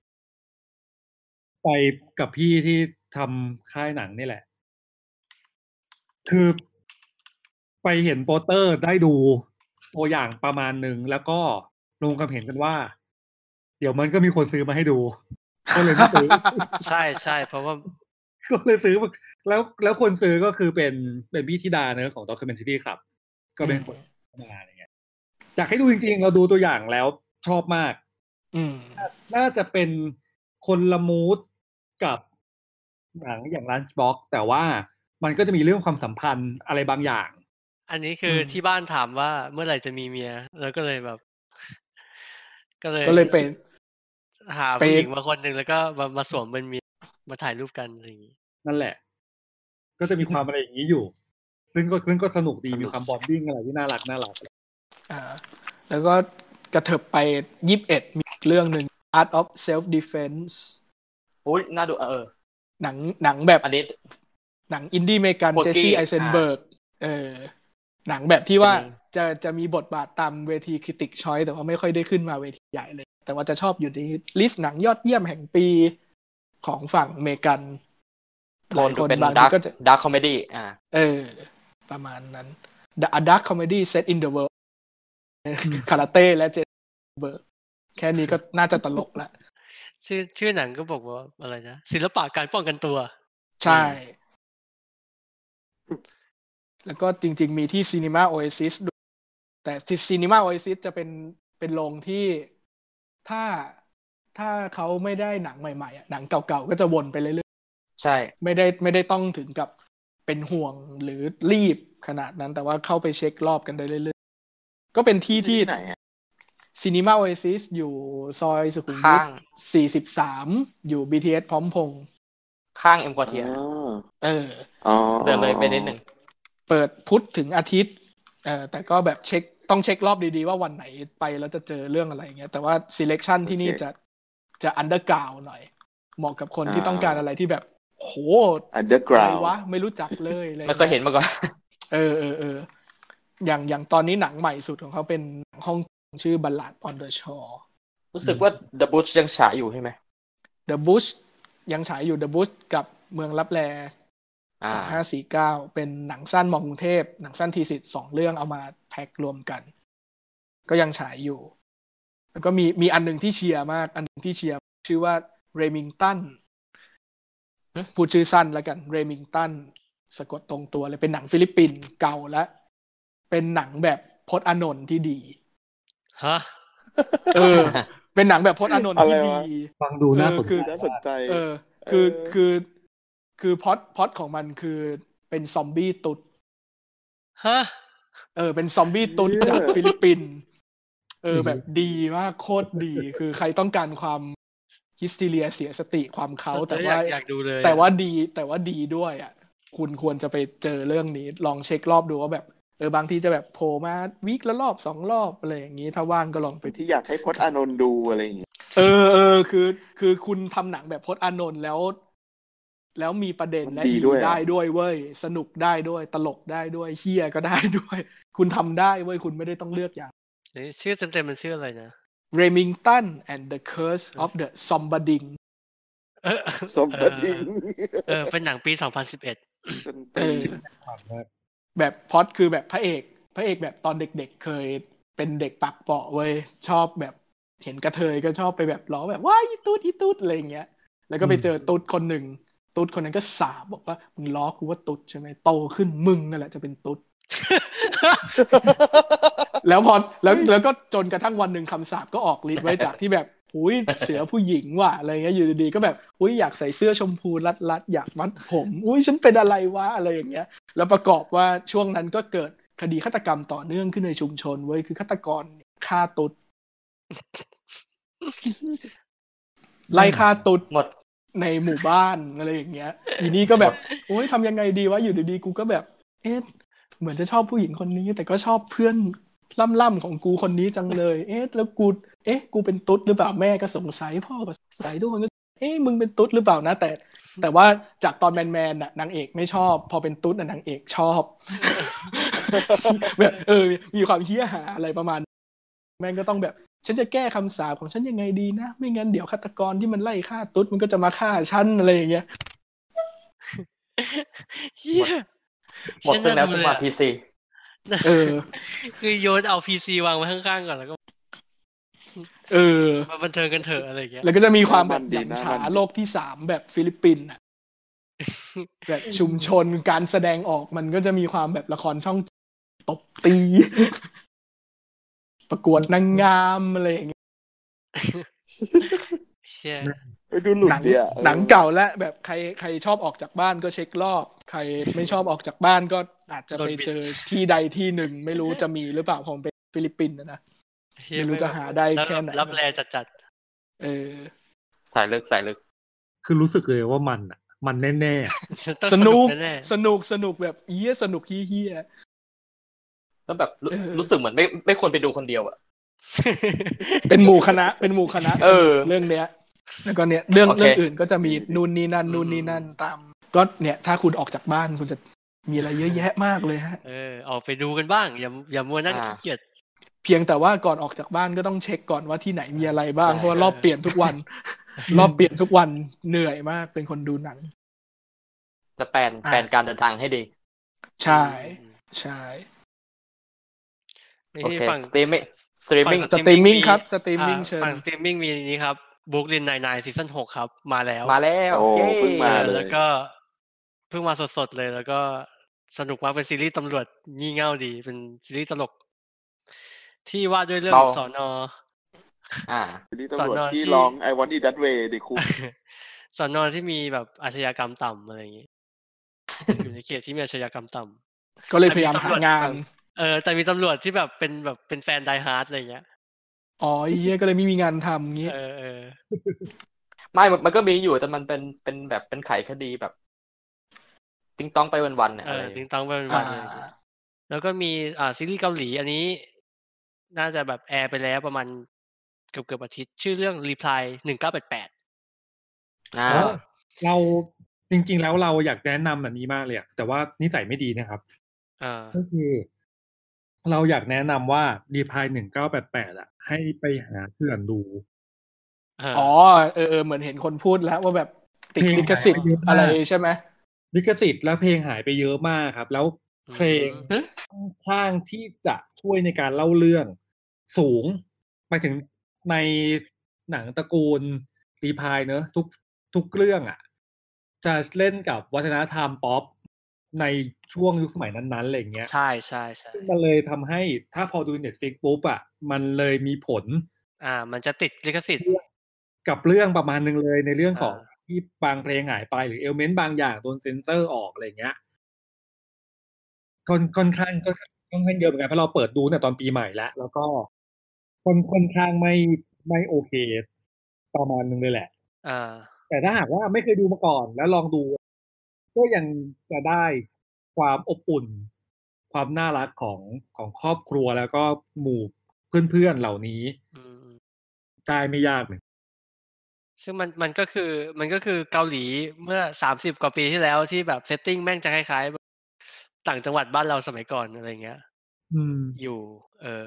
ไปกับพี่ที่ทำค่ายหนังนี่แหละคือไปเห็นโปสเตอร์ได้ดูตัวอย่างประมาณหนึ่งแล้วก็ลงความเห็นกันว่าเดี๋ยวมันก็มีคนซื้อมาให้ดูก็เลยไม่ซื้อใช่ใช่เพราะว่าก็เลยซื้อแล้วแล้วคนซื้อก็คือเป็นเป็นพี่ธิดาเนอะของ Documentary Club ก็เป็นคนมาอะไรเงี้ยจากให้ดูจริงๆเราดูตัวอย่างแล้วชอบมากอืมน่าจะเป็นคนละมูดกับหนังอย่าง Lunchbox แต่ว่ามันก็จะมีเรื่องความสัมพันธ์อะไรบางอย่างอันนี้คือที่บ้านถามว่าเมื่อไหร่จะมีเมียแล้วก็เลยแบบก็เลยก็เลยเป็นหาผู้หญิงมาคนนึงแล้วก็มามาสวมเป็นเมียมาถ่ายรูปกันอะไรอย่างงี้นั่นแหละก็จะมีความอะไรอย่างนี้อยู่ซึ่งก็ซึ่งก็สนุกดีมีความบอนดิ้งอะไรที่น่ารักน่ารักอ่าแล้วก็กระเถิบไปยี่สิบเอ็ดมีเรื่องนึง Art of Self Defense โอ้ยน่าดูเออหนังหนังแบบอันนี้หนังอินดี้เมกันเจสซี่ไอเซนเบิร์กเออหนังแบบที่ว่าจะจะมีบทบาทตามเวทีคริติกชอยส์แต่ว่าไม่ค่อยได้ขึ้นมาเวทีใหญ่เลยแต่ว่าจะชอบอยู่ในลิสต์หนังยอดเยี่ยมแห่งปีของฝั่งอเมริกันหลายคนบางทีก็จะดาร์คคอมเมดี้อ่าเออประมาณนั้น A Dark Comedy Set in the World คาราเต้และเจสเบิร์กแค่นี้ก็น่าจะตลกละชื่อชื่อหนังก็บอกว่าอะไรนะศิลปะการป้องกันตัวใช่แล้วก็จริงๆมีที่ Cinema Oasis ด้วยแต่ที่ Cinema Oasis จะเป็นเป็นโรงที่ถ้าถ้าเขาไม่ได้หนังใหม่ๆอ่ะหนังเก่าๆก็จะวนไปเรื่อยๆใช่ไม่ได้ไม่ได้ต้องถึงกับเป็นห่วงหรือรีบขนาดนั้นแต่ว่าเข้าไปเช็ครอบกันได้เรื่อยๆก็เป็นที่ที่ไหนอ่ะ Cinema Oasis อยู่ซอยสุขุมวิทสี่สิบสามอยู่ บี ที เอส พร้อมพงษ์ข้างเอ็มควอเทียเอออ๋อเดินเลยไปนิดนึงเปิดพุธถึงอาทิตย์เออแต่ก็แบบเช็คต้องเช็ครอบดีๆว่าวันไหนไปแล้วจะเจอเรื่องอะไรอย่างเงี้ยแต่ว่า selection ที่นี่จะจะ underground หน่อยเหมาะกับคนที่ต้องการอะไรที่แบบโห underground อะไรวะไม่รู้จักเลยอะไรไม่เคยเห็นมาก่อนเออเออเอออย่างอย่างตอนนี้หนังใหม่สุดของเขาเป็นห้องชื่อ Ballad on the Shore รู้สึกว่า The Bush ยังฉายอยู่ใช่ไหม The Bush ยังฉายอยู่ The Bush กับเมืองลับแลสองพันห้าร้อยสี่สิบเก้าเป็นหนังสั้นมองกรุงเทพหนังสั้นทีสิทธิ์สองเรื่องเอามาแพ็ครวมกันก็ยังฉายอยู่แล้วก็มีมีอันนึงที่เชียร์มากอันนึงที่เชียร์ชื่อว่า Remington พูดชื่อสั้นแล้วกัน Remington สะกดตรงตัวเลยเป็นหนังฟิลิปปินส์เก่าและเป็นหนังแบบพจน์อานนท์ที่ดีฮะเออเป็นหนังแบบพจน์อานนท์ที่ดีฟังดูน่าสนใจน่าสนใจเออคือคือคือพล็อตพล็อตของมันคือเป็นซอมบี้ตุ๊ดฮะเออเป็นซอมบี้ตุ๊ดจากฟิลิปปินส์เออแบบดีมากโคตรดีคือใครต้องการความฮิสทีเรียเสียสติความเขาแต่ว่าอยากดูเลยแต่ว่าดีแต่ว่าดีด้วยอ่ะคุณควรจะไปเจอเรื่องนี้ลองเช็ครอบดูว่าแบบเออบางทีจะแบบโผล่มาวีคละรอบสองรอบอะไรอย่างงี้ถ้าว่างก็ลองไปที่อยากให้พจน์อานนท์ดูอะไรอย่างเงี้ยเออเออคือคือคุณทำหนังแบบพจน์อานนท์แล้วแล้วมีประเด็นและดีได้ด้วยเว้ยสนุกได้ด้วยตลกได้ด้วยเหี้ยก็ได้ด้วยคุณทำได้เว้ยคุณไม่ได้ต้องเลือกอย่างชื่อเต็มๆมันชื่ออะไรนะ Remington and the Curse of the Zombading เออ Zombading เออเป็นหนังปีสองพันสิบเอ็ดเออแบบพล็อตคือแบบพระเอกพระเอกแบบตอนเด็กๆเคยเป็นเด็กปากเปาะเว้ยชอบแบบเห็นกระเทยก็ชอบไปแบบล้อแบบว้ายอีตุ๊ดอีตุ๊ดอะไรอย่างเงี้ยแล้วก็ไปเจอตุ๊ดคนหนึ่งตุ๊ดคนนั้นก็สาบบอกว่ามึงล้อกูว่าตุ๊ดใช่ไหมโตขึ้นมึงนั่นแหละจะเป็นตุ๊ด แล้วพอแล้วแล้วก็จนกระทั่งวันหนึ่งคำสาปก็ออกฤทธิ์ไว้จากที่แบบอุ้ยเสือผู้หญิงว่ะอะไรเงี้ยอยู่ดีๆก็แบบอุ้ยอยากใส่เสื้อชมพูรัดๆอยากมัดผมอุ้ยฉันเป็นอะไรวะอะไรอย่างเงี้ยแล้วประกอบว่าช่วงนั้นก็เกิดคดีฆาตกรรมต่อเนื่องขึ้นในชุมชนเว้ยคือฆาตกรฆ่าตุ๊ดไล่ฆ่าตุ๊ดหมดในหมู่บ้านอะไรอย่างเงี้ยอีนี่ก็แบบโอ๊ยทำยังไงดีวะอยู่ดีๆกูก็แบบเอ๊ะเหมือนจะชอบผู้หญิงคนนี้แต่ก็ชอบเพื่อนล่ำๆของกูคนนี้จังเลยเอ๊ะแล้วกูเอ๊ะกูเป็นตุ๊ดหรือเปล่าแม่ก็สงสัยพ่อก็สงสัยทุกคนก็เอ๊ะมึงเป็นตุ๊ดหรือเปล่านะแต่แต่ว่าจากตอนแมนๆน่ะนางเอกไม่ชอบพอเป็นตุ๊ดน่ะนางเอกชอบแบบเออมีความเหี้ยหาอะไรประมาณแม่งก็ต้องแบบฉันจะแก้คำสาปของฉันยังไงดีนะไม่งั้นเดี๋ยวฆาตกรที่มันไล่ฆ่าตุ๊ดมันก็จะมาฆ่าฉันอะไรอย่างเงี้ยเหี้ยหมดแล้วสมาร์ท พี ซีเออคือโยนเอา พี ซี วางไว้ข้างๆก่อนแล้วก็เออมาบันเทิงกันเถอะอะไรอย่างเงี้ยแล้วก็จะมีความแบบหยั่งฉาโลกที่สามแบบฟิลิปปินส์อ่ะแบบชุมชนการแสดงออกมันก็จะมีความแบบละครช่องตบตีประกวดนางงามอะไรอย่างเงี้ยเชี่ยดูหลุดเนี่ยหนังเก่าและแบบใครใครชอบออกจากบ้านก็เช็ครอบใครไม่ชอบออกจากบ้านก็อาจจะไปเจอที่ใดที่หนึ่งไม่รู้จะมีหรือเปล่าของเป็นฟิลิปปินส์นะไม่รู้จะหาได้แค่ไหนรับแลจัดๆเออสายลึกสายลึกคือรู้สึกเลยว่ามันอ่ะมันแน่ๆสนุกสนุกสนุกแบบเหี้ยสนุกเหี้ยๆแล้วแบบรู้สึกเหมือนไม่ไม่ควรไปดูคนเดียวอ่ะเป็นหมู่คณะเป็นหมู่คณะเออเรื่องเนี้ยแล้วก็เนี่ยเรื่องเรื่องอื่นก็จะมีนู่นนี่นั่นนู่นนี่นั่นตามก็เนี่ยถ้าคุณออกจากบ้านคุณจะมีอะไรเยอะแยะมากเลยฮะเออออกไปดูกันบ้างอย่าอย่ามัวนั่งขี้เกียจเพียงแต่ว่าก่อนออกจากบ้านก็ต้องเช็คก่อนว่าที่ไหนมีอะไรบ้างเพราะว่ารอบเปลี่ยนทุกวันรอบเปลี่ยนทุกวันเหนื่อยมากเป็นคนดูหนังจะแปลนแปลนการเดินทางให้ดีใช่ใช่โอเคสตรีมมิ่งสตรีมมิ่งสตรีมมิ่งครับสตรีมมิ่งเชิญฝั่งสตรีมมิ่งมีนี้ครับ Brooklyn Nine-Nine ซีซั่นหกครับมาแล้วมาแล้วโอ้เพิ่งมาเลยแล้วก็เพิ่งมาสดๆเลยแล้วก็สนุกมากเป็นซีรีส์ตำรวจงี่เง่าดีเป็นซีรีส์ตลกที่ว่าด้วยเรื่องสน. อ่าซีรีส์ตำรวจที่ร้อง I Want It That Way ในคุกสน.ที่มีแบบอาชญากรรมต่ำอะไรอย่างงี้อยู่ในเขตที่มีอาชญากรรมต่ำก็เลยพยายามหางานเออแต่มีตำรวจที่แบบเป็นแบบเป็นแฟนไดฮาร์ดอะไรอย่างเงี้ยอ๋อเหี้ยก็เลยไม่มีงานทำงี้เออเออไม่มันก็มีอยู่แต่มันเป็นเป็นแบบเป็นไขคดีแบบติ๊งต้องไปวันๆเนี่ยเออติ๊งต้องไปวันๆแล้วก็มีอ่าซีรีส์เกาหลีอันนี้น่าจะแบบแอร์ไปแล้วประมาณเกือบๆอาทิตย์ชื่อเรื่อง Reply หนึ่งเก้าแปดแปดอ่าเราจริงๆแล้วเราอยากแนะนำอันนี้มากเลยอ่ะแต่ว่านิสัยไม่ดีนะครับอ่าก็คือเราอยากแนะนำว่า Reply หนึ่งเก้าแปดแปดอ่ะให้ไปหาเพื่อนดูอ๋อเออๆเหมือนเห็นคนพูดแล้วว่าแบบติดลิขสิทธิ์อะไรใช่ไหมลิขสิทธิ์แล้วเพลงหายไปเยอะมากครับแล้วเพลงค่อนข้างที่จะช่วยในการเล่าเรื่องสูงไปถึงในหนังตระกูลรีพายเนอะทุกทุกเรื่องอ่ะจะเล่นกับวัฒนธรรมป๊อปในช่วงยุคสมัยนั้นๆอะไรอย่างเงี้ยใช่ใช่ใช่มันเลยทำให้ถ้าพอดู Netflix ปุ๊บอ่ะมันเลยมีผลอ่ามันจะติดลิขสิทธิ์กับเรื่องประมาณนึงเลยในเรื่องของที่บางเพลงหายไปหรือเอลเมนต์บางอย่างโดนเซ็นเซอร์ออกอะไรเงี้ยค่อนค่อนข้างก็ค่อนข้างเยอะเหมือนกันเพราะเราเปิดดูเนี่ยตอนปีใหม่แล้วแล้วก็ค่อนค่อนข้างไม่ไม่โอเคประมาณนึงเลยแหละอ่าแต่ถ้าหากว่าไม่เคยดูมาก่อนแล้วลองดูก็ยังจะได้ความอบอุ่นความน่ารักของของครอบครัวแล้วก็หมู่เพื่อนๆเหล่านี้ได้ไม่ยากเลยซึ่งมันมันก็คือมันก็คือเกาหลีเมื่อสามสิบกว่าปีที่แล้วที่แบบเซตติ้งแม่งจะคล้ายๆต่างจังหวัดบ้านเราสมัยก่อนอะไรเงี้ยอืมอยู่เออ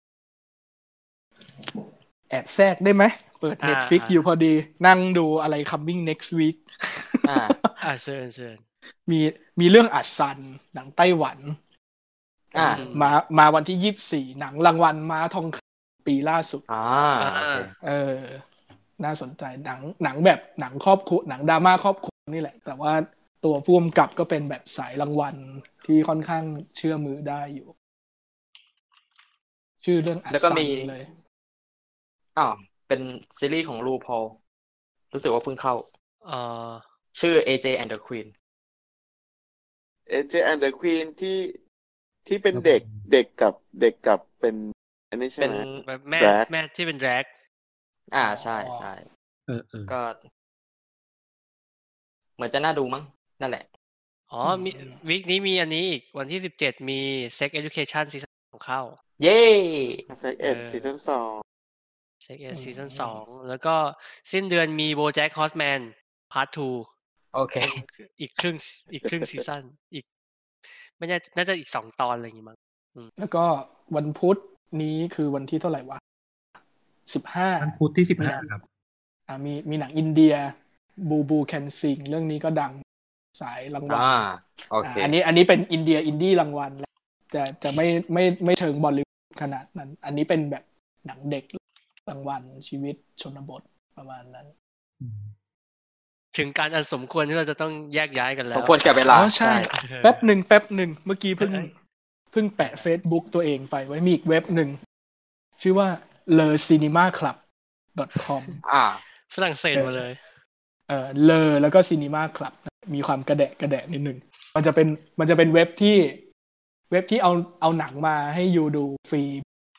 แอบแทรกได้ไหมเปิด Netflix อยู่พอดีนั่งดูอะไร coming next week อ่าอ่าเชิญเชิญมีมีเรื่องอัดซันหนังไต้หวันอ่ามามาวันที่ยี่สิบสี่หนังรางวัลม้าทองคำปีล่าสุดอ่าเออน่าสนใจหนังหนังแบบหนังครอบครัวหนังดราม่าครอบครัวนี่แหละแต่ว่าตัวผู้กำกับก็เป็นแบบสายรางวัลที่ค่อนข้างเชื่อมือได้อยู่ชื่อเรื่องอัดซันเลยอ้าวเป็นซีรีส์ของลูพอลรู้สึกว่าเพิ่งเข้าอ่าชื่อ เอ เจ and the Queen เอ เจ and the Queen ที่ที่เป็นเด็กเด็กกับเด็กกับเป็นอันนี้ใช่ไหมเป็นแม่แม่ที่เป็นแดร็กอ่าใช่ใช่ก็เหมือนจะน่าดูมั้งนั่นแหละอ๋อมีวีคนี้มีอันนี้อีกวันที่สิบเจ็ดมี Sex Education ซีซั่นสองเข้าเย้ Sex Ed ซีซั่นสอง Sex Ed ซีซั่นสองแล้วก็สิ้นเดือนมี BoJack Horseman Part ทูโอเคอีกครึ่งอีกครึ่งซีซั่นอีกไม่น่าน่าจะอีกสองตอนอะไรอย่างงี้มั้งแล้วก็วันพุธนี้คือวันที่เท่าไหร่วะสิบห้าวันพุธที่สิบห้าครับอ่ามีมีหนังอินเดียบูบูแคนซิงเรื่องนี้ก็ดังสายรางวัลอ่าโอเคอันนี้อันนี้เป็นอินเดียอินดี้รางวัลจะจะไม่ไม่ไม่เชิงบอลลีวูดขนาดนั้นอันนี้เป็นแบบหนังเด็กรางวัลชีวิตชนบทประมาณนั้นถึงการอันสมควรที่เราจะต้องแยกย้ายกันแล้วสมควรแก่เวลาอ๋อใช่แป๊บนึงแป๊บนึงเมื่อกี้เพิ่งเพิ่งแปะ Facebook ตัวเองไปไว้มีอีกเว็บนึงชื่อว่า เลอ ซีนีมาคลับ ดอท คอมอ่าฝรั่งเศสมาเลยเออเลอแล้วก็ Cinema Club มีความกระแดะกระแดะนิดนึงมันจะเป็นมันจะเป็นเว็บที่เว็บที่เอาเอาหนังมาให้ยูดูฟรี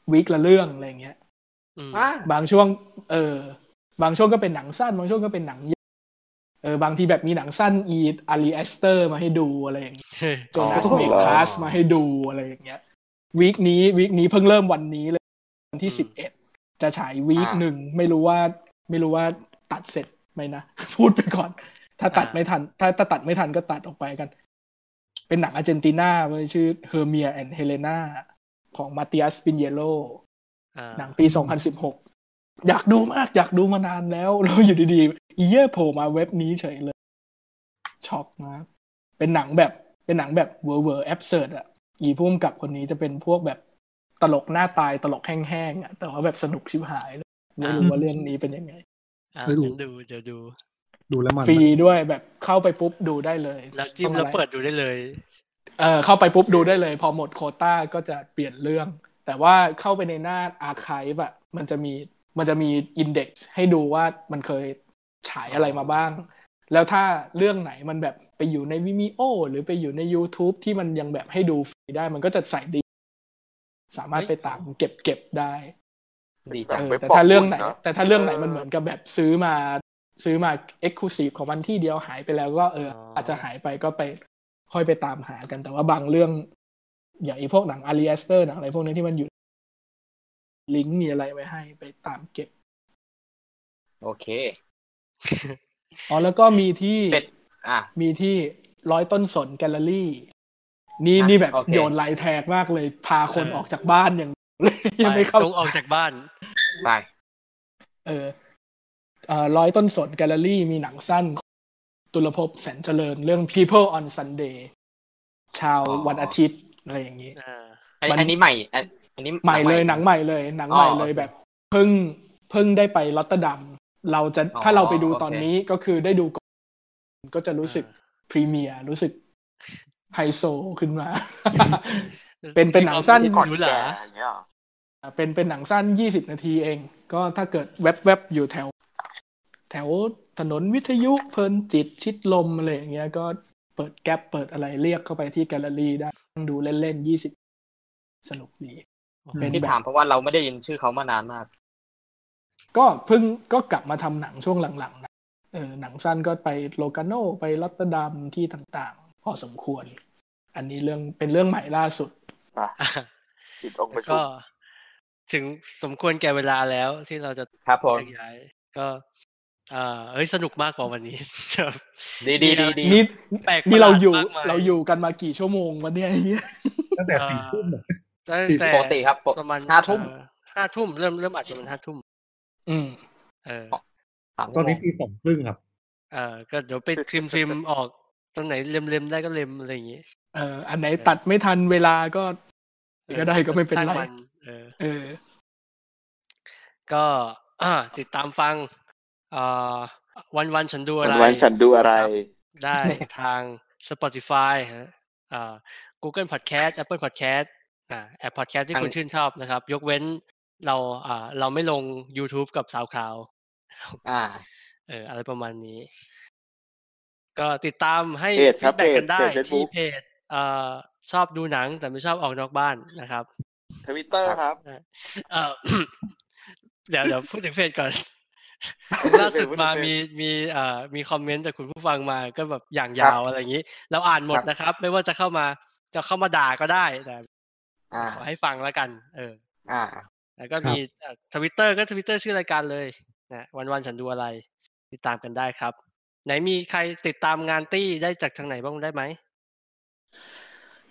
วีคละเรื่องอะไรเงี้ยอืมบางช่วงเออบางช่วงก็เป็นหนังสั้นบางช่วงก็เป็นหนังเออบางทีแบบมีหนังสั้นอีอารีแอสเตอร์มาให้ดูอะไรอย่างเงี้ยโจนาธเมคาสมาให้ดูอะไรอย่างเงี้ยวีคนี้วีคนี้เพิ่งเริ่มวันนี้เลยวันที่สิบเอ็ดจะฉายวีคหนึ่งไม่รู้ว่าไม่รู้ว่าตัดเสร็จไหมนะ พูดไปก่อนถ้าตัดไม่ทันถ้าถ้าตัดไม่ทันก็ตัดออกไปกันเป็นหนังอาร์เจนตินาเว้ยชื่อ Hermia and Helena ของมาติอัสปินเยโลหนังปีสองพันสิบหกอยากดูมากอยากดูมานานแล้วแล้วอยู่ดีๆอีเย่โผล่มาเว็บนี้เฉยเลยช็อกมากเป็นหนังแบบเป็นหนังแบบเวอร์เวอร์แอบเซิร์ดอ่ะอีพุ่มกับคนนี้จะเป็นพวกแบบตลกหน้าตายตลกแห้งๆอ่ะแต่ว่าแบบสนุกชิบหายเลยไม่รู้ว่าเรื่องนี้เป็นยังไงไม่ดูดูเดี๋ยวดูดูแล้วมันฟรีด้วยแบบเข้าไปปุ๊บดูได้เลยแล้วจิ้มแล้วเปิดดูได้เลยเออเข้าไปปุ๊บดูได้เลยพอหมดโควต้าก็จะเปลี่ยนเรื่องแต่ว่าเข้าไปในหน้าอาร์ไคฟ์อ่ะมันจะมีมันจะมีอินเด็กซ์ให้ดูว่ามันเคยฉายอะไรมาบ้างแล้วถ้าเรื่องไหนมันแบบไปอยู่ใน Vimeo หรือไปอยู่ใน YouTube ที่มันยังแบบให้ดูฟรีได้มันก็จะใส่ดีสามารถไปตามเก็บเก็บได้ดีจังแต่ถ้าเรื่องไหนแต่ถ้าเรื่องไหนมันเหมือนกับแบบซื้อมาซื้อมา Exclusive ของวันที่เดียวหายไปแล้วก็เอออาจจะหายไปก็ไปค่อยไปตามหากันแต่ว่าบางเรื่องอย่างไอ้พวกหนังอารีแอสเตอร์หนังอะไรพวกนี้ที่มันอยู่ลิงก์มีอะไรไว้ให้ไปตามเก็บโอเคอ๋อแล้วก็มีที่อ่ะมีที่ร้อยต้นสนแกลเลอรี่นี่นี่แบบโยนลายแทกมากเลยพาคนออกจากบ้านอย่างยังไม่เข้าจงออกจากบ้านไปเออเอ่อร้อยต้นสนแกลเลอรี่มีหนังสั้นตุลภพแสนเจริญเรื่อง People on Sunday ชาววันอาทิตย์อะไรอย่างงี้อันนี้ใหม่อันนี้ใหม่เลยหนังใหม่เลยหนังใหม่เลยแบบเพิ่งเพิ่งได้ไปรอตเตอร์ดัมเราจะถ้าเราไปดูตอนนี้ก็คือได้ดูก่อนก็จะรู้สึกพรีเมียร์รู้สึกไฮโซขึ้นมาเป็นเป็นหนังสั้นหรูหราเป็นเป็นหนังสั้นยี่สิบนาทีเองก็ถ้าเกิดแวบๆอยู่แถวแถวถนนวิทยุเพลินจิตชิดลมอะไรอย่างเงี้ยก็เปิดแก๊ปเปิดอะไรเรียกเข้าไปที่แกลเลอรี่ได้ดูเล่นๆยี่สิบสนุกดีเป็นที่ถามเพราะว่าเราไม่ได้ยินชื่อเขามานานมากก็เพิ่งก็กลับมาทำหนังช่วงหลังๆนะเออหนังสั้นก็ไปโลกาโนไปรอตเตอร์ดัมที่ต่างๆพอสมควรอันนี้เรื่องเป็นเรื่องใหม่ล่าสุดติดองค์ประชุมก็ถึงสมควรแก่เวลาแล้วที่เราจะครับผมย้ายก็เอ่อเฮ้ยสนุกมากกว่าวันนี้ดีดีดีดีนี่นี่เราอยู่เราอยู่กันมากี่ชั่วโมงวันนี้ตั้งแต่สี่ทุ่มปกติครับประมาณห้าทุ่มห้าทุ่มเริ่มเริ่มอัดประมาณห้าทุ่มอืมเออตอนนี้ตีสองครึ่งครับเออก็เดี๋ยวไปซิมซิมออกตรงไหนเล็มๆได้ก็เล็มอะไรอย่างงี้เอออันไหนตัดไม่ทันเวลาก็ก็ได้ก็ไม่เป็นไรเออเออก็อ่าติดตามฟังอ่าวันๆฉันดูอะไรวันๆฉันดูอะไรได้ทาง Spotify ฮะอ่า Google Podcast Apple Podcast อ่าแอป Podcast ที่คุณชื่นชอบนะครับยกเว้นเราอ่าเราไม่ลง YouTube กับ SoundCloud อ่าเอออะไรประมาณนี้ก็ติดตามให้ฟีดแบ็กกันได้ที่เพจเอ่อชอบดูหนังแต่ไม่ชอบออกนอกบ้านนะครับ Twitter ครับเอ่อเดี๋ยวเดี๋ยวพูดถึงเพจก่อนล่าสุดมามีมีเอ่อมีคอมเมนต์จากคุณผู้ฟังมาก็แบบอย่างยาวอะไรอย่างนี้เราอ่านหมดนะครับไม่ว่าจะเข้ามาจะเข้ามาด่าก็ได้แต่ขอให้ฟังแล้วกันเอออ่าแล้วก็มี Twitter ก็ Twitter ชื่อรายการเลยนะวันๆฉันดูอะไรติดตามกันได้ครับไหนมีใครติดตามงานตี้ได้จากทางไหนบ้างได้ไหมก็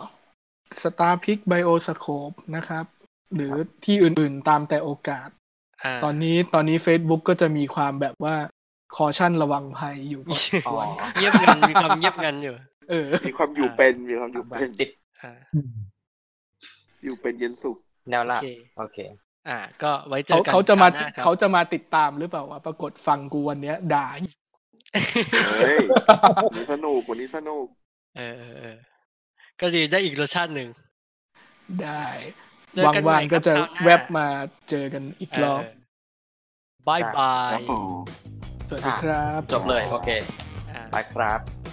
Starpick Bioscope นะครับหรือที่อื่นๆตามแต่โอกาสตอนนี้ตอนนี้ Facebook ก็จะมีความแบบว่าคอชั่นระวังภัยอยู่พอสมควรเงียบงันมีความเงียบงันอยู่เออมีความอยู่เป็นมีความอยู่เป็นติดอยู่เป็นเย็นสุขแนวละโอเคอ่าก็ไว้เจอกันเขาจะมาเขาจะมาติดตามหรือเปล่าวะปรากฏฟังกูวันเนี้ยด่าเฮ้ยวันนี้สนุกวันนี้สนุกเออๆก็ดีได้อีกรสชาติหนึ่งได้ว่างๆก็จะแวบมาเจอกันอีกรอบบายบายสวัสดีครับจบเลยโอเคบายครับ